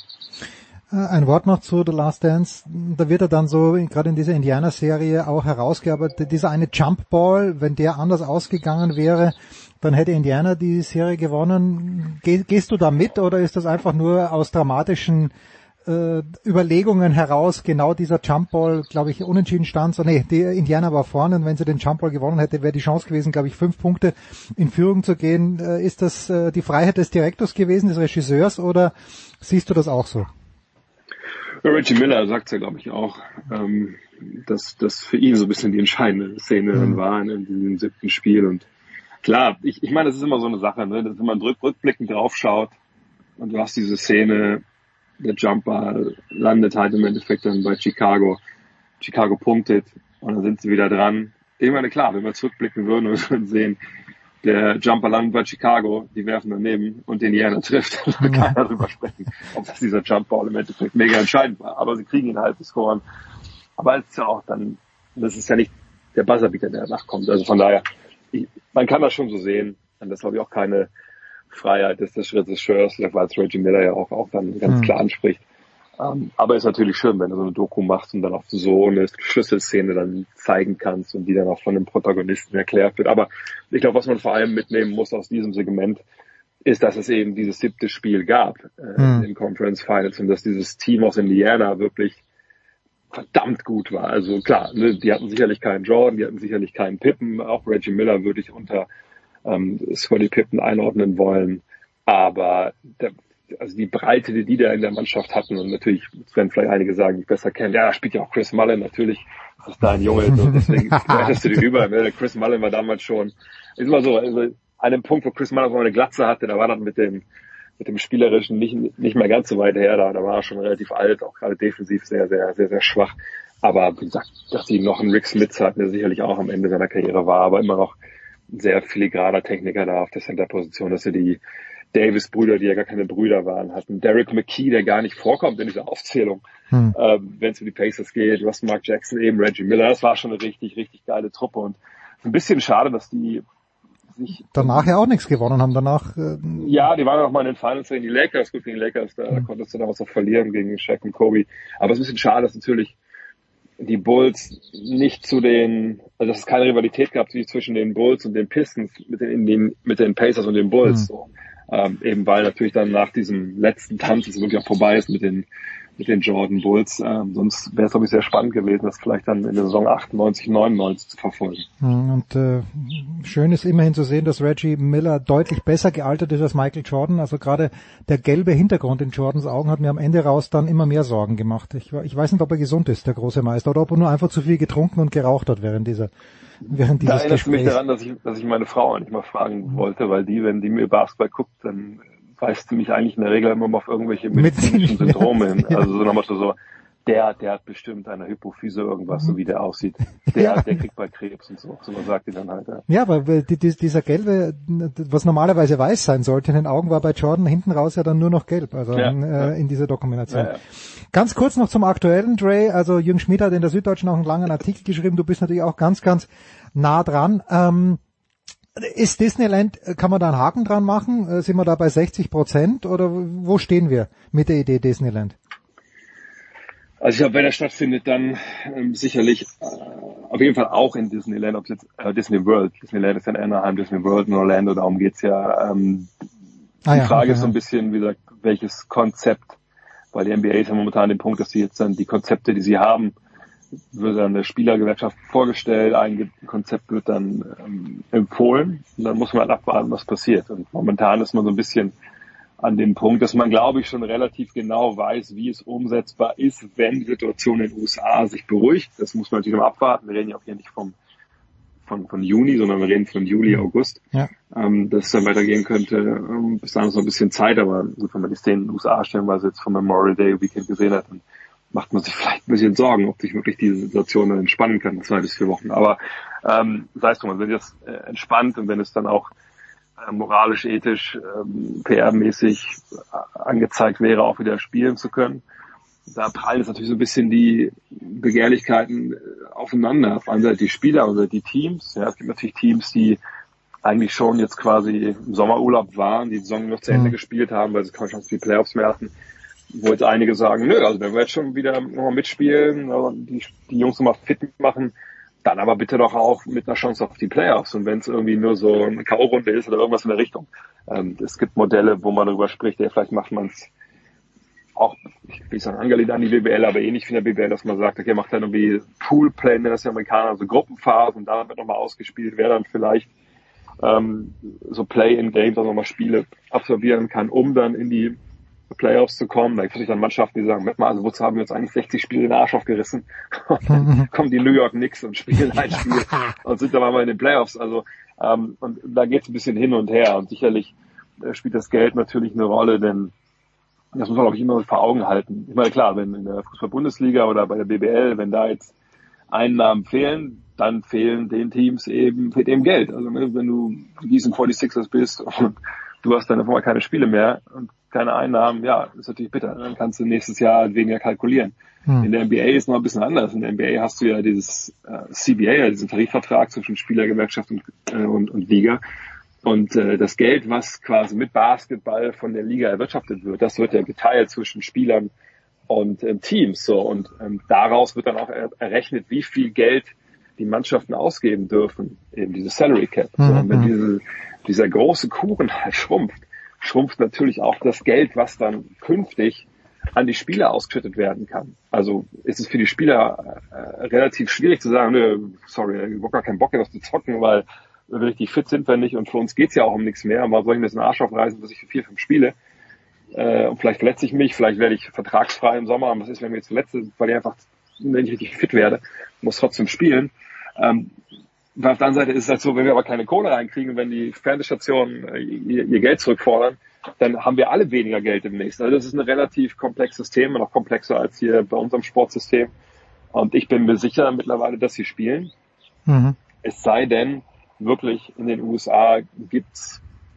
Ein Wort noch zu The Last Dance. Da wird er dann so, gerade in dieser Indiana-Serie auch herausgearbeitet, dieser eine Jump Ball, wenn der anders ausgegangen wäre, dann hätte Indiana die Serie gewonnen. Geh, gehst du da mit, oder ist das einfach nur aus dramatischen äh, Überlegungen heraus, genau dieser Jump Ball, glaube ich, unentschieden stand? So, nee, die Indiana war vorne, und wenn sie den Jump Ball gewonnen hätte, wäre die Chance gewesen, glaube ich, fünf Punkte in Führung zu gehen. Äh, ist das äh, die Freiheit des Direktors gewesen, des Regisseurs, oder siehst du das auch so? Reggie Miller sagt ja, glaube ich, auch, ähm, dass das für ihn so ein bisschen die entscheidende Szene dann war in, in diesem siebten Spiel. Und klar, ich, ich meine, das ist immer so eine Sache, ne? Dass, wenn man rückblickend drauf schaut und du hast diese Szene, der Jumper landet halt im Endeffekt dann bei Chicago, Chicago punktet und dann sind sie wieder dran. Ich meine, klar, wenn wir zurückblicken würden und würden sehen, der Jumper landet bei Chicago, die werfen daneben und den Indiana trifft, da kann keiner drüber sprechen, ob das dieser Jumpball im Endeffekt mega entscheidend war. Aber sie kriegen ihn halt zu scoren. Aber es ist ja auch dann, das ist ja nicht der Buzzerbeater, der danach kommt. Also von daher, ich, man kann das schon so sehen. Und das habe ich auch keine Freiheit des, des Regisseurs, weil es Reggie Miller ja auch, auch dann ganz mhm. klar anspricht. Um, aber ist natürlich schön, wenn du so eine Doku machst und dann auch so eine Schlüsselszene dann zeigen kannst und die dann auch von dem Protagonisten erklärt wird. Aber ich glaube, was man vor allem mitnehmen muss aus diesem Segment, ist, dass es eben dieses siebte Spiel gab äh, mhm. in Conference Finals und dass dieses Team aus Indiana wirklich verdammt gut war. Also klar, ne, die hatten sicherlich keinen Jordan, die hatten sicherlich keinen Pippen. Auch Reggie Miller würde ich unter ähm, Scottie Pippen einordnen wollen. Aber der, also die Breite, die die da in der Mannschaft hatten, und natürlich werden vielleicht einige sagen, die besser kennen, ja, da spielt ja auch Chris Mullin, natürlich ist da ein Junge, so, deswegen hättest du den über. Chris Mullin war damals schon, ist immer so, also an einem Punkt, wo Chris Mullin so eine Glatze hatte, da war das mit dem mit dem Spielerischen nicht nicht mehr ganz so weit her, da, da war er schon relativ alt, auch gerade defensiv sehr, sehr, sehr, sehr schwach. Aber wie gesagt, dass sie noch einen Rick Smits hatten, der sicherlich auch am Ende seiner Karriere war, aber immer noch ein sehr filigraner Techniker da auf der Center-Position, dass sie die Davis-Brüder, die ja gar keine Brüder waren, hatten Derek McKee, der gar nicht vorkommt in dieser Aufzählung, hm. ähm, wenn es um die Pacers geht. Du hast Mark Jackson eben, Reggie Miller, das war schon eine richtig, richtig geile Truppe und ein bisschen schade, dass die sich danach ja auch nichts gewonnen haben. Danach äh, ja, die waren auch mal in den Finals gegen die Lakers, gut gegen die Lakers, da, hm. da konntest du dann was auch verlieren gegen Shaq und Kobe. Aber es ist ein bisschen schade, dass natürlich die Bulls nicht zu den, also dass es keine Rivalität gab wie zwischen den Bulls und den Pistons mit den, den mit den Pacers und den Bulls. Hm. So. Ähm, eben weil natürlich dann nach diesem letzten Tanz es wirklich auch vorbei ist mit den mit den Jordan Bulls. Ähm, sonst wäre es, glaube ich, sehr spannend gewesen, das vielleicht dann in der Saison achtundneunzig, neunundneunzig zu verfolgen. Und äh, schön ist immerhin zu sehen, dass Reggie Miller deutlich besser gealtert ist als Michael Jordan. Also gerade der gelbe Hintergrund in Jordans Augen hat mir am Ende raus dann immer mehr Sorgen gemacht. Ich, ich weiß nicht, ob er gesund ist, der große Meister, oder ob er nur einfach zu viel getrunken und geraucht hat während dieser während dieses da erinnerst Gesprächs. Du mich daran, dass ich, dass ich meine Frau eigentlich mal fragen wollte, weil die, wenn die mir Basketball guckt, dann weist sie mich eigentlich in der Regel immer mal auf irgendwelche medizinischen Syndrome hin. Also so nochmal so, der, der hat bestimmt eine Hypophyse irgendwas, so wie der aussieht. Der, ja. der kriegt bald Krebs und so. So sagt die dann halt. Ja, ja weil die, die, dieser gelbe, was normalerweise weiß sein sollte in den Augen, war bei Jordan hinten raus ja dann nur noch gelb, also ja, in, äh, in dieser Dokumentation. Ja, ja. Ganz kurz noch zum aktuellen Dre, also Jürgen Schmidt hat in der Süddeutschen auch einen langen Artikel geschrieben, du bist natürlich auch ganz, ganz nah dran. Ähm, Ist Disneyland, kann man da einen Haken dran machen? Sind wir da bei sechzig Prozent oder wo stehen wir mit der Idee Disneyland? Also ich glaube, wenn er stattfindet, dann ähm, sicherlich äh, auf jeden Fall auch in Disneyland, ob es jetzt äh, Disney World, Disneyland ist in Anaheim, Disney World in Orlando, darum geht's ja. Ähm, ah, die ja, Frage okay, ist so ein bisschen, wie gesagt, welches Konzept, weil die N B A ist ja momentan den Punkt, dass sie jetzt dann die Konzepte, die sie haben, wird dann der Spielergewerkschaft vorgestellt, ein Konzept wird dann ähm, empfohlen und dann muss man halt abwarten, was passiert. Und momentan ist man so ein bisschen an dem Punkt, dass man, glaube ich, schon relativ genau weiß, wie es umsetzbar ist, wenn die Situation in den U S A sich beruhigt. Das muss man natürlich noch abwarten. Wir reden ja auch hier nicht vom, von, von Juni, sondern wir reden von Juli, August. Ja. Ähm, dass es dann weitergehen könnte. Ähm, bis dahin ist noch ein bisschen Zeit, aber gut, wenn man die Szenen in den U S A stellenweise jetzt vom Memorial Day Weekend gesehen hat, dann macht man sich vielleicht ein bisschen Sorgen, ob sich wirklich diese Situation dann entspannen kann, zwei bis vier Wochen. Aber ähm, sei es drum, wenn das äh, entspannt und wenn es dann auch äh, moralisch, ethisch, ähm, P R-mäßig äh, angezeigt wäre, auch wieder spielen zu können, da prallen es natürlich so ein bisschen die Begehrlichkeiten äh, aufeinander. Auf einer Seite die Spieler oder die Teams. Ja, es gibt natürlich Teams, die eigentlich schon jetzt quasi im Sommerurlaub waren, die Saison noch zu Ende mhm. gespielt haben, weil sie keine Chance für die Playoffs mehr hatten. Wo jetzt einige sagen, nö, also wenn wir jetzt schon wieder nochmal mitspielen, die, die Jungs nochmal fit machen, dann aber bitte doch auch mit einer Chance auf die Playoffs. Und wenn es irgendwie nur so eine K O-Runde ist oder irgendwas in der Richtung. Ähm, es gibt Modelle, wo man darüber spricht, ja, vielleicht macht man es auch, ich will nicht sagen, angelehnt an die B B L, aber ähnlich wie in der B B L, dass man sagt, okay, macht dann irgendwie Poolplay, nennen das die Amerikaner, also Gruppenphasen und da wird nochmal ausgespielt, wer dann vielleicht ähm, so Play-in-Games, also nochmal Spiele absolvieren kann, um dann in die Playoffs zu kommen. Da gibt es natürlich dann Mannschaften, die sagen, mal, also wozu haben wir uns eigentlich sechzig Spiele den Arsch aufgerissen? Und dann kommen die New York Knicks und spielen ein Spiel und sind dann mal in den Playoffs. Also ähm, und da geht es ein bisschen hin und her. Und sicherlich äh, spielt das Geld natürlich eine Rolle, denn das muss man, glaube ich, immer vor Augen halten. Ich meine, klar, wenn in der Fußball-Bundesliga oder bei der B B L, wenn da jetzt Einnahmen fehlen, dann fehlen den Teams eben, fehlt eben Geld. Also ne, wenn du Gießen forty-sixers bist und du hast dann einfach mal keine Spiele mehr und keine Einnahmen, ja, ist natürlich bitter. Dann kannst du nächstes Jahr weniger kalkulieren. Hm. In der N B A ist es noch ein bisschen anders. In der N B A hast du ja dieses äh, C B A, ja, diesen Tarifvertrag zwischen Spielergewerkschaft und, äh, und, und Liga. Und äh, das Geld, was quasi mit Basketball von der Liga erwirtschaftet wird, das wird ja geteilt zwischen Spielern und ähm, Teams. So und ähm, daraus wird dann auch er- errechnet, wie viel Geld die Mannschaften ausgeben dürfen, eben diese Salary Cap. So, und wenn diese, dieser große Kuchen halt schrumpft, schrumpft natürlich auch das Geld, was dann künftig an die Spieler ausgeschüttet werden kann. Also ist es für die Spieler äh, relativ schwierig zu sagen, nö, sorry, ich hab gar keinen Bock, das zu zocken, weil richtig fit sind wir nicht und für uns geht's ja auch um nichts mehr. Mal soll ich mir jetzt einen Arsch aufreißen, dass ich für vier, fünf Spiele äh, und vielleicht verletze ich mich, vielleicht werde ich vertragsfrei im Sommer. Und was ist, wenn mir jetzt verletze, weil ich einfach wenn ich richtig fit werde, muss trotzdem spielen. Ähm, auf der anderen Seite ist es halt so, wenn wir aber keine Kohle reinkriegen, wenn die Fernsehstationen äh, ihr, ihr Geld zurückfordern, dann haben wir alle weniger Geld demnächst. Also das ist ein relativ komplexes Thema, noch komplexer als hier bei unserem Sportsystem. Und ich bin mir sicher mittlerweile, dass sie spielen. Mhm. Es sei denn, wirklich in den U S A gibt's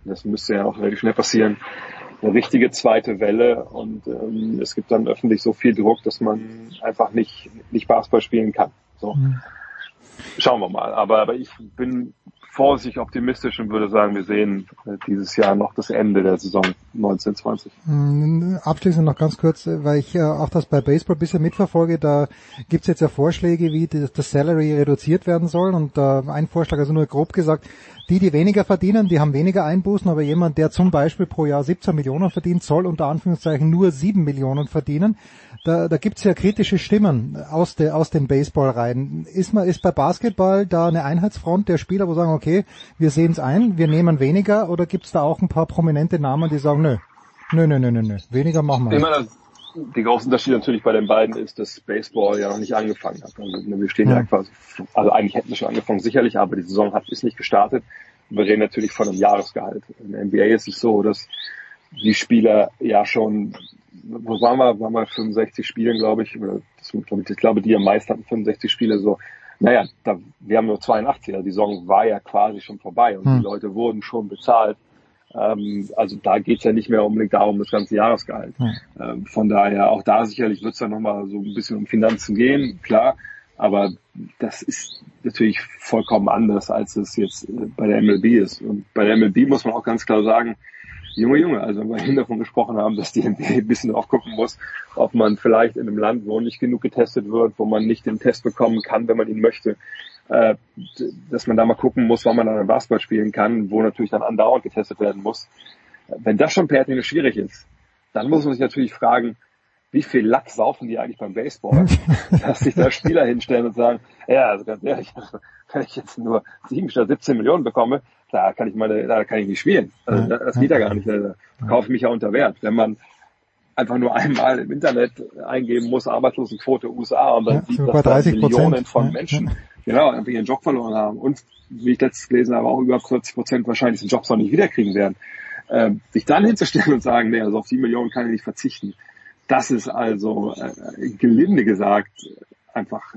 das müsste ja auch relativ schnell passieren, eine richtige zweite Welle und ähm, es gibt dann öffentlich so viel Druck, dass man einfach nicht nicht Basketball spielen kann. So. Mhm. Schauen wir mal. Aber, aber ich bin vorsichtig optimistisch und würde sagen, wir sehen dieses Jahr noch das Ende der Saison neunzehn zwanzig. Abschließend noch ganz kurz, weil ich auch das bei Baseball ein bisschen mitverfolge, da gibt's jetzt ja Vorschläge, wie das Salary reduziert werden soll und äh, ein Vorschlag, also nur grob gesagt, die, die weniger verdienen, die haben weniger Einbußen, aber jemand, der zum Beispiel pro Jahr siebzehn Millionen verdient, soll unter Anführungszeichen nur sieben Millionen verdienen. Da, da gibt's ja kritische Stimmen aus, der, aus den Baseballreihen. Ist man, ist bei Basketball da eine Einheitsfront der Spieler, wo sagen, okay, wir sehen's ein, wir nehmen weniger, oder gibt's da auch ein paar prominente Namen, die sagen, nö, nö, nö, nö, nö, nö. weniger machen wir nicht. Die große Unterschied natürlich bei den beiden ist, dass Baseball ja noch nicht angefangen hat. Also wir stehen ja, ja quasi, also eigentlich hätten wir schon angefangen, sicherlich, aber die Saison hat ist nicht gestartet. Wir reden natürlich von einem Jahresgehalt. In der N B A ist es so, dass die Spieler ja schon, wo waren wir, waren wir fünfundsechzig Spielen, glaube ich, oder das, ich glaube, die am meisten hatten fünfundsechzig Spiele, so, naja, da, wir haben nur zweiundachtzig, also die Saison war ja quasi schon vorbei und hm. die Leute wurden schon bezahlt. Ähm, also da geht's ja nicht mehr unbedingt darum, das ganze Jahresgehalt. Hm. Ähm, von daher, auch da sicherlich wird's dann nochmal so ein bisschen um Finanzen gehen, klar, aber das ist natürlich vollkommen anders, als es jetzt bei der M L B ist. Und bei der M L B muss man auch ganz klar sagen, Junge, Junge, also wenn wir hin davon gesprochen haben, dass die N B A ein bisschen auch gucken muss, ob man vielleicht in einem Land, wo nicht genug getestet wird, wo man nicht den Test bekommen kann, wenn man ihn möchte, äh, dass man da mal gucken muss, wann man dann Basketball spielen kann, wo natürlich dann andauernd getestet werden muss. Wenn das schon per Technik schwierig ist, dann muss man sich natürlich fragen, wie viel Lack saufen die eigentlich beim Baseball, dass sich da Spieler hinstellen und sagen, ja, also ganz ehrlich, also, wenn ich jetzt nur sieben statt siebzehn Millionen bekomme, da kann ich meine, da kann ich nicht spielen. Also, das geht ja gar nicht. Da kaufe ich mich ja unter Wert. Wenn man einfach nur einmal im Internet eingeben muss, Arbeitslosenquote U S A, und dann ja, sieht, dass da Millionen von Menschen, genau, einfach ihren Job verloren haben. Und, wie ich letztens gelesen habe, auch über vierzig Prozent wahrscheinlich den Jobs noch nicht wiederkriegen werden. Ähm, sich dann hinzustellen und sagen, nee, also auf die Millionen kann ich nicht verzichten. Das ist also, äh, gelinde gesagt, einfach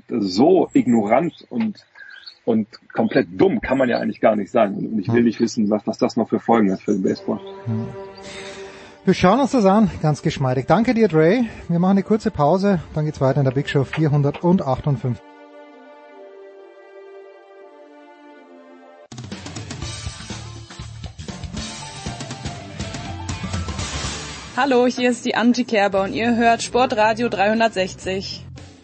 so ignorant und und komplett dumm kann man ja eigentlich gar nicht sein. Und ich will nicht wissen, was, was das noch für Folgen hat für den Baseball. Wir schauen uns das an, ganz geschmeidig. Danke dir, Dre. Wir machen eine kurze Pause, dann geht's weiter in der Big Show vierhundertachtundfünfzig. Hallo, hier ist die Angie Kerber und ihr hört Sportradio dreihundertsechzig.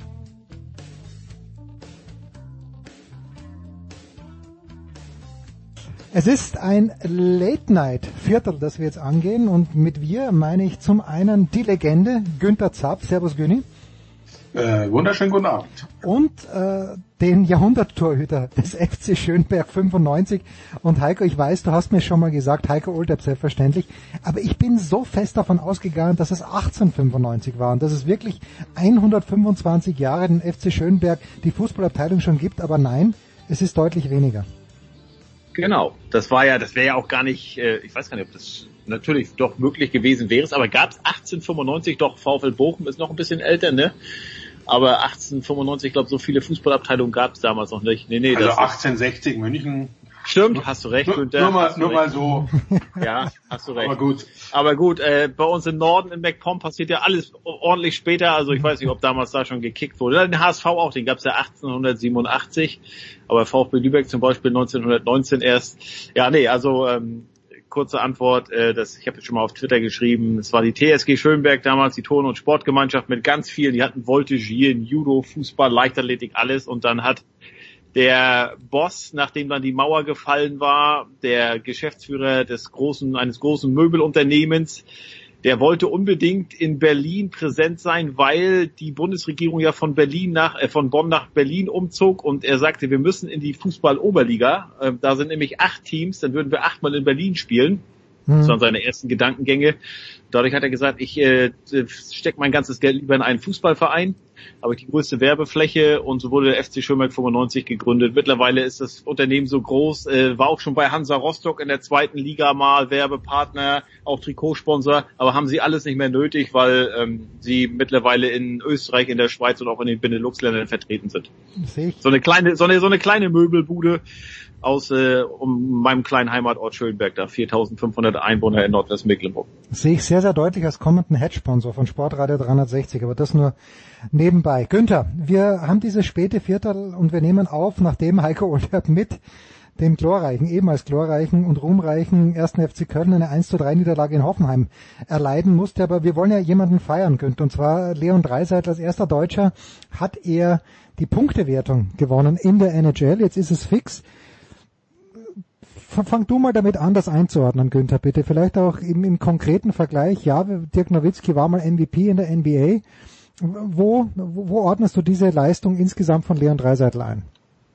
Es ist ein Late-Night-Viertel, das wir jetzt angehen, und mit wir meine ich zum einen die Legende Günther Zapf. Servus Güni. Äh, wunderschönen guten Abend. Und äh, den Jahrhunderttorhüter des F C Schönberg fünfundneunzig. Und Heiko, ich weiß, du hast mir schon mal gesagt, Heiko Olderb selbstverständlich, aber ich bin so fest davon ausgegangen, dass es achtzehnhundertfünfundneunzig war und dass es wirklich hundertfünfundzwanzig Jahre den F C Schönberg die Fußballabteilung schon gibt, aber nein, es ist deutlich weniger. Genau, das war ja, das wäre ja auch gar nicht, äh, ich weiß gar nicht, ob das natürlich doch möglich gewesen wäre, aber gab es achtzehnhundertfünfundneunzig, doch VfL Bochum ist noch ein bisschen älter, ne? Aber achtzehnhundertfünfundneunzig, ich glaube, so viele Fußballabteilungen gab es damals noch nicht. Nee, nee, also das achtzehnhundertsechzig München. Stimmt, hast du recht, nur, Günther. Nur mal, nur mal so. Ja, hast du recht. Aber gut. Aber gut, äh, bei uns im Norden in MacPom passiert ja alles ordentlich später. Also ich weiß nicht, ob damals da schon gekickt wurde. Den H S V auch, den gab es ja achtzehnhundertsiebenundachtzig. Aber VfB Lübeck zum Beispiel neunzehnhundertneunzehn erst. Ja, nee, also ähm, kurze Antwort. Äh, das, ich habe jetzt schon mal auf Twitter geschrieben. Es war die T S G Schönberg damals, die Turn- und Sportgemeinschaft mit ganz vielen. Die hatten Voltigieren, Judo, Fußball, Leichtathletik, alles. Und dann hat der Boss, nachdem dann die Mauer gefallen war, der Geschäftsführer des großen, eines großen Möbelunternehmens, der wollte unbedingt in Berlin präsent sein, weil die Bundesregierung ja von Berlin nach, äh, von Bonn nach Berlin umzog, und er sagte, wir müssen in die Fußball-Oberliga. Äh, da sind nämlich acht Teams, dann würden wir achtmal in Berlin spielen. Mhm. Das waren seine ersten Gedankengänge. Dadurch hat er gesagt, ich äh, stecke mein ganzes Geld lieber in einen Fußballverein, habe ich die größte Werbefläche, und so wurde der F C Schönberg fünfundneunzig gegründet. Mittlerweile ist das Unternehmen so groß, äh, war auch schon bei Hansa Rostock in der zweiten Liga mal Werbepartner, auch Trikotsponsor, aber haben sie alles nicht mehr nötig, weil ähm, sie mittlerweile in Österreich, in der Schweiz und auch in den Benelux-Ländern vertreten sind. Sehe ich. So eine kleine, so eine, so eine kleine Möbelbude. aus äh, um meinem kleinen Heimatort Schönberg, da viertausendfünfhundert Einwohner in Nordwestmecklenburg. Sehe ich sehr, sehr deutlich als kommenden Head-Sponsor von Sportradio dreihundertsechzig, aber das nur nebenbei. Günther, wir haben dieses späte Viertel und wir nehmen auf, nachdem Heiko Olderb mit dem glorreichen, ehemals glorreichen und ruhmreichen ersten F C Köln eine eins zu drei Niederlage in Hoffenheim erleiden musste. Aber wir wollen ja jemanden feiern, Günther, und zwar Leon Draisaitl. Als erster Deutscher hat er die Punktewertung gewonnen in der N H L. Jetzt ist es fix. Fang du mal damit an, das einzuordnen, Günther, bitte. Vielleicht auch im, im konkreten Vergleich. Ja, Dirk Nowitzki war mal M V P in der N B A. Wo, wo, wo ordnest du diese Leistung insgesamt von Leon Draisaitl ein?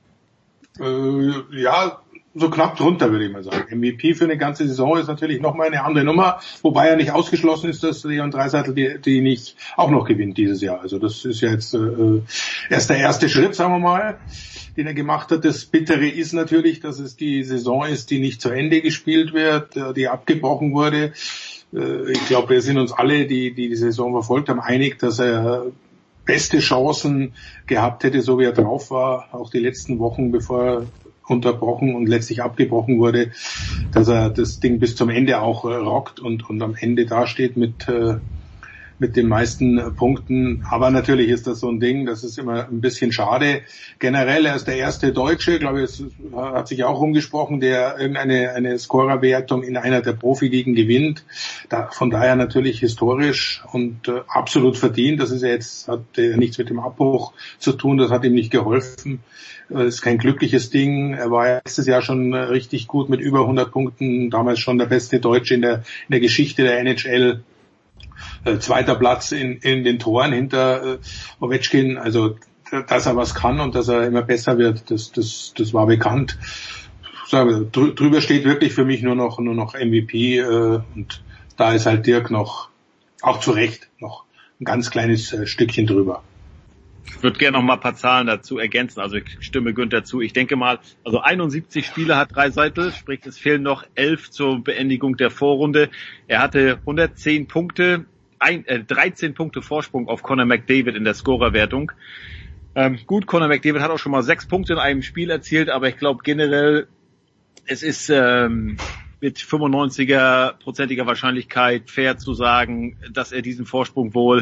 Äh, ja, so knapp drunter, würde ich mal sagen. M V P für eine ganze Saison ist natürlich nochmal eine andere Nummer, wobei ja nicht ausgeschlossen ist, dass Leon Draisaitl die, die nicht auch noch gewinnt dieses Jahr. Also das ist ja jetzt äh, erst der erste Schritt, sagen wir mal, den er gemacht hat. Das Bittere ist natürlich, dass es die Saison ist, die nicht zu Ende gespielt wird, die abgebrochen wurde. Äh, ich glaube, wir sind uns alle, die, die die Saison verfolgt haben, einig, dass er beste Chancen gehabt hätte, so wie er drauf war, auch die letzten Wochen, bevor er unterbrochen und letztlich abgebrochen wurde, dass er das Ding bis zum Ende auch äh, rockt und, und am Ende dasteht mit, äh, mit den meisten äh, Punkten. Aber natürlich ist das so ein Ding, das ist immer ein bisschen schade. Generell, er ist der erste Deutsche, glaube ich, es hat sich auch umgesprochen, der irgendeine eine Scorerwertung in einer der Profiligen gewinnt. Da, von daher natürlich historisch und äh, absolut verdient. Das ist ja jetzt, hat ja nichts mit dem Abbruch zu tun, das hat ihm nicht geholfen. Das ist kein glückliches Ding. Er war letztes Jahr schon richtig gut mit über hundert Punkten, damals schon der beste Deutsche in der, in der Geschichte der N H L. Äh, zweiter Platz in, in den Toren hinter äh, Ovechkin. Also, dass er was kann und dass er immer besser wird, das, das, das war bekannt. Sage, drü- drüber steht wirklich für mich nur noch, nur noch M V P, äh, und da ist halt Dirk noch, auch zu Recht, noch ein ganz kleines äh, Stückchen drüber. Ich würde gerne noch mal ein paar Zahlen dazu ergänzen. Also ich stimme Günther zu. Ich denke mal, also einundsiebzig Spiele hat Draisaitl, sprich es fehlen noch elf zur Beendigung der Vorrunde. Er hatte hundertzehn Punkte, ein, äh, dreizehn Punkte Vorsprung auf Connor McDavid in der Scorerwertung. Ähm, gut, Connor McDavid hat auch schon mal sechs Punkte in einem Spiel erzielt, aber ich glaube generell, es ist ähm, mit fünfundneunziger-prozentiger Wahrscheinlichkeit fair zu sagen, dass er diesen Vorsprung wohl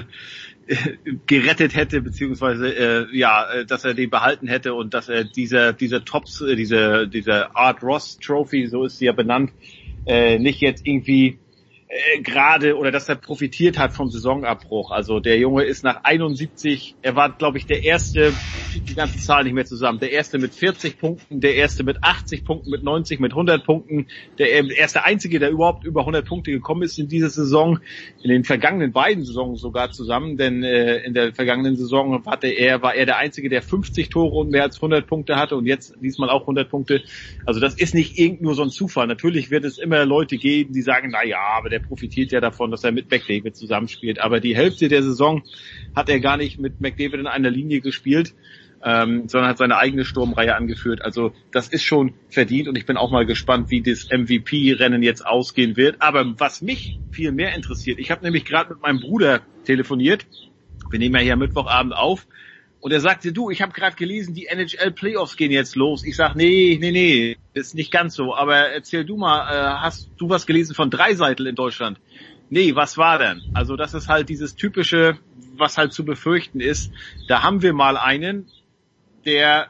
gerettet hätte, beziehungsweise äh, ja, dass er den behalten hätte und dass er dieser dieser Tops, äh, diese diese Art Ross Trophy, so ist sie ja benannt, äh, nicht jetzt irgendwie äh, gerade oder dass er profitiert hat vom Saisonabbruch. Also der Junge ist nach einundsiebzig, er war glaube ich der erste, die ganzen Zahlen nicht mehr zusammen, der erste mit vierzig Punkten, der erste mit achtzig Punkten, mit neunzig, mit hundert Punkten, der erste einzige, der überhaupt über hundert Punkte gekommen ist in dieser Saison, in den vergangenen beiden Saisons sogar zusammen, denn äh, in der vergangenen Saison hatte er, war er der einzige, der fünfzig Tore und mehr als hundert Punkte hatte und jetzt diesmal auch hundert Punkte. Also das ist nicht irgend nur so ein Zufall. Natürlich wird es immer Leute geben, die sagen, na ja, aber der profitiert ja davon, dass er mit McDavid zusammenspielt. Aber die Hälfte der Saison hat er gar nicht mit McDavid in einer Linie gespielt, ähm, sondern hat seine eigene Sturmreihe angeführt. Also das ist schon verdient und ich bin auch mal gespannt, wie das M V P-Rennen jetzt ausgehen wird. Aber was mich viel mehr interessiert, ich habe nämlich gerade mit meinem Bruder telefoniert, wir nehmen ja hier Mittwochabend auf, und er sagte, du, ich habe gerade gelesen, die N H L-Playoffs gehen jetzt los. Ich sag, nee, nee, nee, ist nicht ganz so. Aber erzähl du mal, äh, hast du was gelesen von Draisaitl in Deutschland? Nee, was war denn? Also das ist halt dieses typische, was halt zu befürchten ist. Da haben wir mal einen, der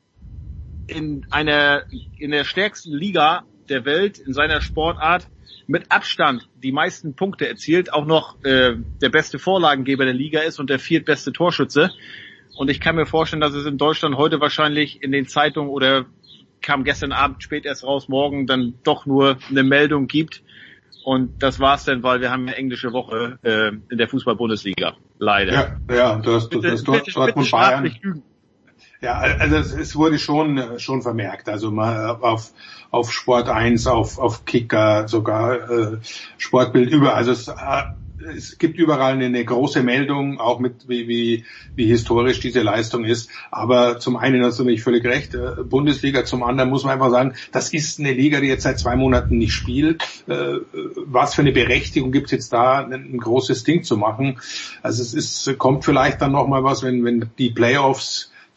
in einer, in der stärksten Liga der Welt, in seiner Sportart, mit Abstand die meisten Punkte erzielt, auch noch äh, der beste Vorlagengeber der Liga ist und der viertbeste Torschütze. Und ich kann mir vorstellen, dass es in Deutschland heute wahrscheinlich in den Zeitungen oder kam gestern Abend spät erst raus, morgen dann doch nur eine Meldung gibt. Und das war's dann, weil wir haben eine englische Woche äh, in der Fußball-Bundesliga. Leider. Ja, ja, das, das, das dort, bitte, dort bitte Bayern. Nicht lügen. Ja, also es, es wurde schon schon vermerkt, also mal auf auf Sport eins, auf auf Kicker, sogar äh, Sportbild über, also es, äh, es gibt überall eine, eine große Meldung, auch mit wie wie wie historisch diese Leistung ist. Aber zum einen hast du natürlich völlig recht, äh, Bundesliga, zum anderen muss man einfach sagen, das ist eine Liga, die jetzt seit zwei Monaten nicht spielt. Äh, was für eine Berechtigung gibt's jetzt da, ein, ein großes Ding zu machen? Also es ist kommt vielleicht dann noch mal was, wenn wenn die Playoffs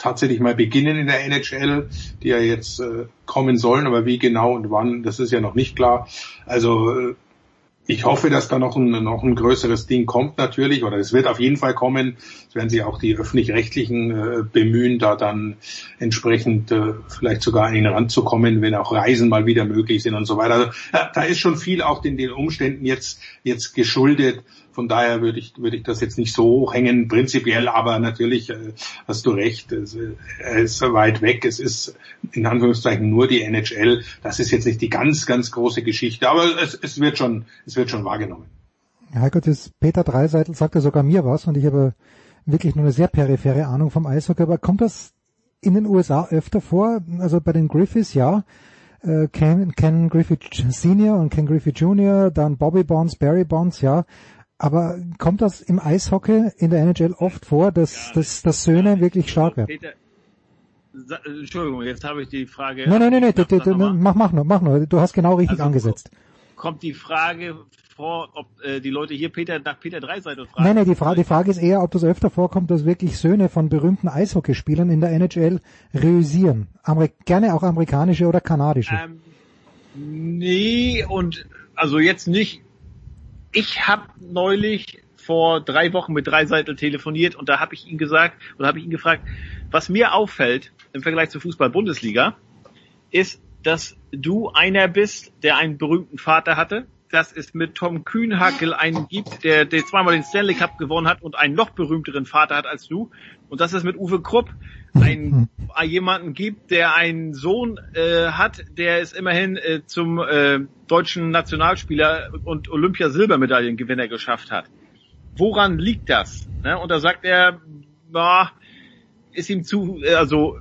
tatsächlich mal beginnen in der N H L, die ja jetzt äh, kommen sollen, aber wie genau und wann, das ist ja noch nicht klar. Also äh, ich hoffe, dass da noch ein, noch ein größeres Ding kommt natürlich, oder es wird auf jeden Fall kommen. Es werden sich auch die Öffentlich-Rechtlichen äh, bemühen, da dann entsprechend äh, vielleicht sogar an ihn ranzukommen, wenn auch Reisen mal wieder möglich sind und so weiter. Also ja, da ist schon viel auch den, den Umständen jetzt jetzt geschuldet. Von daher würde ich würde ich das jetzt nicht so hochhängen, prinzipiell, aber natürlich äh, hast du recht, es, er ist weit weg, es ist in Anführungszeichen nur die N H L, das ist jetzt nicht die ganz, ganz große Geschichte, aber es, es wird schon es wird schon wahrgenommen. Heiko, das Peter Dreiseitel sagte sogar mir was und ich habe wirklich nur eine sehr periphere Ahnung vom Eishockey, aber kommt das in den U S A öfter vor? Also bei den Griffiths, ja, äh, Ken, Ken Griffith Senior und Ken Griffith Junior, dann Bobby Bonds, Barry Bonds, ja. Aber kommt das im Eishockey in der N H L oft vor, dass, ja, dass, dass Söhne wirklich stark werden? Peter, Entschuldigung, jetzt habe ich die Frage... Nein, nein, nein, nein, du, du, du, mach, mach nur, mach nur, du hast genau richtig also, angesetzt. Kommt die Frage vor, ob äh, die Leute hier Peter nach Peter Dreiseitel fragen? Nein, nein, die Frage, die Frage ist eher, ob das öfter vorkommt, dass wirklich Söhne von berühmten Eishockeyspielern in der N H L reüssieren. Ameri- gerne auch amerikanische oder kanadische. Ähm, nee, und also jetzt nicht. Ich habe neulich vor drei Wochen mit Dreiseitel telefoniert und da habe ich ihn gesagt oder habe ich ihn gefragt, was mir auffällt im Vergleich zur Fußball-Bundesliga, ist, dass du einer bist, der einen berühmten Vater hatte, dass es mit Tom Kühnhackel einen gibt, der, der zweimal den Stanley Cup gewonnen hat und einen noch berühmteren Vater hat als du, und dass es mit Uwe Krupp einen, jemanden gibt, der einen Sohn äh, hat, der es immerhin äh, zum äh, deutschen Nationalspieler und Olympia-Silbermedaillengewinner geschafft hat. Woran liegt das? Ne? Und da sagt er, na, ist ihm zu, also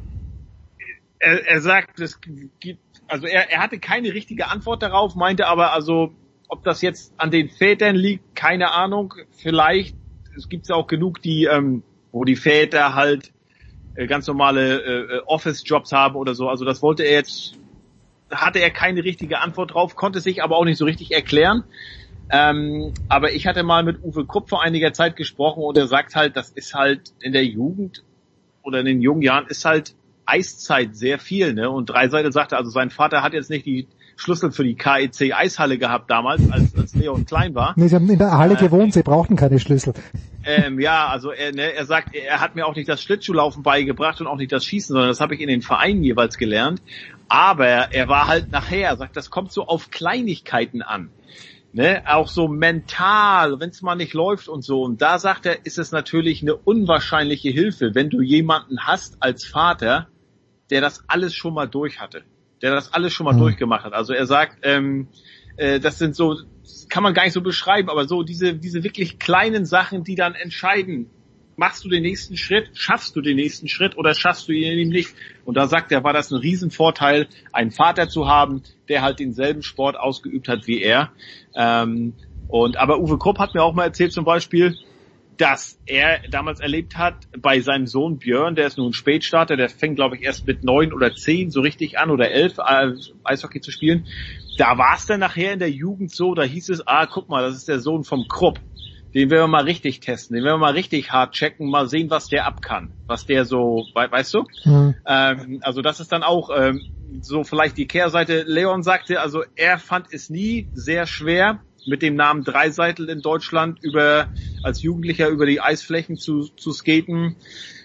er, er sagt, es gibt, also er, er hatte keine richtige Antwort darauf, meinte aber, also ob das jetzt an den Vätern liegt, keine Ahnung. Vielleicht, es gibt ja auch genug, die, ähm, wo die Väter halt äh, ganz normale äh, Office-Jobs haben oder so. Also das wollte er jetzt, hatte er keine richtige Antwort drauf, konnte sich aber auch nicht so richtig erklären. Ähm, aber ich hatte mal mit Uwe Krupp vor einiger Zeit gesprochen und er sagt halt, das ist halt in der Jugend oder in den jungen Jahren ist halt Eiszeit sehr viel, ne? Und Dreiseitel sagte, also sein Vater hat jetzt nicht die Schlüssel für die K E C Eishalle gehabt damals, als, als Leon klein war. Nee, sie haben in der Halle äh, gewohnt, sie brauchten keine Schlüssel. Ähm, ja, also er, ne, er sagt, er hat mir auch nicht das Schlittschuhlaufen beigebracht und auch nicht das Schießen, sondern das habe ich in den Vereinen jeweils gelernt. Aber er war halt nachher, er sagt, das kommt so auf Kleinigkeiten an. Ne, auch so mental, wenn es mal nicht läuft und so. Und da sagt er, ist es natürlich eine unwahrscheinliche Hilfe, wenn du jemanden hast als Vater, der das alles schon mal durch hatte, der das alles schon mal mhm. durchgemacht hat. Also er sagt, ähm, äh, das sind so, das kann man gar nicht so beschreiben, aber so diese diese wirklich kleinen Sachen, die dann entscheiden, machst du den nächsten Schritt, schaffst du den nächsten Schritt oder schaffst du ihn nicht? Und da sagt er, war das ein Riesenvorteil, einen Vater zu haben, der halt denselben Sport ausgeübt hat wie er. Ähm, und aber Uwe Krupp hat mir auch mal erzählt zum Beispiel, dass er damals erlebt hat bei seinem Sohn Björn, der ist nun Spätstarter, der fängt glaube ich erst mit neun oder zehn so richtig an oder elf äh, Eishockey zu spielen. Da war es dann nachher in der Jugend so, da hieß es, ah guck mal, das ist der Sohn vom Krupp. Den werden wir mal richtig testen, den werden wir mal richtig hart checken, mal sehen, was der ab kann, was der so, we- weißt du? Mhm. Ähm, also das ist dann auch ähm, so vielleicht die Kehrseite. Leon sagte, also er fand es nie sehr schwer, mit dem Namen Dreiseitel in Deutschland über als Jugendlicher über die Eisflächen zu, zu skaten.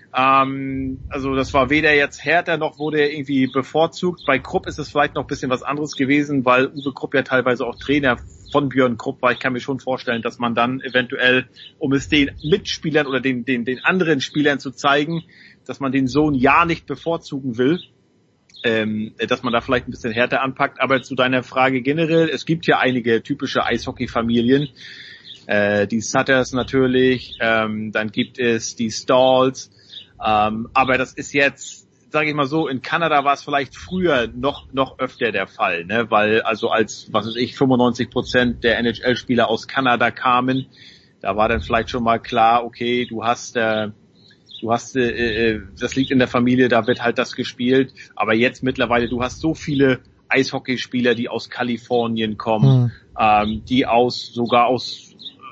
Ähm, also das war weder jetzt härter noch wurde er irgendwie bevorzugt. Bei Krupp ist es vielleicht noch ein bisschen was anderes gewesen, weil Uwe Krupp ja teilweise auch Trainer von Björn Krupp war. Ich kann mir schon vorstellen, dass man dann eventuell, um es den Mitspielern oder den, den, den anderen Spielern zu zeigen, dass man den Sohn ja nicht bevorzugen will, ähm, dass man da vielleicht ein bisschen härter anpackt. Aber zu deiner Frage generell, es gibt ja einige typische Eishockey-Familien. Äh, die Sutters natürlich, ähm, dann gibt es die Stalls. Ähm, aber das ist jetzt, sage ich mal so, in Kanada war es vielleicht früher noch noch öfter der Fall, ne, weil also als, was weiß ich, fünfundneunzig Prozent der N H L-Spieler aus Kanada kamen, da war dann vielleicht schon mal klar, okay, du hast, äh, du hast, äh, das liegt in der Familie, da wird halt das gespielt, aber jetzt mittlerweile, du hast so viele Eishockeyspieler, die aus Kalifornien kommen, mhm. ähm, die aus sogar aus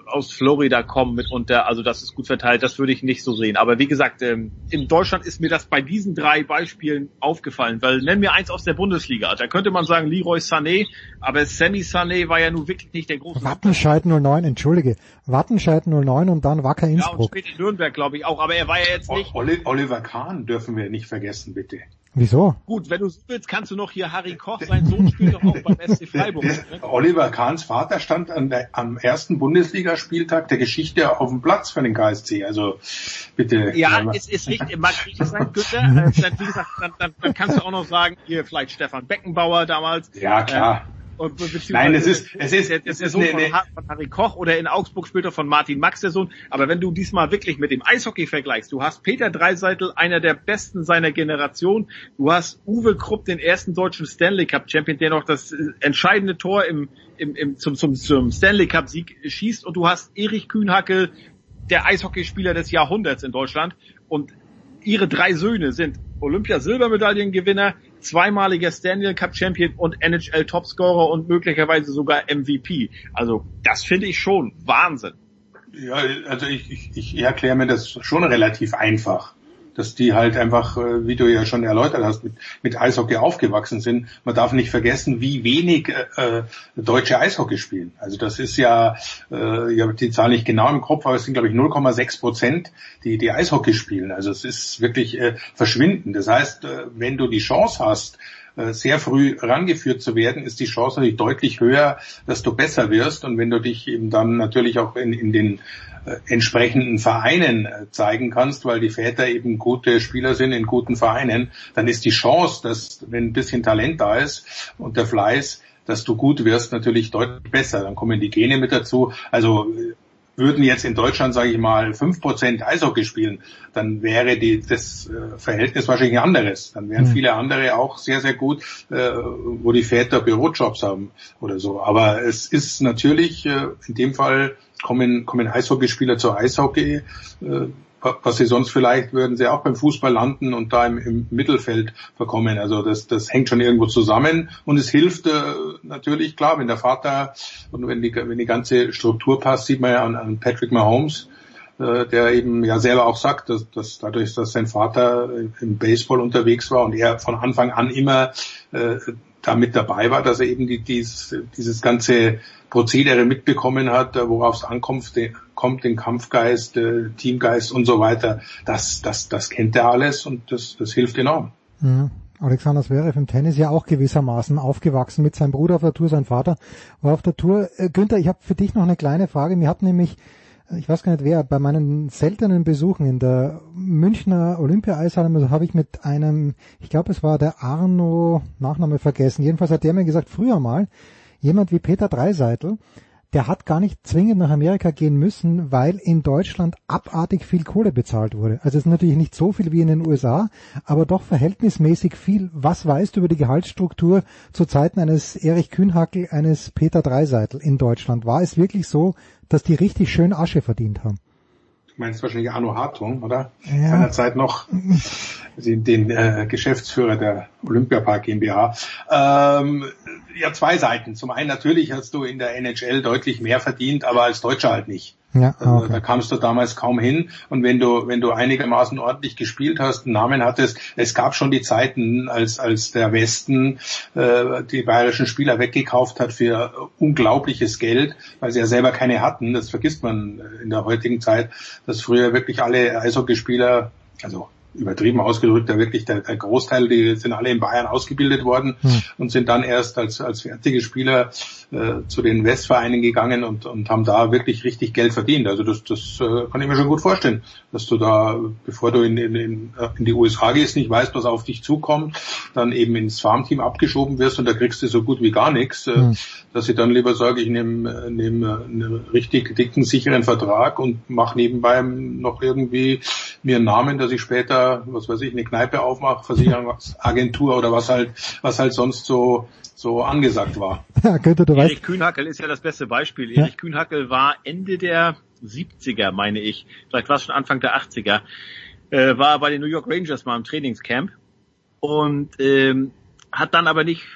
aus Florida kommen mitunter, also das ist gut verteilt, das würde ich nicht so sehen. Aber wie gesagt, ähm, in Deutschland ist mir das bei diesen drei Beispielen aufgefallen, weil nenn mir eins aus der Bundesliga. Da könnte man sagen Leroy Sané, aber Sammy Sané war ja nun wirklich nicht der große. Wattenscheid null neun, entschuldige, Wattenscheid null neun und dann Wacker Innsbruck. Ja, und später Nürnberg, glaube ich auch, aber er war ja jetzt nicht. Oliver Kahn dürfen wir nicht vergessen, bitte. Wieso? Gut, wenn du so willst, kannst du noch hier Harry Koch, sein Sohn spielt doch auch beim S C Freiburg. Ne? Oliver Kahns Vater stand an der, am ersten Bundesligaspieltag der Geschichte auf dem Platz für den K S C, also bitte. Ja, es ist nicht, mag ich sagen, Günther, äh, dann, wie gesagt, dann, dann, dann kannst du auch noch sagen, hier vielleicht Stefan Beckenbauer damals. Ja, klar. Äh, Und Nein, es ist, es ist, der, es der ist Sohn eine, von, eine von Harry Koch oder in Augsburg später von Martin Max, der Sohn. Aber wenn du diesmal wirklich mit dem Eishockey vergleichst, du hast Peter Dreiseitel, einer der besten seiner Generation, du hast Uwe Krupp, den ersten deutschen Stanley Cup Champion, der noch das entscheidende Tor im, im, im, zum, zum, zum Stanley Cup Sieg schießt, und du hast Erich Kühnhackel, der Eishockeyspieler des Jahrhunderts in Deutschland, und ihre drei Söhne sind Olympia-Silbermedaillengewinner, zweimaliger Stanley Cup Champion und N H L Topscorer und möglicherweise sogar M V P. Also das finde ich schon Wahnsinn. Ja, also ich, ich, ich erkläre mir das schon relativ einfach, dass die halt einfach, wie du ja schon erläutert hast, mit, mit Eishockey aufgewachsen sind. Man darf nicht vergessen, wie wenig äh, deutsche Eishockey spielen. Also das ist ja, äh, ich habe die Zahl nicht genau im Kopf, aber es sind, glaube ich, null Komma sechs Prozent, die die Eishockey spielen. Also es ist wirklich äh, verschwindend. Das heißt, äh, wenn du die Chance hast, äh, sehr früh rangeführt zu werden, ist die Chance natürlich deutlich höher, dass du besser wirst. Und wenn du dich eben dann natürlich auch in, in den äh, entsprechenden Vereinen äh, zeigen kannst, weil die Väter eben gute Spieler sind in guten Vereinen, dann ist die Chance, dass, wenn ein bisschen Talent da ist und der Fleiß, dass du gut wirst, natürlich deutlich besser. Dann kommen die Gene mit dazu. Also würden jetzt in Deutschland, sage ich mal, fünf Prozent Eishockey spielen, dann wäre die, das äh, Verhältnis wahrscheinlich ein anderes. Dann wären mhm. viele andere auch sehr, sehr gut, äh, wo die Väter Bürojobs haben oder so. Aber es ist natürlich, äh, in dem Fall kommen, kommen Eishockeyspieler zu Eishockey, äh, was sie sonst vielleicht würden sie auch beim Fußball landen und da im, im Mittelfeld verkommen. Also das, das hängt schon irgendwo zusammen, und es hilft äh, natürlich, klar, wenn der Vater und wenn die, wenn die ganze Struktur passt, sieht man ja an, an Patrick Mahomes, äh, der eben ja selber auch sagt, dass, dass dadurch, dass sein Vater im Baseball unterwegs war und er von Anfang an immer äh, da mit dabei war, dass er eben die, dieses, dieses ganze Prozedere mitbekommen hat, worauf es ankommt, den, kommt, den Kampfgeist, äh, Teamgeist und so weiter. Das, das, das kennt er alles, und das, das hilft enorm. Mhm. Alexander Zverev im Tennis ja auch gewissermaßen aufgewachsen mit seinem Bruder auf der Tour, sein Vater war auf der Tour. Äh, Günther, ich habe für dich noch eine kleine Frage. Mir hat nämlich, ich weiß gar nicht wer, bei meinen seltenen Besuchen in der Münchner Olympia-Eishalle, also habe ich mit einem, ich glaube es war der Arno, Nachname vergessen, jedenfalls hat der mir gesagt, früher mal, jemand wie Peter Dreiseitel, der hat gar nicht zwingend nach Amerika gehen müssen, weil in Deutschland abartig viel Kohle bezahlt wurde. Also es ist natürlich nicht so viel wie in den U S A, aber doch verhältnismäßig viel. Was weißt du über die Gehaltsstruktur zu Zeiten eines Erich Kühnhackel, eines Peter Dreiseitel in Deutschland? War es wirklich so, dass die richtig schön Asche verdient haben? Du meinst wahrscheinlich Arno Hartung, oder? Ja. Seinerzeit noch den, den äh, Geschäftsführer der Olympiapark GmbH. Ähm, ja, zwei Seiten. Zum einen natürlich hast du in der N H L deutlich mehr verdient, aber als Deutscher halt nicht. Ja, okay. Also, da kamst du damals kaum hin, und wenn du wenn du einigermaßen ordentlich gespielt hast, einen Namen hattest, es gab schon die Zeiten, als als der Westen äh, die bayerischen Spieler weggekauft hat für unglaubliches Geld, weil sie ja selber keine hatten. Das vergisst man in der heutigen Zeit, dass früher wirklich alle Eishockeyspieler, also übertrieben ausgedrückt, da wirklich der, der Großteil, die sind alle in Bayern ausgebildet worden hm. und sind dann erst als als fertige Spieler äh, zu den Westvereinen gegangen und und haben da wirklich richtig Geld verdient. Also das das äh, kann ich mir schon gut vorstellen, dass du da, bevor du in, in, in die U S A gehst, nicht weißt, was auf dich zukommt, dann eben ins Farmteam abgeschoben wirst und da kriegst du so gut wie gar nichts, hm. äh, dass ich dann lieber sage, ich nehme nehme einen richtig dicken, sicheren Vertrag und mache nebenbei noch irgendwie mir einen Namen, dass ich später, was weiß ich, eine Kneipe aufmache, Versicherungsagentur oder was halt, was halt sonst so, so angesagt war. Ja, Günther, du Erich weißt. Kühnhackel ist ja das beste Beispiel. Ja. Erich Kühnhackel war Ende der siebziger, meine ich, vielleicht war es schon Anfang der achtziger, äh, war bei den New York Rangers mal im Trainingscamp und ähm, hat dann aber nicht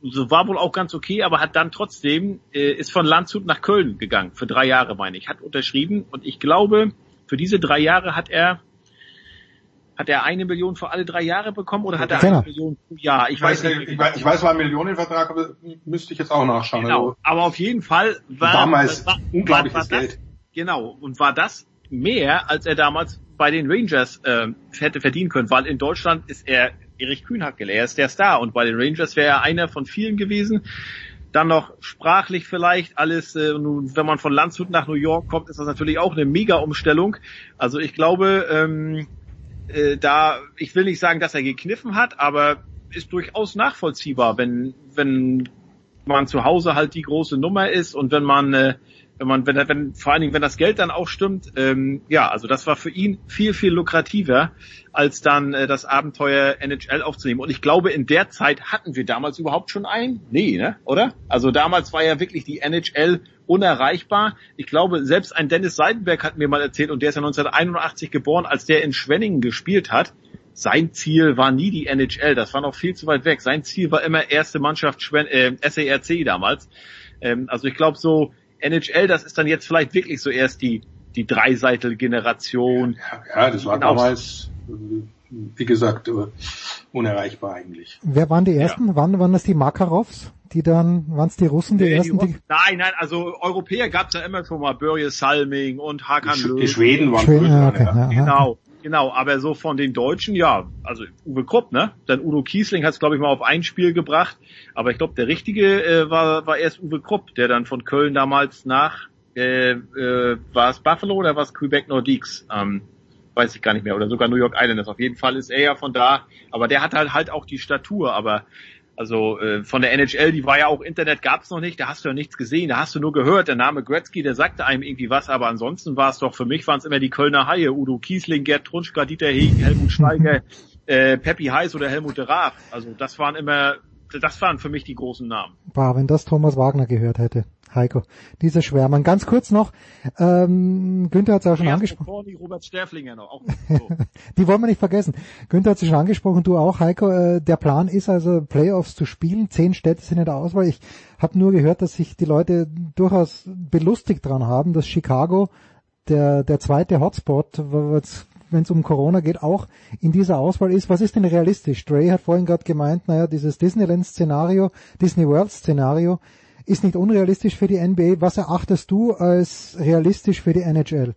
so war wohl auch ganz okay, aber hat dann trotzdem, äh, ist von Landshut nach Köln gegangen, für drei Jahre meine ich, hat unterschrieben und ich glaube, für diese drei Jahre hat er Hat er eine Million für alle drei Jahre bekommen oder hat er genau. eine Million pro Jahr? Ich, Ich weiß weiß, nicht. ich weiß, ich weiß, war ein Millionenvertrag, aber müsste ich jetzt auch nachschauen. Genau, Also, aber auf jeden Fall war damals war, unglaubliches war, war das, Geld. Genau, und war das mehr, als er damals bei den Rangers äh, hätte verdienen können, weil in Deutschland ist er Erich Kühnhackel, er ist der Star und bei den Rangers wäre er einer von vielen gewesen. Dann noch sprachlich vielleicht alles, äh, nun, wenn man von Landshut nach New York kommt, ist das natürlich auch eine Mega-Umstellung. Also ich glaube, ähm, äh, da, ich will nicht sagen, dass er gekniffen hat, aber ist durchaus nachvollziehbar, wenn wenn man zu Hause halt die große Nummer ist und wenn man äh, wenn man wenn wenn vor allen Dingen wenn das Geld dann auch stimmt, ähm, ja, also das war für ihn viel viel lukrativer als dann äh, das Abenteuer N H L aufzunehmen. Und ich glaube, in der Zeit hatten wir damals überhaupt schon einen? Nee, ne? Oder? Also damals war ja wirklich die N H L unerreichbar. Ich glaube, selbst ein Dennis Seidenberg hat mir mal erzählt, und der ist ja neunzehnhunderteinundachtzig geboren, als der in Schwenningen gespielt hat. Sein Ziel war nie die N H L, das war noch viel zu weit weg. Sein Ziel war immer erste Mannschaft Schwen- äh, S A R C damals. Ähm, also ich glaube so, N H L, das ist dann jetzt vielleicht wirklich so erst die die Dreiseitel-Generation. Ja, das war damals, wie gesagt, unerreichbar eigentlich. Wer waren die Ersten? Ja. Waren, waren das die Makarovs? Die dann, waren es die Russen, die nee, Ersten? Die, die nein, nein, also Europäer gab es ja immer schon mal, Börje Salming und Hakan Löw. Die Schweden waren Schweden, ja, okay, ja. Genau, genau, aber so von den Deutschen, ja, also Uwe Krupp, ne? Dann Udo Kiesling hat es, glaube ich, mal auf ein Spiel gebracht, aber ich glaube, der richtige äh, war, war erst Uwe Krupp, der dann von Köln damals nach, äh, äh, war es Buffalo oder war es Quebec Nordiques? Ähm, weiß ich gar nicht mehr, oder sogar New York Islanders. Auf jeden Fall ist er ja von da, aber der hat halt halt auch die Statur, aber also äh, von der N H L, die war ja auch, Internet gab's noch nicht, da hast du ja nichts gesehen, da hast du nur gehört, der Name Gretzky, der sagte einem irgendwie was, aber ansonsten war es doch, für mich waren es immer die Kölner Haie, Udo Kiesling, Gerd Trunschka, Dieter Hegen, Helmut Steiger, äh, Peppi Heiß oder Helmut de Raaf. Also das waren immer, das waren für mich die großen Namen. Bah, wenn das Thomas Wagner gehört hätte. Heiko, dieser Schwärmann. Ganz kurz noch, ähm, Günther hat es ja schon angesprochen. Robert Sterflinger noch, auch so. Die wollen wir nicht vergessen. Günther hat es schon angesprochen, du auch, Heiko. Äh, der Plan ist also, Playoffs zu spielen. Zehn Städte sind in der Auswahl. Ich habe nur gehört, dass sich die Leute durchaus belustigt dran haben, dass Chicago, der der zweite Hotspot, wenn es um Corona geht, auch in dieser Auswahl ist. Was ist denn realistisch? Dre hat vorhin gerade gemeint, naja, dieses Disneyland-Szenario, Disney World-Szenario, ist nicht unrealistisch für die N B A. Was erachtest du als realistisch für die N H L?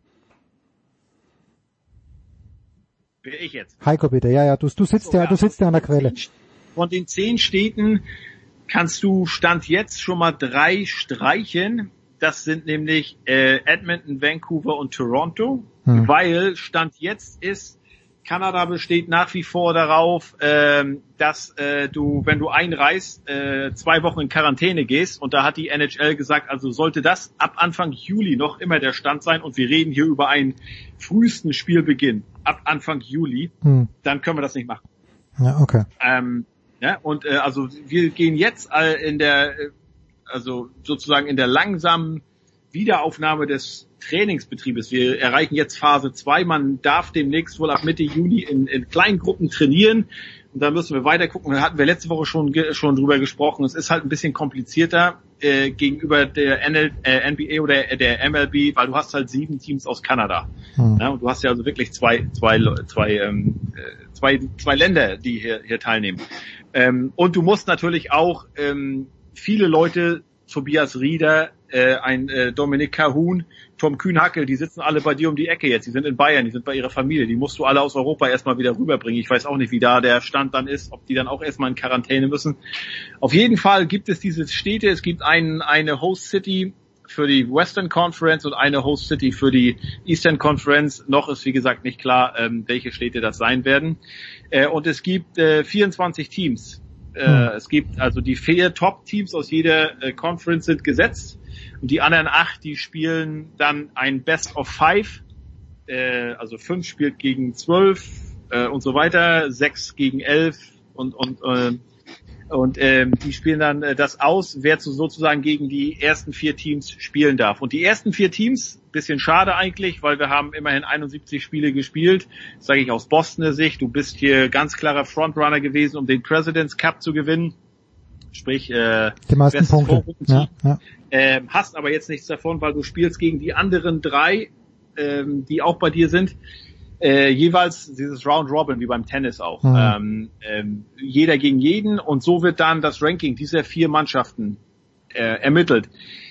Wer ich jetzt? Heiko, bitte. Ja, ja, du, du sitzt ja, du sitzt ja an der Quelle. Von den zehn Städten kannst du Stand jetzt schon mal drei streichen. Das sind nämlich äh, Edmonton, Vancouver und Toronto, hm. weil Stand jetzt ist, Kanada besteht nach wie vor darauf, ähm, dass äh, du, wenn du einreist, äh, zwei Wochen in Quarantäne gehst. Und da hat die N H L gesagt, also sollte das ab Anfang Juli noch immer der Stand sein, und wir reden hier über einen frühesten Spielbeginn ab Anfang Juli, hm. dann können wir das nicht machen. Ja, okay. Ähm, ja, und äh, also wir gehen jetzt äh, in der, also sozusagen in der langsamen Wiederaufnahme des Trainingsbetriebes. Wir erreichen jetzt Phase zwei. Man darf demnächst wohl ab Mitte Juni in, in kleinen Gruppen trainieren. Und da müssen wir weiter gucken. Da hatten wir letzte Woche schon schon drüber gesprochen. Es ist halt ein bisschen komplizierter äh, gegenüber der N L, äh, N B A oder der M L B, weil du hast halt sieben Teams aus Kanada. Hm. Ja, und du hast ja also wirklich zwei zwei zwei ähm, zwei zwei Länder, die hier hier teilnehmen. Ähm, und du musst natürlich auch ähm, viele Leute, Tobias Rieder, äh, ein äh, Dominik Cahun, Tom Kühnhackel, die sitzen alle bei dir um die Ecke jetzt. Die sind in Bayern, die sind bei ihrer Familie. Die musst du alle aus Europa erstmal wieder rüberbringen. Ich weiß auch nicht, wie da der Stand dann ist, ob die dann auch erstmal in Quarantäne müssen. Auf jeden Fall gibt es diese Städte. Es gibt ein, eine Host City für die Western Conference und eine Host City für die Eastern Conference. Noch ist, wie gesagt, nicht klar, ähm, welche Städte das sein werden. Äh, und es gibt äh, vierundzwanzig Teams. Äh, es gibt also die vier Top-Teams aus jeder äh, Conference sind gesetzt, und die anderen acht, die spielen dann ein Best of Five, äh, also fünf spielt gegen zwölf äh, und so weiter, sechs gegen elf und und äh, und ähm, die spielen dann äh, das aus, wer zu, sozusagen gegen die ersten vier Teams spielen darf. Und die ersten vier Teams, bisschen schade eigentlich, weil wir haben immerhin einundsiebzig Spiele gespielt, das sage ich aus Bostoner Sicht. Du bist hier ganz klarer Frontrunner gewesen, um den President's Cup zu gewinnen. sprich äh, die meisten Punkte. Ja, ja. Äh, hast aber jetzt nichts davon, weil du spielst gegen die anderen drei, ähm, die auch bei dir sind, äh, jeweils dieses Round Robin, wie beim Tennis auch. Mhm. Ähm, ähm, jeder gegen jeden und so wird dann das Ranking dieser vier Mannschaften äh, ermittelt.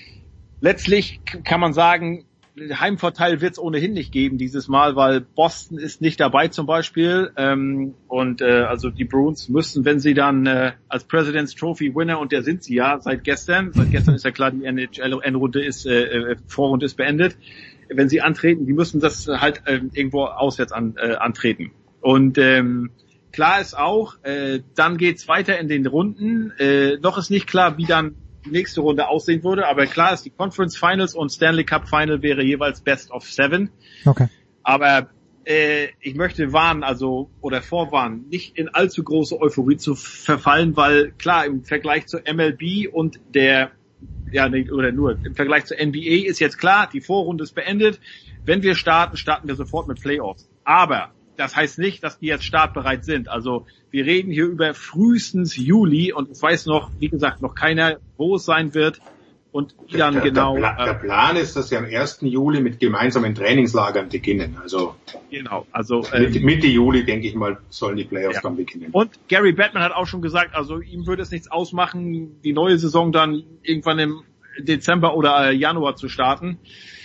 Letztlich kann man sagen, Heimvorteil wird es ohnehin nicht geben dieses Mal, weil Boston ist nicht dabei zum Beispiel ähm, und äh, also die Bruins müssen, wenn sie dann äh, als President's Trophy Winner, und der sind sie ja seit gestern, seit gestern ist ja klar, die N H L-Endrunde ist, äh, Vorrunde ist beendet, wenn sie antreten, die müssen das halt äh, irgendwo auswärts an, äh, antreten. Und ähm, klar ist auch, äh, dann geht's weiter in den Runden, äh, noch ist nicht klar, wie dann die nächste Runde aussehen würde, aber klar ist, die Conference Finals und Stanley Cup Final wäre jeweils Best of Seven. Okay. Aber äh, ich möchte warnen, also oder vorwarnen, nicht in allzu große Euphorie zu verfallen, weil klar, im Vergleich zur M L B und der, ja, nee, oder nur, im Vergleich zur N B A ist jetzt klar, die Vorrunde ist beendet. Wenn wir starten, starten wir sofort mit Playoffs. Aber das heißt nicht, dass die jetzt startbereit sind. Also wir reden hier über frühestens Juli und es weiß noch, wie gesagt, noch keiner, wo es sein wird und wie dann der, genau. Der, Pla- der Plan ist, dass sie am ersten Juli mit gemeinsamen Trainingslagern beginnen. Also genau, also Mitte, ähm, Mitte Juli, denke ich mal, sollen die Playoffs ja. dann beginnen. Und Gary Bettman hat auch schon gesagt, also ihm würde es nichts ausmachen, die neue Saison dann irgendwann im Dezember oder Januar zu starten.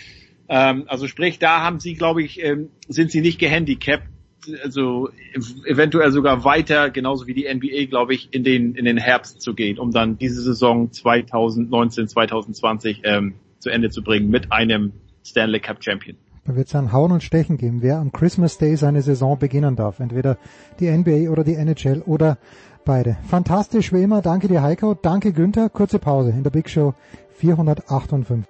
Ähm, also sprich, da haben sie, glaube ich, ähm, sind sie nicht gehandicapt. Also eventuell sogar weiter, genauso wie die N B A, glaube ich, in den in den Herbst zu gehen, um dann diese Saison zwanzig neunzehn, zwanzig zwanzig ähm, zu Ende zu bringen mit einem Stanley Cup Champion. Da wird es ein Hauen und Stechen geben, wer am Christmas Day seine Saison beginnen darf. Entweder die N B A oder die N H L oder beide. Fantastisch wie immer. Danke dir, Heiko. Danke, Günther. Kurze Pause in der Big Show vierhundertachtundfünfzig.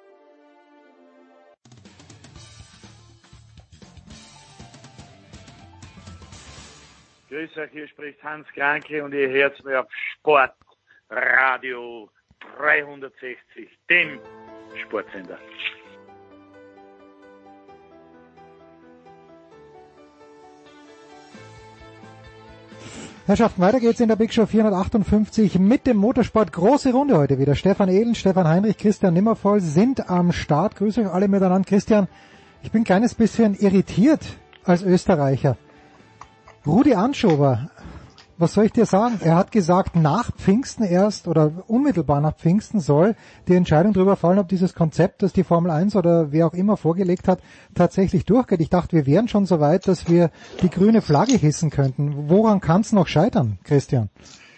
Grüß euch, hier spricht Hans Kranke und ihr hört mir auf Sportradio dreihundertsechzig, dem Sportsender. Herrschaften, weiter geht's in der Big Show vierhundertachtundfünfzig mit dem Motorsport. Große Runde heute wieder. Stefan Ehlen, Stefan Heinrich, Christian Nimmervoll sind am Start. Grüße euch alle miteinander. Christian, ich bin ein kleines bisschen irritiert als Österreicher. Rudi Anschober, was soll ich dir sagen? Er hat gesagt, nach Pfingsten erst oder unmittelbar nach Pfingsten soll die Entscheidung darüber fallen, ob dieses Konzept, das die Formel eins oder wer auch immer vorgelegt hat, tatsächlich durchgeht. Ich dachte, wir wären schon so weit, dass wir die grüne Flagge hissen könnten. Woran kann es noch scheitern, Christian?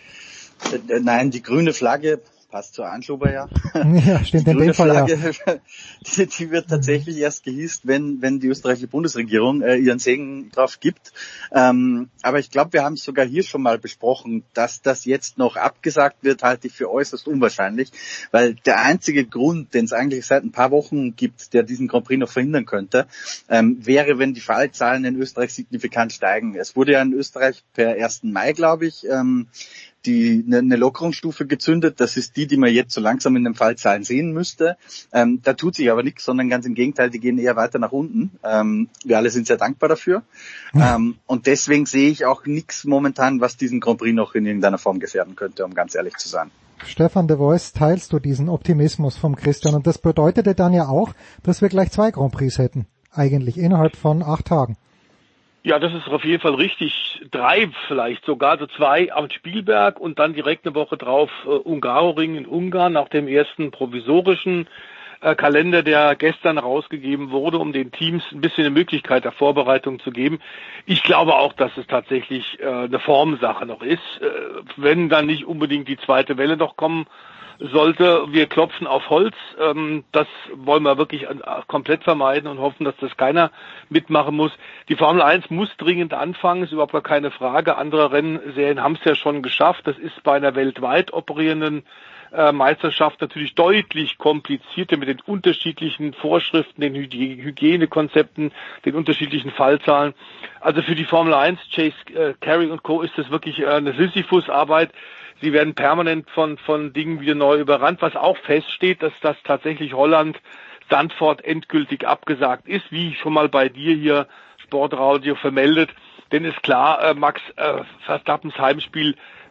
Nein, die grüne Flagge passt zur Anschober, ja. Ja, stimmt, in dem Fall, Flagge, ja. Die, die wird tatsächlich erst gehisst, wenn, wenn die österreichische Bundesregierung äh, ihren Segen drauf gibt. Ähm, aber ich glaube, wir haben es sogar hier schon mal besprochen, dass das jetzt noch abgesagt wird, halte ich für äußerst unwahrscheinlich, weil der einzige Grund, den es eigentlich seit ein paar Wochen gibt, der diesen Grand Prix noch verhindern könnte, ähm, wäre, wenn die Fallzahlen in Österreich signifikant steigen. Es wurde ja in Österreich per ersten Mai, glaube ich, ähm, die eine, eine Lockerungsstufe gezündet. Das ist die, die man jetzt so langsam in den Fallzahlen sehen müsste. Ähm, da tut sich aber nichts, sondern ganz im Gegenteil, die gehen eher weiter nach unten. Ähm, wir alle sind sehr dankbar dafür. Ja. Ähm, und deswegen sehe ich auch nichts momentan, was diesen Grand Prix noch in irgendeiner Form gefährden könnte, um ganz ehrlich zu sein. Stefan de Voice, teilst du diesen Optimismus vom Christian? Und das bedeutete dann ja auch, dass wir gleich zwei Grand Prix hätten. Eigentlich innerhalb von acht Tagen. Ja, das ist auf jeden Fall richtig. Drei vielleicht sogar, also zwei am Spielberg und dann direkt eine Woche drauf äh, Ungaroring in Ungarn nach dem ersten provisorischen äh, Kalender, der gestern rausgegeben wurde, um den Teams ein bisschen eine Möglichkeit der Vorbereitung zu geben. Ich glaube auch, dass es tatsächlich äh, eine Formsache noch ist, äh, wenn dann nicht unbedingt die zweite Welle noch kommen sollte. Wir klopfen auf Holz. Ähm, das wollen wir wirklich komplett vermeiden und hoffen, dass das keiner mitmachen muss. Die Formel eins muss dringend anfangen, ist überhaupt gar keine Frage. Andere Rennserien haben es ja schon geschafft. Das ist bei einer weltweit operierenden äh, Meisterschaft natürlich deutlich komplizierter mit den unterschiedlichen Vorschriften, den Hyg- Hygienekonzepten, den unterschiedlichen Fallzahlen. Also für die Formel eins, Chase äh, Carey und Co. ist das wirklich äh, eine Sisyphus-Arbeit. Sie werden permanent von, von Dingen wieder neu überrannt, was auch feststeht, dass das tatsächlich Holland, Zandvoort endgültig abgesagt ist, wie schon mal bei dir hier Sportradio vermeldet. Denn ist klar, äh, Max äh, Verstappens Heimspiel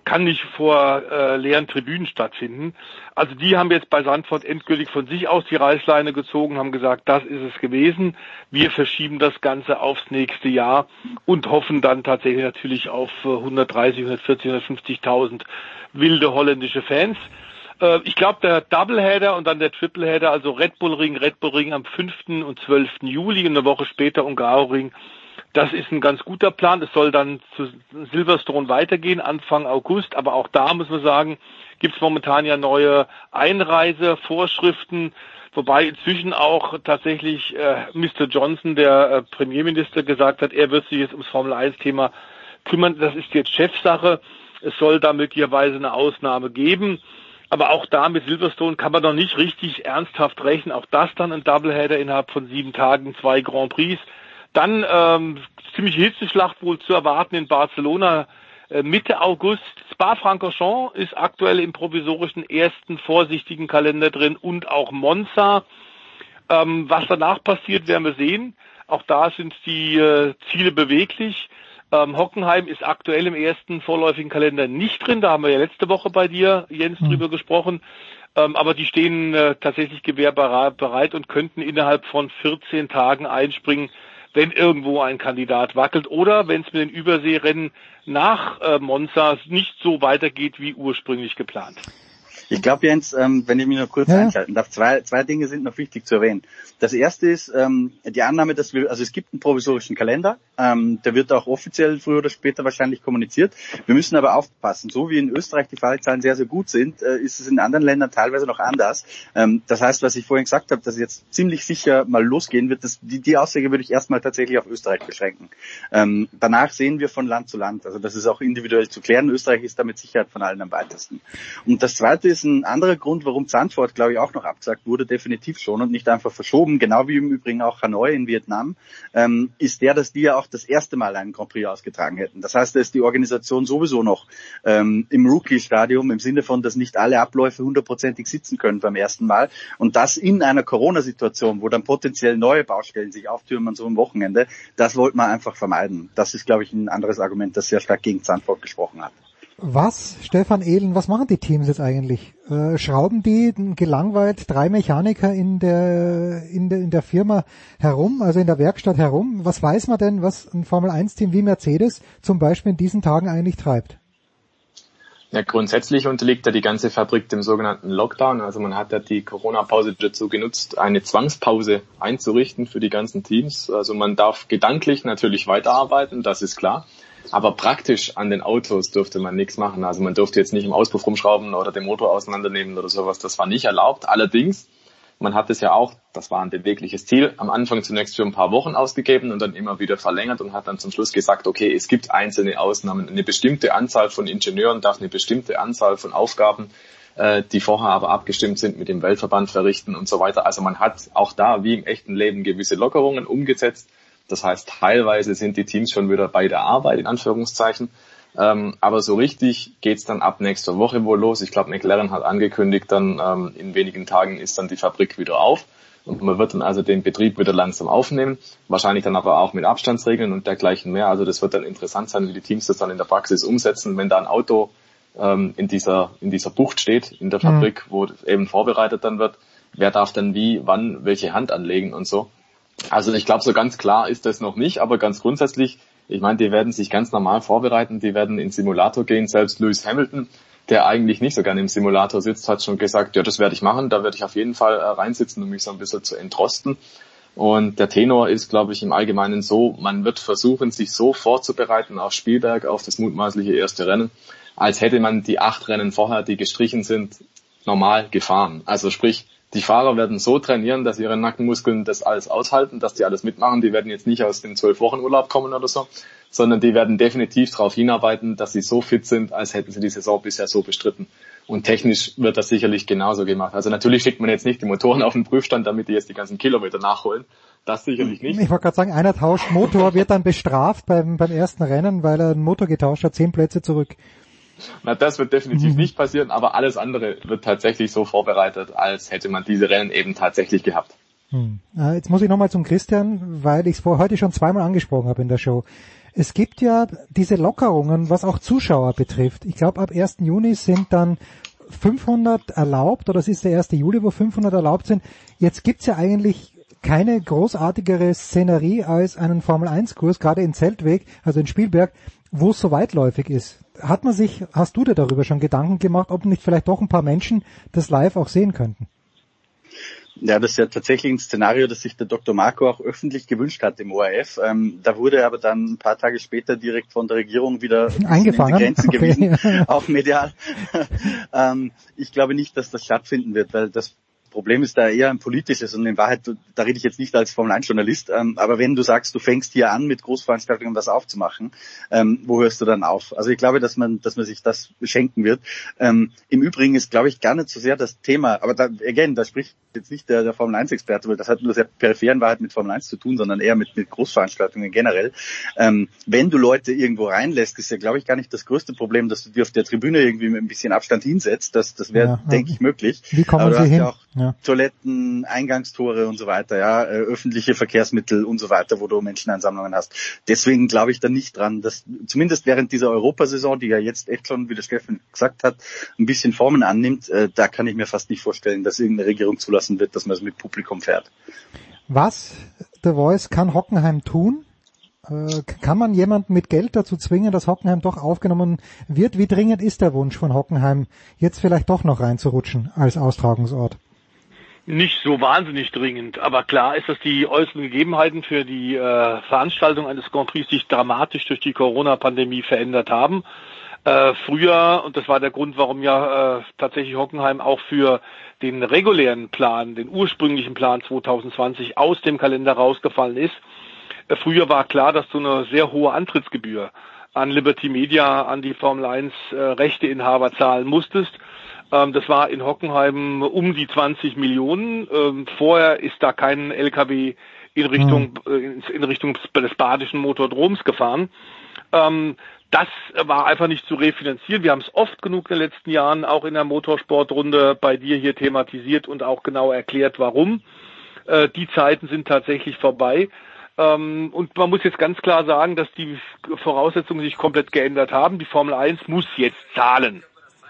kann nicht vor äh, leeren Tribünen stattfinden. Also die haben jetzt bei Zandvoort endgültig von sich aus die Reißleine gezogen, haben gesagt, das ist es gewesen. Wir verschieben das Ganze aufs nächste Jahr und hoffen dann tatsächlich natürlich auf äh, hundertdreißig, hundertvierzig, hundertfünfzigtausend wilde holländische Fans. Äh, ich glaube, der Doubleheader und dann der Tripleheader, also Red Bull Ring, Red Bull Ring am fünften und zwölften Juli, eine Woche später Ungaroring. Das ist ein ganz guter Plan. Es soll dann zu Silverstone weitergehen, Anfang August. Aber auch da, muss man sagen, gibt es momentan ja neue Einreisevorschriften. Wobei inzwischen auch tatsächlich äh, Mister Johnson, der äh, Premierminister, gesagt hat, er wird sich jetzt ums Formel eins Thema kümmern. Das ist jetzt Chefsache. Es soll da möglicherweise eine Ausnahme geben. Aber auch da mit Silverstone kann man noch nicht richtig ernsthaft rechnen. Auch das dann ein Doubleheader innerhalb von sieben Tagen, zwei Grand Prix. Dann ähm, ziemlich Hitzeschlacht wohl zu erwarten in Barcelona äh, Mitte August. Spa-Francorchamps ist aktuell im provisorischen ersten vorsichtigen Kalender drin und auch Monza. Ähm, was danach passiert, werden wir sehen. Auch da sind die äh, Ziele beweglich. Ähm, Hockenheim ist aktuell im ersten vorläufigen Kalender nicht drin. Da haben wir ja letzte Woche bei dir, Jens, mhm. drüber gesprochen. Ähm, aber die stehen äh, tatsächlich gewährbereit und könnten innerhalb von vierzehn Tagen einspringen, wenn irgendwo ein Kandidat wackelt oder wenn es mit den Überseerennen nach äh, Monza nicht so weitergeht wie ursprünglich geplant. Ich glaube, Jens, ähm, wenn ich mich noch kurz ja. einschalten darf, zwei, zwei Dinge sind noch wichtig zu erwähnen. Das erste ist ähm, die Annahme, dass wir, also es gibt einen provisorischen Kalender, ähm, der wird auch offiziell früher oder später wahrscheinlich kommuniziert. Wir müssen aber aufpassen, so wie in Österreich die Fallzahlen sehr, sehr gut sind, äh, ist es in anderen Ländern teilweise noch anders. Ähm, das heißt, was ich vorhin gesagt habe, dass es jetzt ziemlich sicher mal losgehen wird, das, die, die Aussage würde ich erstmal tatsächlich auf Österreich beschränken. Ähm, danach sehen wir von Land zu Land, also das ist auch individuell zu klären. Österreich ist da mit Sicherheit von allen am weitesten. Und das zweite ist ein anderer Grund, warum Zandvoort, glaube ich, auch noch abgesagt wurde, definitiv schon und nicht einfach verschoben, genau wie im Übrigen auch Hanoi in Vietnam, ähm, ist der, dass die ja auch das erste Mal einen Grand Prix ausgetragen hätten. Das heißt, da ist die Organisation sowieso noch ähm, im Rookie-Stadium, im Sinne von, dass nicht alle Abläufe hundertprozentig sitzen können beim ersten Mal und das in einer Corona-Situation, wo dann potenziell neue Baustellen sich auftürmen an so einem Wochenende, das wollte man einfach vermeiden. Das ist, glaube ich, ein anderes Argument, das sehr stark gegen Zandvoort gesprochen hat. Was, Stefan Ehlen, was machen die Teams jetzt eigentlich? Äh, schrauben die gelangweilt drei Mechaniker in der, in der in der Firma herum, also in der Werkstatt herum? Was weiß man denn, was ein Formel eins Team wie Mercedes zum Beispiel in diesen Tagen eigentlich treibt? Ja, grundsätzlich unterliegt ja die ganze Fabrik dem sogenannten Lockdown. Also man hat ja die Corona-Pause dazu genutzt, eine Zwangspause einzurichten für die ganzen Teams. Also man darf gedanklich natürlich weiterarbeiten, das ist klar. Aber praktisch an den Autos durfte man nichts machen. Also man durfte jetzt nicht im Auspuff rumschrauben oder den Motor auseinandernehmen oder sowas. Das war nicht erlaubt. Allerdings, man hat es ja auch, das war ein bewegliches Ziel, am Anfang zunächst für ein paar Wochen ausgegeben und dann immer wieder verlängert und hat dann zum Schluss gesagt, okay, es gibt einzelne Ausnahmen. Eine bestimmte Anzahl von Ingenieuren darf eine bestimmte Anzahl von Aufgaben, äh, die vorher aber abgestimmt sind, mit dem Weltverband verrichten und so weiter. Also man hat auch da, wie im echten Leben, gewisse Lockerungen umgesetzt. Das heißt, teilweise sind die Teams schon wieder bei der Arbeit, in Anführungszeichen. Ähm, aber so richtig geht's dann ab nächster Woche wohl los. Ich glaube, McLaren hat angekündigt, dann ähm, in wenigen Tagen ist dann die Fabrik wieder auf. Und man wird dann also den Betrieb wieder langsam aufnehmen. Wahrscheinlich dann aber auch mit Abstandsregeln und dergleichen mehr. Also das wird dann interessant sein, wie die Teams das dann in der Praxis umsetzen. Wenn da ein Auto ähm, in dieser in dieser Bucht steht, in der Fabrik, mhm. wo eben vorbereitet dann wird, wer darf dann wie, wann, welche Hand anlegen und so. Also ich glaube, so ganz klar ist das noch nicht, aber ganz grundsätzlich, ich meine, die werden sich ganz normal vorbereiten, die werden in Simulator gehen. Selbst Lewis Hamilton, der eigentlich nicht so gerne im Simulator sitzt, hat schon gesagt, ja, das werde ich machen, da werde ich auf jeden Fall äh, reinsitzen, um mich so ein bisschen zu entrosten. Und der Tenor ist, glaube ich, im Allgemeinen so, man wird versuchen, sich so vorzubereiten auf Spielberg, auf das mutmaßliche erste Rennen, als hätte man die acht Rennen vorher, die gestrichen sind, normal gefahren. Also sprich, die Fahrer werden so trainieren, dass ihre Nackenmuskeln das alles aushalten, dass die alles mitmachen. Die werden jetzt nicht aus dem zwölf Wochen Urlaub kommen oder so, sondern die werden definitiv darauf hinarbeiten, dass sie so fit sind, als hätten sie die Saison bisher so bestritten. Und technisch wird das sicherlich genauso gemacht. Also natürlich schickt man jetzt nicht die Motoren auf den Prüfstand, damit die jetzt die ganzen Kilometer nachholen. Das sicherlich nicht. Ich wollte gerade sagen, einer tauscht Motor, wird dann bestraft beim, beim ersten Rennen, weil er einen Motor getauscht hat, zehn Plätze zurück. Na, das wird definitiv nicht passieren, aber alles andere wird tatsächlich so vorbereitet, als hätte man diese Rennen eben tatsächlich gehabt. Hm. Jetzt muss ich nochmal zum Christian, weil ich es vor heute schon zweimal angesprochen habe in der Show. Es gibt ja diese Lockerungen, was auch Zuschauer betrifft. Ich glaube, ab ersten Juni sind dann fünfhundert erlaubt, oder es ist der erste Juli, wo fünfhundert erlaubt sind. Jetzt gibt's ja eigentlich keine großartigere Szenerie als einen Formel eins Kurs, gerade in Zeltweg, also in Spielberg, wo es so weitläufig ist. Hat man sich, hast du dir darüber schon Gedanken gemacht, ob nicht vielleicht doch ein paar Menschen das live auch sehen könnten? Ja, das ist ja tatsächlich ein Szenario, das sich der Doktor Marco auch öffentlich gewünscht hat im O R F. Ähm, da wurde aber dann ein paar Tage später direkt von der Regierung wieder eingefangen, in die Grenzen okay. gewiesen, auch medial. ähm, ich glaube nicht, dass das stattfinden wird, weil das Problem ist da eher ein politisches und in Wahrheit, da rede ich jetzt nicht als Formel eins Journalist, ähm, aber wenn du sagst, du fängst hier an, mit Großveranstaltungen was aufzumachen, ähm, wo hörst du dann auf? Also ich glaube, dass man dass man sich das schenken wird. Ähm, Im Übrigen ist, glaube ich, gar nicht so sehr das Thema, aber da, again, da spricht jetzt nicht der, der Formel eins Experte, weil das hat nur sehr peripher in Wahrheit mit Formel eins zu tun, sondern eher mit, mit Großveranstaltungen generell. Ähm, wenn du Leute irgendwo reinlässt, ist ja, glaube ich, gar nicht das größte Problem, dass du dir auf der Tribüne irgendwie mit ein bisschen Abstand hinsetzt. Das, das wäre, ja, denke ich, möglich. Wie kommen aber du Sie hast hin? Ja auch Ja. Toiletten, Eingangstore und so weiter, ja, äh, öffentliche Verkehrsmittel und so weiter, wo du Menschenansammlungen hast. Deswegen glaube ich da nicht dran, dass zumindest während dieser Europasaison, die ja jetzt echt schon, wie der Steffen gesagt hat, ein bisschen Formen annimmt, äh, da kann ich mir fast nicht vorstellen, dass irgendeine Regierung zulassen wird, dass man es mit Publikum fährt. Was, The Voice, kann Hockenheim tun? Äh, kann man jemanden mit Geld dazu zwingen, dass Hockenheim doch aufgenommen wird? Wie dringend ist der Wunsch von Hockenheim, jetzt vielleicht doch noch reinzurutschen als Austragungsort? Nicht so wahnsinnig dringend, aber klar ist, dass die äußeren Gegebenheiten für die äh, Veranstaltung eines Grand Prix sich dramatisch durch die Corona-Pandemie verändert haben. Äh, früher, und das war der Grund, warum ja äh, tatsächlich Hockenheim auch für den regulären Plan, den ursprünglichen Plan zwanzig zwanzig aus dem Kalender rausgefallen ist. Äh, früher war klar, dass du eine sehr hohe Antrittsgebühr an Liberty Media, an die Formel eins äh, Rechteinhaber zahlen musstest. Das war in Hockenheim um die zwanzig Millionen. Vorher ist da kein L K W in Richtung, in Richtung des Badischen Motordroms gefahren. Das war einfach nicht zu refinanzieren. Wir haben es oft genug in den letzten Jahren auch in der Motorsportrunde bei dir hier thematisiert und auch genau erklärt, warum. Die Zeiten sind tatsächlich vorbei. Und man muss jetzt ganz klar sagen, dass die Voraussetzungen sich komplett geändert haben. Die Formel eins muss jetzt zahlen.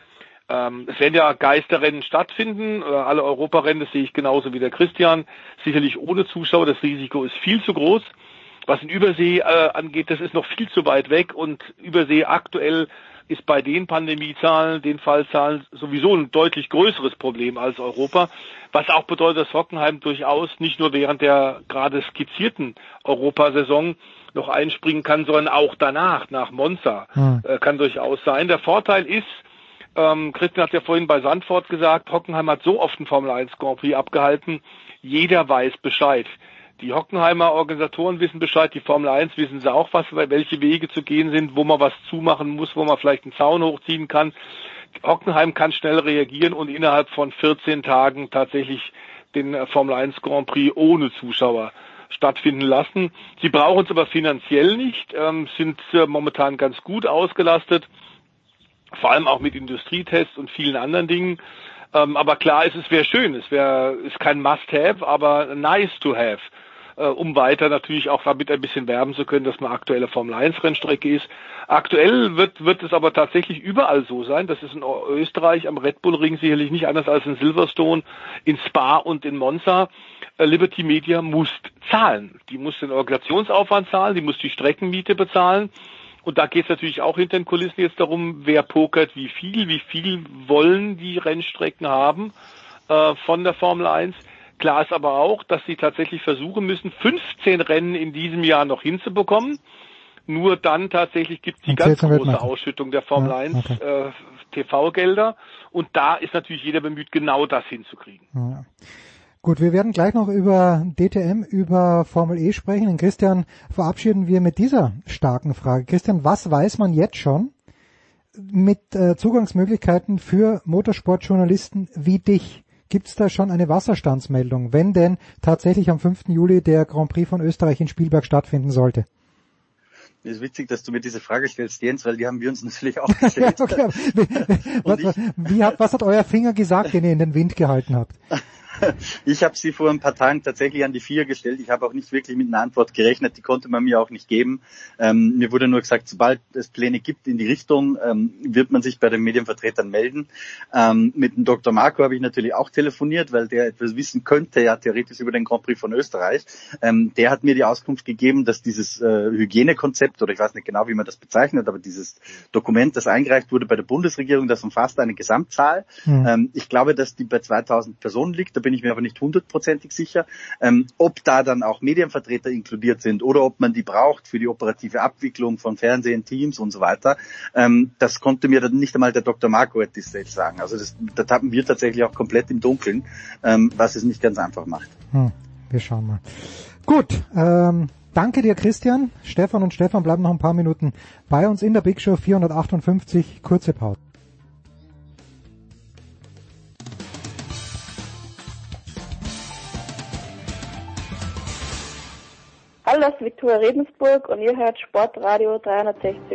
Ähm, es werden ja Geisterrennen stattfinden, äh, alle Europarennen, das sehe ich genauso wie der Christian, sicherlich ohne Zuschauer, das Risiko ist viel zu groß. Was in Übersee äh, angeht, das ist noch viel zu weit weg und Übersee aktuell ist bei den Pandemiezahlen, den Fallzahlen sowieso ein deutlich größeres Problem als Europa, was auch bedeutet, dass Hockenheim durchaus nicht nur während der gerade skizzierten Europasaison noch einspringen kann, sondern auch danach, nach Monza, hm. äh, kann durchaus sein. Der Vorteil ist, Ähm, Christian hat ja vorhin bei Sandford gesagt, Hockenheim hat so oft einen Formel eins Grand Prix abgehalten, jeder weiß Bescheid. Die Hockenheimer Organisatoren wissen Bescheid, die Formel eins wissen sie auch, was, welche Wege zu gehen sind, wo man was zumachen muss, wo man vielleicht einen Zaun hochziehen kann. Hockenheim kann schnell reagieren und innerhalb von vierzehn Tagen tatsächlich den Formel eins Grand Prix ohne Zuschauer stattfinden lassen. Sie brauchen es aber finanziell nicht, ähm, sind äh, momentan ganz gut ausgelastet. Vor allem auch mit Industrietests und vielen anderen Dingen. Ähm, aber klar ist, es wäre schön. Es wäre, ist kein Must-have, aber nice to have. Äh, um weiter natürlich auch damit ein bisschen werben zu können, dass man aktuelle Formel eins Rennstrecke ist. Aktuell wird, wird es aber tatsächlich überall so sein. Das ist in Österreich am Red Bull Ring sicherlich nicht anders als in Silverstone, in Spa und in Monza. Äh, Liberty Media muss zahlen. Die muss den Organisationsaufwand zahlen, die muss die Streckenmiete bezahlen. Und da geht es natürlich auch hinter den Kulissen jetzt darum, wer pokert wie viel, wie viel wollen die Rennstrecken haben äh, von der Formel eins. Klar ist aber auch, dass sie tatsächlich versuchen müssen, fünfzehn Rennen in diesem Jahr noch hinzubekommen. Nur dann tatsächlich gibt es die ganz große Ausschüttung der Formel eins ja, okay. äh, T V-Gelder. Und da ist natürlich jeder bemüht, genau das hinzukriegen. Ja. Gut, wir werden gleich noch über D T M, über Formel E sprechen. Den Christian verabschieden wir mit dieser starken Frage. Christian, was weiß man jetzt schon mit äh, Zugangsmöglichkeiten für Motorsportjournalisten wie dich? Gibt es da schon eine Wasserstandsmeldung, wenn denn tatsächlich am fünften Juli der Grand Prix von Österreich in Spielberg stattfinden sollte? Es ist witzig, dass du mir diese Frage stellst, Jens, weil die haben wir uns natürlich auch gestellt. ja, okay. was, was, wie hat, was hat euer Finger gesagt, den ihr in den Wind gehalten habt? Ich habe sie vor ein paar Tagen tatsächlich an die vier gestellt. Ich habe auch nicht wirklich mit einer Antwort gerechnet. Die konnte man mir auch nicht geben. Ähm, mir wurde nur gesagt, sobald es Pläne gibt in die Richtung, ähm, wird man sich bei den Medienvertretern melden. Ähm, mit dem Doktor Marco habe ich natürlich auch telefoniert, weil der etwas wissen könnte, ja theoretisch über den Grand Prix von Österreich. Ähm, der hat mir die Auskunft gegeben, dass dieses äh, Hygienekonzept, oder ich weiß nicht genau, wie man das bezeichnet, aber dieses Dokument, das eingereicht wurde bei der Bundesregierung, das umfasst eine Gesamtzahl. Mhm. Ähm, ich glaube, dass die bei zweitausend Personen liegt, da bin ich mir aber nicht hundertprozentig sicher. Ähm, ob da dann auch Medienvertreter inkludiert sind oder ob man die braucht für die operative Abwicklung von Fernsehen, Teams und so weiter, ähm, das konnte mir dann nicht einmal der Doktor Marco at this stage sagen. Also das, da tappen wir tatsächlich auch komplett im Dunkeln, ähm, was es nicht ganz einfach macht. Hm, wir schauen mal. Gut, ähm, danke dir, Christian. Stefan und Stefan bleiben noch ein paar Minuten bei uns in der Big Show vierhundertachtundfünfzig. Kurze Pause. Hallo, das ist Viktoria Redensburg und ihr hört Sportradio dreihundertsechzig.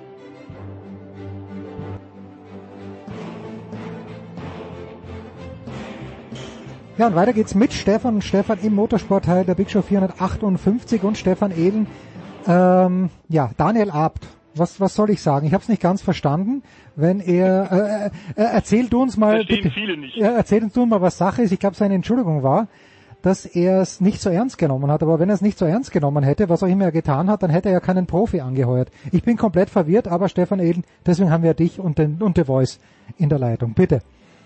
Ja, und weiter geht's mit Stefan und Stefan im Motorsportteil der Big Show vierhundertachtundfünfzig und Stefan Ehlen. Ähm, ja, Daniel Abt. Was, was soll ich sagen? Ich habe es nicht ganz verstanden. Wenn er, äh, äh, erzählt uns mal, bitte, viele nicht. Äh, erzählt uns mal, was Sache ist. Ich glaube, seine Entschuldigung war, dass er es nicht so ernst genommen hat. Aber wenn er es nicht so ernst genommen hätte, was auch immer er getan hat, dann hätte er ja keinen Profi angeheuert. Ich bin komplett verwirrt, aber Stefan Ehlen, deswegen haben wir dich und den und The Voice in der Leitung. Bitte.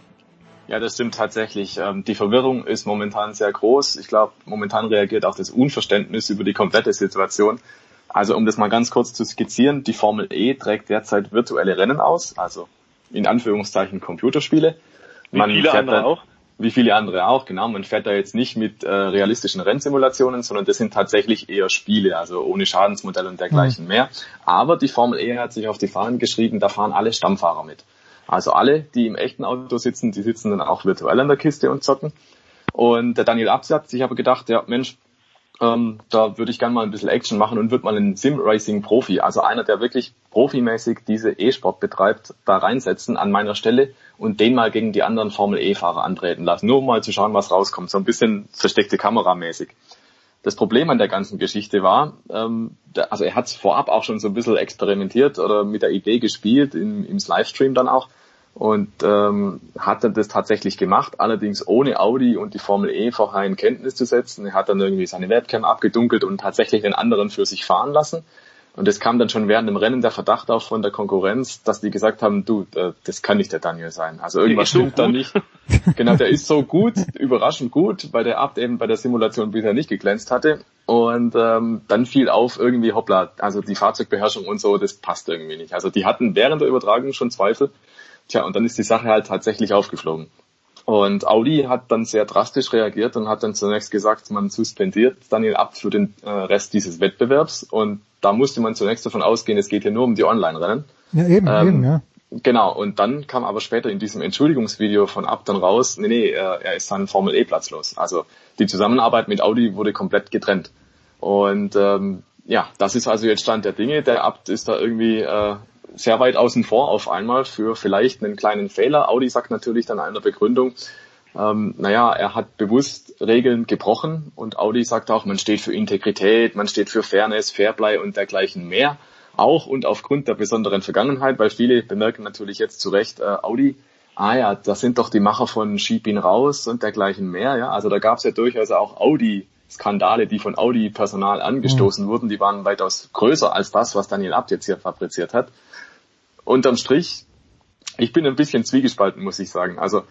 Ja, das stimmt tatsächlich. Die Verwirrung ist momentan sehr groß. Ich glaube, momentan reagiert auch das Unverständnis über die komplette Situation. Also um das mal ganz kurz zu skizzieren, die Formel E trägt derzeit virtuelle Rennen aus, also in Anführungszeichen Computerspiele. Wie Man viele andere da, auch? Wie viele andere auch, genau. Man fährt da jetzt nicht mit äh, realistischen Rennsimulationen, sondern das sind tatsächlich eher Spiele, also ohne Schadensmodell und dergleichen mhm. mehr. Aber die Formel E hat sich auf die Fahnen geschrieben, da fahren alle Stammfahrer mit. Also alle, die im echten Auto sitzen, die sitzen dann auch virtuell an der Kiste und zocken. Und der Daniel Abt hat sich aber gedacht, ja Mensch, ähm, da würde ich gerne mal ein bisschen Action machen und würde mal einen Sim-Racing-Profi, also einer, der wirklich profimäßig diese E-Sport betreibt, da reinsetzen an meiner Stelle und den mal gegen die anderen Formel-E-Fahrer antreten lassen, nur um mal zu schauen, was rauskommt, so ein bisschen versteckte Kameramäßig. Das Problem an der ganzen Geschichte war, ähm, der, also er hat vorab auch schon so ein bisschen experimentiert oder mit der Idee gespielt, im, im Livestream dann auch, und ähm, hat dann das tatsächlich gemacht, allerdings ohne Audi und die Formel E vorher in Kenntnis zu setzen. Er hat dann irgendwie seine Webcam abgedunkelt und tatsächlich den anderen für sich fahren lassen. Und es kam dann schon während dem Rennen der Verdacht auf von der Konkurrenz, dass die gesagt haben, du, äh, das kann nicht der Daniel sein. Also irgendwas stimmt da nicht. Genau, der ist so gut, überraschend gut, weil der Abt eben bei der Simulation bisher nicht geglänzt hatte. Und ähm, dann fiel auf irgendwie, hoppla, also die Fahrzeugbeherrschung und so, das passt irgendwie nicht. Also die hatten während der Übertragung schon Zweifel. Tja, und dann ist die Sache halt tatsächlich aufgeflogen. Und Audi hat dann sehr drastisch reagiert und hat dann zunächst gesagt, man suspendiert Daniel Abt für den äh, Rest dieses Wettbewerbs. Und da musste man zunächst davon ausgehen, es geht hier nur um die Online-Rennen. Ja, eben, ähm, eben, ja. Genau, und dann kam aber später in diesem Entschuldigungsvideo von Abt dann raus, nee, nee, er, er ist dann Formel E platzlos. Also die Zusammenarbeit mit Audi wurde komplett getrennt. Und ähm, ja, das ist also jetzt Stand der Dinge. Der Abt ist da irgendwie äh, sehr weit außen vor auf einmal für vielleicht einen kleinen Fehler. Audi sagt natürlich dann in einer Begründung, ähm, naja, er hat bewusst Regeln gebrochen, und Audi sagt auch, man steht für Integrität, man steht für Fairness, Fairplay und dergleichen mehr. Auch und aufgrund der besonderen Vergangenheit, weil viele bemerken natürlich jetzt zu Recht, äh, Audi, ah ja, das sind doch die Macher von Schieb ihn raus und dergleichen mehr. Ja, also da gab es ja durchaus auch Audi-Skandale, die von Audi-Personal angestoßen mhm. wurden, die waren weitaus größer als das, was Daniel Abt jetzt hier fabriziert hat. Unterm Strich, ich bin ein bisschen zwiegespalten, muss ich sagen. Also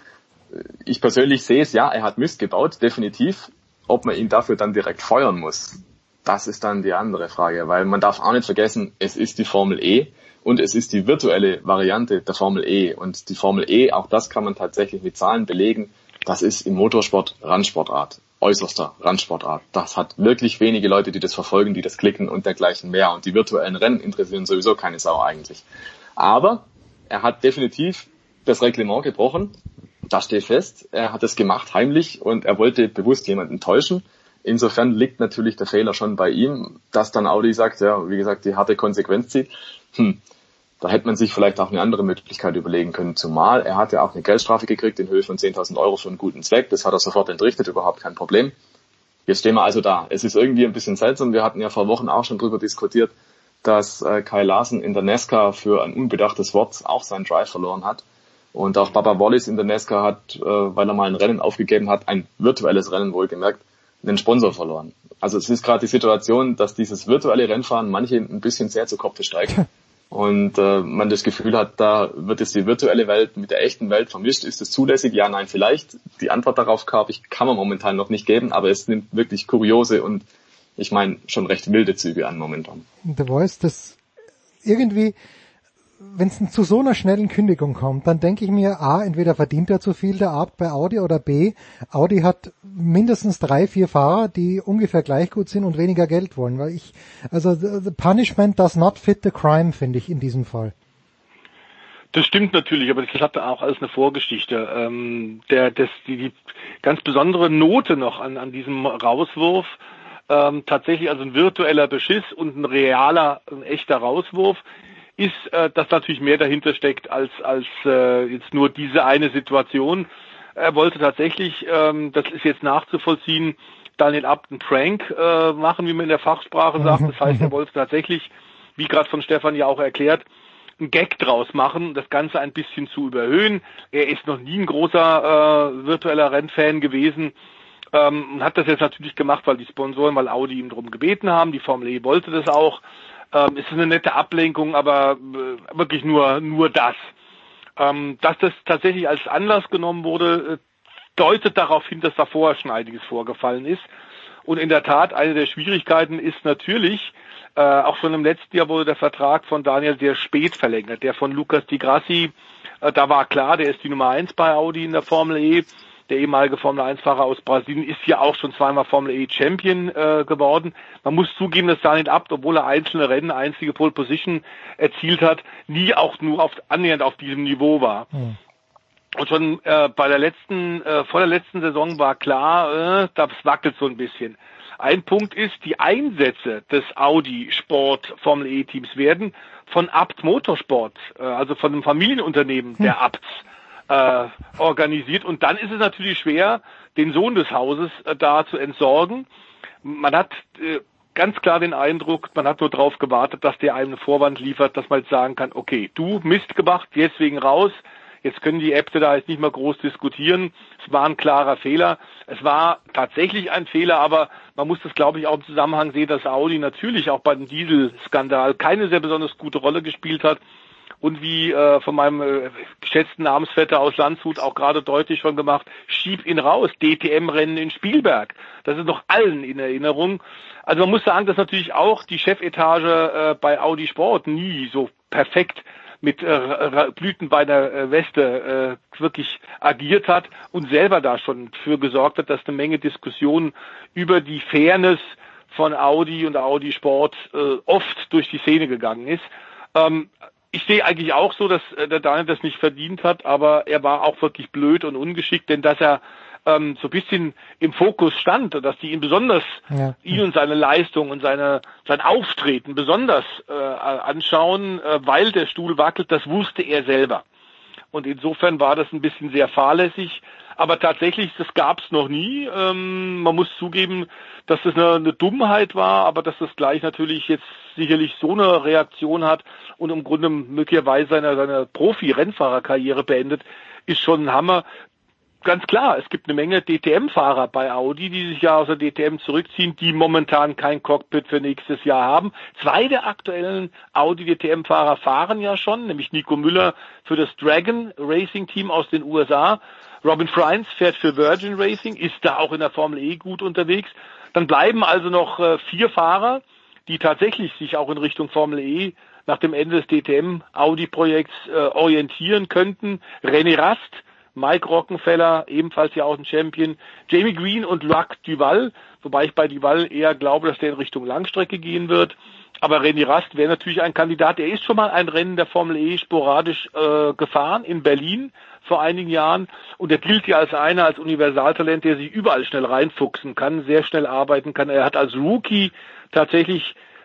ich persönlich sehe es, ja, er hat Mist gebaut, definitiv. Ob man ihn dafür dann direkt feuern muss, das ist dann die andere Frage, weil man darf auch nicht vergessen, es ist die Formel E und es ist die virtuelle Variante der Formel E. Und die Formel E, auch das kann man tatsächlich mit Zahlen belegen, das ist im Motorsport Randsportart, äußerster Randsportart. Das hat wirklich wenige Leute, die das verfolgen, die das klicken und dergleichen mehr. Und die virtuellen Rennen interessieren sowieso keine Sau eigentlich. Aber er hat definitiv das Reglement gebrochen. Das steht fest. Er hat es gemacht heimlich und er wollte bewusst jemanden täuschen. Insofern liegt natürlich der Fehler schon bei ihm, dass dann Audi sagt, ja, wie gesagt, die harte Konsequenz zieht. Hm. Da hätte man sich vielleicht auch eine andere Möglichkeit überlegen können, zumal er hat ja auch eine Geldstrafe gekriegt in Höhe von zehntausend Euro für einen guten Zweck. Das hat er sofort entrichtet, überhaupt kein Problem. Jetzt stehen wir also da. Es ist irgendwie ein bisschen seltsam. Wir hatten ja vor Wochen auch schon drüber diskutiert, dass äh, Kyle Larson in der NASCAR für ein unbedachtes Wort auch seinen Drive verloren hat. Und auch Bubba Wallace in der NASCAR hat, äh, weil er mal ein Rennen aufgegeben hat, ein virtuelles Rennen wohlgemerkt, einen Sponsor verloren. Also es ist gerade die Situation, dass dieses virtuelle Rennfahren manche ein bisschen sehr zu Kopf steigt. Und äh, man das Gefühl hat, da wird jetzt die virtuelle Welt mit der echten Welt vermischt. Ist das zulässig? Ja, nein, vielleicht. Die Antwort darauf, glaube ich, kann man momentan noch nicht geben, aber es nimmt wirklich kuriose und ich meine schon recht wilde Züge an momentan. The Voice, das irgendwie, wenn es zu so einer schnellen Kündigung kommt, dann denke ich mir, A, entweder verdient er zu viel, der Abend bei Audi, oder B, Audi hat mindestens drei, vier Fahrer, die ungefähr gleich gut sind und weniger Geld wollen, weil ich, also the punishment does not fit the crime, finde ich in diesem Fall. Das stimmt natürlich, aber das hat auch alles eine Vorgeschichte. Ähm, der, das, die, die ganz besondere Note noch an, an diesem Rauswurf, ähm, tatsächlich also ein virtueller Beschiss und ein realer, ein echter Rauswurf, ist, äh, dass natürlich mehr dahinter steckt als als äh, jetzt nur diese eine Situation. Er wollte tatsächlich, ähm, das ist jetzt nachzuvollziehen, Daniel Abt einen Prank äh, machen, wie man in der Fachsprache sagt. Das heißt, er wollte tatsächlich, wie gerade von Stefan ja auch erklärt, einen Gag draus machen, das Ganze ein bisschen zu überhöhen. Er ist noch nie ein großer äh, virtueller Rennfan gewesen. Ähm, und hat das jetzt natürlich gemacht, weil die Sponsoren, weil Audi ihm darum gebeten haben. Die Formel E wollte das auch. Ähm, es ist eine nette Ablenkung, aber äh, wirklich nur nur das. Ähm, dass das tatsächlich als Anlass genommen wurde, äh, deutet darauf hin, dass da vorher schon einiges vorgefallen ist. Und in der Tat, eine der Schwierigkeiten ist natürlich, äh, auch schon im letzten Jahr wurde der Vertrag von Daniel sehr spät verlängert. Der von Lucas Di Grassi, äh, da war klar, der ist die Nummer eins bei Audi in der Formel E. Der ehemalige Formel eins Fahrer aus Brasilien ist ja auch schon zweimal Formel E Champion äh, geworden. Man muss zugeben, dass Daniel Abt, obwohl er einzelne Rennen, einzige Pole Position erzielt hat, nie auch nur auf, annähernd auf diesem Niveau war. Mhm. Und schon äh, bei der letzten, äh, vor der letzten Saison war klar, äh, das wackelt so ein bisschen. Ein Punkt ist, die Einsätze des Audi Sport Formel E Teams werden von Abt Motorsport, äh, also von einem Familienunternehmen hm. der Abts, äh, organisiert. Und dann ist es natürlich schwer, den Sohn des Hauses äh, da zu entsorgen. Man hat äh, ganz klar den Eindruck, man hat nur darauf gewartet, dass der einem einen Vorwand liefert, dass man jetzt sagen kann, okay, du Mist gemacht, deswegen raus. Jetzt können die Äbte da jetzt nicht mehr groß diskutieren. Es war ein klarer Fehler. Es war tatsächlich ein Fehler, aber man muss das, glaube ich, auch im Zusammenhang sehen, dass Audi natürlich auch bei dem Dieselskandal keine sehr besonders gute Rolle gespielt hat. Und wie äh, von meinem äh, geschätzten Namensvetter aus Landshut auch gerade deutlich schon gemacht, schieb ihn raus, D T M-Rennen in Spielberg. Das ist noch allen in Erinnerung. Also man muss sagen, dass natürlich auch die Chefetage äh, bei Audi Sport nie so perfekt mit äh, Blüten bei der äh, Weste äh, wirklich agiert hat und selber da schon für gesorgt hat, dass eine Menge Diskussionen über die Fairness von Audi und Audi Sport äh, oft durch die Szene gegangen ist. Ähm, ich sehe eigentlich auch so, dass äh, der Daniel das nicht verdient hat, aber er war auch wirklich blöd und ungeschickt, denn dass er ähm, so ein bisschen im Fokus stand und dass die ihn besonders, ja. ihn und seine Leistung und seine sein Auftreten besonders äh, anschauen, äh, weil der Stuhl wackelt, das wusste er selber. Und insofern war das ein bisschen sehr fahrlässig. Aber tatsächlich, das gab's noch nie. Ähm, man muss zugeben, dass das eine, eine Dummheit war, aber dass das gleich natürlich jetzt sicherlich so eine Reaktion hat und im Grunde möglicherweise seine, seine Profi-Rennfahrerkarriere beendet, ist schon ein Hammer. Ganz klar, es gibt eine Menge D T M-Fahrer bei Audi, die sich ja aus der D T M zurückziehen, die momentan kein Cockpit für nächstes Jahr haben. Zwei der aktuellen Audi-D T M-Fahrer fahren ja schon, nämlich Nico Müller für das Dragon Racing Team aus den U S A. Robin Freins fährt für Virgin Racing, ist da auch in der Formel E gut unterwegs. Dann bleiben also noch äh, vier Fahrer, die tatsächlich sich auch in Richtung Formel E nach dem Ende des D T M-Audi-Projekts äh, orientieren könnten. René Rast, Mike Rockenfeller, ebenfalls ja auch ein Champion, Jamie Green und Luc Duval, wobei ich bei Duval eher glaube, dass der in Richtung Langstrecke gehen wird. Aber René Rast wäre natürlich ein Kandidat. Er ist schon mal ein Rennen der Formel E sporadisch äh, gefahren in Berlin vor einigen Jahren und er gilt ja als einer, als Universaltalent, der sich überall schnell reinfuchsen kann, sehr schnell arbeiten kann. Er hat als Rookie tatsächlich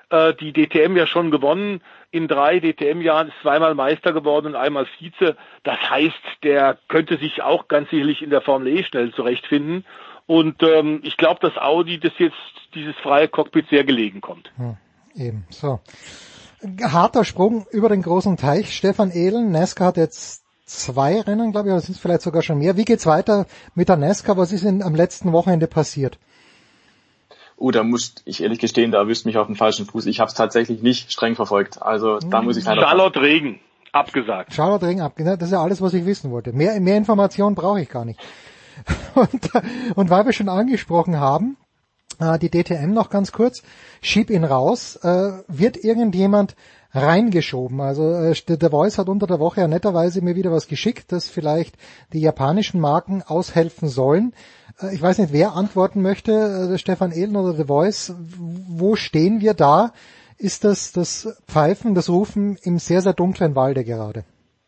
äh, die D T M ja schon gewonnen. In drei D T M-Jahren ist zweimal Meister geworden und einmal Vize. Das heißt, der könnte sich auch ganz sicherlich in der Formel E schnell zurechtfinden. Und ähm, ich glaube, dass Audi das jetzt, dieses freie Cockpit sehr gelegen kommt. Hm, eben, so. Harter Sprung über den großen Teich. Stefan Ehlen, NASCAR hat jetzt zwei Rennen, glaube ich, aber es sind vielleicht sogar schon mehr. Wie geht's weiter mit der NASCAR? Was ist denn am letzten Wochenende passiert? Oh, da muss ich ehrlich gestehen, da erwischt mich auf den falschen Fuß. Ich habe es tatsächlich nicht streng verfolgt. Also da muss ich leider... Charlotte Regen, abgesagt. Charlotte Regen, abgesagt. Das ist ja alles, was ich wissen wollte. Mehr, mehr Informationen brauche ich gar nicht. Und, und weil wir schon angesprochen haben, äh, die D T M noch ganz kurz, schieb ihn raus, äh, wird irgendjemand reingeschoben. Also äh, der Voice hat unter der Woche ja netterweise mir wieder was geschickt, dass vielleicht die japanischen Marken aushelfen sollen. Äh, ich weiß nicht, wer antworten möchte, äh, Stefan Ehlen oder The Voice. Wo stehen wir da? Ist das das Pfeifen, das Rufen im sehr, sehr dunklen Walde gerade?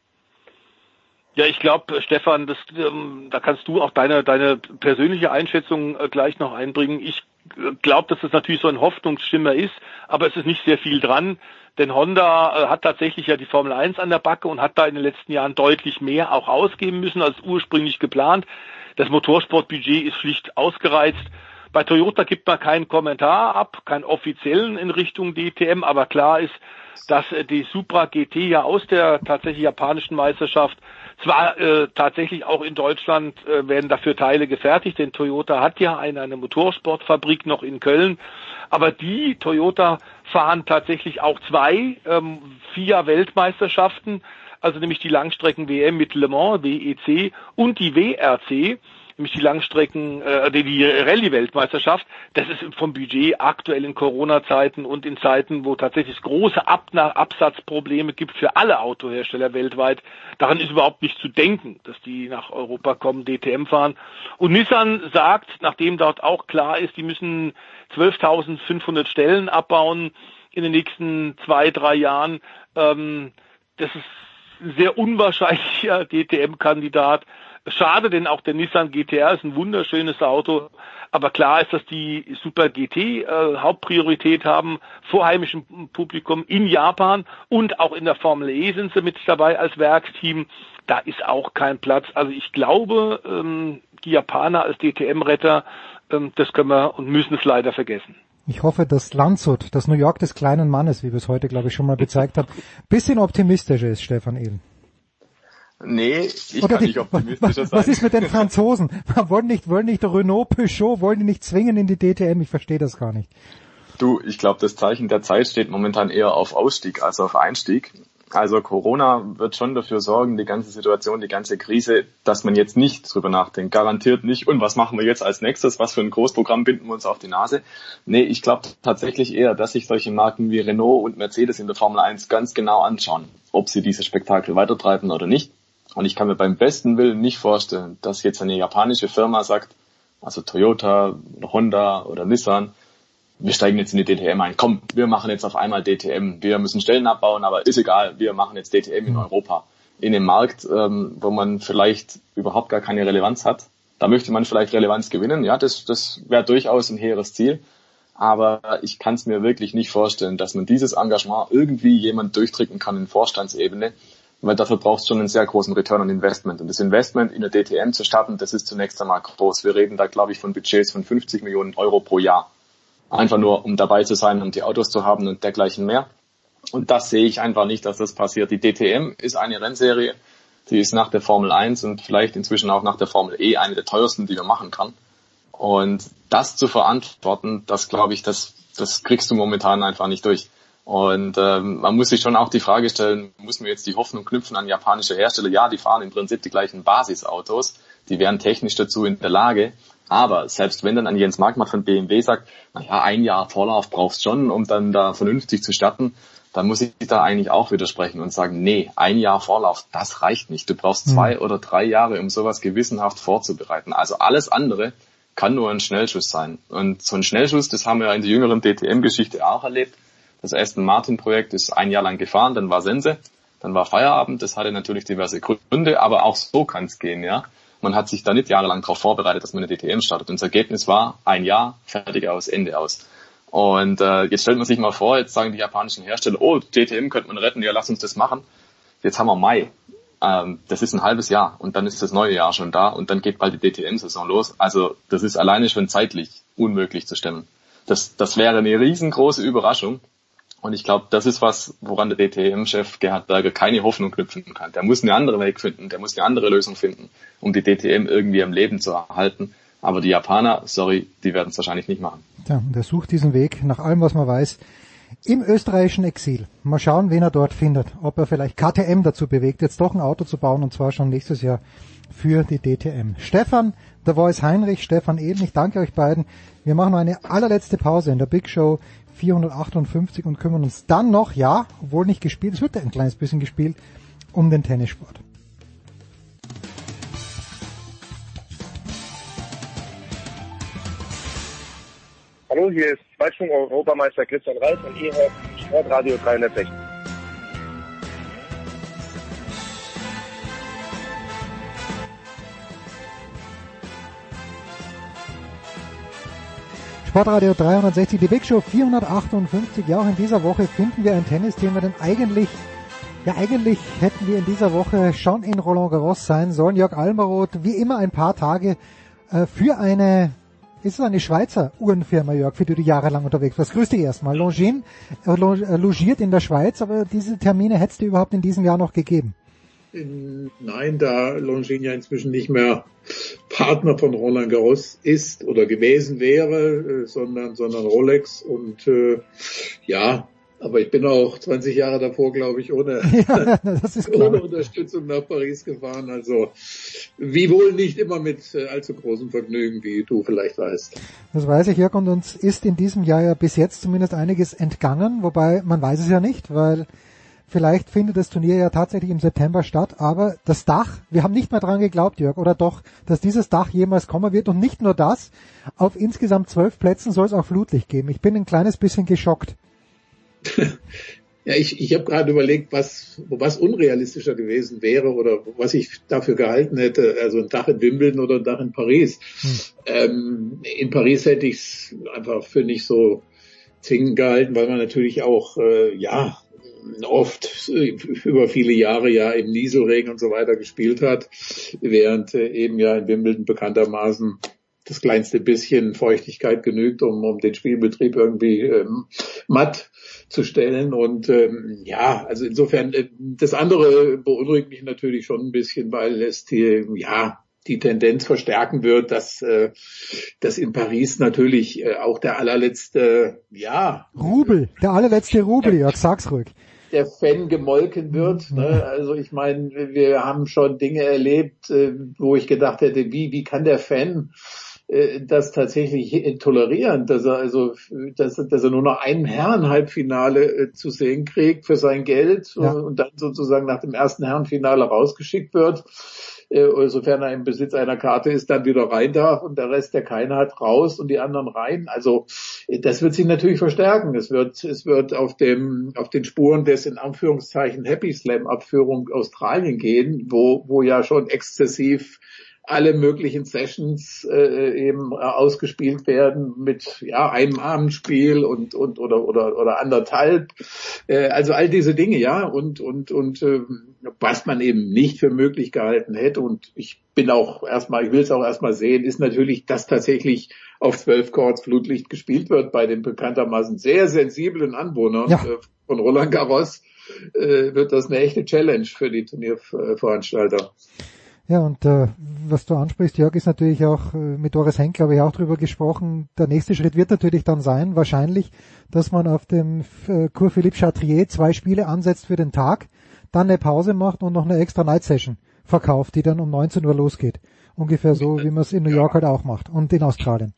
Ja, ich glaube, Stefan, das, ähm, da kannst du auch deine deine persönliche Einschätzung äh, gleich noch einbringen. Ich äh, glaube, dass das natürlich so ein Hoffnungsschimmer ist, aber es ist nicht sehr viel dran, denn Honda äh, hat tatsächlich ja die Formel eins an der Backe und hat da in den letzten Jahren deutlich mehr auch ausgeben müssen als ursprünglich geplant. Das Motorsportbudget ist schlicht ausgereizt. Bei Toyota gibt man keinen Kommentar ab, keinen offiziellen in Richtung D T M, aber klar ist, dass äh, die Supra G T ja aus der tatsächlich japanischen Meisterschaft zwar äh, tatsächlich auch in Deutschland äh, werden dafür Teile gefertigt, denn Toyota hat ja eine, eine Motorsportfabrik noch in Köln, aber die Toyota fahren tatsächlich auch zwei ähm, F I A-Weltmeisterschaften, also nämlich die Langstrecken-W M mit Le Mans, W E C, und die W R C, nämlich die Langstrecken, äh, die Rallye-Weltmeisterschaft. Das ist vom Budget aktuell in Corona-Zeiten und in Zeiten, wo tatsächlich es große Ab- Absatzprobleme gibt für alle Autohersteller weltweit. Daran ist überhaupt nicht zu denken, dass die nach Europa kommen, D T M fahren. Und Nissan sagt, nachdem dort auch klar ist, die müssen zwölftausendfünfhundert Stellen abbauen in den nächsten zwei, drei Jahren, ähm, das ist ein sehr unwahrscheinlicher D T M-Kandidat. Schade, denn auch der Nissan G T R ist ein wunderschönes Auto. Aber klar ist, dass die Super G T äh, Hauptpriorität haben vor heimischem Publikum in Japan und auch in der Formel E sind sie mit dabei als Werksteam. Da ist auch kein Platz. Also ich glaube, ähm, die Japaner als D T M-Retter, ähm, das können wir und müssen es leider vergessen. Ich hoffe, dass Landshut, das New York des kleinen Mannes, wie wir es heute, glaube ich, schon mal gezeigt haben, bisschen optimistischer ist, Stefan Ehlen. Nee, ich Oder kann die, nicht optimistischer was, sein. was ist mit den Franzosen? Wollen nicht, wollen nicht Renault, Peugeot, wollen die nicht zwingen in die D T M? Ich verstehe das gar nicht. Du, ich glaube, das Zeichen der Zeit steht momentan eher auf Ausstieg als auf Einstieg. Also Corona wird schon dafür sorgen, die ganze Situation, die ganze Krise, dass man jetzt nicht drüber nachdenkt. Garantiert nicht. Und was machen wir jetzt als nächstes? Was für ein Großprogramm binden wir uns auf die Nase? Nee, ich glaube tatsächlich eher, dass sich solche Marken wie Renault und Mercedes in der Formel eins ganz genau anschauen, ob sie dieses Spektakel weitertreiben oder nicht. Und ich kann mir beim besten Willen nicht vorstellen, dass jetzt eine japanische Firma sagt, also Toyota, Honda oder Nissan, wir steigen jetzt in die D T M ein. Komm, wir machen jetzt auf einmal D T M. Wir müssen Stellen abbauen, aber ist egal, wir machen jetzt D T M in Europa. In einem Markt, ähm, wo man vielleicht überhaupt gar keine Relevanz hat. Da möchte man vielleicht Relevanz gewinnen. Ja, das, das wäre durchaus ein hehres Ziel. Aber ich kann es mir wirklich nicht vorstellen, dass man dieses Engagement irgendwie jemand durchdrücken kann in Vorstandsebene. Weil dafür braucht es schon einen sehr großen Return on Investment. Und das Investment in der D T M zu starten, das ist zunächst einmal groß. Wir reden da, glaube ich, von Budgets von fünfzig Millionen Euro pro Jahr. Einfach nur, um dabei zu sein, um die Autos zu haben und dergleichen mehr. Und das sehe ich einfach nicht, dass das passiert. Die D T M ist eine Rennserie, die ist nach der Formel eins und vielleicht inzwischen auch nach der Formel E eine der teuersten, die man machen kann. Und das zu verantworten, das glaube ich, das, das kriegst du momentan einfach nicht durch. Und ähm, man muss sich schon auch die Frage stellen, muss man jetzt die Hoffnung knüpfen an japanische Hersteller? Ja, die fahren im Prinzip die gleichen Basisautos, die wären technisch dazu in der Lage. Aber selbst wenn dann ein Jens Markmann von B M W sagt, naja, ein Jahr Vorlauf brauchst schon, um dann da vernünftig zu starten, dann muss ich da eigentlich auch widersprechen und sagen, nee, ein Jahr Vorlauf, das reicht nicht. Du brauchst zwei mhm. oder drei Jahre, um sowas gewissenhaft vorzubereiten. Also alles andere kann nur ein Schnellschuss sein. Und so ein Schnellschuss, das haben wir in der jüngeren D T M-Geschichte auch erlebt. Das Aston Martin-Projekt ist ein Jahr lang gefahren, dann war Sense, dann war Feierabend. Das hatte natürlich diverse Gründe, aber auch so kann es gehen, ja. Man hat sich da nicht jahrelang darauf vorbereitet, dass man eine D T M startet. Und das Ergebnis war ein Jahr, fertig aus, Ende aus. Und äh, jetzt stellt man sich mal vor, jetzt sagen die japanischen Hersteller, oh, D T M könnte man retten, ja, lass uns das machen. Jetzt haben wir Mai. Ähm, das ist ein halbes Jahr und dann ist das neue Jahr schon da und dann geht bald die D T M-Saison los. Also das ist alleine schon zeitlich unmöglich zu stemmen. Das, das wäre eine riesengroße Überraschung. Und ich glaube, das ist was, woran der D T M-Chef Gerhard Berger keine Hoffnung knüpfen kann. Der muss eine andere Weg finden, der muss eine andere Lösung finden, um die D T M irgendwie am Leben zu erhalten. Aber die Japaner, sorry, die werden es wahrscheinlich nicht machen. Ja, und er sucht diesen Weg, nach allem, was man weiß, im österreichischen Exil. Mal schauen, wen er dort findet. Ob er vielleicht K T M dazu bewegt, jetzt doch ein Auto zu bauen, und zwar schon nächstes Jahr für die D T M. Stefan, der Voice Heinrich, Stefan Ehlen, ich danke euch beiden. Wir machen noch eine allerletzte Pause in der Big Show vierhundertachtundfünfzig und kümmern uns dann noch, ja, obwohl nicht gespielt, es wird ein kleines bisschen gespielt, um den Tennissport. Hallo, hier ist Weitsprung-Europameister Christian Reif und ihr hört Sportradio dreihundertsechzig. Sportradio dreihundertsechzig, die Big Show vierhundertachtundfünfzig. Ja, auch in dieser Woche finden wir ein Tennisthema, denn eigentlich, ja eigentlich hätten wir in dieser Woche schon in Roland Garros sein sollen. Jörg Almaroth, wie immer ein paar Tage äh, für eine, ist es eine Schweizer Uhrenfirma, Jörg, für die du jahrelang unterwegs warst. Grüß dich erstmal. Longines äh, logiert in der Schweiz, aber diese Termine hättest du überhaupt in diesem Jahr noch gegeben? Nein, da Longines ja inzwischen nicht mehr Partner von Roland Garros ist oder gewesen wäre, äh, sondern sondern Rolex und äh, ja, aber ich bin auch zwanzig Jahre davor, glaube ich, ohne, ja, das ist klar. ohne Unterstützung nach Paris gefahren. Also wie wohl nicht immer mit äh, allzu großem Vergnügen, wie du vielleicht weißt. Das weiß ich, Jörg, und uns ist in diesem Jahr ja bis jetzt zumindest einiges entgangen, wobei man weiß es ja nicht, weil vielleicht findet das Turnier ja tatsächlich im September statt, aber das Dach, wir haben nicht mehr dran geglaubt, Jörg, oder doch, dass dieses Dach jemals kommen wird, und nicht nur das, auf insgesamt zwölf Plätzen soll es auch Flutlicht geben. Ich bin ein kleines bisschen geschockt. Ja, ich, ich habe gerade überlegt, was, was unrealistischer gewesen wäre oder was ich dafür gehalten hätte, also ein Dach in Wimbledon oder ein Dach in Paris. Hm. Ähm, in Paris hätte ich es einfach für nicht so zwingend gehalten, weil man natürlich auch, äh, ja, oft über viele Jahre ja im Nieselregen und so weiter gespielt hat, während äh, eben ja in Wimbledon bekanntermaßen das kleinste bisschen Feuchtigkeit genügt, um, um den Spielbetrieb irgendwie ähm, matt zu stellen. Und ähm, ja, also insofern, äh, das andere beunruhigt mich natürlich schon ein bisschen, weil es die, ja, die Tendenz verstärken wird, dass, äh, dass in Paris natürlich äh, auch der allerletzte, ja... Rubel, der allerletzte Rubel, Jörg, sag's ruhig. Der Fan gemolken wird. Ne? Also ich meine, wir haben schon Dinge erlebt, äh, wo ich gedacht hätte, wie, wie kann der Fan äh, das tatsächlich tolerieren, dass er also, dass, dass er nur noch einen Herren-Halbfinale äh, zu sehen kriegt für sein Geld, ja, und, und dann sozusagen nach dem ersten Herrenfinale rausgeschickt wird, äh, sofern er im Besitz einer Karte ist, dann wieder rein darf und der Rest, der keine hat, raus und die anderen rein. Also das wird sich natürlich verstärken. Es wird, es wird auf dem, auf den Spuren des in Anführungszeichen Happy Slam Abführung Australien gehen, wo, wo ja schon exzessiv alle möglichen Sessions äh, eben ausgespielt werden mit ja einem Abendspiel und und oder oder oder anderthalb, äh, also all diese Dinge, ja, und und und äh, was man eben nicht für möglich gehalten hätte, und ich bin auch erstmal, ich will es auch erstmal sehen, ist natürlich, dass tatsächlich auf zwölf Courts Flutlicht gespielt wird bei den bekanntermaßen sehr sensiblen Anwohnern, ja, äh, von Roland Garros, äh, wird das eine echte Challenge für die Turnierveranstalter. Ja, und äh, was du ansprichst, Jörg, ist natürlich auch, äh, mit Doris Henk habe ich auch drüber gesprochen, der nächste Schritt wird natürlich dann sein, wahrscheinlich, dass man auf dem äh, Cours Philippe Chatrier zwei Spiele ansetzt für den Tag, dann eine Pause macht und noch eine extra Night Session verkauft, die dann um neunzehn Uhr losgeht. Ungefähr so, wie man es in New York halt auch macht und in Australien.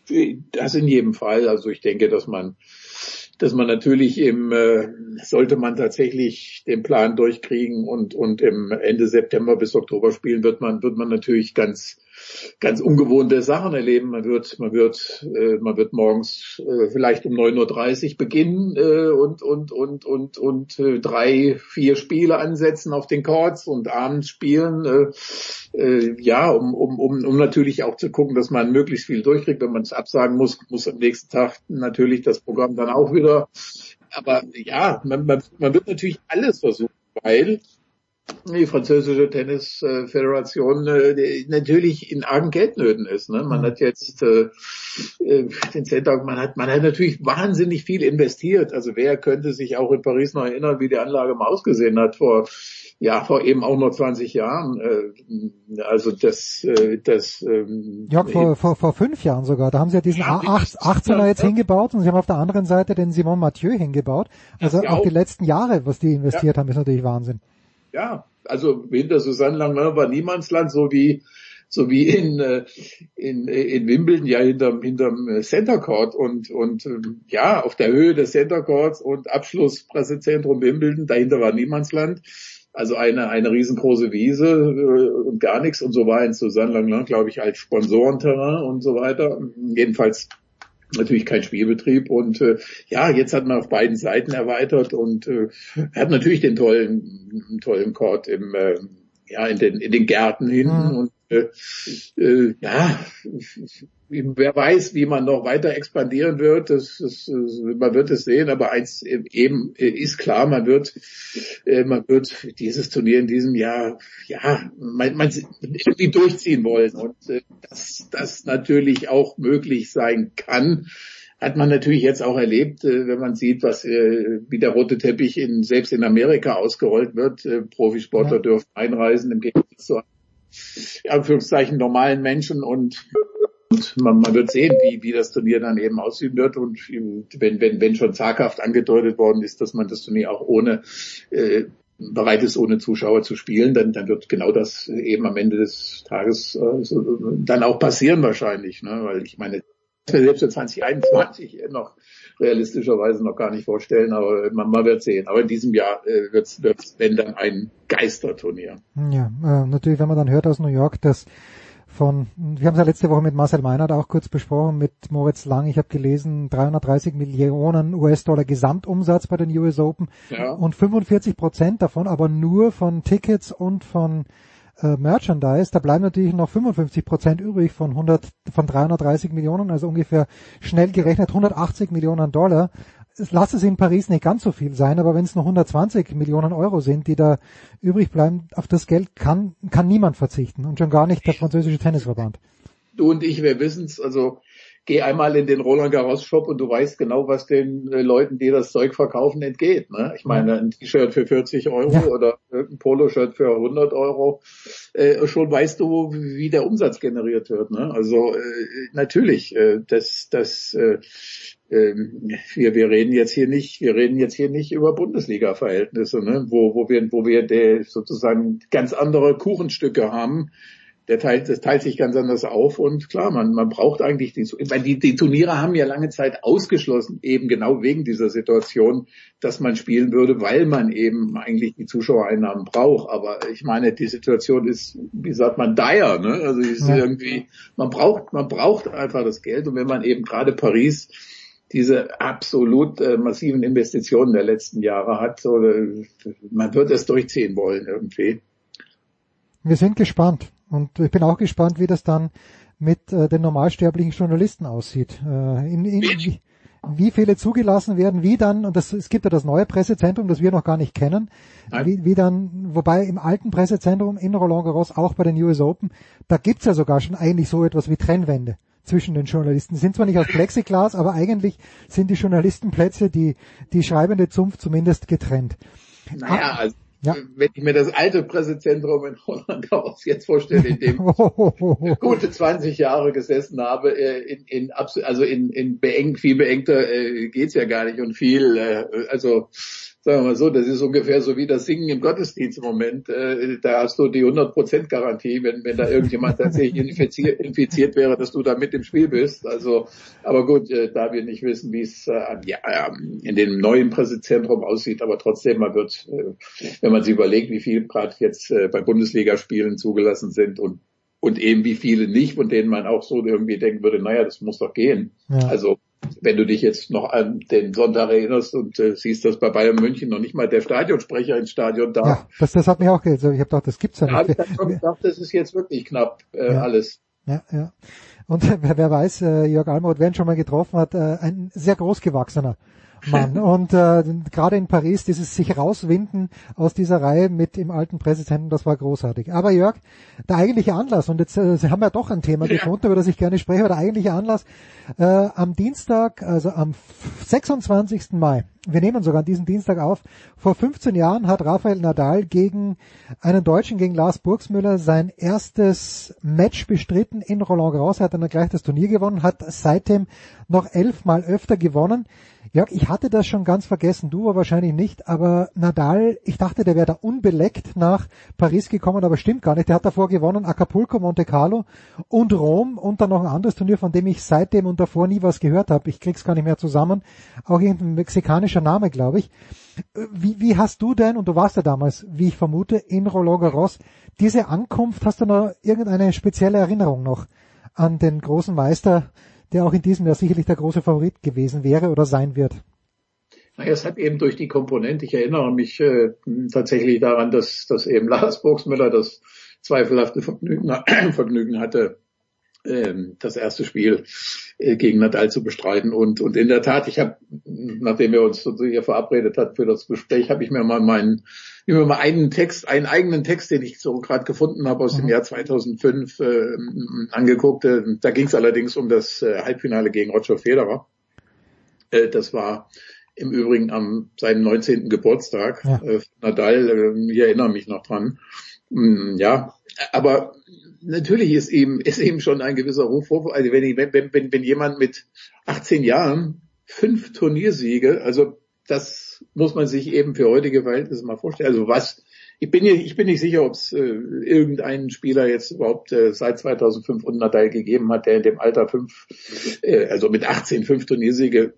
Das in jedem Fall. Also ich denke, dass man dass man natürlich im, äh, sollte man tatsächlich den Plan durchkriegen und und im Ende September bis Oktober spielen, wird man wird man natürlich ganz ganz ungewohnte Sachen erleben. Man wird, man wird, äh, man wird morgens äh, vielleicht um neun Uhr dreißig beginnen äh, und und und und und äh, drei, vier Spiele ansetzen auf den Courts und abends spielen. Äh, äh, ja, um um um um natürlich auch zu gucken, dass man möglichst viel durchkriegt. Wenn man es absagen muss, muss am nächsten Tag natürlich das Programm dann auch wieder. Aber ja, man, man, man wird natürlich alles versuchen, weil die französische Tennisföderation äh, natürlich in argen Geldnöten ist. Ne? Man hat jetzt äh, den Center, man hat, man hat natürlich wahnsinnig viel investiert. Also wer könnte sich auch in Paris noch erinnern, wie die Anlage mal ausgesehen hat vor, ja, vor eben auch nur zwanzig Jahren. Äh, also das, äh, das. Ähm, ja, vor, vor, vor fünf Jahren sogar. Da haben sie ja diesen ja, achtzehner jetzt ja. hingebaut und sie haben auf der anderen Seite den Simon Mathieu hingebaut. Also auch, auch die letzten Jahre, was die investiert ja. haben, ist natürlich Wahnsinn. Ja, also hinter Susanne Langlois war Niemandsland, so wie so wie in in in Wimbledon ja hinterm hinterm Center Court und und ja auf der Höhe des Center Courts und Abschlusspressezentrum Wimbledon, dahinter war Niemandsland, also eine eine riesengroße Wiese und gar nichts, und so war in Susanne Langlois, glaube ich, als Sponsorenterrain und so weiter. Jedenfalls natürlich kein Spielbetrieb, und äh, ja, jetzt hat man auf beiden Seiten erweitert und äh, hat natürlich den tollen tollen Court im äh, ja in den in den Gärten hinten, mhm. und äh, äh, ja, wer weiß, wie man noch weiter expandieren wird, das, das, man wird es sehen, aber eins eben ist klar, man wird man wird dieses Turnier in diesem Jahr, ja, man, man irgendwie durchziehen wollen, und dass das natürlich auch möglich sein kann, hat man natürlich jetzt auch erlebt, wenn man sieht, was wie der rote Teppich in, selbst in Amerika ausgerollt wird. Profisportler ja. dürfen einreisen im Gegensatz zu in Anführungszeichen normalen Menschen, und Und man, man wird sehen, wie, wie das Turnier dann eben aussehen wird. Und wenn, wenn, wenn schon zaghaft angedeutet worden ist, dass man das Turnier auch ohne, äh, bereit ist, ohne Zuschauer zu spielen, dann, dann wird genau das eben am Ende des Tages äh, so, dann auch passieren wahrscheinlich, ne? Weil ich meine, das wir selbst für zwanzig einundzwanzig noch realistischerweise noch gar nicht vorstellen, aber man, man wird sehen. Aber in diesem Jahr äh, wird es, wenn dann, ein Geisterturnier. Ja, äh, natürlich, wenn man dann hört aus New York, dass von, wir haben es ja letzte Woche mit Marcel Meinert auch kurz besprochen, mit Moritz Lang, ich habe gelesen, dreihundertdreißig Millionen U S-Dollar Gesamtumsatz bei den U S Open, ja. Und fünfundvierzig Prozent davon aber nur von Tickets und von äh, Merchandise. Da bleiben natürlich noch fünfundfünfzig Prozent übrig von hundert, von dreihundertdreißig Millionen, also ungefähr schnell gerechnet hundertachtzig Millionen Dollar. Lass es in Paris nicht ganz so viel sein, aber wenn es nur hundertzwanzig Millionen Euro sind, die da übrig bleiben, auf das Geld kann kann niemand verzichten, und schon gar nicht der französische Tennisverband. Du und ich, wir wissen's, also geh einmal in den Roland Garros Shop und du weißt genau, was den äh, Leuten, die das Zeug verkaufen, entgeht. Ne? Ich meine, ein T-Shirt für vierzig Euro ja. oder ein Polo-Shirt für hundert Euro, äh, schon weißt du, wie der Umsatz generiert wird. Ne? Also äh, natürlich, äh, das, das, äh, äh, wir, wir reden jetzt hier nicht, wir reden jetzt hier nicht über Bundesliga-Verhältnisse, ne? wo, wo wir, wo wir der, sozusagen ganz andere Kuchenstücke haben. Der teilt, das teilt sich ganz anders auf, und klar, man, man braucht eigentlich die, weil die, die Turniere haben ja lange Zeit ausgeschlossen, eben genau wegen dieser Situation, dass man spielen würde, weil man eben eigentlich die Zuschauereinnahmen braucht. Aber ich meine, die Situation ist, wie sagt man, dire, ne? Also ist ja. irgendwie, man braucht, man braucht einfach das Geld, und wenn man eben gerade Paris diese absolut äh, massiven Investitionen der letzten Jahre hat, oder man wird es durchziehen wollen irgendwie. Wir sind gespannt. Und ich bin auch gespannt, wie das dann mit äh, den normalsterblichen Journalisten aussieht. Äh, in, in, wie, wie viele zugelassen werden, wie dann, und das, es gibt ja das neue Pressezentrum, das wir noch gar nicht kennen, wie, wie dann, wobei im alten Pressezentrum in Roland Garros, auch bei den U S Open, da gibt's ja sogar schon eigentlich so etwas wie Trennwände zwischen den Journalisten. Die sind zwar nicht aus Plexiglas, aber eigentlich sind die Journalistenplätze, die, die schreibende Zunft zumindest getrennt. Naja, also ja. Wenn ich mir das alte Pressezentrum in Roland Garros jetzt vorstelle, in dem ich gute zwanzig Jahre gesessen habe, in, in also in, in beengt, viel beengter äh, geht's ja gar nicht, und viel, äh, also sagen wir mal so, das ist ungefähr so wie das Singen im Gottesdienst im Moment. Äh, da hast du die hundert Prozent Garantie, wenn, wenn da irgendjemand tatsächlich infiziert, infiziert wäre, dass du da mit im Spiel bist. Also, aber gut, äh, da wir nicht wissen, wie es äh, ja, in dem neuen Pressezentrum aussieht, aber trotzdem, man wird, äh, wenn man sich überlegt, wie viel gerade jetzt äh, bei Bundesligaspielen zugelassen sind und und eben wie viele nicht, von denen man auch so irgendwie denken würde, naja, das muss doch gehen. Ja. Also wenn du dich jetzt noch an den Sonntag erinnerst und äh, siehst, dass bei Bayern München noch nicht mal der Stadionsprecher ins Stadion darf. Ja, das, das hat mich auch gesagt. Ich habe gedacht, das gibt's ja da nicht. Da habe ich dann schon gedacht, das ist jetzt wirklich knapp äh, ja. alles. Ja, ja. Und äh, wer weiß, äh, Jörg Almroth, wer ihn schon mal getroffen hat, äh, ein sehr großgewachsener Mann. Und äh, gerade in Paris, dieses sich rauswinden aus dieser Reihe mit im alten Präsidenten, das war großartig. Aber Jörg, der eigentliche Anlass, und jetzt äh, Sie haben ja doch ein Thema ja. gefunden, über das ich gerne spreche, aber der eigentliche Anlass, äh, am Dienstag, also am sechsundzwanzigsten Mai, wir nehmen sogar an diesem Dienstag auf, vor fünfzehn Jahren hat Rafael Nadal gegen einen Deutschen, gegen Lars Burgsmüller, sein erstes Match bestritten in Roland Garros. Er hat dann gleich das Turnier gewonnen, hat seitdem noch elfmal öfter gewonnen. Jörg, ich hatte das schon ganz vergessen, du aber wahrscheinlich nicht, aber Nadal, ich dachte, der wäre da unbeleckt nach Paris gekommen, aber stimmt gar nicht. Der hat davor gewonnen Acapulco, Monte Carlo und Rom und dann noch ein anderes Turnier, von dem ich seitdem und davor nie was gehört habe. Ich krieg's gar nicht mehr zusammen. Auch irgendein mexikanischer Name, glaube ich. Wie, wie hast du denn, und du warst ja damals, wie ich vermute, in Roland Garros, diese Ankunft, hast du noch irgendeine spezielle Erinnerung noch an den großen Meister, der auch in diesem Jahr sicherlich der große Favorit gewesen wäre oder sein wird? Naja, es hat eben durch die Komponente, ich erinnere mich äh, tatsächlich daran, dass, dass eben Lars Burgsmüller das zweifelhafte Vergnügen, Vergnügen hatte, äh, das erste Spiel äh, gegen Nadal zu bestreiten. Und, und in der Tat, ich habe, nachdem wir uns hier verabredet hatten für das Gespräch, habe ich mir mal meinen, ich mir mal einen Text, einen eigenen Text, den ich so gerade gefunden habe aus mhm. dem Jahr zweitausendfünf äh, angeguckt. Da ging es allerdings um das äh, Halbfinale gegen Roger Federer. Äh, das war im Übrigen am seinem neunzehnten Geburtstag. Ja. Äh, Nadal, äh, ich erinnere mich noch dran. Mm, ja, aber natürlich ist eben ist eben schon ein gewisser Ruf vor. Also wenn, wenn, wenn, wenn jemand mit achtzehn Jahren fünf Turniersiege, also das muss man sich eben für heutige Verhältnisse mal vorstellen. Also was, ich bin hier, ich bin nicht sicher, ob es äh, irgendeinen Spieler jetzt überhaupt äh, seit zweitausendfünf und Nadal gegeben hat, der in dem Alter fünf, äh, also mit achtzehn fünf Turniersiege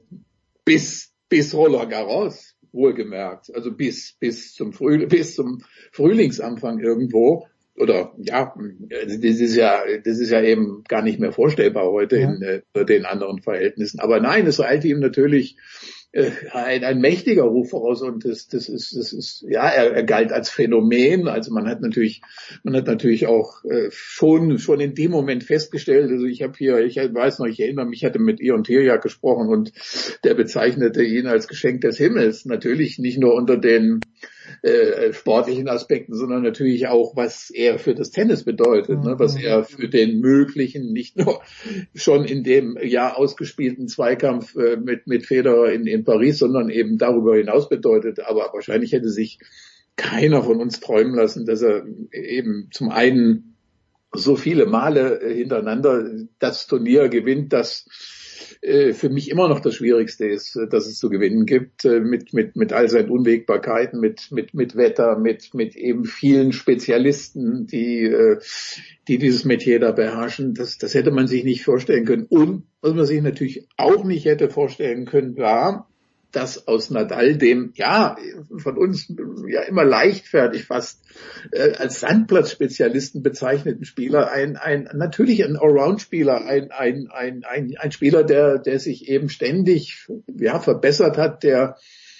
bis bis Roland Garros, wohlgemerkt, also bis bis zum Früh, bis zum Frühlingsanfang irgendwo. Oder ja, das ist ja, das ist ja eben gar nicht mehr vorstellbar heute ja. in äh, den anderen Verhältnissen. Aber nein, es eilte ihm natürlich äh, ein, ein mächtiger Ruf voraus und das, das ist, das ist, ja, er, er galt als Phänomen. Also man hat natürlich, man hat natürlich auch äh, schon, schon in dem Moment festgestellt. Also ich habe hier, ich weiß noch, ich erinnere mich, ich hatte mit Ion Tirjak gesprochen und der bezeichnete ihn als Geschenk des Himmels. Natürlich nicht nur unter den Äh, sportlichen Aspekten, sondern natürlich auch, was er für das Tennis bedeutet, mhm. ne, was er für den möglichen, nicht nur schon in dem Jahr ausgespielten Zweikampf äh, mit mit Federer in, in Paris, sondern eben darüber hinaus bedeutet. Aber wahrscheinlich hätte sich keiner von uns träumen lassen, dass er eben zum einen so viele Male hintereinander das Turnier gewinnt, das für mich immer noch das Schwierigste ist, dass es zu gewinnen gibt, mit mit mit all seinen Unwägbarkeiten, mit mit mit Wetter, mit mit eben vielen Spezialisten, die die dieses Metier da beherrschen. Das das hätte man sich nicht vorstellen können. Und was man sich natürlich auch nicht hätte vorstellen können, war, dass aus Nadal, dem ja von uns ja immer leichtfertig fast äh, als Sandplatzspezialisten bezeichneten Spieler, ein ein natürlich ein Allround-Spieler, ein ein ein ein ein Spieler, der der sich eben ständig ja verbessert hat, der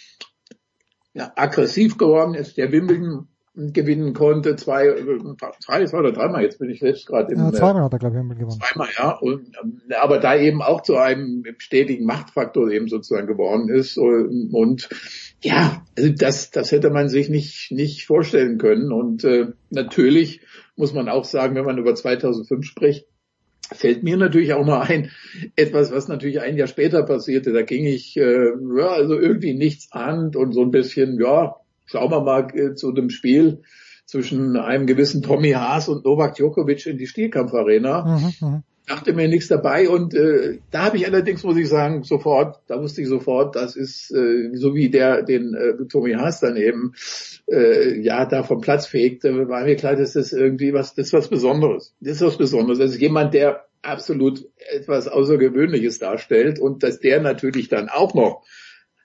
ja aggressiv geworden ist, der Wimbledon gewinnen konnte, zwei, drei, zwei oder dreimal, jetzt bin ich selbst gerade im... Ja, zweimal hat er, glaube ich, gewonnen. Zweimal, ja, und, aber da eben auch zu einem stetigen Machtfaktor eben sozusagen geworden ist und, und ja, also das, das hätte man sich nicht, nicht vorstellen können und äh, natürlich muss man auch sagen, wenn man über zweitausendfünf spricht, fällt mir natürlich auch noch ein, etwas, was natürlich ein Jahr später passierte, da ging ich, äh, ja, also irgendwie nichts an und so ein bisschen, ja, schauen wir mal äh, zu dem Spiel zwischen einem gewissen Tommy Haas und Novak Djokovic in die Stierkampfarena. Mhm, dachte mir nichts dabei und äh, da habe ich allerdings, muss ich sagen, sofort, da wusste ich sofort, das ist äh, so wie der den äh, Tommy Haas dann eben äh, ja da vom Platz fegte, war mir klar, dass das irgendwie was, das ist was Besonderes. Das ist was Besonderes. Das ist jemand, der absolut etwas Außergewöhnliches darstellt und dass der natürlich dann auch noch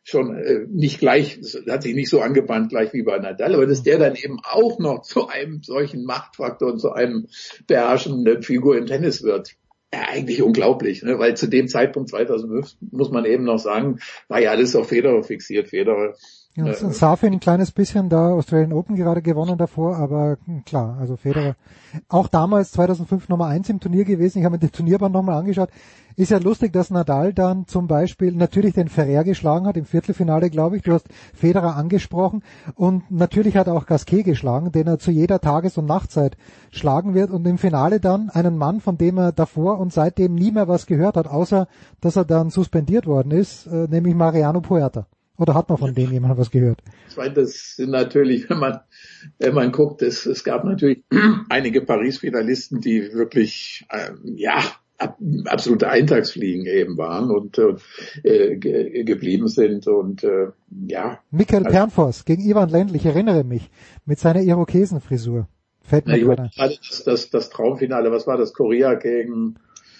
schon äh, nicht gleich, hat sich nicht so angebahnt gleich wie bei Nadal, aber dass der dann eben auch noch zu einem solchen Machtfaktor und zu einem beherrschenden Figur im Tennis wird. Ja, eigentlich unglaublich, ne? Weil zu dem Zeitpunkt zweitausendfünf, muss man eben noch sagen, war ja alles auf Federer fixiert. Federer Ja, Safin ein kleines bisschen da Australian Open gerade gewonnen davor, aber klar, also Federer auch damals zweitausendfünf Nummer eins im Turnier gewesen. Ich habe mir den Turnierband nochmal angeschaut. Ist ja lustig, dass Nadal dann zum Beispiel natürlich den Ferrer geschlagen hat, im Viertelfinale, glaube ich. Du hast Federer angesprochen und natürlich hat er auch Gasquet geschlagen, den er zu jeder Tages- und Nachtzeit schlagen wird und im Finale dann einen Mann, von dem er davor und seitdem nie mehr was gehört hat, außer dass er dann suspendiert worden ist, äh, nämlich Mariano Puerta. Oder hat man von dem jemand was gehört? Das sind natürlich, wenn man, wenn man guckt, es, es gab natürlich einige Paris-Finalisten, die wirklich, ähm, ja, ab, absolute Eintagsfliegen eben waren und äh, ge, geblieben sind und, äh, ja. Michael also, Pernfors gegen Ivan Lendl, ich erinnere mich, mit seiner Irokesenfrisur. Fällt mir gerade. Das, das, das Traumfinale, was war das? Korea gegen,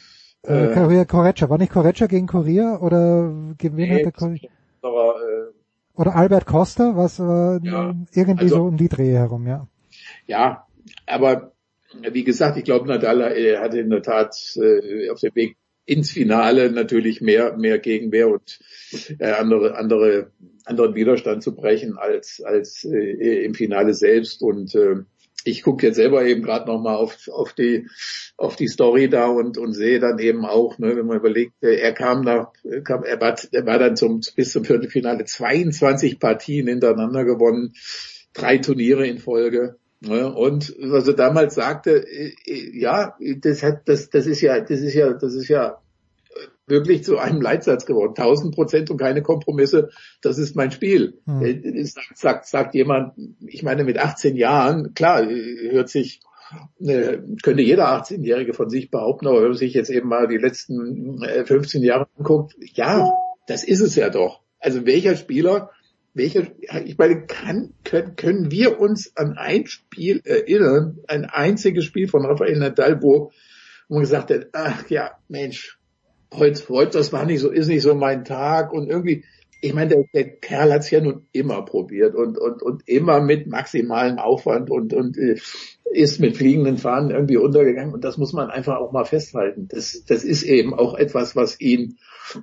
äh, Korea, Koreca. War nicht Koreca gegen Korea oder gewinnt nee, der Korea? Aber, äh, Oder Albert Costa, was äh, ja, irgendwie also, so um die Drehe herum, ja. Ja, aber wie gesagt, ich glaube, Nadal er hatte in der Tat äh, auf dem Weg ins Finale natürlich mehr mehr Gegenwehr und äh, andere andere anderen Widerstand zu brechen als als äh, im Finale selbst und äh, ich gucke jetzt selber eben gerade noch mal auf auf die auf die Story da und und sehe dann eben auch, ne, wenn man überlegt, er kam nach kam er war, er war dann zum bis zum Viertelfinale zweiundzwanzig Partien hintereinander gewonnen, drei Turniere in Folge, ne, und was er damals sagte, ja, das hat das das ist ja das ist ja das ist ja wirklich zu einem Leitsatz geworden. Tausend Prozent und keine Kompromisse, das ist mein Spiel. Hm. Sagt, sagt, sagt jemand, ich meine mit achtzehn Jahren, klar, hört sich, äh, könnte jeder achtzehnjährige von sich behaupten, aber wenn man sich jetzt eben mal die letzten fünfzehn Jahre anguckt, ja, das ist es ja doch. Also welcher Spieler, welcher, ich meine, kann, können, können wir uns an ein Spiel erinnern, ein einziges Spiel von Rafael Nadal, wo man gesagt hat, ach ja, Mensch, Heute, heute, das war nicht so, ist nicht so mein Tag und irgendwie, ich meine, der, der Kerl hat's ja nun immer probiert und und und immer mit maximalem Aufwand und und äh, ist mit fliegenden Fahnen irgendwie untergegangen und das muss man einfach auch mal festhalten. Das das ist eben auch etwas, was ihn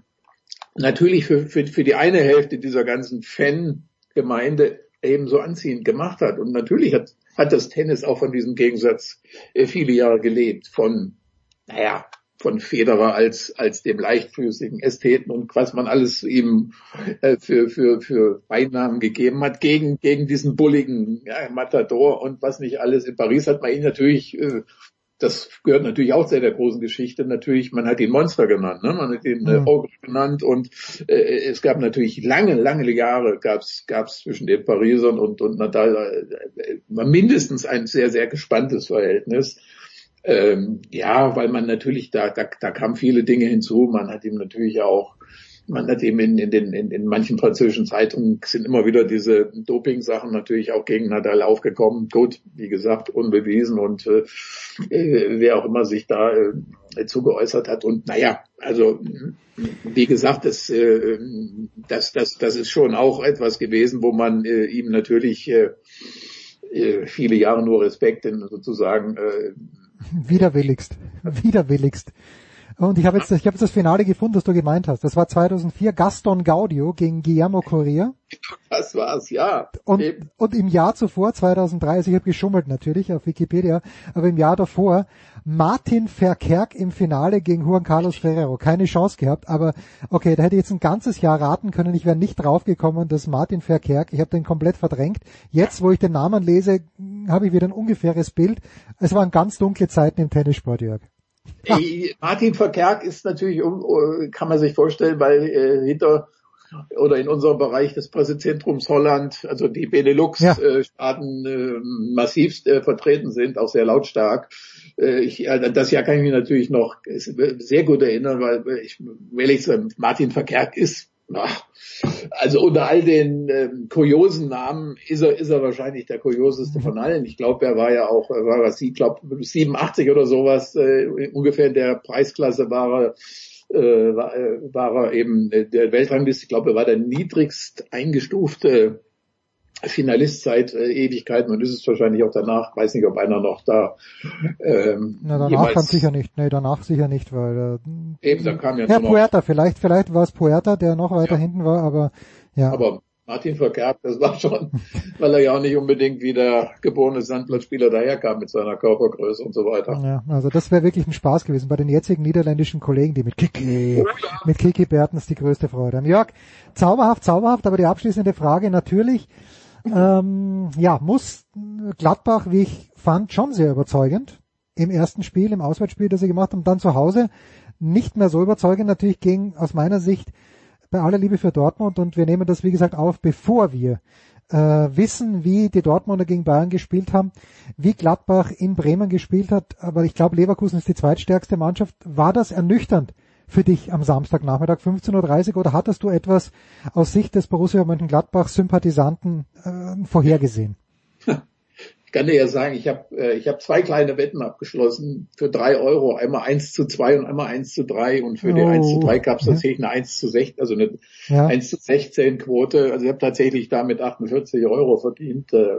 natürlich für für für die eine Hälfte dieser ganzen Fangemeinde eben so anziehend gemacht hat und natürlich hat hat das Tennis auch von diesem Gegensatz äh, viele Jahre gelebt von, naja, von Federer als als dem leichtfüßigen Ästheten und was man alles ihm äh, für für für Beinamen gegeben hat gegen gegen diesen bulligen ja, Matador und was nicht alles. In Paris hat man ihn natürlich, äh, das gehört natürlich auch zu der großen Geschichte, natürlich, man hat ihn Monster genannt, ne? Man hat ihn äh, Ogre genannt und äh, es gab natürlich lange lange Jahre gab's gab's zwischen den Parisern und und Nadal äh, mindestens ein sehr sehr gespanntes Verhältnis. Ähm, ja, weil man natürlich, da, da, da kamen viele Dinge hinzu. Man hat ihm natürlich auch, man hat ihm in, in den, in, in manchen französischen Zeitungen sind immer wieder diese Doping-Sachen natürlich auch gegen Nadal aufgekommen. Gut, wie gesagt, unbewiesen und äh, wer auch immer sich da äh, zugeäußert hat. Und naja, also wie gesagt, das, äh, das, das, das ist schon auch etwas gewesen, wo man äh, ihm natürlich äh, viele Jahre nur Respekt in, sozusagen äh, Widerwilligst, widerwilligst. Und ich habe jetzt, ich habe jetzt das Finale gefunden, das du gemeint hast. Das war zweitausendvier Gaston Gaudio gegen Guillermo Correa. Das war's, ja. Und, und im Jahr zuvor, zweitausenddrei, also ich habe geschummelt natürlich auf Wikipedia, aber im Jahr davor Martin Verkerk im Finale gegen Juan Carlos Ferrero. Keine Chance gehabt, aber okay, da hätte ich jetzt ein ganzes Jahr raten können. Ich wäre nicht draufgekommen, dass Martin Verkerk, ich habe den komplett verdrängt. Jetzt, wo ich den Namen lese, habe ich wieder ein ungefähres Bild. Es waren ganz dunkle Zeiten im Tennissport, Jörg. Ah. Martin Verkerk ist natürlich, kann man sich vorstellen, weil äh, hinter oder in unserem Bereich des Pressezentrums Holland, also die Benelux-Staaten, ja. äh, massivst äh, vertreten sind, auch sehr lautstark. Äh, ich, äh, das Jahr kann ich mich natürlich noch sehr gut erinnern, weil ich will ich sagen, Martin Verkerk ist, ach, also unter all den äh, kuriosen Namen ist er ist er wahrscheinlich der kurioseste von allen. Ich glaube, er war ja auch, war was, ich glaube siebenundachtzig oder sowas, äh, ungefähr in der Preisklasse war er äh, war, äh, war er eben der Weltrangliste, ich glaube, er war der niedrigst eingestufte Finalist seit äh, Ewigkeiten und ist es wahrscheinlich auch danach, weiß nicht, ob einer noch da ähm, Na, danach jemals, ganz sicher nicht, nee, danach sicher nicht, weil äh, eben, da kam ja Herr nur Puerta, noch, vielleicht, vielleicht war es Puerta, der noch weiter ja. hinten war, aber ja. Aber Martin Verkerk, das war schon, weil er ja auch nicht unbedingt wie der geborene Sandplatzspieler daherkam mit seiner Körpergröße und so weiter. Ja, also das wäre wirklich ein Spaß gewesen bei den jetzigen niederländischen Kollegen, die mit Kiki, mit Kiki Bertens die größte Freude haben. Jörg, zauberhaft, zauberhaft, aber die abschließende Frage natürlich, ähm, ja, muss Gladbach, wie ich fand, schon sehr überzeugend im ersten Spiel, im Auswärtsspiel, das sie gemacht haben, dann zu Hause nicht mehr so überzeugend, natürlich gegen, aus meiner Sicht, bei aller Liebe für Dortmund, und wir nehmen das, wie gesagt, auf, bevor wir äh, wissen, wie die Dortmunder gegen Bayern gespielt haben, wie Gladbach in Bremen gespielt hat, aber ich glaube, Leverkusen ist die zweitstärkste Mannschaft. War das ernüchternd für dich am Samstagnachmittag fünfzehn Uhr dreißig oder hattest du etwas aus Sicht des Borussia Mönchengladbach-Sympathisanten äh, vorhergesehen? Ich kann dir ja sagen, ich habe äh, ich hab zwei kleine Wetten abgeschlossen für drei Euro, einmal eins zu zwei und einmal eins zu drei, und für oh, die eins zu drei gab es tatsächlich eine eins zu sechzehn, also eine ja. eins zu sechzehn Quote, also ich habe tatsächlich damit achtundvierzig Euro verdient. Äh,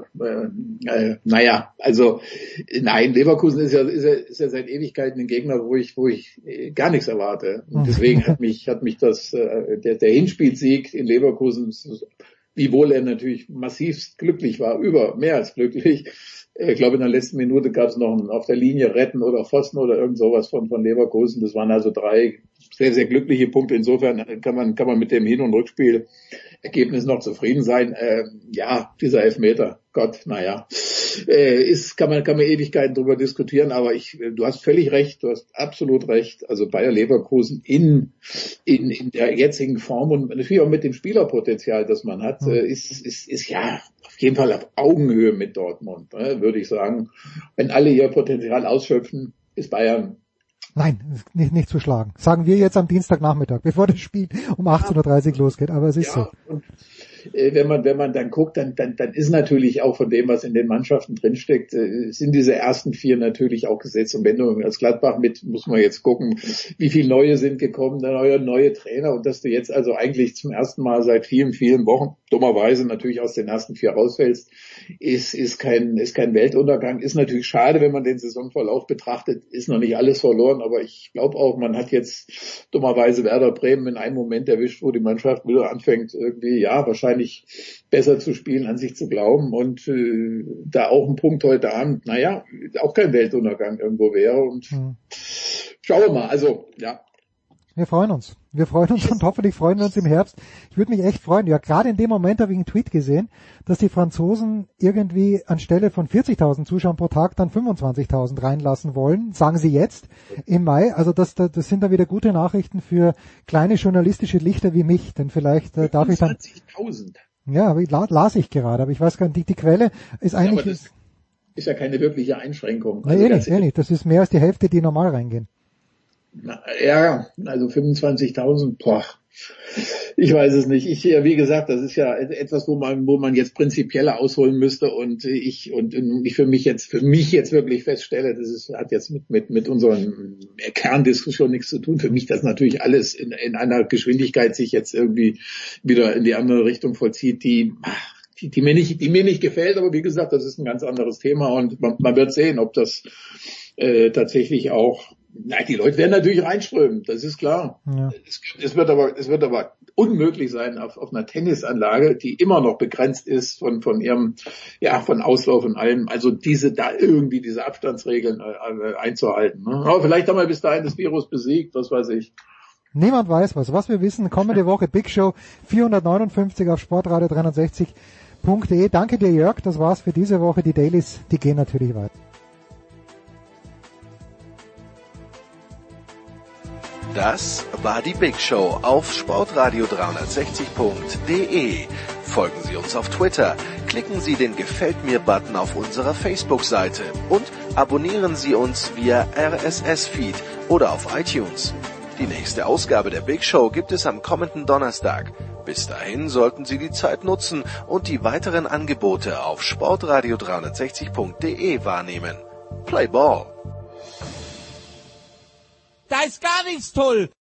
äh, naja, also nein, Leverkusen ist ja, ist ja ist ja seit Ewigkeiten ein Gegner, wo ich wo ich gar nichts erwarte, und deswegen hat mich hat mich das äh, der der Hinspielsieg in Leverkusen, wiewohl er natürlich massivst glücklich war, über mehr als glücklich. Ich glaube, in der letzten Minute gab es noch ein auf der Linie retten oder Pfosten oder irgend sowas von von Leverkusen. Das waren also drei sehr, sehr glückliche Punkte. Insofern kann man kann man mit dem Hin- und Rückspiel Ergebnis noch zufrieden sein. Äh, ja, dieser Elfmeter, Gott, naja, äh, ist kann man kann man Ewigkeiten drüber diskutieren, aber ich, du hast völlig recht, du hast absolut recht. Also Bayer Leverkusen in in in der jetzigen Form und natürlich auch mit dem Spielerpotenzial, das man hat, äh, ist ist ist ja auf jeden Fall auf Augenhöhe mit Dortmund, äh, würde ich sagen. Wenn alle ihr Potenzial ausschöpfen, ist Bayern Nein, nicht, nicht zu schlagen. Sagen wir jetzt am Dienstagnachmittag, bevor das Spiel um achtzehn Uhr dreißig losgeht, aber es ist ja, so. Und, äh, wenn man, wenn man dann guckt, dann, dann, dann ist natürlich auch von dem, was in den Mannschaften drinsteckt, äh, sind diese ersten vier natürlich auch Gesetz und Wendungen. Als Gladbach mit, muss man jetzt gucken, wie viele neue sind gekommen, der neue, neue Trainer, und dass du jetzt also eigentlich zum ersten Mal seit vielen, vielen Wochen, dummerweise natürlich aus den ersten vier rausfällst, ist, ist kein, ist kein Weltuntergang. Ist natürlich schade, wenn man den Saisonverlauf betrachtet, ist noch nicht alles verloren, aber ich glaube auch, man hat jetzt dummerweise Werder Bremen in einem Moment erwischt, wo die Mannschaft wieder anfängt, irgendwie, ja, wahrscheinlich besser zu spielen, an sich zu glauben, und äh, da auch ein Punkt heute Abend, naja, auch kein Weltuntergang irgendwo wäre, und hm. schauen wir mal, also, ja. Wir freuen uns. Wir freuen uns und hoffentlich freuen wir uns im Herbst. Ich würde mich echt freuen. Ja, gerade in dem Moment habe ich einen Tweet gesehen, dass die Franzosen irgendwie anstelle von vierzigtausend Zuschauern pro Tag dann fünfundzwanzigtausend reinlassen wollen. Sagen sie jetzt im Mai. Also das, das sind dann wieder gute Nachrichten für kleine journalistische Lichter wie mich. Denn vielleicht äh, darf ich dann... fünfundzwanzigtausend. Ja, aber las ich gerade. Aber ich weiß gar nicht, die, die Quelle ist eigentlich... Ja, aber das ist ja keine wirkliche Einschränkung. Na, also eh nicht, eh nicht. Das ist mehr als die Hälfte, die normal reingehen. Na, ja, also fünfundzwanzigtausend, boah, ich weiß es nicht. Ich, wie gesagt, das ist ja etwas, wo man, wo man jetzt prinzipiell ausholen müsste, und ich, und ich für mich jetzt, für mich jetzt wirklich feststelle, das ist, hat jetzt mit, mit, mit unseren Kerndiskussionen nichts zu tun. Für mich das natürlich alles in, in einer Geschwindigkeit sich jetzt irgendwie wieder in die andere Richtung vollzieht, die, die, die mir nicht, die mir nicht gefällt, aber wie gesagt, das ist ein ganz anderes Thema, und man, man wird sehen, ob das äh, tatsächlich auch. Nein, die Leute werden natürlich reinströmen, das ist klar. Ja. Es, es wird aber, es wird aber unmöglich sein auf, auf einer Tennisanlage, die immer noch begrenzt ist von, von ihrem, ja, von Auslauf und allem. Also diese, da irgendwie diese Abstandsregeln äh, einzuhalten. Ne? Aber vielleicht haben wir bis dahin das Virus besiegt, was weiß ich. Niemand weiß was. Was wir wissen, kommende Woche Big Show vierhundertneunundfünfzig auf sportradio dreihundertsechzig punkt de. Danke dir, Jörg. Das war's für diese Woche. Die Dailies, die gehen natürlich weiter. Das war die Big Show auf sportradio dreihundertsechzig punkt de. Folgen Sie uns auf Twitter, klicken Sie den Gefällt mir-Button auf unserer Facebook-Seite und abonnieren Sie uns via R S S-Feed oder auf iTunes. Die nächste Ausgabe der Big Show gibt es am kommenden Donnerstag. Bis dahin sollten Sie die Zeit nutzen und die weiteren Angebote auf sportradio dreihundertsechzig punkt de wahrnehmen. Play Ball! Da ist gar nichts toll.